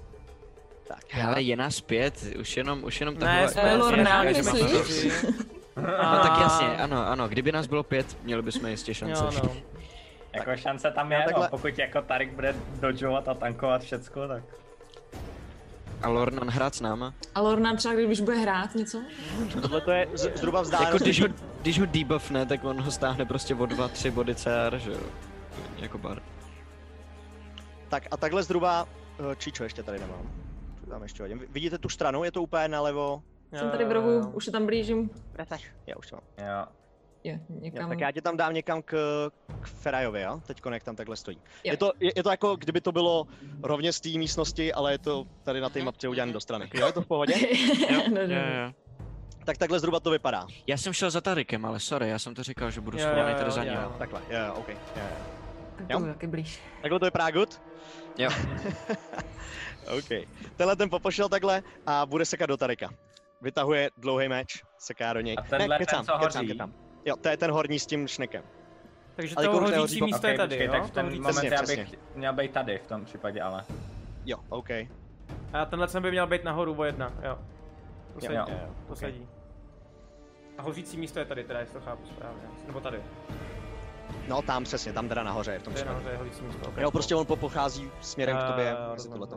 Tak, hele, je nás 5, už jenom ne, jsme lorná, myslíš? No tak jasně, ano, kdyby nás bylo 5, měli bychom jistě šance. Jo, no. Jako šance tam je, no, pokud jako Tarik bude dodžovat a tankovat všecko, tak... A Lornan hrát s náma? A Lornan třeba když bude hrát něco? Tohle to je zhruba vzdálenost. Jako když ho debuffne, tak on ho stáhne prostě o 2-3 body CR, že jo? Jako bard. Tak a takhle zhruba, Číčo ještě tady nemám. Co tam ještě hodím? Vidíte tu stranu, je to úplně nalevo? Jsem tady v rohu, už se tam blížím. Já už to mám. Jo. Jo, někam. Jo, tak já tě tam dám někam k Ferajovi, jo? Teďko jak tam takhle stojí. Je to jako kdyby to bylo rovně z té místnosti, ale je to tady na té mapce udělané do strany. Jo, je to v pohodě? Jo. Tak takhle zhruba to vypadá. Já jsem šel za Tarikem, ale sorry, já jsem to říkal, že budu schovaný tady za ním. Takhle, jo, ok. Tak to taky blíž. Takhle to vypadá good? Jo. OK. Tenhle ten popošel takhle a bude sekat do Tarika. Vytahuje dlouhý meč, seká do něj. A tenhle ten, co hoří? Jo, to je ten horní s tím šnekem. Takže to hořící místo je tady, jo? Tak v ten moment já bych měl být tady v tom případě, ale... Jo, OK. A tenhle by měl být nahoru o 1, jo. To sedí. A hořící místo je tady, teda jestli to chápu správně, nebo tady. No tam přesně, tam teda nahoře je v tom případě. Nahoře je hořící místo, okay. Jo, prostě on pochází směrem k tobě, tohleto.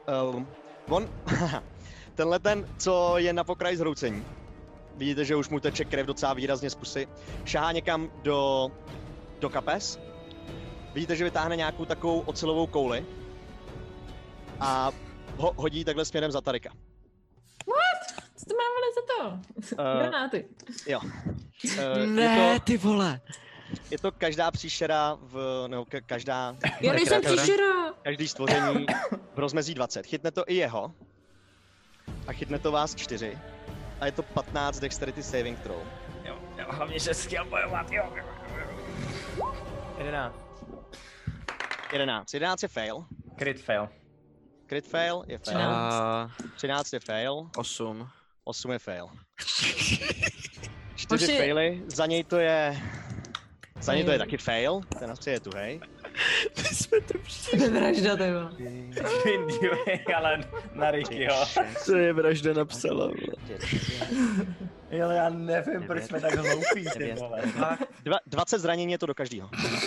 Tenhle ten, co je na pokraji zhroucení. Vidíte, že už mu teče krev docela výrazně z pusy. Šahá někam do kapes. Vidíte, že vytáhne nějakou takovou ocelovou kouli. A hodí takhle směrem za Tarika. What? Co to máme za to? Granáty. Jo. Ne, ty vole. Je to každá příšera nebo každá... Já nejsem příšera. Každý stvoření v rozmezí 20. Chytne to i jeho. A chytne to vás 4. A je to 15 dexterity saving throw. Jo, hlavně, že chtěl bojovat, jo. 11. 11 je fail. Crit fail. Crit fail je fail. 13 je fail. 8 je fail. 4 faily, za něj to je taky fail, ten asi je tuhej. My jsme to To je vražda, to je bylo. Ale na Rickyho. To je vražda napsala. Jo, já nevím, proč jsme tak hloupí, ty vole. 20 zranění je to do každého.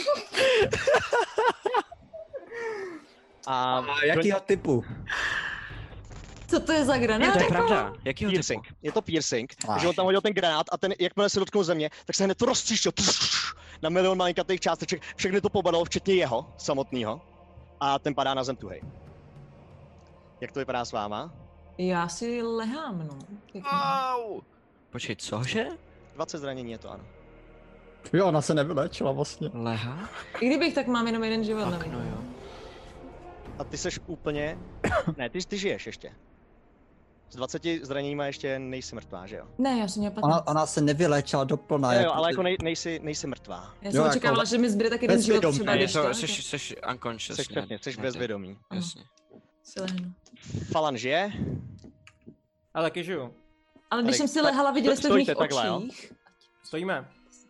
A jakýho typu? Co to je za granát? To je pravda. Jakýho piercing. Typu? Je to piercing, takže on tam hodil ten granát a ten, jakmile se dotknul země, tak se hned to roztříštil na milion malinkatých částeček, všechny to pobadalo, včetně jeho samotného. A ten padá na zem tuhej. Jak to vypadá s váma? Já si lehám, no. Wow. Počkej, cože? 20 zranění je to, ano. Jo, ona se nevylečila vlastně. Lehá? I kdybych, tak mám jenom jeden život. Tak, no jo. A ty seš úplně... Ne, ty žiješ ještě. S 20 zraněníma ještě nejsi mrtvá, že jo? Ne, já jsem měla 15. Ona se nevyléčila doplna. Jo, ale jako nejsi mrtvá. Já jsem očekávala, že mi zbyde tak jeden život třeba, když tak. Jsi unconscious. Jsi bezvědomý. Jasně. Si lehnu. Falan žije? Ale taky žiju. Ale když jsem si lehala, viděli jste v mých očích. Stojíme.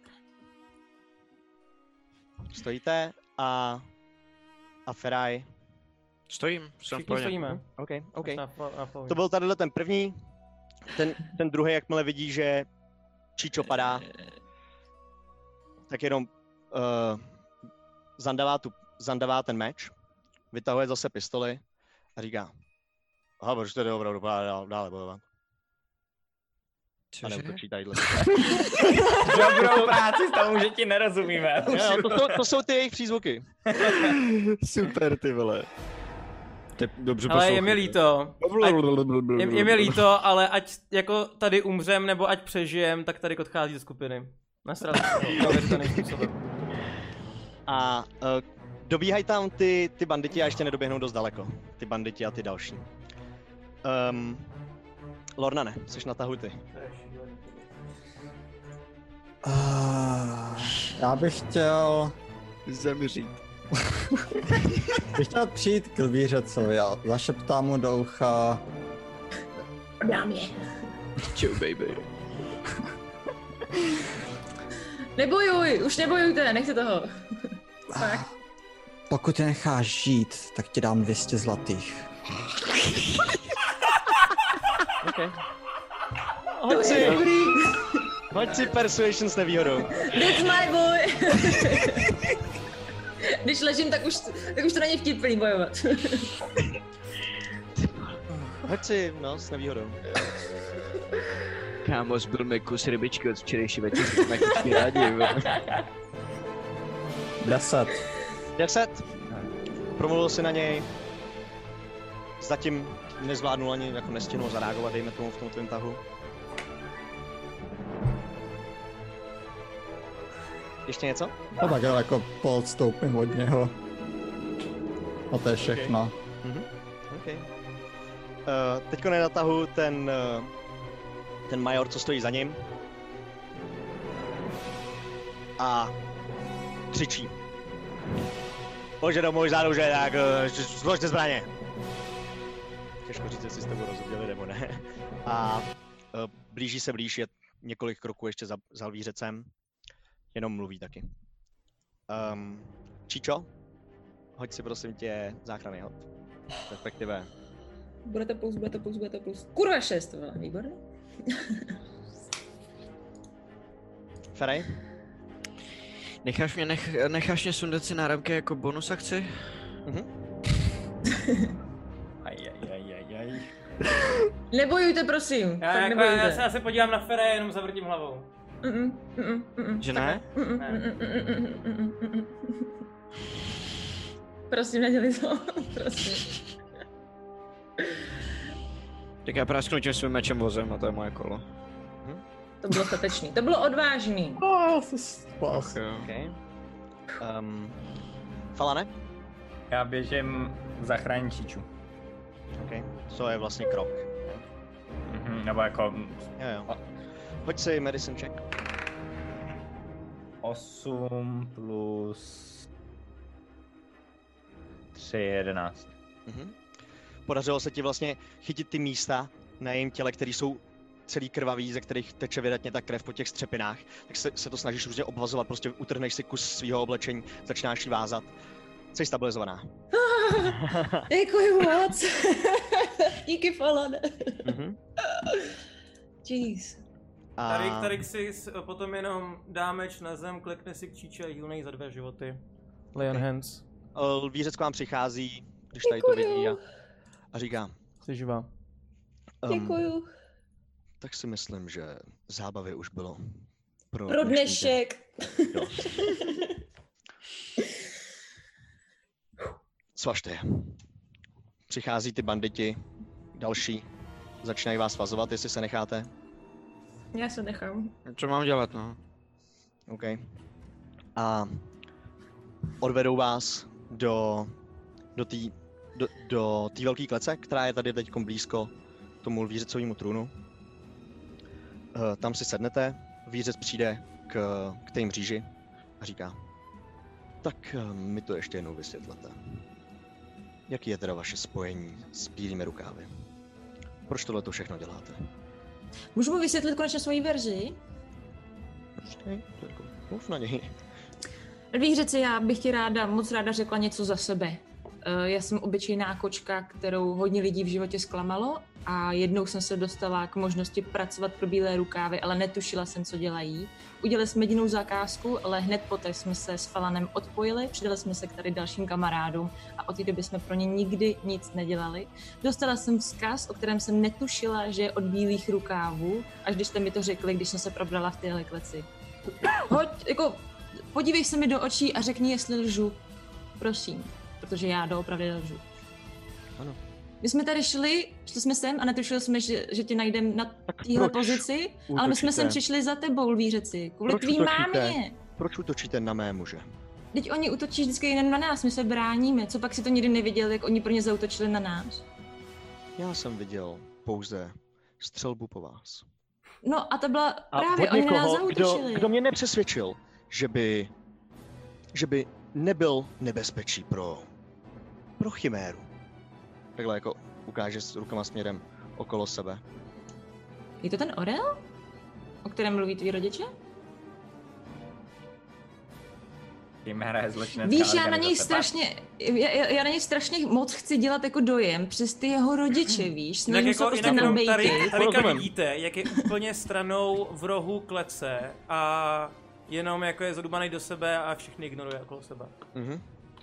Stojíte a Feraj. Stojím, jsem v pohodě. Stojíme. OK. To byl tadyhle ten první. Ten druhý, jakmile vidí, že Číčo padá, tak jenom zandavá ten meč, vytahuje zase pistoli a říká: aha, protože to jde opravdu dále bojovat. A neutočí tadyhle. Dobrou práci, s tomu, že ti nerozumíme. To jsou ty jejich přízvuky. Super, ty vole. Dobře, ale je mi líto. Je mi líto, ale ať jako tady umřem, nebo ať přežijem, tak tady odchází ze skupiny. Nasral A dobíhají tam ty banditi a ještě nedoběhnou dost daleko. Ty banditi a ty další. Lornane, jsi natahuj ty. Já bych chtěl... zemřít. Bych chtěl přijít k Lvířecovi a zašeptám mu do ucha... Dám je. Čau, baby. Nebojuj, už nebojujte, nechte toho. Tak. Pokud tě necháš žít, tak ti dám 200 zlatých. Okay. To je dobrý. Hoď si persuasion s nevýhodou. That's my boy! Když ležím, tak už to není vtipný bojovat. Hoď si, no, s nevýhodou. Kámo, zbyl mi kus rybičky od včerejší večer, jsem taky rádi. 10. 10. Promluvil si na něj. Zatím nezvládnul ani jako nestihnul zareagovat, dejme tomu v tom tvém tahu. Ještě něco? No tak jako poodstoupím od něho. A to je všechno. Okay. Teďko je na tahu ten major, co stojí za ním. A křičí. Pojďte do můj záruže, tak zložte zbraně. Těžko říct, jestli jste ho rozuměli nebo ne. A blíží se blíž, je několik kroků ještě za lvířecem. Jenom mluví taky. Číčo, hoď si prosím tě záchranný hod. Respektive. Budete plus. Kurva 6, to bylo výborné. Ferej? Necháš mě sundat si náramky jako bonus akci? Ajajajajaj. Nebojujte, prosím. Já se podívám na Ferej, jenom zavrtím hlavou. Že ne? Prosím, nedělej to. Prosím. Tak já prásknu tím svým mečem vozem a to je moje kolo. To bylo statečný. To bylo odvážný. Okay. Falane? Já běžím zachránit Číču. Okay. To je vlastně krok. Nebo jako... Jo. Hoď si medicine check. 8 plus 3 je 11. Podařilo se ti vlastně chytit ty místa na jejím těle, které jsou celý krvavý, ze kterých teče vydatně ta krev po těch střepinách, tak se to snažíš různě obvazovat, prostě utrhneš si kus svého oblečení, začínáš ji vázat. Jsi stabilizovaná. Děkuji moc. Díky, Falane. Jeez. Tarik si potom jenom dá meč na zem, klekne si k Číče a healnej za 2 životy. Lay on hands. Lvířec k vám přichází, když tady to vidí a říká. Jsi živá. Děkuju. Tak si myslím, že zábavy už bylo pro dnešek. Svažte je. Přichází ty banditi, další, začínají vás svazovat, jestli se necháte. Já se nechám. Co mám dělat, no? OK. A odvedou vás do té velké klece, která je tady teď blízko tomu lvířecovému trůnu. Tam si sednete, lvířec přijde k té mříži a říká: tak mi to ještě jednou vysvětlete. Jaký je teda vaše spojení s bílými rukávy? Proč tohle to všechno děláte? Můžu mu vysvětlit konečně svoji verzi? Mluv na něj. Lvířeci, já bych ti moc ráda řekla něco za sebe. Já jsem obyčejná kočka, kterou hodně lidí v životě zklamalo a jednou jsem se dostala k možnosti pracovat pro bílé rukávy, ale netušila jsem, co dělají. Udělali jsme jedinou zakázku, ale hned poté jsme se s Falanem odpojili, přidali jsme se k tady dalším kamarádům a od té doby jsme pro ně nikdy nic nedělali. Dostala jsem vzkaz, o kterém jsem netušila, že je od bílých rukávů, až když jste mi to řekli, když jsem se probrala v téhle kleci. Podívej se mi do očí a řekni, jestli lžu. Prosím, protože já doopravdy lžu. Ano. My jsme tady šli jsme sem a netušili jsme, že tě najdeme na téhle pozici, ale my jsme sem přišli za tebou, lvířeci, kvůli tvý mámě. Proč útočíte na mé muže? Teď oni útočí vždycky jen na nás, my se bráníme, co pak si to nikdy neviděl, jak oni pro ně zaútočili na nás? Já jsem viděl pouze střelbu po vás. No a to byla právě, oni na nás zaútočili. Kdo mě nepřesvědčil, že by nebyl nebezpečí pro chiméru. Takhle jako ukáže s rukama směrem okolo sebe. Je to ten orel? O kterém mluví tví rodiče? Chimera je zločinecká Víš, já na něj strašně moc chci dělat jako dojem přes ty jeho rodiče, víš? Jinak jako, tady vidíte, jak je úplně stranou v rohu klece a jenom jako je zadubaný do sebe a všechny ignoruje okolo sebe. Mhm.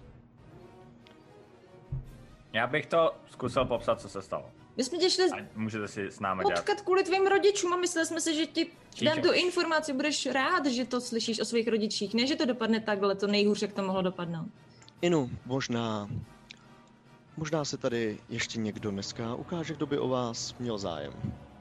Já bych to zkusil popsat, co se stalo. My jsme tě šli můžete si s námi potkat kvůli tvým rodičům a mysleli jsme si, že ti dám tu informaci, budeš rád, že to slyšíš o svých rodičích, ne, že to dopadne takhle, to nejhůř, jak to mohlo dopadnout. Inu, možná se tady ještě někdo dneska ukáže, kdo by o vás měl zájem.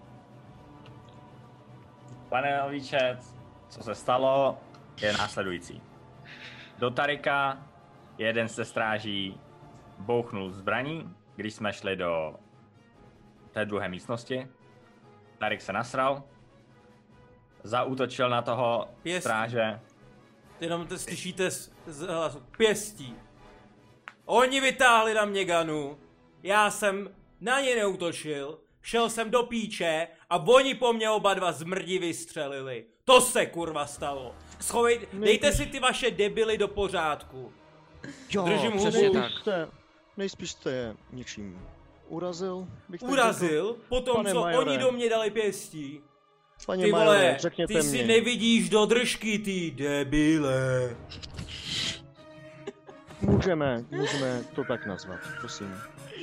Pane Elvíčet, co se stalo, je následující. Do Tarika jeden ze stráží bouchnul zbraní, když jsme šli do té druhé místnosti. Tarik se nasral, zaútočil na toho stráže. Jenom to slyšíte z hlasu. Pěstí. Oni vytáhli na mě ganu, já jsem na ně neútočil, šel jsem do píče a oni po mně oba dva zmrdi vystřelili. To se kurva stalo. Dejte si ty vaše debily do pořádku. Jo, držím hubu. Nejspíš jste je něčím urazil? Urazil? Potom pane co majore. Oni do mě dali pěstí. Pane ty vole, majore, řekněte ty si nevidíš do držky, ty debile. Můžeme to tak nazvat, prosím.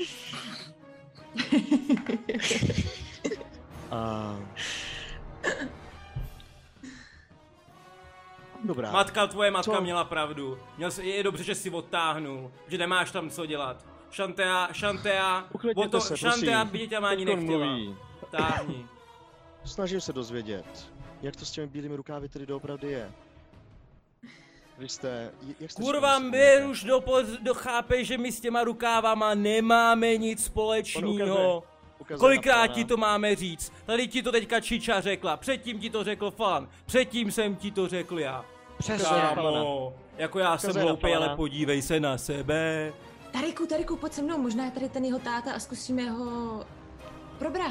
Dobrá. Tvoje matka měla pravdu. Je dobře, že si odtáhnul, že nemáš tam co dělat. Šantea, by tě ani nechtěla. Táhni. Snažím se dozvědět, jak to s těmi bílými rukávy tedy doopravdy je. Vy jste... Kurva, my už dochápeš, že my s těma rukávama nemáme nic společného. Kolikrát ti to máme říct? Tady ti to teďka Čiča řekla, předtím ti to řekl Fan, předtím jsem ti to řekl já. Přesně. Kámo, jako já jsem hloupej, ale podívej se na sebe. Tariku, pojď se mnou, možná je tady ten jeho táta a zkusíme ho probrat.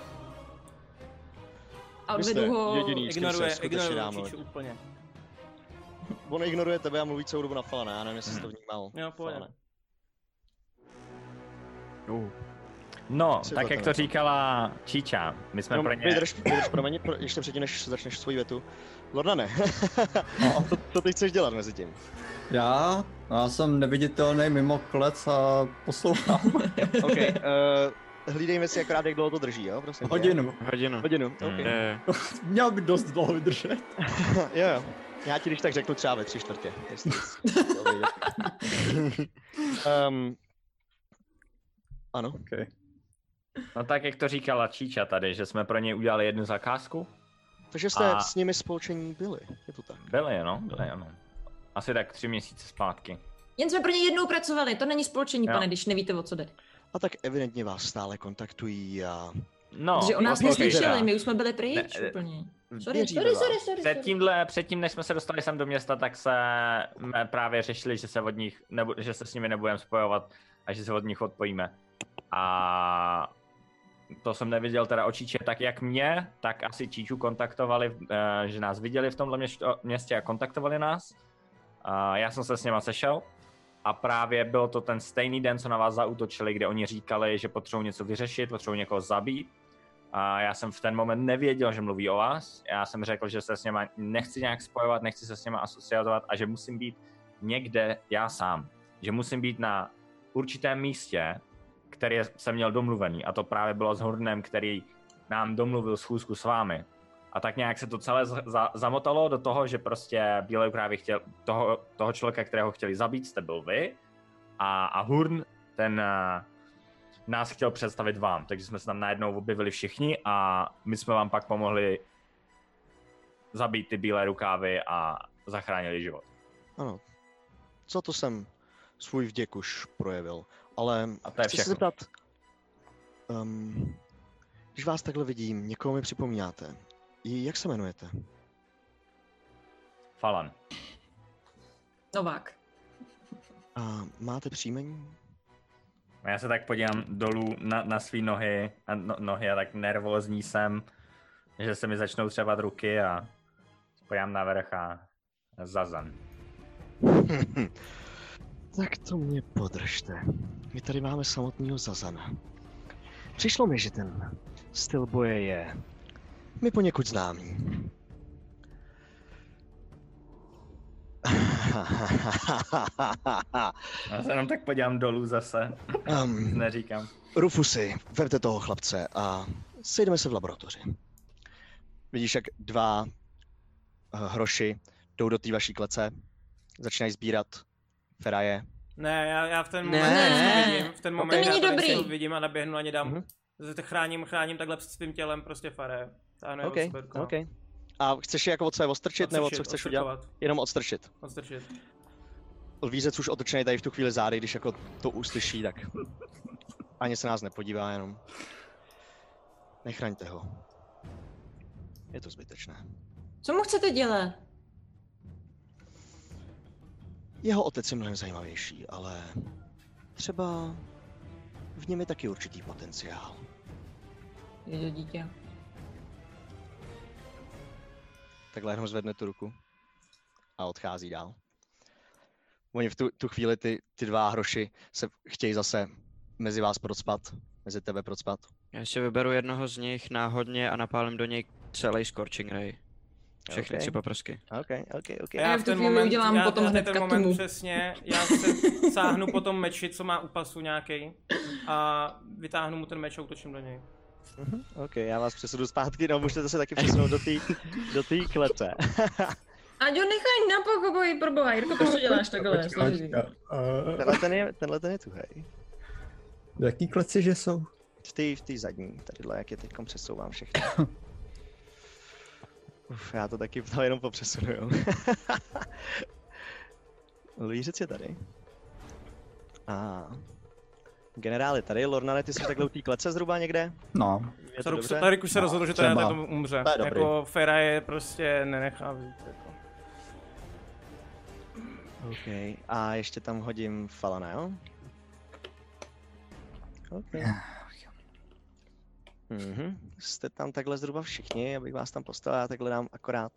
A odvedu ho... Ignoruje Čiču úplně. On ignoruje tebe a mluví celou dobu na Falana, já nevím, jestli jsi to vnímal. Jo, pojď. No, tak jak to říkala Čiča, my jsme pro ně... Vydrž, promiň, ještě předtím, než začneš svoji větu. Lordane, co ty chceš dělat mezi tím? Já jsem neviditelný mimo klec a poslouchám. OK, hlídejme si akorát, jak dlouho to drží, jo? Prosím. Hodinu, OK. Měl by dost dlouho vydržet. Jo. Já ti když tak řeknu třeba ve 3/4. Ano. Okay. No tak jak to říkala Čiča tady, že jsme pro něj udělali jednu zakázku. Takže jste s nimi spolčení byli, je to tak? Byli, ano. Asi tak 3 měsíce zpátky. Jen jsme pro ně jednou pracovali, to není spolčení, pane, když nevíte, o co jde. A tak evidentně vás stále kontaktují a... No, protože o nás neslyšeli, my už jsme byli pryč úplně. Sorry. Předtím, než jsme se dostali sem do města, tak jsme právě řešili, že se od nich, že se s nimi nebudeme spojovat a že se od nich odpojíme. A to jsem neviděl teda o Čiče, tak jak mě, tak asi Čiču kontaktovali, že nás viděli v tomhle městě a kontaktovali nás. Já jsem se s něma sešel a právě byl to ten stejný den, co na vás zaútočili, kde oni říkali, že potřebují něco vyřešit, potřebují někoho zabít. A já jsem v ten moment nevěděl, že mluví o vás. Já jsem řekl, že se s něma nechci nějak spojovat, nechci se s něma asociovat a že musím být někde já sám. Že musím být na určitém místě, který jsem měl domluvený. A to právě bylo s Hurnem, který nám domluvil schůzku s vámi. A tak nějak se to celé zamotalo do toho, že prostě Bílé krávy chtěl toho člověka, kterého chtěli zabít, jste byl vy. A Hurn, ten nás chtěl představit vám. Takže jsme se tam najednou objevili všichni a my jsme vám pak pomohli zabít ty Bílé rukávy a zachránili život. Ano. Co to jsem svůj vděk už projevil. Ale chci se zeptat, když vás takhle vidím, někoho mi připomínáte. Jak se jmenujete? Falan. Novák. A máte příjmení? Já se tak podívám dolů na svý nohy a tak nervózní jsem, že se mi začnou třebat ruky a podívám navrch a Zazan. Tak to mě podržte. My tady máme samotného Zazana. Přišlo mi, že ten styl boje je mi poněkud známý. Já se jenom tak podívám dolů zase. Neříkám. Rufusy, vemte toho chlapce a sejdeme se v laboratoři. Vidíš, jak dva hroši jdou do té vaší klece, začínají sbírat feraje. Ne, já v ten moment vidím, v ten moment já to vidím a naběhnu a ně dám. Chráním takhle s svým tělem prostě feraje. Okay. A chceš je jako od sebe odstrčit, nebo co chceš udělat? Jenom odstrčit. Lvízec už otočený tady v tu chvíli zády, když jako to uslyší, tak ani se nás nepodívá, jenom nechraňte ho. Je to zbytečné. Co mu chcete dělat? Jeho otec je mnohem zajímavější, ale třeba v něm je taky určitý potenciál. Je to dítě. Takhle jenom zvedne tu ruku a odchází dál. Oni v tu chvíli, ty dva hroši, se chtějí zase mezi vás procpat, mezi tebe procpat. Já si vyberu jednoho z nich náhodně a napálím do něj celý Scorching Ray. Všechny tři paprsky. Okay. Já v ten moment udělám potom hnedka tomu. Přesně, já se sáhnu po tom meči, co má u pasu nějaký, a vytáhnu mu ten meč a útočím do něj. Ok, já vás přesunu zpátky, no můžete se taky přesunout do té klece. Ať ho nechaj na pokoji, proboha, Jirko, proč to děláš takhle? Tenhle ten je tuhej. V jaký kleci, že jsou? V té zadní, tadyhle, jak je teďkom přesouvám všechno. Já to taky jenom popřesunu, jo. Lířec je tady. Generál je tady, Lornare, ty jsi takhle u té klece zhruba někde? No. Tarik už se rozhodl, že to je, tak umře. Jako Fera je prostě nenechá vzít. Jako. OK, a ještě tam hodím Falana, jo? OK. Jste tam takhle zhruba všichni, abych vás tam postavil, já takhle dám akorát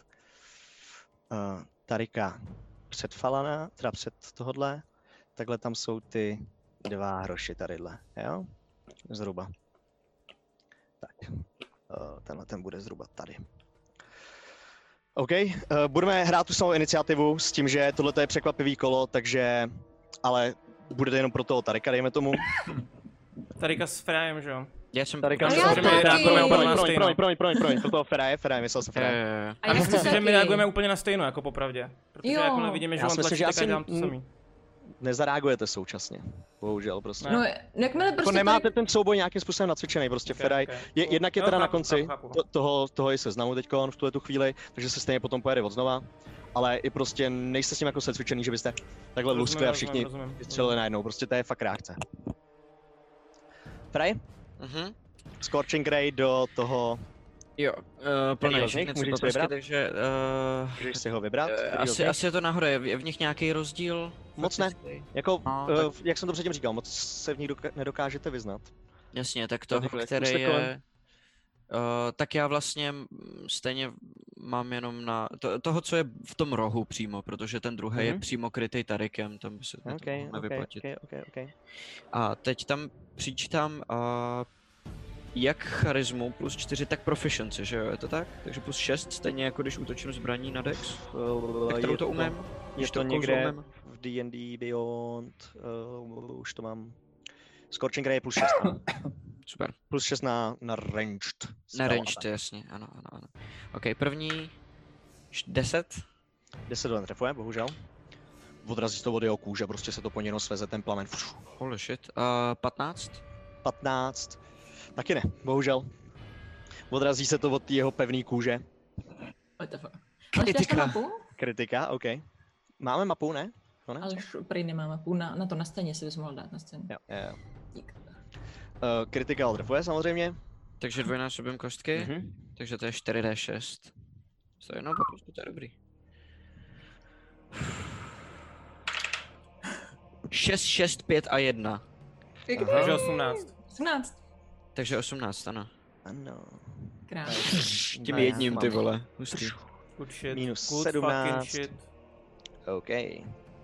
Tarika před Falana, teda před tohodle, takhle tam jsou ty dva hroši tadyhle, jo? Zhruba. Tak, tenhle ten bude zhruba tady. OK, budeme hrát tu samou iniciativu s tím, že tohle je překvapivý kolo, takže, ale bude to jenom pro toho Tarika, dejme tomu. Tarika s Ferajem, že jo? Já jsem Tarika promiň, pro toho Feraje, myslel jsem Feraje. A myslím si, že my reagujeme úplně na stejno, jako popravdě. Protože jakmile vidíme, že on tlačí, tak já dělám to samý. Nezareagujete současně, bohužel prostě. No, jakmile prostě nemáte ten souboj nějakým způsobem nacvičený, prostě Feraj. Jednak je teda na konci toho je seznamu teďkon v tu chvíli, takže se stejně potom pojede odznova. Ale i prostě nejste s ním jako secvičený, že byste takhle luskli a všichni vystřelili najednou, prostě to je fakt reakce. Feraj? Scorching Ray do toho... Jo, plný všechny tři paprsky, takže... Můžeš si ho vybrat? Asi je to nahoře, je v nich nějaký rozdíl? Moc ne, jako, jak jsem to předtím říkal, moc se v nich nedokážete vyznat. Jasně, tak toho, který je... tak já vlastně stejně mám jenom na... toho, co je v tom rohu přímo, protože ten druhý je přímo krytej Tarikem, tam by se to mohlo vyplatit. A teď tam přičítám jak charismu plus 4, tak proficiency, že jo, je to tak? Takže plus 6, stejně jako když útočím zbraní na Dex? Kterou to umím? Je to někde v D&D Beyond, už to mám. Scorching Ray je plus 6. Super. Plus 6 na ranged. Na ranged, jasně, ano. Ok, první 10. 10 to netrefuje, bohužel. Odrazí to od jeho kůže, prostě se to po něj sveze ten plamen. Holy shit. 15? 15. Taky ne, bohužel. Odrazí se to od jeho pevný kůže. Kritika, OK. Máme mapu, ne? Ale prý nemá mapu, na to na scéně si bys mohl dát na scénu. Jo. Kritika odrefuje samozřejmě. Takže dvojnásobím kostky, takže to je 4d6. To je prostě to je dobrý. 6, 6, 5 a 1. Takže 18. 18. Takže 18, ano. Ano. Krásně. Tím jedním, ty vole. Hustý. Minus 17. OK.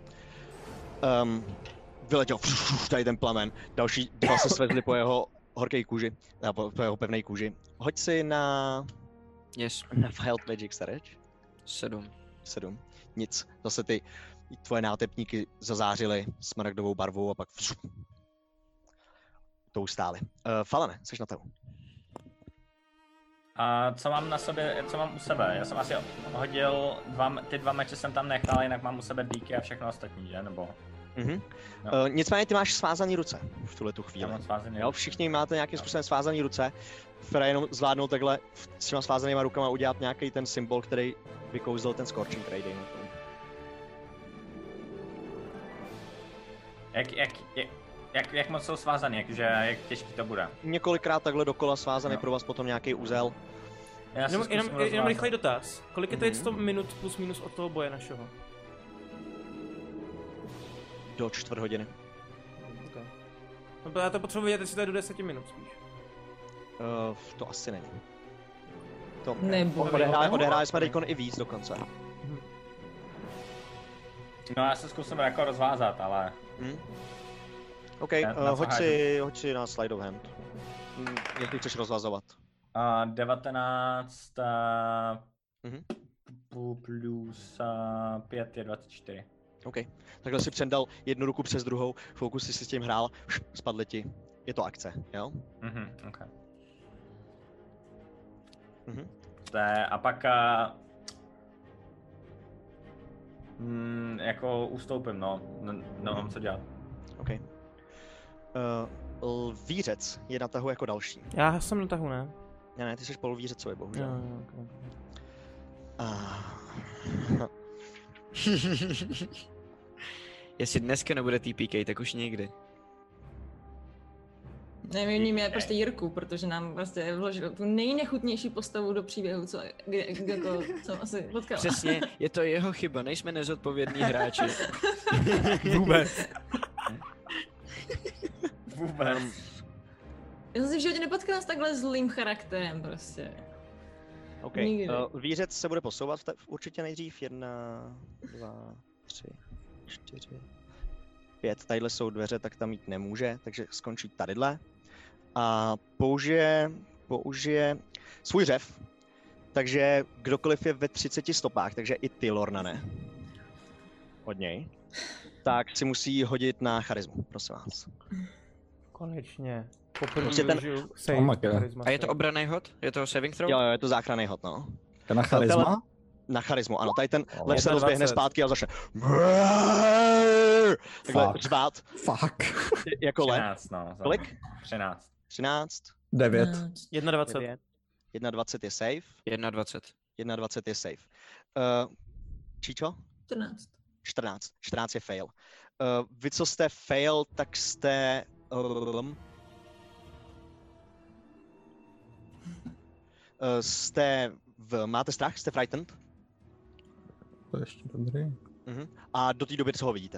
Vyletěl tady ten plamen, další dva se svezli po jeho horké kůži, po jeho pevné kůži. Hoď si na... Yes. Na Wild Magic, stareč. 7. Nic, zase ty tvoje nátepníky zazářily smaragdovou barvou a pak to ustály. Falane, jsi na tahu. A co mám na sobě, co mám u sebe? Já jsem asi hodil ty dva meče jsem tam nechal, jinak mám u sebe díky a všechno ostatní, že? Nebo... No. Nicméně ty máš svázaný ruce v tuhle tu chvíli. Já mám svázaný ruce. Všichni máte nějakým způsobem svázaný ruce. Fera jenom zvládnou takhle s těma svázanýma rukama udělat nějaký ten symbol, který vykouzl ten Scorching Ray, dejme tomu. Jak moc jsou svázaný, jak těžký to bude? Několikrát takhle dokola svázaný, pro vás potom nějaký úzel. Jenom rychlej dotaz. Kolik je to 100 minut plus minus od toho boje našeho? Do 4 hodiny. Okay. No, já to potřebuji vědět, jestli to je do 10 minut spíš. To asi není. To odehráli jsme teďkon i víc dokonce. No já se zkusím jako rozvázat, ale... OK, hoď si na Slide of Hand. Jak ty chceš rozvazovat? 19 plus 5 je 24. OK, takhle si přendal jednu ruku přes druhou, chvilku si s tím hrál, spadly ti. Je to akce, jo? OK. A pak jako ustoupím, no, nemám co dělat. OK. Lvířec je na tahu jako další. Já jsem na tahu, ne? Ne, ty jsi polvířecový, bohužel. Okay. Jestli dneska nebude TPK, tak už nikdy. Nevyním je prostě Jirku, protože nám prostě vložil tu nejnechutnější postavu do příběhu, co jsem asi potkala. Přesně, je to jeho chyba, nejsme nezodpovědní hráči. Vůbec. Já jsem si v životě nepotkala s takhle zlým charakterem prostě. OK, Lvířec se bude posouvat určitě nejdřív. 1, 2, 3, 4, 5. Tadyhle jsou dveře, tak tam jít nemůže, takže skončí tadyhle. A použije svůj řev. Takže kdokoliv je ve 30 stopách, takže i ty, Lornane, od něj, tak si musí hodit na charismu, prosím vás. Konečně. Poprvé A je to obranný hod? Je to saving throw? Jo, je to záchranný hod, no. Na charisma? Na charismu, ano. Tady ten lev se rozběhne zpátky a začne takhle řvát. Fuck. Jako lev. 13, no. Kolik? 13. 13. 9. 21. 21 je safe. 21 je safe. Číčo? 14. 14 je fail. Vy, co jste fail, tak jste... máte strach? Jste frightened? To je ještě dobrý. A do té doby, co ho vidíte.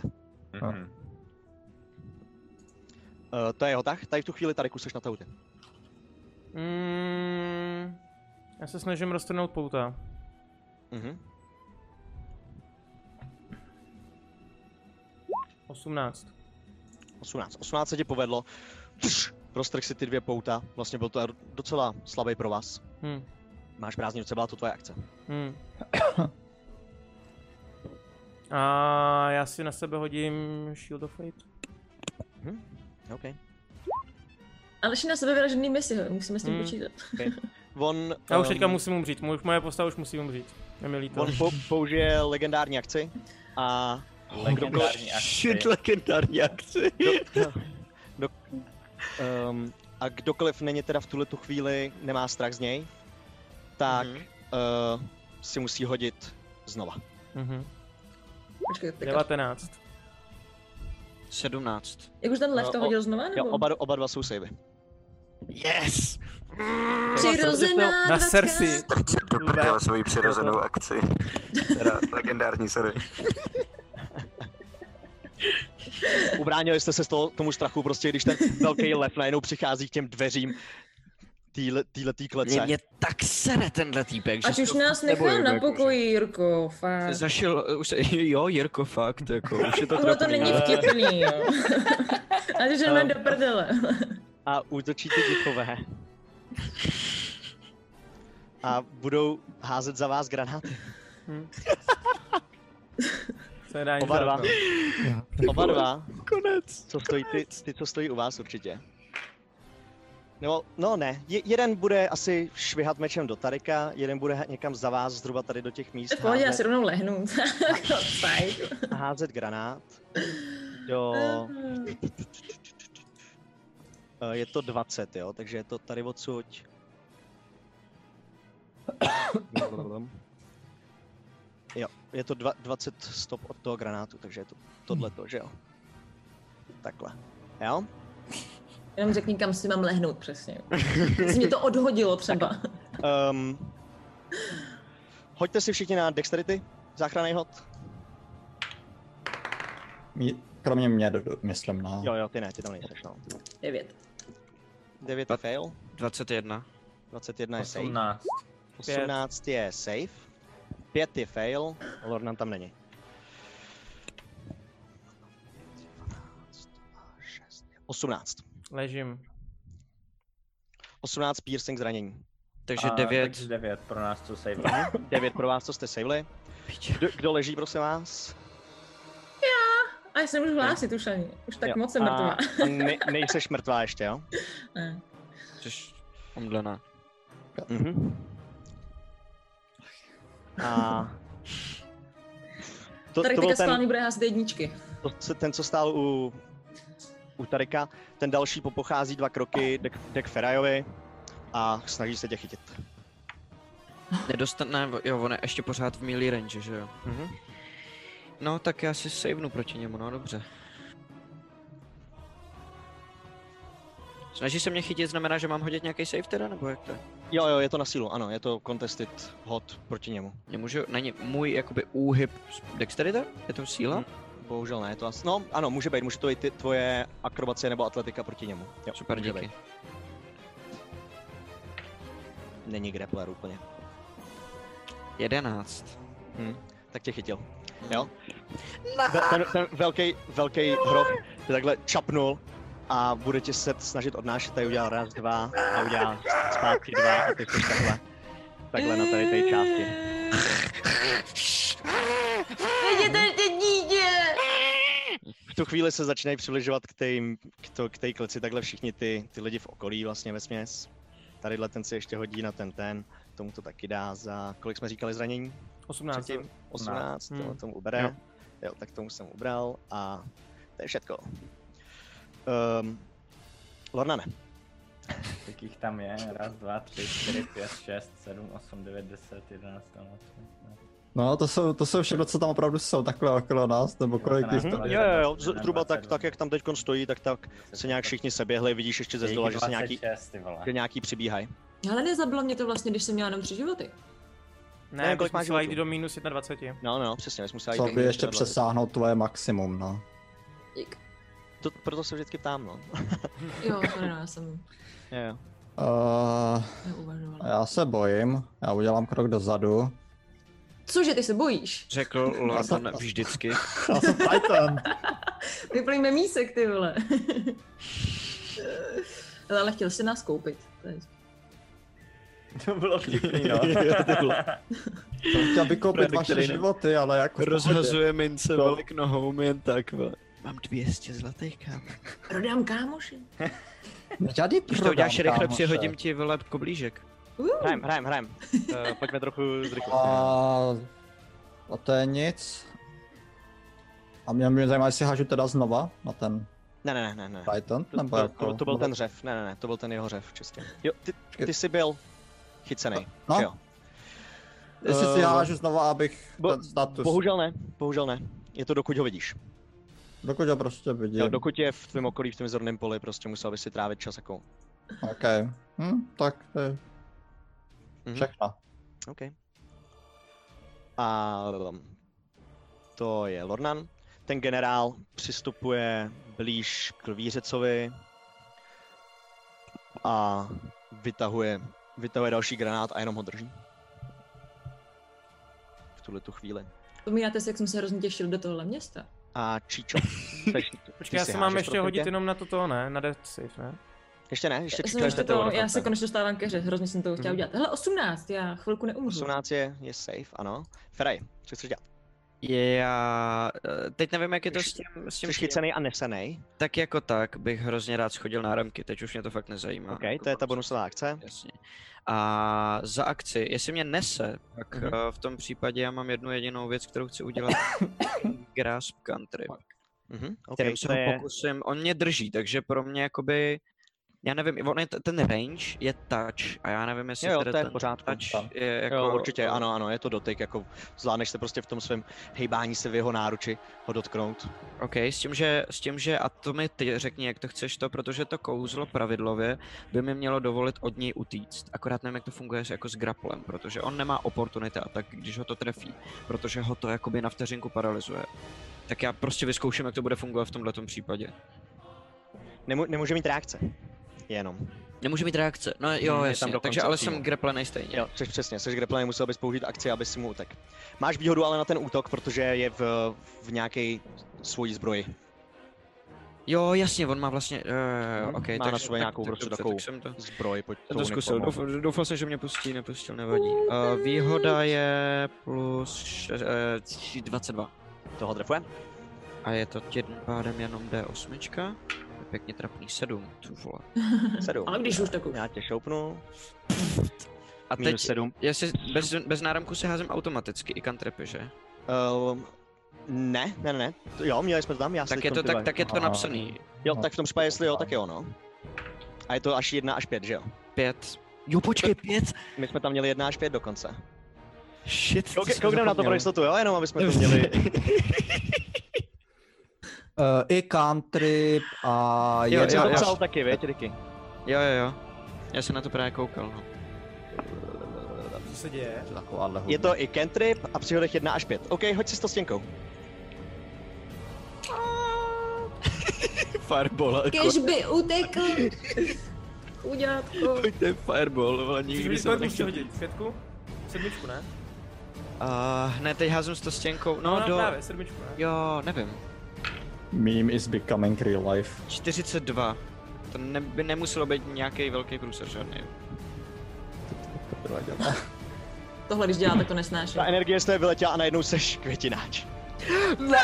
To je jeho tah. Tady v tu chvíli tady kuseš na tahu ty. Já se snažím roztrhnout pouta. 18 se ti povedlo. Roztrh si ty 2 pouta. Vlastně byl to docela slabý pro vás. Máš prázdný ruce, byla to tvoje akce. A já si na sebe hodím Shield of Fate. OK. Ale ještě na sebe vyražený misi, musíme s tím počítat. Okay. Já už teďka musím umřít, moje postava už musí umřít. On použije legendární akci a... Legendární akci. A kdokoliv není teda v tuhletu chvíli, nemá strach z něj, tak si musí hodit znova. Počkej, 19. 17. Jak už ten lev to hodil znova, nebo? Jo, oba dva jsou savey. Yes! Přirozená na Cersei. Dělal svoji přirozenou akci. Teda legendární, sorry. Ubránili jste se z tomu strachu, prostě když ten velký lev najednou přichází k těm dveřím. týhletý klece. Mě tak sere tenhle týpek. Ať už nás nechá na pokoji, Jirko, fakt. Zašel, už se, jo, Jirko, fakt, jako, už je to tohle to není vtipný, jo. Ať už jdeme do prdele. A útočí ty dichové. A budou házet za vás granáty. Oba dva. Konec. Co stojí ty, co stojí u vás určitě. Nebo, no ne, jeden bude asi švihat mečem do Tarika, jeden bude někam za vás, zhruba tady do těch míst. V pohodě, já si rovnou lehnu. Házet granát do... Je to 20, jo, takže je to tady odsud. Jo, je to 20 stop od toho granátu, takže je to tohleto, že jo? Takhle, jo? Jenom řekni, kam si mám lehnout přesně. Jestli mě to odhodilo třeba. Hoďte si všichni na dexterity, záchranný hod. Kromě mě, myslím, no. Jo, ty ne, ty tam nejseš, no. 9. 9 je fail. 21. 21 je 18. safe. 18 je safe. 5 je fail, Lornan tam není. 18. Ležím. 18 piercing zranění. Takže 9. Takže 9 pro nás, co save. 9 pro vás, co jste saveli. Kdo leží, prosím vás? A já se můžu hlásit už ani. Už tak moc jsem mrtvá. Nejseš mrtvá ještě, jo? Ne. Jsi omdlená. A... Tarika schválně bude hásit jedničky. Ten, co stál u Tarika, ten další popochází 2 kroky k Ferajovi a snaží se tě chytit. Nedostane, jo, on je ještě pořád v melee range, že jo? No, tak já si savenu proti němu, no dobře. Snaží se mě chytit, znamená, že mám hodit nějaký save teda, nebo jak to je? Jo, je to na sílu, ano, je to contested hod proti němu. Není můj jakoby úhyb dexterita? Je to síla? Bohužel ne, je to asi, no ano, může to i tvoje akrobacie nebo atletika proti němu. Jo, super, díky. Být. Není grappler úplně. 11. Tak tě chytil. Jo? Ten velký hrob tě takhle čapnul a bude tě se snažit odnášet, tady udělal 1, 2 a udělal zpátky 2 a ty jsi takhle na tady té části. V tu chvíli se začínají přibližovat k té kleci takhle všichni ty lidi v okolí vlastně vesměs. Tadyhle ten se ještě hodí na ten, tomu to taky dá za, kolik jsme říkali zranění? 18. 18, tomu ubere. Jo, tak tomu jsem ubral a to je všetko. Lornane. Jakých tam je? 1, 2, 3, 4, 5, 6, 7, 8, 9, 10, 11, 12. No, to jsou všechno, co tam opravdu jsou takhle okolo nás, nebo kolik těch to... Jo, zhruba tak, jak tam teďkon stojí, tak se nějak všichni seběhli, vidíš ještě ze zdola, že se nějaký přibíhají. Ale nezabilo mě to vlastně, když jsem měla jenom 3 životy. Ne, kolik máš jít do minus 21. No, přesně, bys musela jít. Co by ještě přesáhnout tvoje maximum, no. Dík. Proto se vždycky ptám, no. Jo, sorry, no, já jsem... Jo. Neuvažovala. Já se bojím, já udělám krok dozadu. Cože, ty se bojíš? Řekl Lornan vždycky. Já jsem Titan. Vyplňme mísek, ty vole. Ale chtěl jsi nás koupit. To bylo vtipný, no. Jsem chtěl vykoupit vaše životy, ale jako... Rozhazuje mince velik nohou jen tak, mám 200 zlatých, kámo. Prodám kámoši. Žádný když to uděláš rychle, přihodím ti vele koblížek. Hrajem. Pojďme trochu zrychlit. A to je nic. A mě zajímá, jestli hážu teda znova na ten... Ne. Titan? To byl ten řev, ne, to byl ten jeho řev čistě. Jo, ty jsi byl chycenej, no? Jo. Jestli si hážu znova, abych ten status... Bohužel ne. Je to dokud ho vidíš. Dokud ho prostě vidím. Jo, dokud je v tvém okolí, v tom zorném poli, prostě musel bys si trávit čas jako... OK. Tak to je... Všechno. OK. A... To je Lornan. Ten generál přistupuje blíž k Lvířecovi a vytahuje další granát a jenom ho drží. V tuhletu chvíli. Vzpomínáte si, jak jsem se hrozně těšil do tohle města? A Číčo. Počkej, já se mám ještě hodit jenom na toto, ne? Na death save, ne? Ještě ne, ještě já se konečně dostávám ke hře, hrozně jsem to chtěl udělat. Hele, 18, já chvilku neumřu. 18 je safe, ano. Feraj, co chceš dělat? Já teď nevím, jak je to s tím jsi chycenej a nesenej. Tak jako tak bych hrozně rád schodil náramky, teď už mě to fakt nezajímá. OK, to je ta bonusová akce. Jasně. A za akci, jestli mě nese, tak v tom případě já mám jednu jedinou věc, kterou chci udělat. Grasp Country. Kterým se ho pokusím, on mě drží, takže pro mě jakoby, já nevím, ten range je touch a já nevím, jestli to je v pořádku. Touch je jako... Jo, určitě, ano, je to dotyk, jako zvládneš se prostě v tom svém hejbání se v jeho náruči ho dotknout. OK, s tím, že a to mi ty řekni, jak to chceš to, protože to kouzlo pravidlově by mi mělo dovolit od něj utíct. Akorát nevím, jak to funguje jako s grapplem, protože on nemá opportunity attack, když ho to trefí, protože ho to jakoby na vteřinku paralyzuje. Tak já prostě vyzkouším, jak to bude fungovat v tomhletom případě. Nemůže mít reakce. Jenom. Nemůže mít reakce, no jo, jasně, takže ale jsem grapplenej stejně. Jo, jsi grapplenej, musel bys použít akci, aby si mu utek. Máš výhodu ale na ten útok, protože je v nějaké svojí zbroji. Jo, jasně, on má vlastně, okay, má na sobě nějakou prostě takovou zbroj. To zkusil, doufal jsem, že mě nepustil, nevadí. Výhoda je plus 22. Toho trefuje. A je to tím pádem jenom D8. Pěkně trapný 7, tu vole. 7. Ale když už takový. Já tě šoupnu. A teď, 7. Jestli bez náramku se házím automaticky, i cantripy, že? Ne. Jo, měli jsme to tam, já tak je to napsaný. Jo, tak v tom případě, jestli jo, tak jo, no. A je to až 1 až 5, že jo? 5. Jo, počkej, 5. My jsme tam měli 1 až 5 dokonce. Shit, koukneme na to pro jistotu, jo, jenom aby jsme to měli. I cantrip a... Jo, to psal taky, věď, Ricky? Jo. Já jsem na to právě koukal, no. Co se děje? Je to i cantrip a při hodech 1 až 5. OK, hoď si s to stěnkou. Fireball. Kež by utekl. Chuďátko. Pojďte fireball, ale nikdy jsem nechtěl. Hodit 5? 7, ne? Ne, teď házím s to stěnkou, no právě, 7, ne? Jo, nevím. Meme is becoming real life. 42. To by nemuselo být nějaký velký průser žádný. Tohle když dělá, tak to nesnáším. Ta energie z té vyletěla a najednou seš květináč. Ne!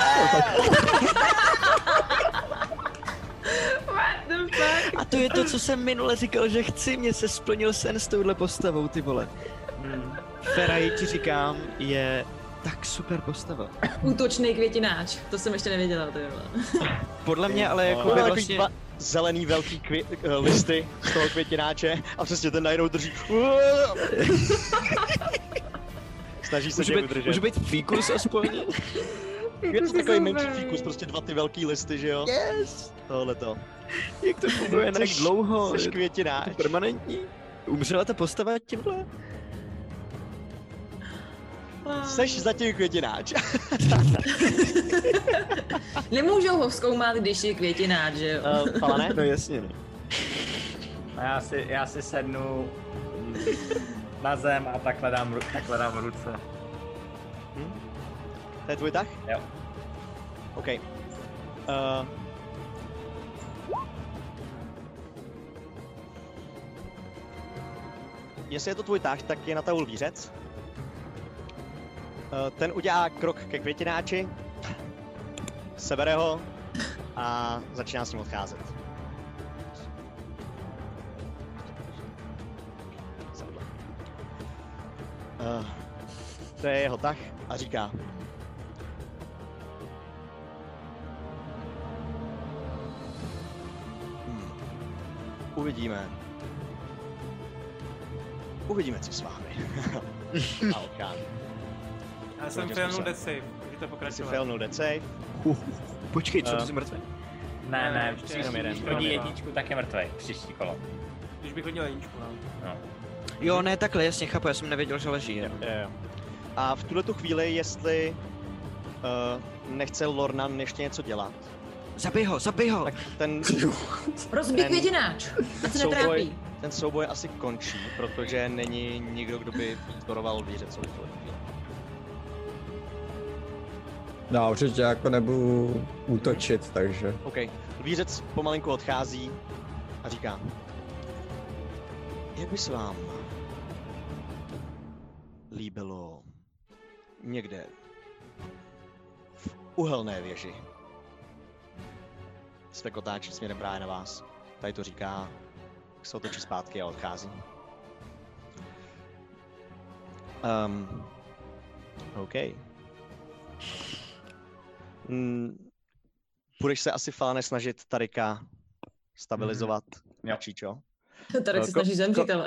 What the fuck? A to je to, co jsem minule říkal, že chci, mně se splnil sen s touhle postavou, ty vole. Feraj, ti říkám, je tak super postava. Útočný květináč, to jsem ještě nevěděla, to je. Podle mě ale jako by vlastně... Dva zelený velký listy z toho květináče a přesně ten najednou drží. Snaží se tě udržet. Může být fíkus aspoň? Je to takový menší fíkus, prostě 2 ty velký listy, že jo? Yes! Tohleto. Jak to funguje, tak dlouho? Jsi květináč. To permanentní? Umřela ta postava tímhle? Seš zatím květináč. Nemůžou ho zkoumat, když je květináč, že jo? Palane? No jasně ne. A já si sednu na zem a takhle dám ruce. To je tvůj tah? Jo. OK. Jestli je to tvůj tah, tak je na tahu lvířec. Ten udělá krok ke květináči, sebere ho a začíná s ním odcházet. To je jeho tah a říká: Uvidíme, co s vámi. A odchází. Já jsem failnul death save, můžete pokračovat. Jsi failnul death save. Počkej, co, ty jsi mrtvý? Ne, když hodí jedničku, tak je mrtvej, příští kolo. Když bych hodil jedničku, no. Jo, ne, takhle, jasně, chápu, já jsem nevěděl, že leží. Jo. A v tuhletu chvíli, jestli nechce Lornan ještě něco dělat. Zabij ho! Tak ten... Rozbij květináč, ať se netrápí. ten souboj asi končí, protože není nikdo, kdo by vzdoroval Lvířecovi. No, určitě jako nebudu útočit, takže... OK. Lvířec pomalinku odchází a říká: jak by se vám líbilo někde v uhelné věži? Se tak otáčí směrem právě na vás. Tady to říká, se otočí zpátky a odchází. OK. Budeš se asi, Falane, snažit Tarika stabilizovat, Číčo? Tarik se snaží zemřít, ale...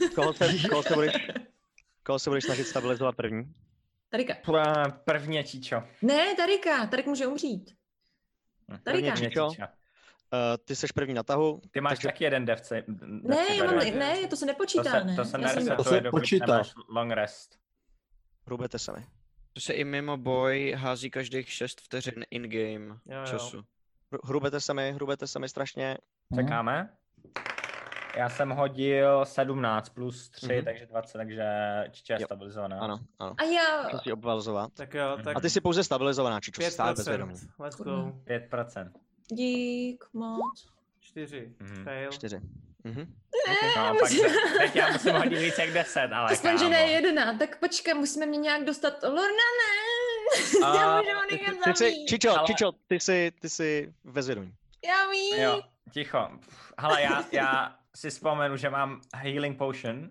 Koho se budeš snažit stabilizovat první? Tarika. První Číčo. Ne, Tarika. Tarik může umřít. Tarika. Číčo. Ty seš první na tahu. Ty máš taky jeden devce. Ne, to se nepočítá, ne. To se neresetuje, dokud nemáš long rest. Hrubete se mi. To se i mimo boj hází každých 6 vteřin in-game času. Hrubete se mi strašně. Čekáme. Já jsem hodil 17 plus 3, takže 20, takže Čičo je stabilizovaná. Ano. A já... Musím si obvazovat. Tak jo, tak... A ty jsi pouze stabilizovaná, Čičo, jsi stále bezvědomí. Let's go. 5%. Dík moc. 4. Fail. 4. No, pak teď já musím hodit víc jak 10, ale aspoň, že ne 1, tak počkej, musíme mě nějak dostat. Lorna, ne! Já můžu nechat zabít. Čičo, ty jsi ve zvědomí. Já vím. Jo, ticho. Hele, já si vzpomenu, že mám healing potion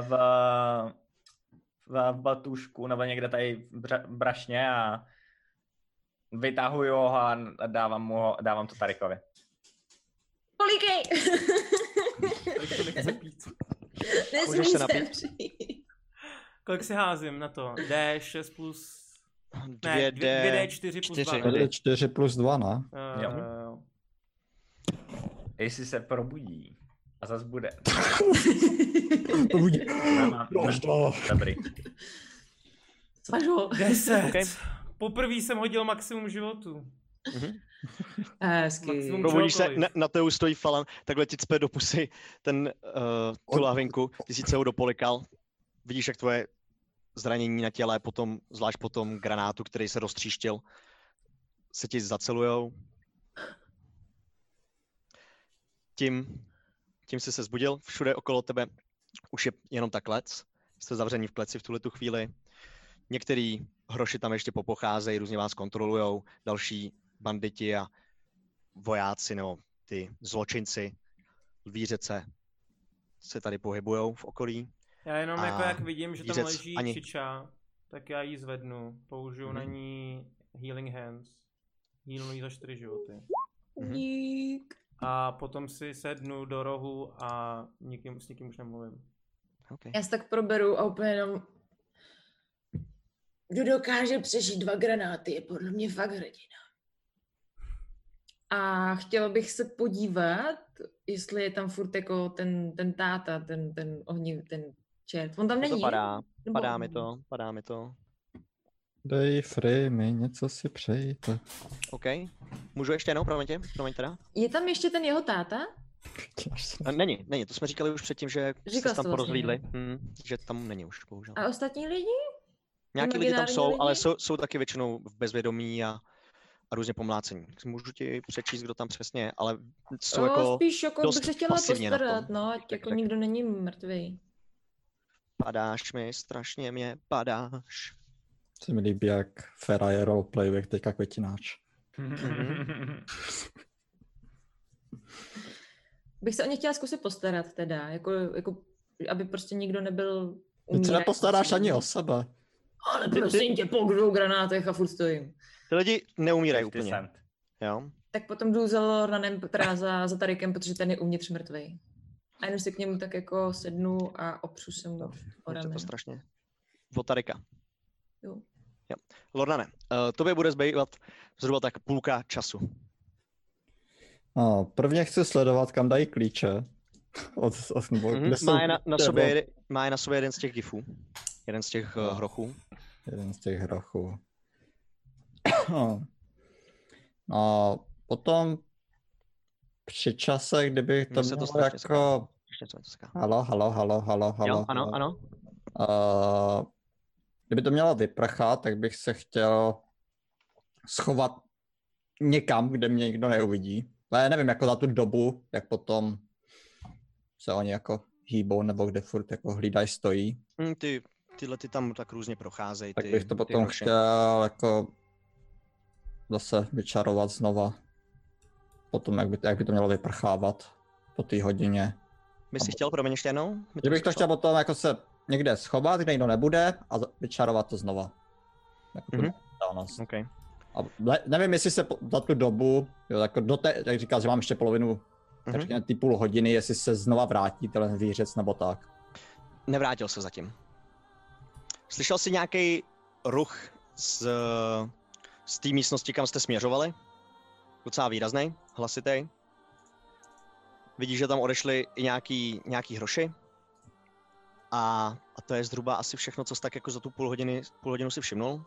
v batušku, nebo někde tady v brašně a vytahuju ho a dávám to Tarikovi. Políkej! Můžeš se napít. Kolik si házím na to? D6 plus... 2D4 plus 2. 2D4 plus 2, ne? Jo. Jestli se probudí a zas bude. Probudí. Dobrý. Svažo. 10. Okay. Poprvé jsem hodil maximum životu. Probudíš se, na teu stojí Falan, takhle ti cpe do pusy tu lahvinku, ty si celou dopolikal. Vidíš, jak tvoje zranění na těle, potom, zvlášť po tom granátu, který se roztříštil, se ti zacelujou. Tím jsi se zbudil, všude okolo tebe už je jenom ta klec. Jste zavření v kleci v tuhletu chvíli. Některý hroši tam ještě popocházejí, různě vás kontrolujou, další banditi a vojáci nebo ty zločinci, lvířece se tady pohybujou v okolí. Já jenom jako jak vidím, že tam leží Čiča, tak já ji zvednu, použiju na ní Healing Hands. Healuji za 4 životy. Dík. A potom si sednu do rohu a s nikým už nemluvím. Okay. Já se tak proberu a úplně jenom... Kdo dokáže přežít 2 granáty, je podle mě fakt hrdina. A chtěla bych se podívat, jestli je tam furt jako ten táta, ten čert. On tam není? Padá mi to. Dej Framy, něco si přejte. OK. Můžu ještě jednou, promiň teda. Je tam ještě ten jeho táta? Není, to jsme říkali už předtím, že se tam porozlídli, že tam není už, bohužel. A ostatní lidi? Nějaký lidi tam jsou, ale jsou taky většinou v bezvědomí a různě pomlácení. Můžu ti přečíst, kdo tam přesně je, ale jsou jako spíš jako dost bych se chtěla postarat, ať jako nikdo není mrtvý. Padáš mi, strašně mě padáš. Se mi líbí, jak Fera je roleplay, jak teďka květináč. Bych se o ně chtěla zkusit postarat teda, jako aby prostě nikdo nebyl Ty se nepostaráš ani o sebe. Ale prosím tě, po 2 granátech a furt stojím. Ty lidi neumírají úplně. Jo? Tak potom jdu za Lornanem za Tarikem, protože ten je uvnitř mrtvej. A jenom si k němu tak jako sednu a opřu se mu o rameno. To strašně. O Tarika. Jo. Lornane, tobě bude zbývat zhruba tak půlka času. No, prvně chci sledovat, kam dají klíče. Má je na sobě jeden z těch gifů. Jeden z těch hrochů. Jeden z těch hrochů. No, potom při čase, kdybych to měl jako Halo. Jo, ano. Kdyby to mělo vyprchat, tak bych se chtěl schovat někam, kde mě nikdo neuvidí. Ale nevím, jako za tu dobu, jak potom se oni jako hýbou, nebo kde furt jako hlídají, stojí. Tyhle ty tam tak různě procházejí. Tak bych to potom chtěl jako zase vyčarovat znova. Potom, jak by to mělo vyprchávat po té hodině. By si chtěl, promiň ještě jednou? Kdybych to chtěl potom jako se někde schovat, kde nikdo nebude a vyčarovat to znova. Jako Okay. A nevím, jestli se za tu dobu, jo, jako jak říkal, že mám ještě polovinu, tak ty půl hodiny, jestli se znova vrátí ten zvířec nebo tak. Nevrátil se zatím. Slyšel jsi nějaký ruch z té místnosti, kam jste směřovali? Docela výrazný, hlasitý. Vidíš, že tam odešli i nějaký hroši. A to je zhruba asi všechno, co jsi tak jako za tu půl hodinu si všimnul.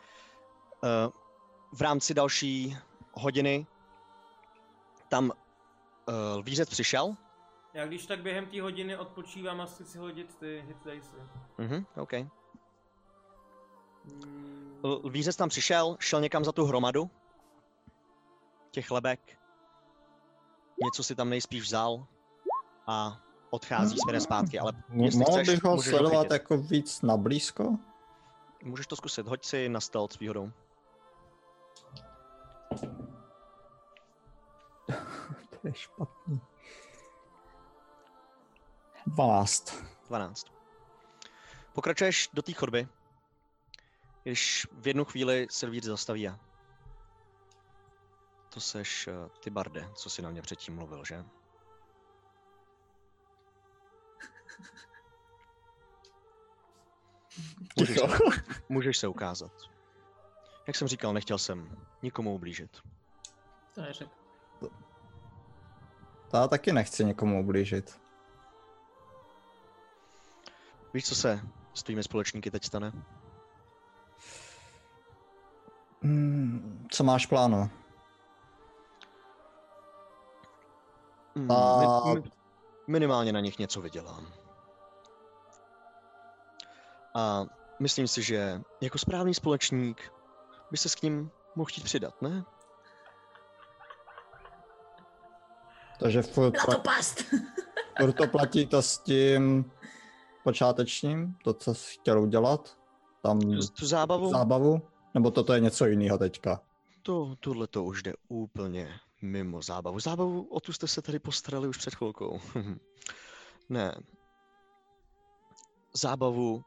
V rámci další hodiny tam vířec přišel. Já když tak během té hodiny odpočívám a chci si hodit ty hit dice. OK. Vířec tam přišel, šel někam za tu hromadu těch lebek. Něco si tam nejspíš vzal a odchází směrem zpátky, ale mohl bych ho sledovat jako víc na blízko? Můžeš to zkusit, hoď si na stealth s výhodou. To je špatný. 12. Pokračuješ do té chodby, když v jednu chvíli se víc zastaví a to seš ty, Barde, co si na mě předtím mluvil, že? Můžeš se ukázat. Jak jsem říkal, nechtěl jsem nikomu ublížit. To neřek. Já taky nechci nikomu ublížit. Víš, co se s tvými společníky teď stane? Co máš plánu? Minimálně na nich něco vydělám. A myslím si, že jako správný společník by se k ním mohl chtít přidat, ne? Takže furt to platí to s tím počátečním, to, co jsi chtěl udělat? Tam tu zábavu? Zábavu? Nebo toto je něco jiného teďka? Tohle to už jde úplně mimo zábavu. Zábavu, o tu jste se tady postarali už před chvilkou. Ne. Zábavu...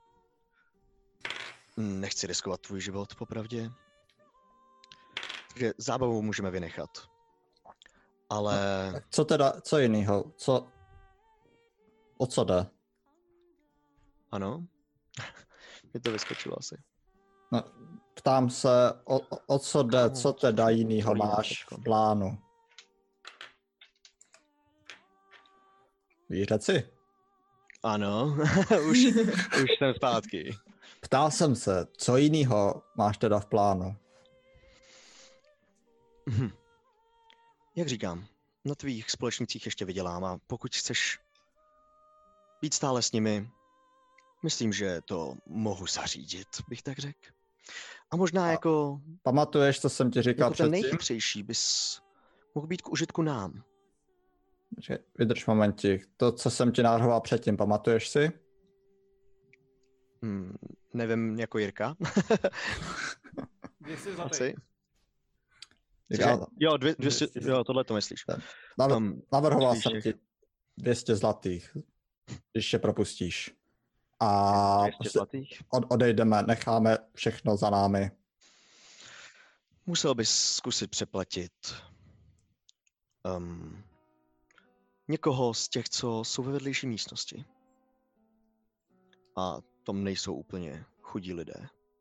Nechci riskovat tvůj život, popravdě. Takže zábavu můžeme vynechat. Ale... Co teda, co jinýho? O co jde? Ano? Mi to vyskočilo asi. No, ptám se, o co jde, co teda jinýho máš v plánu? Vířeci? Ano, už jsem zpátky. Ptal jsem se, co jinýho máš teda v plánu? Jak říkám, na tvých společnících ještě vydělám a pokud chceš být stále s nimi, myslím, že to mohu zařídit, bych tak řekl. A možná jako... Pamatuješ, co jsem ti říkal jako předtím? Ten nejchytřejší bys mohl být k užitku nám. Vydrž momentík. To, co jsem ti navrhoval předtím, pamatuješ si? Nevím, jako Jirka. 200 zlatých. Jo, 200, jo, tohle to myslíš. Navrhoval jsem ti 200 zlatých, když je propustíš. A odejdeme, necháme všechno za námi. Musel bys zkusit přeplatit někoho z těch, co jsou ve vedlejší místnosti. A tom nejsou úplně chudí lidé.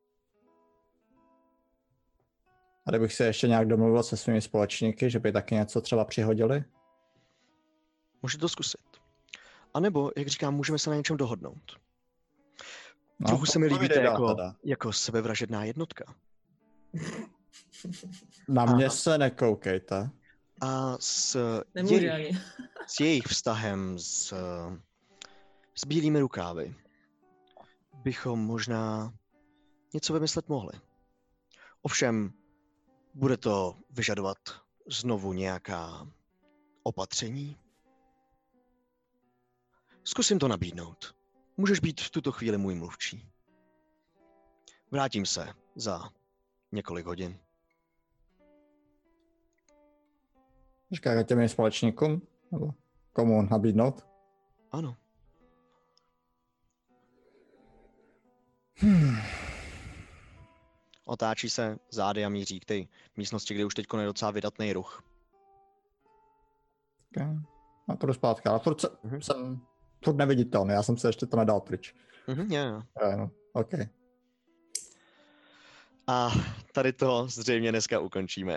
A kdybych se ještě nějak domluvil se svými společníky, že by taky něco třeba přihodili? Můžete to zkusit. A nebo, jak říkám, můžeme se na něčem dohodnout. Trochu se mi líbíte jako sebevražedná jednotka. Na mě se nekoukejte. A s jejich vztahem s bílými rukávy bychom možná něco vymyslet mohli. Ovšem, bude to vyžadovat znovu nějaká opatření? Zkusím to nabídnout. Můžeš být v tuto chvíli můj mluvčí. Vrátím se za několik hodin. Říkáte těm společníkům? Nebo komu nabídnout? Ano. Otáčí se zády a míří k té místnosti, kde už teďko je docela vydatný ruch. Okay. A půjdu zpátky, ale furt jsem neviditelný, já jsem se ještě to nedal pryč. Yeah. No, OK. A tady to zřejmě dneska ukončíme.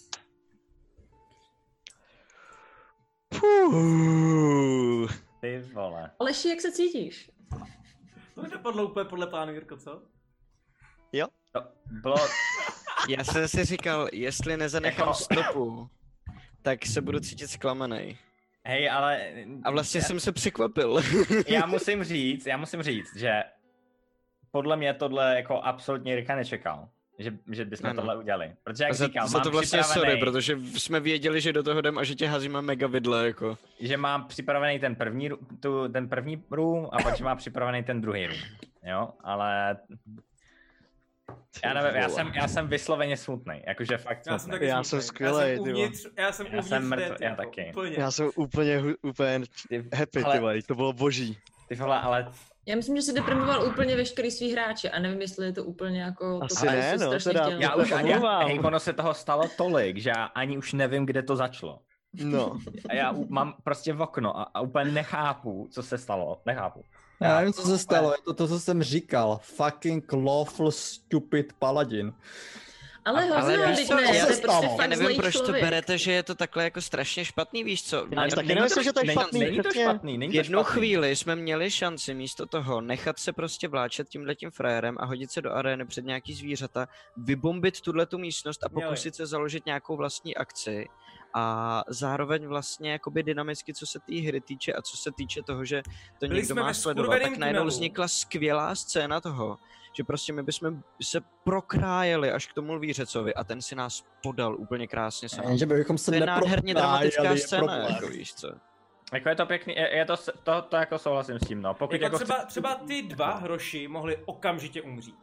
Ty vole. Aleši, jak se cítíš? To nedopadlo úplně podle plánu, Jirko, co? Jo. Bylo... Já jsem si říkal, jestli nezanechám stopu, tak se budu cítit zklamanej. Hej, ale... A vlastně jsem se překvapil. já musím říct, že podle mě tohle jako absolutně Rika nečekal. Že bychom tohle udělali. Protože jak říkám, za to mám vlastně připravený... sorry, protože jsme věděli, že do toho jdem a že tě házíme mega vidle, jako. Že mám připravený ten první room a pak, že mám připravený ten druhý room. Jo, ale... Já nevím, já jsem vysloveně smutný, jakože fakt smutný. Já jsem skvělej, já jsem mrtvý, já taky. Já jsem úplně happy, to bylo boží. Ty vole, ale... Já myslím, že si deprimoval úplně veškerý svý hráče a nevím, jestli je to úplně jako... Asi ne, no, teda. Já už ani, hej, ono se toho stalo tolik, že já ani už nevím, kde to začalo. No. A já mám prostě v okno a úplně nechápu, co se stalo, nechápu. Já nevím, co se stalo, je to, co jsem říkal. Fucking lawful stupid paladin. Ale víš co, já nevím, proč to berete, že je to takhle jako strašně špatný, víš co? Já taky nemyslím, že to je špatný. Není to špatný. V jednu chvíli jsme měli šanci místo toho nechat se prostě vláčet tímhletím frajerem a hodit se do arény před nějaký zvířata, vybombit tuhletu místnost a pokusit se založit nějakou vlastní akci. A zároveň vlastně jakoby dynamicky, co se té hry týče a co se týče toho, že to někdo má sledovat, tak najednou vznikla skvělá scéna toho, že prostě my bychom se prokrájeli až k tomu lvířecovi a ten si nás podal úplně krásně sám. Že bychom se to je nádherně dramatická scéna, jako víš co. Jako je to pěkný, je to jako souhlasím s tím, no. Pokud jako třeba ty dva hroši mohli okamžitě umřít.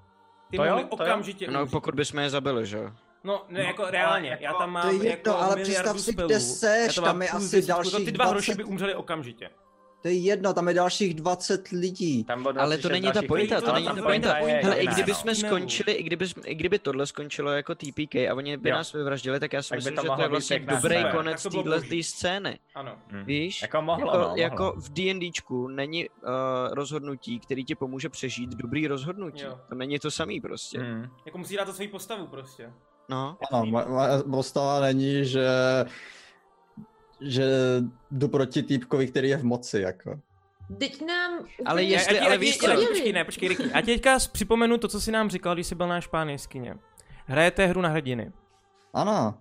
No pokud bychom je zabili, že jo. No, ne, jako reálně, já tam mám jako ale miliardu si, kde seš, tam je asi dalších ty dva hroši by umřeli okamžitě. To je jedno, tam je dalších 20 lidí. Ale to není ta pointa, to není ta pointa. Hele, i kdyby jsme skončili, i kdyby tohle skončilo jako TPK a oni by nás vyvraždili, tak já si myslím, že to je vlastně dobrý konec téhle scény. Ano. Víš? Jako v D&Dčku není rozhodnutí, který ti pomůže přežít, dobrý rozhodnutí. To není to samý prostě. Jako musí dát to svoji postavu prostě. No. Ano, postava není, že jdu proti týpkovi, který je v moci, jako. Teď nám... Ale víš co? Počkej, Ricky. A teďka připomenu to, co jsi nám říkal, když jsi byl náš pán jeskyně. Hrajete hru na hrdiny. Ano.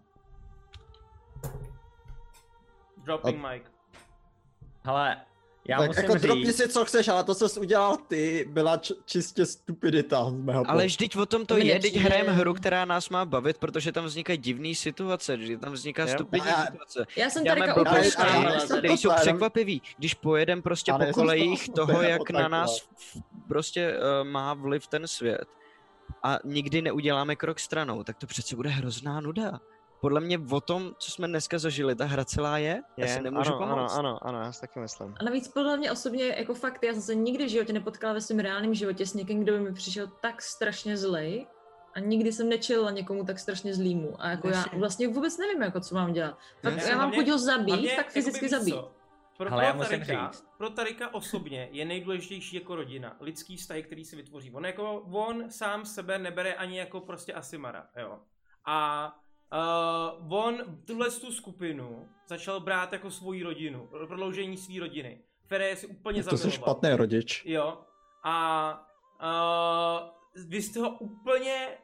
Dropping mic. Hele, já tak musím jako říct... dropni si, co chceš, ale to, co jsi udělal ty, byla čistě stupidita z mého pohledu. Ale vždyť o tom to je, teď hrajeme hru, která nás má bavit, protože tam vznikají divné situace, že tam vzniká stupidní situace. Já jsem tady který jsou překvapivý, když pojedem prostě po kolejích toho, jak na nás prostě má vliv ten svět a nikdy neuděláme krok stranou, tak to přece bude hrozná nuda. Podle mě o tom, co jsme dneska zažili, ta hra celá je, já si nemůžu pomoct. Ano, já si taky myslím. A navíc podle mě osobně, jako fakt, já jsem se nikdy v životě nepotkala ve svém reálném životě s někým, kdo by mi přišel tak strašně zlej a nikdy jsem nečelila někomu tak strašně zlýmu a jako já vlastně vůbec nevím, jako co mám dělat. Fakt, já mám chuť ho zabít, tak fyzicky zabít. Pro Tarika osobně je nejdůležitější jako rodina, lidský vztahy, který si vytvoří. On sám sebe nebere ani jako prostě Asimara, jo. A on tuhle skupinu začal brát jako svoji rodinu, prodloužení své rodiny, které si úplně zamiloval. To jsi špatný rodič. Jo. A vy jste ho úplně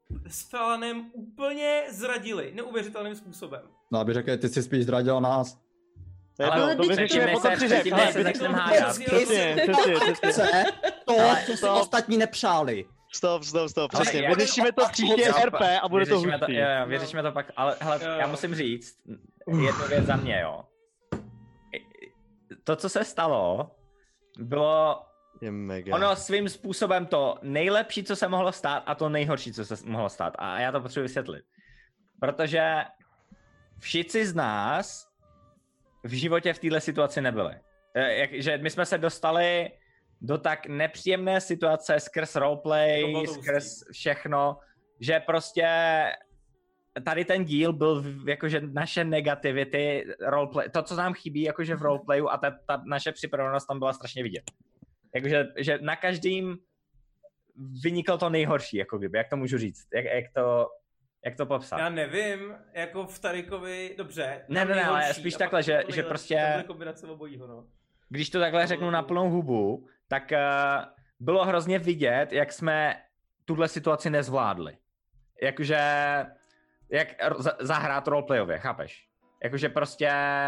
s Falanem úplně zradili, neuvěřitelným způsobem. No, aby řekl, ty jsi spíš zradil nás. Ale to vyřešíme potom při řek. Se začneme hádat. Přesně. To, co si ostatní nepřáli. Stop. Přesně. Vyřešíme to příště RP a bude to hustý. Vyřešíme to pak, ale hele, já musím říct jednu věc za mě, jo. To, co se stalo, bylo ono svým způsobem to nejlepší, co se mohlo stát a to nejhorší, co se mohlo stát. A já to potřebuji vysvětlit. Protože všichni z nás v životě v této situaci nebyli. Že my jsme se dostali do tak nepříjemné situace skrz roleplay, skrz všechno, že prostě tady ten díl byl jakože naše negativity, roleplay, to, co nám chybí jakože v roleplayu a ta naše připravenost tam byla strašně vidět. Jakože že na každým vyniklo to nejhorší, jako kdyby, jak to můžu říct, jak to popsat? Já nevím, jako v Tarikovi, dobře. Ne, ale spíš takhle, že prostě... To kombinace obojího, no. Když to takhle řeknu na plnou hubu, tak bylo hrozně vidět, jak jsme tuhle situaci nezvládli. Jakože... Jak zahrát roleplayově, chápeš? Jakože prostě...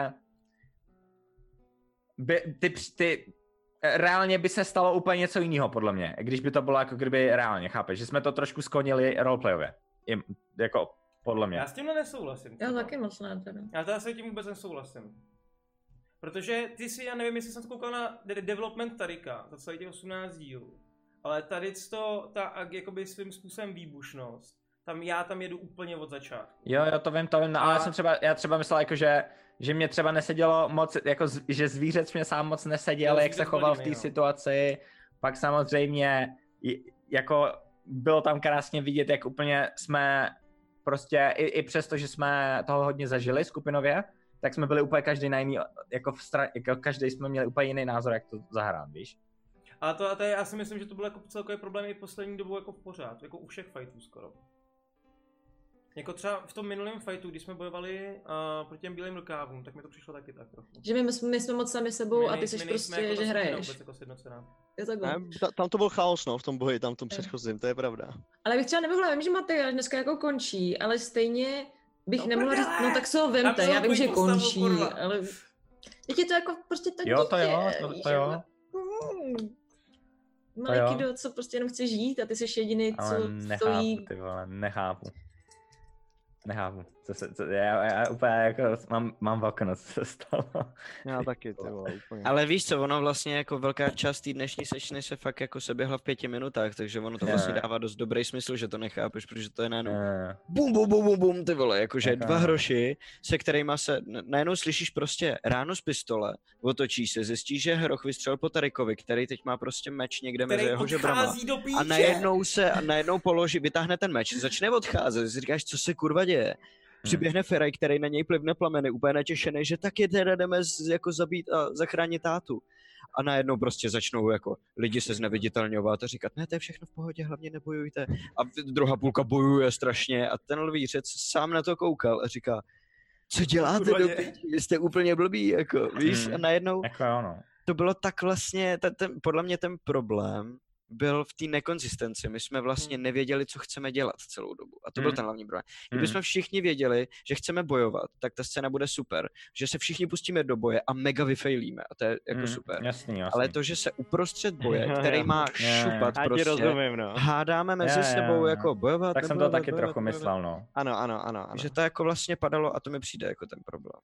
Reálně by se stalo úplně něco jiného, podle mě. Když by to bylo jako kdyby reálně, chápeš? Že jsme to trošku sklonili roleplayově. Jako podle mě. Já s tímhle nesouhlasím. Já taky moc ne teda. Já teda se tím vůbec nesouhlasím. Protože já nevím, jestli jsem to koukal na development Tarika, za celý těch 18 dílů. Ale tady jakoby svým způsobem výbušnost. Já tam jedu úplně od začátku. Jo, to vím, no, ale já třeba myslel jako, že mě třeba nesedělo moc, jako že zvířec mě sám moc neseděl, jak se choval v té situaci. Pak samozřejmě jako bylo tam krásně vidět, jak úplně jsme prostě, i přesto, že jsme toho hodně zažili skupinově, tak jsme byli úplně každý na jiný, jako každý jsme měli úplně jiný názor, jak to zahrát, víš? A to já si myslím, že to byl jako celkový problém i poslední dobou jako pořád, jako u všech fightů skoro. Jako třeba v tom minulém fightu, když jsme bojovali proti těm bílým rukávům, tak mi to přišlo taky tak trochu. Že my jsme moc sami sebou a ty jsi prostě, jako že hraješ. Jako je takhle. Tam to byl chaos, no, v tom boji, tam v tom předchozím, to je pravda. Ale bych třeba nemohla, vím, že Matej dneska jako končí, ale stejně bych nemohla říct, no tak se ho vemte, já vím, že končí, ale... Teď je to jako prostě to dítě. Jo, to jo. Malý kdo, co prostě jenom chce žít a ty jsi jediný, co stojí... Ty vole, nechápu. Já úplně jako mám vakno, co se stalo. Já taky, ty vole, úplně. Ale víš co, ono vlastně jako velká část té dnešní sessiony se fakt jako seběhla v 5 minutách, takže ono to vlastně dává dost dobrý smysl, že to nechápeš, protože to je najednou bum, ty vole, jakože 2 hroši, se kterýma se najednou slyšíš prostě ráno z pistole, otočíš se, zjistíš, že hroch vystřelil po Tarikovi, který teď má prostě meč někde mezi jeho žebrama a najednou položí, vytáhne ten meč, začne odcházet, říkáš, co se kurva děje. Přiběhne Feraj, který na něj plivne plameny, úplně natěšený, že taky teda jdeme jako zabít a zachránit tátu. A najednou prostě začnou jako lidi se zneviditelňovat a říkat, ne, to je všechno v pohodě, hlavně nebojujte. A druhá půlka bojuje strašně a ten lvířec sám na to koukal a říká, co děláte do pěti, vy jste úplně blbý, jako, víš, a najednou to bylo tak vlastně, podle mě ten problém byl v té nekonzistenci. My jsme vlastně nevěděli, co chceme dělat celou dobu. A to byl ten hlavní problém. Kdybychom všichni věděli, že chceme bojovat, tak ta scéna bude super. Že se všichni pustíme do boje a mega vyfailíme. A to je jako super. Jasný. Ale to, že se uprostřed boje, který má šupat prostě, hádáme mezi sebou jako bojovat. Tak jsem to taky trochu myslel, no. Ano. Že to jako vlastně padalo a to mi přijde jako ten problém.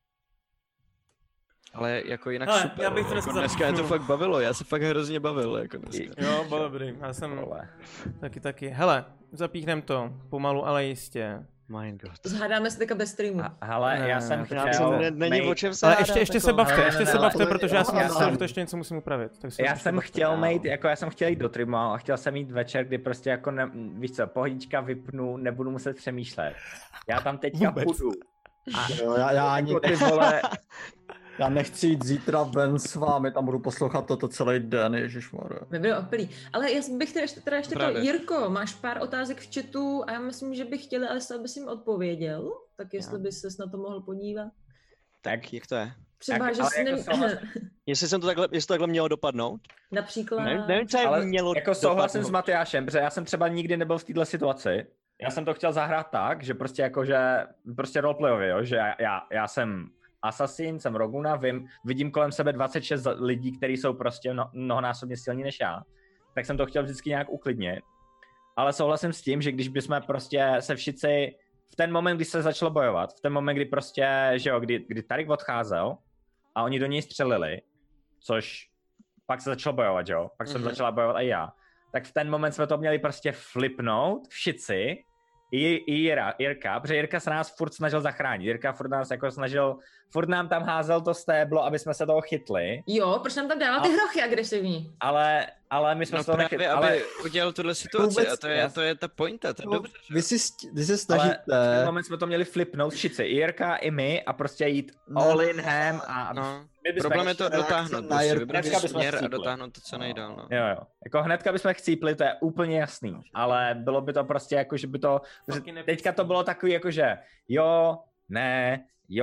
Ale jako jinak super, já bych to jako dneska je to fakt bavilo, já se fakt hrozně bavil, jako dneska. Jo, bylo dobrý, já jsem taky. Hele, zapíchnem to, pomalu, ale jistě. My God. Zhádáme se teďka bez streamu. Hele, já jsem chtěl... Není o čem se hádat. Ale ještě se bavte, protože já jsem myslel, že to ještě něco musím upravit. Já jsem chtěl jít do streamu a chtěl jsem jít večer, kdy prostě jako, víš co, pohodička vypnu, nebudu muset přemýšlet. Já tam teďka půjdu. Já ani ty vole... Já nechci jít zítra ven s vámi, tam budu poslouchat toto celý den, ježišmarja. My byli opilí. Ale já bych teda ještě to, Jirko, máš pár otázek v chatu a já myslím, že bych chtěl, ale abys jim odpověděl, tak jestli bys ses na to mohl podívat. Tak, jak to je? Třeba, tak, že jsi jestli to takhle mělo dopadnout? Například... Nevím, co mělo jako souhlasím s Matyášem, protože já jsem třeba nikdy nebyl v této situaci Já jsem to chtěl zahrát tak, že prostě jako, že prostě roleplayově, jo, že já jsem Assassin, jsem Roguna, vidím kolem sebe 26 lidí, kteří jsou prostě mnohonásobně silní než já, tak jsem to chtěl vždycky nějak uklidnit. Ale souhlasím s tím, že když bychom prostě se všichni v ten moment, kdy se začalo bojovat, v ten moment, kdy prostě, že jo, kdy Tarik odcházel a oni do něj střelili, což pak se začalo bojovat, že jo, pak jsem začala bojovat i já, tak v ten moment jsme to měli prostě flipnout všichni, i Jirka, protože Jirka se nás furt snažil zachránit. Jirka furt nás jako snažil, furt nám tam házel to stéblo, aby jsme se toho chytli. Jo, proč nám tam dával ty hrochy agresivní? Ale my jsme se toho nechytli. Aby udělal tuhle situaci a to je ta pointa, to je dobře. Vy si snažíte. Ale v ten moment jsme to měli flipnout všichni, i Jirka, i my a prostě jít all in ham a... Problém je to dotáhnout, prostě vybrat směr a dotáhnout to co nejdál. No. Jo. Jako hnedka bychom chcípli, to je úplně jasný, ale bylo by to prostě jako, že by to... Teďka to bylo takový jako, že jo, ne,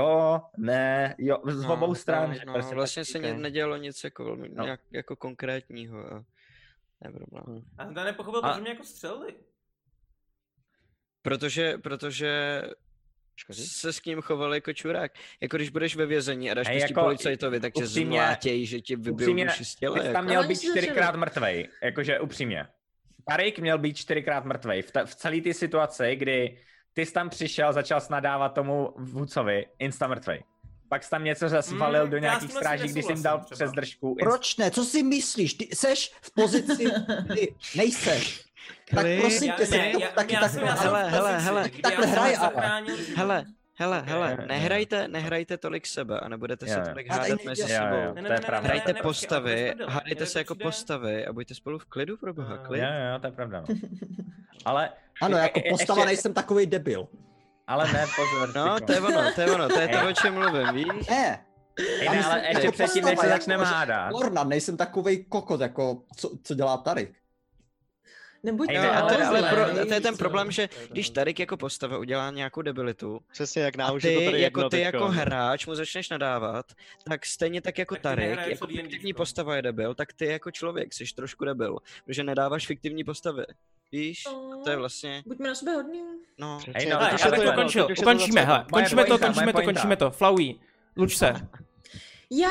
z obou stran. No, prostě vlastně se nedělo nic jako velmi nějak jako konkrétního a ne problém. A jsem nepochopil, proč mě jako střelili. Protože se s ním chovali jako čurák. Jako když budeš ve vězení a dáš pustí jako, policajtovi, tak tě zmlátěj, že tě vybijou duši z těla. Ty tam měl být 4krát mrtvej, jakože upřímně. Tarik měl být 4krát mrtvej v celé té situaci, kdy ty jsi tam přišel, začal nadávat tomu vůdcovi, insta mrtvej. Pak jsi tam něco zasvalil do nějakých stráží, když jsi jim dal přes držku. Proč ne? Co si myslíš? Ty seš v pozici, kdy nejseš. Tak prosím tě, taky takhle. Hele. Takhle hraj, Hele, nehrajte tolik sebe a nebudete se tolik hádat mezi sebou. Hrajte postavy, hádejte se jako postavy a buďte spolu v klidu, pro boha, klid. Jo, to je pravda. Ale... Ano, jako postava nejsem takovej debil. Ale ne, pozor. No, to je ono, to je to, o čem mluvím, víš? Ne. Ale ještě předtím, než se začneme hádat. Lorna, nejsem takovej kokot, jako co dělá Tarik. Nebuďte, ale to je ten problém, že když Tarik jako postava udělá nějakou debilitu, přesně jak náuž ty, je to tady ty jako hráč mu začneš nadávat, tak stejně tak jako Tarik, jako fiktivní postava je debil, tak ty jako člověk jsi trošku debil, protože nedáváš fiktivní postavy. Víš, to je vlastně... Buďme na sebe hodný. No. Končíme to. Flowey, luč se. Já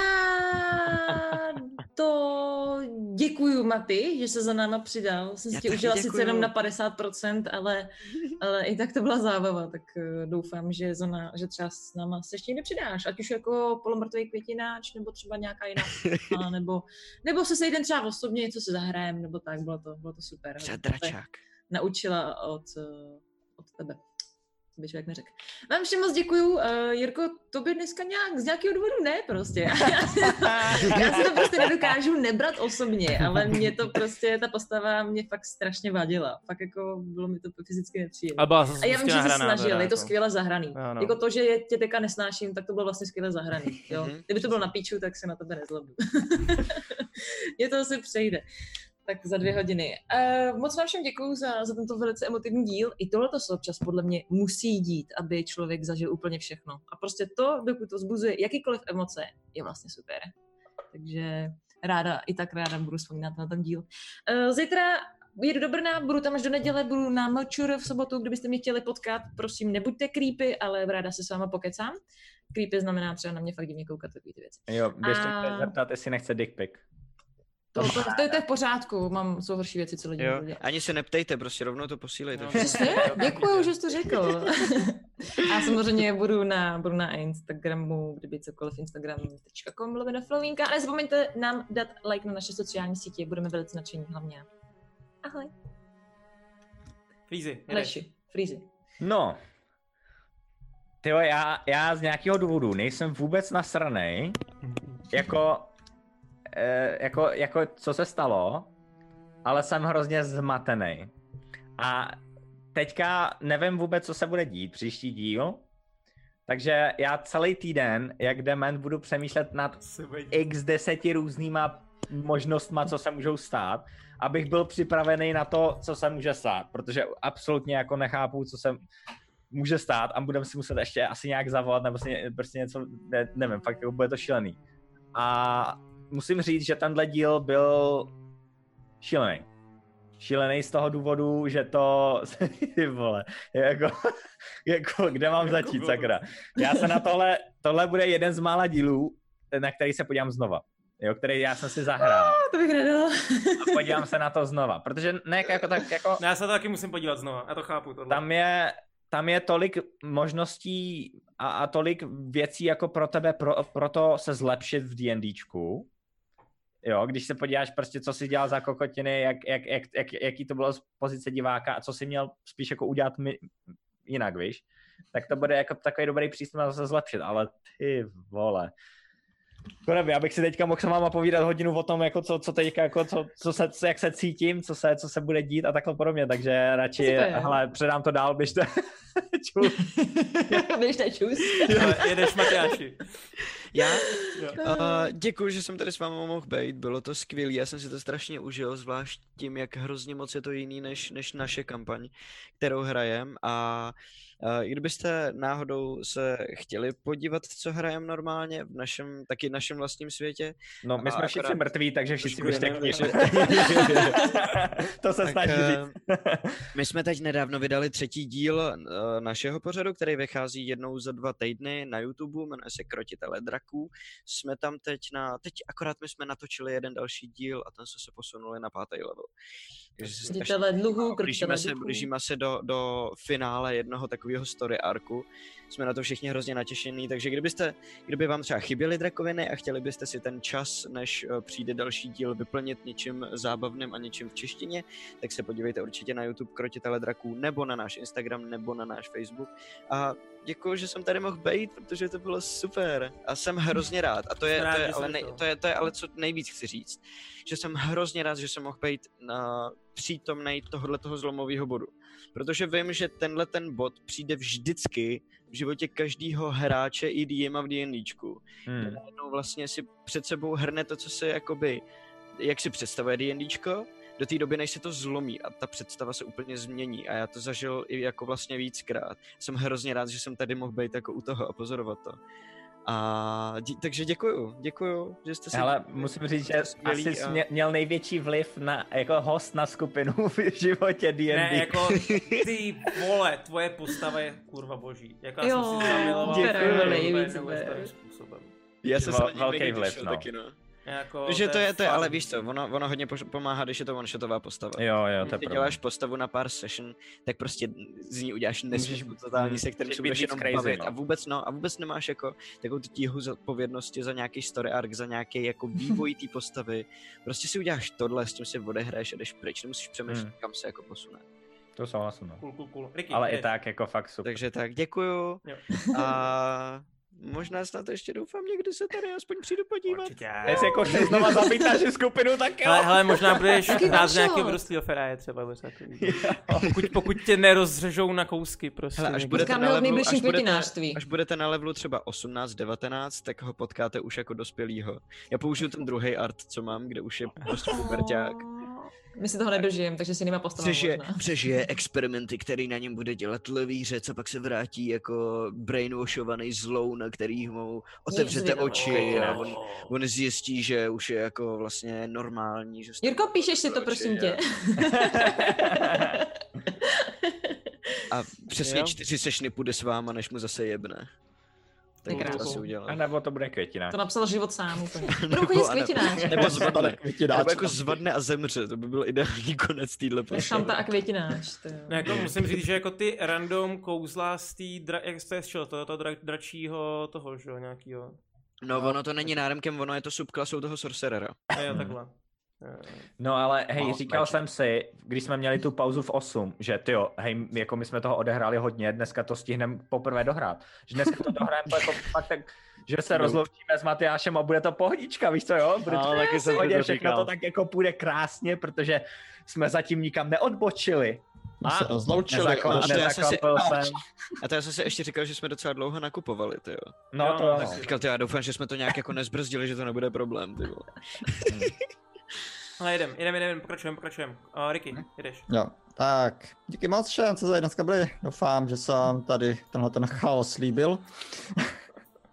to děkuju, Maty, že se za náma přidal. Jsem si tě užila sice jenom na 50%, ale i tak to byla zábava, tak doufám, že třeba s náma se ještě nepřidáš, ať už jako polomrtvý květináč, nebo třeba nějaká jiná nebo se sejdem třeba osobně, něco se zahrajem, nebo tak, bylo to super. Dračák. Naučila od tebe. By člověk neřekl. Vám všem moc děkuju. Jirko, tobě dneska z nějakého důvodu ne prostě. Já si to prostě nedokážu nebrat osobně, ale mě to prostě, ta postava mě fakt strašně vadila. Fakt jako bylo mi to fyzicky nepříjemné. A já vím, že se snažil, je to skvěle zahraný. No. Jako to, že tě teďka nesnáším, tak to bylo vlastně skvěle zahraný. Jo? Kdyby to bylo na píču, tak se na tebe nezlobu. Mně to asi přejde. Tak za 2 hodiny. Moc vám všem děkuju za tento velice emotivní díl. I tohleto se občas podle mě musí dít, aby člověk zažil úplně všechno. A prostě to, dokud to vzbuzuje jakýkoliv emoce, je vlastně super. Takže ráda budu vzpomínat na ten díl. Zítra jedu do Brna, budu tam až do neděle, budu na Melčur v sobotu, kdybyste mě chtěli potkat, prosím, nebuďte creepy, ale ráda se s váma pokecám. Creepy znamená třeba na mě fakt divně koukat takový ty věci. Jo, běžte mě zeptat, jestli nechce dick pic. To je v pořádku, jsou horší věci, co lidi dělat. Ani se neptejte, prostě rovnou to posílejte. Přesně, děkuju, že jsi to řekl. A samozřejmě budu na Instagramu, kdyby cokoliv, instagram.com/flowinka. A nezapomeňte nám dát like na naše sociální sítě, budeme velice nadšení, hlavně. Ahoj. Freezy. No. Tyjo, já z nějakého důvodu nejsem vůbec nasranej, jako co se stalo, ale jsem hrozně zmatený. A teďka nevím vůbec, co se bude dít příští díl, takže já celý týden, jak dement, budu přemýšlet nad x 10 různýma možnostma, co se můžou stát, abych byl připravený na to, co se může stát, protože absolutně jako nechápu, co se může stát a budeme si muset ještě asi nějak zavolat, nebo prostě něco, nevím, fakt bude to šílený. A musím říct, že tenhle díl byl šílený. šílený z toho důvodu, že to, ty vole, jako kde mám začít, sakra. Já se na tohle bude jeden z mála dílů, na který se podívám znova. Jo, který já jsem si zahrál. To bych nedala. A podívám se na to znova, protože ne jako tak jako... Já se to taky musím podívat znova, já to chápu. Tohle. Tam je tolik možností a tolik věcí jako pro tebe, pro to se zlepšit v D&Dčku. Jo, když se podíváš prostě, co jsi dělal za kokotiny, jaký to bylo z pozice diváka a co jsi měl spíš jako udělat jinak, víš? Tak to bude jako takový dobrý přístup na to se zlepšit, ale ty vole... Konec, já bych si teďka mohl s váma povídat hodinu o tom, jako co teďka, jako jak se cítím, co se bude dít a takhle podobně, takže radši, hele, předám to dál, běžte. Čus. Běžte, čus. Jedeš, Matyáši. Já? Děkuji, že jsem tady s vámi mohl být, bylo to skvělé, já jsem si to strašně užil, zvlášť tím, jak hrozně moc je to jiný než naše kampaň, kterou hrajem a kdybyste náhodou se chtěli podívat, co hrajem normálně v našem vlastním světě. No, my jsme všichni mrtví, takže všichni běžte k ním. To se snaží říct. My jsme teď nedávno vydali 3. díl našeho pořadu, který vychází jednou za 2 týdny na YouTube, jmenuje se Krotitelé draků. Jsme tam teď akorát my jsme natočili jeden další díl a ten se posunuli na 5. level. Blížíme se do finále jednoho takového story arku. Jsme na to všichni hrozně natěšení, takže kdyby vám třeba chyběly drakoviny a chtěli byste si ten čas, než přijde další díl, vyplnit něčím zábavným a něčím v češtině, tak se podívejte určitě na YouTube Krotitele draků, nebo na náš Instagram, nebo na náš Facebook. A děkuji, že jsem tady mohl být, protože to bylo super. A jsem hrozně rád. A to je ale co nejvíc chci říct. Že jsem hrozně rád, že jsem mohl být přítomnej tohoto zlomového bodu. Protože vím, že ten bod přijde vždycky v životě každého hráče i DM v D&Dčku. Najednou vlastně si před sebou hrne to, co se jakoby, jak si představuje D&Dčko, do té doby, než se to zlomí a ta představa se úplně změní a já to zažil i jako vlastně víckrát. Jsem hrozně rád, že jsem tady mohl být jako u toho a pozorovat to. Takže děkuju, že jste si... Ale musím říct, že asi měl největší vliv jako host na skupinu v životě D&D. Ne, jako ty vole, tvoje postava je kurva boží. Jako já jsem si zamiloval. Děkuju. Já se velký vliv, taky, no. Jako, že to je, ale víš co, ono hodně pomáhá, když je to one-shotová postava. Jo, to je Když děláš postavu na pár session, tak prostě z ní uděláš nesmysl totální, se kterým se budeš jenom bavit a vůbec nemáš jako takovou tu tíhu zodpovědnosti za nějaký story arc, za nějaký jako vývoj té postavy. Prostě si uděláš tohle, s tím si odehraješ a jdeš pryč, nemusíš přemýšlet, kam se jako posune. To souhlasím, no. Cool. Ricky, ale i tak jako fakt super. Takže tak, děkuju. A možná snad ještě doufám, někdy se tady aspoň přijdu podívat. Určitě. Jestli jako chceš znova zabít naši skupinu, tak jo. Hele, možná budeš hrát z nějakého vrstvího feráje třeba. Pokud tě nerozřežou na kousky, prostě. Hele, až budete na levelu třeba 18-19, tak ho potkáte už jako dospělýho. Já použiju ten druhý art, co mám, kde už je prostě puberťák. My si toho nedožijeme, takže si nima postavíme Přežije experimenty, který na něm bude dělat levířec a pak se vrátí jako brainwashovaný zlou, na který mu otevřete oči a on zjistí, že už je jako vlastně normální. Že Jirko, píšeš si to, prosím tě. A přesně 4 sešny půjde s váma, než mu zase jebne. Tak to asi udělal. A nebo to bude květináč. To napsal život sám úplně. Budu chodit s květináč. Nebo jako zvadne a zemře, to by byl ideální konec téhle postavy. Šanta a květináč. No, jako musím říct, že jako ty random kouzla z toho dračího toho, že jo, nějakýho. No ono to není náremkem, ono je to subklasou toho sorcerera. Jo, takhle. No ale hej, říkal jsem si, když jsme měli tu pauzu v 8, že tyjo, hej, jako my jsme toho odehráli hodně, dneska to stihneme poprvé dohrát. Že dneska to dohrajeme jako fakt tak, že se rozloučíme s Matyášem a bude to pohodička, víš co jo? Bude to hodně, všechno to tak jako půjde krásně, protože jsme zatím nikam neodbočili. Se rozloučili. A to já jsem si ještě říkal, že jsme docela dlouho nakupovali, tyjo. No to říkal, já doufám, že jsme to nějak jako nezbrzdili, že to nebude problém, tyjo. Ale jdem, pokračujeme. Ricky, jedeš. Jo, tak, díky moc všem, co tady dneska byli. Doufám, že jsem tady ten chaos líbil.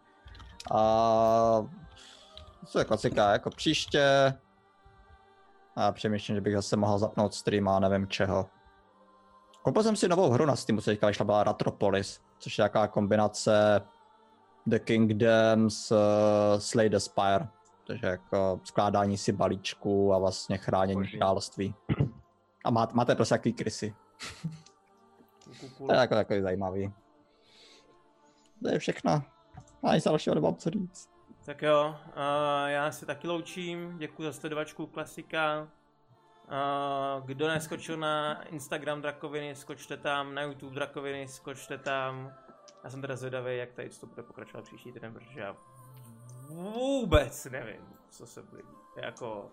A co je klasika, jako příště A přemýšlím, že bych zase mohl zapnout stream a nevím čeho. Koupil jsem si novou hru na Steamu, co teďka vyšla, byla Ratropolis, což je jaká kombinace The Kingdom s Slay the Spire. Takže jako skládání si balíčků a vlastně chránění království. A máte prostě jaký krysy. To je jako takový zajímavý. To je všechno. A nic dalšího nemám co říct. Tak jo, já se taky loučím, děkuji za sledovačku Klasika. Kdo neskočil na Instagram Drakoviny, skočte tam, na YouTube Drakoviny, skočte tam. Já jsem teda zvědavý, jak tady to bude pokračovat příští týden, protože já vůbec nevím, co se bude dít. Jako...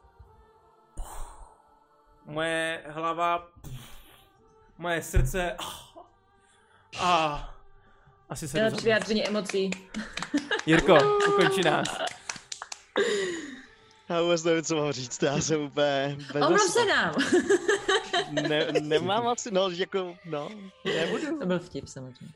Moje hlava, moje srdce asi se nejlepší vyjádření emocí. Jirko, ukonči nás. Já vůbec nevím, co mám říct, já jsem úplně... Omluv se nám. Nemám asi, jako, nebudu. To byl vtip samozřejmě.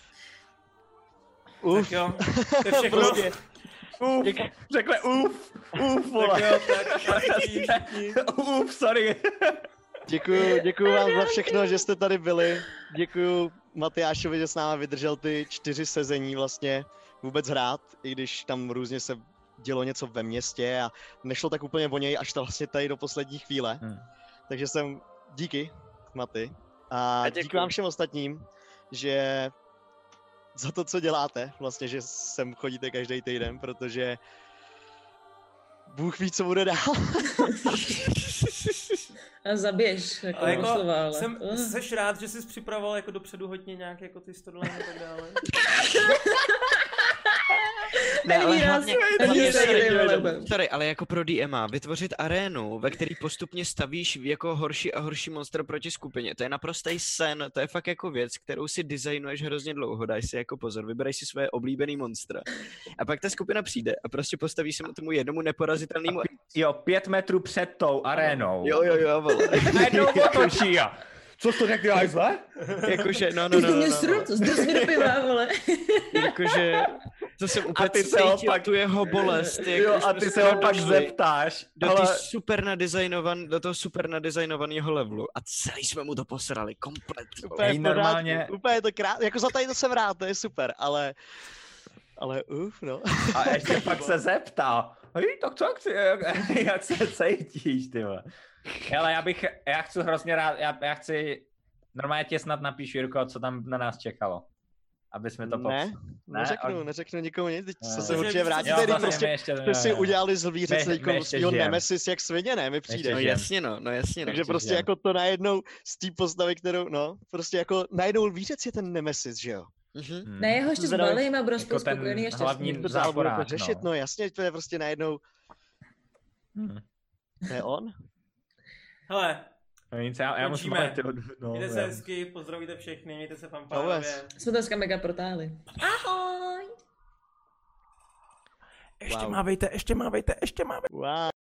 Tak jo, to je všechno. Prostě. Řekne vole. Tak jo, sorry. Děkuju vám za všechno, že jste tady byli. Děkuju Matyášovi, že s námi vydržel ty 4 sezení vlastně vůbec hrát, i když tam různě se dělo něco ve městě a nešlo tak úplně o něj až to vlastně tady do poslední chvíle. Takže díky, Maty. A díky vám všem ostatním, že za to, co děláte, vlastně, že sem chodíte každý týden, protože Bůh ví, co bude dál. A zabiješ, jako slova, ale... Seš rád, že jsi připravoval jako dopředu hodně nějak jako ty storyline a tak dále. Sorry, ale jako pro DMA, vytvořit arénu, ve který postupně stavíš jako horší a horší monster proti skupině, to je naprostý sen, to je fakt jako věc, kterou si designuješ hrozně dlouho, daj si jako pozor, vyberaj si své oblíbený monstra. A pak ta skupina přijde a prostě postaví se tomu jednomu neporazitelnému... Jo, 5 metrů před tou arénou. Jo, vole. Najednou otočí a... Co jsi to řekl, děláš zle? Jakože, no. Zdrž mi do piva, vole. Jakože, to jsem úplně cítil tu jeho bolest. Jo, a ty se ho pak zeptáš. Do toho super nadizajnovaného levelu a celý jsme mu to posrali, komplet. Úplně normálně. Úplně to krásné, jako za tady to jsem rád, to je super, ale no. A ještě pak se zeptal. Tak co chci, jak se cítíš, ty vole. Hele, já chci hrozně rád, já chci, normálně tě snad napíšu, Jirko, co tam na nás čekalo. Aby jsme to popsali. Neřeknu nikomu nic, teď se určitě vrátíte, teď prostě jste si udělali z Lvířec svýho Nemesis jak svině, ne, mi přijde. No jasně. Takže prostě jako to najednou z té postavy, kterou, prostě jako najednou Lvířec je ten Nemesis, že jo? Ne, jeho ještě zbalím a budou spolu spokojený ještě hlavní záporák, řešit, no jasně, to je prostě najednou... To je on? Hele, já musím mít mějte se hezky, pozdravíte všechny, mějte se fanfárově. Jsme to dneska mega protáhli. Ahoj! Ještě mávejte. Wow.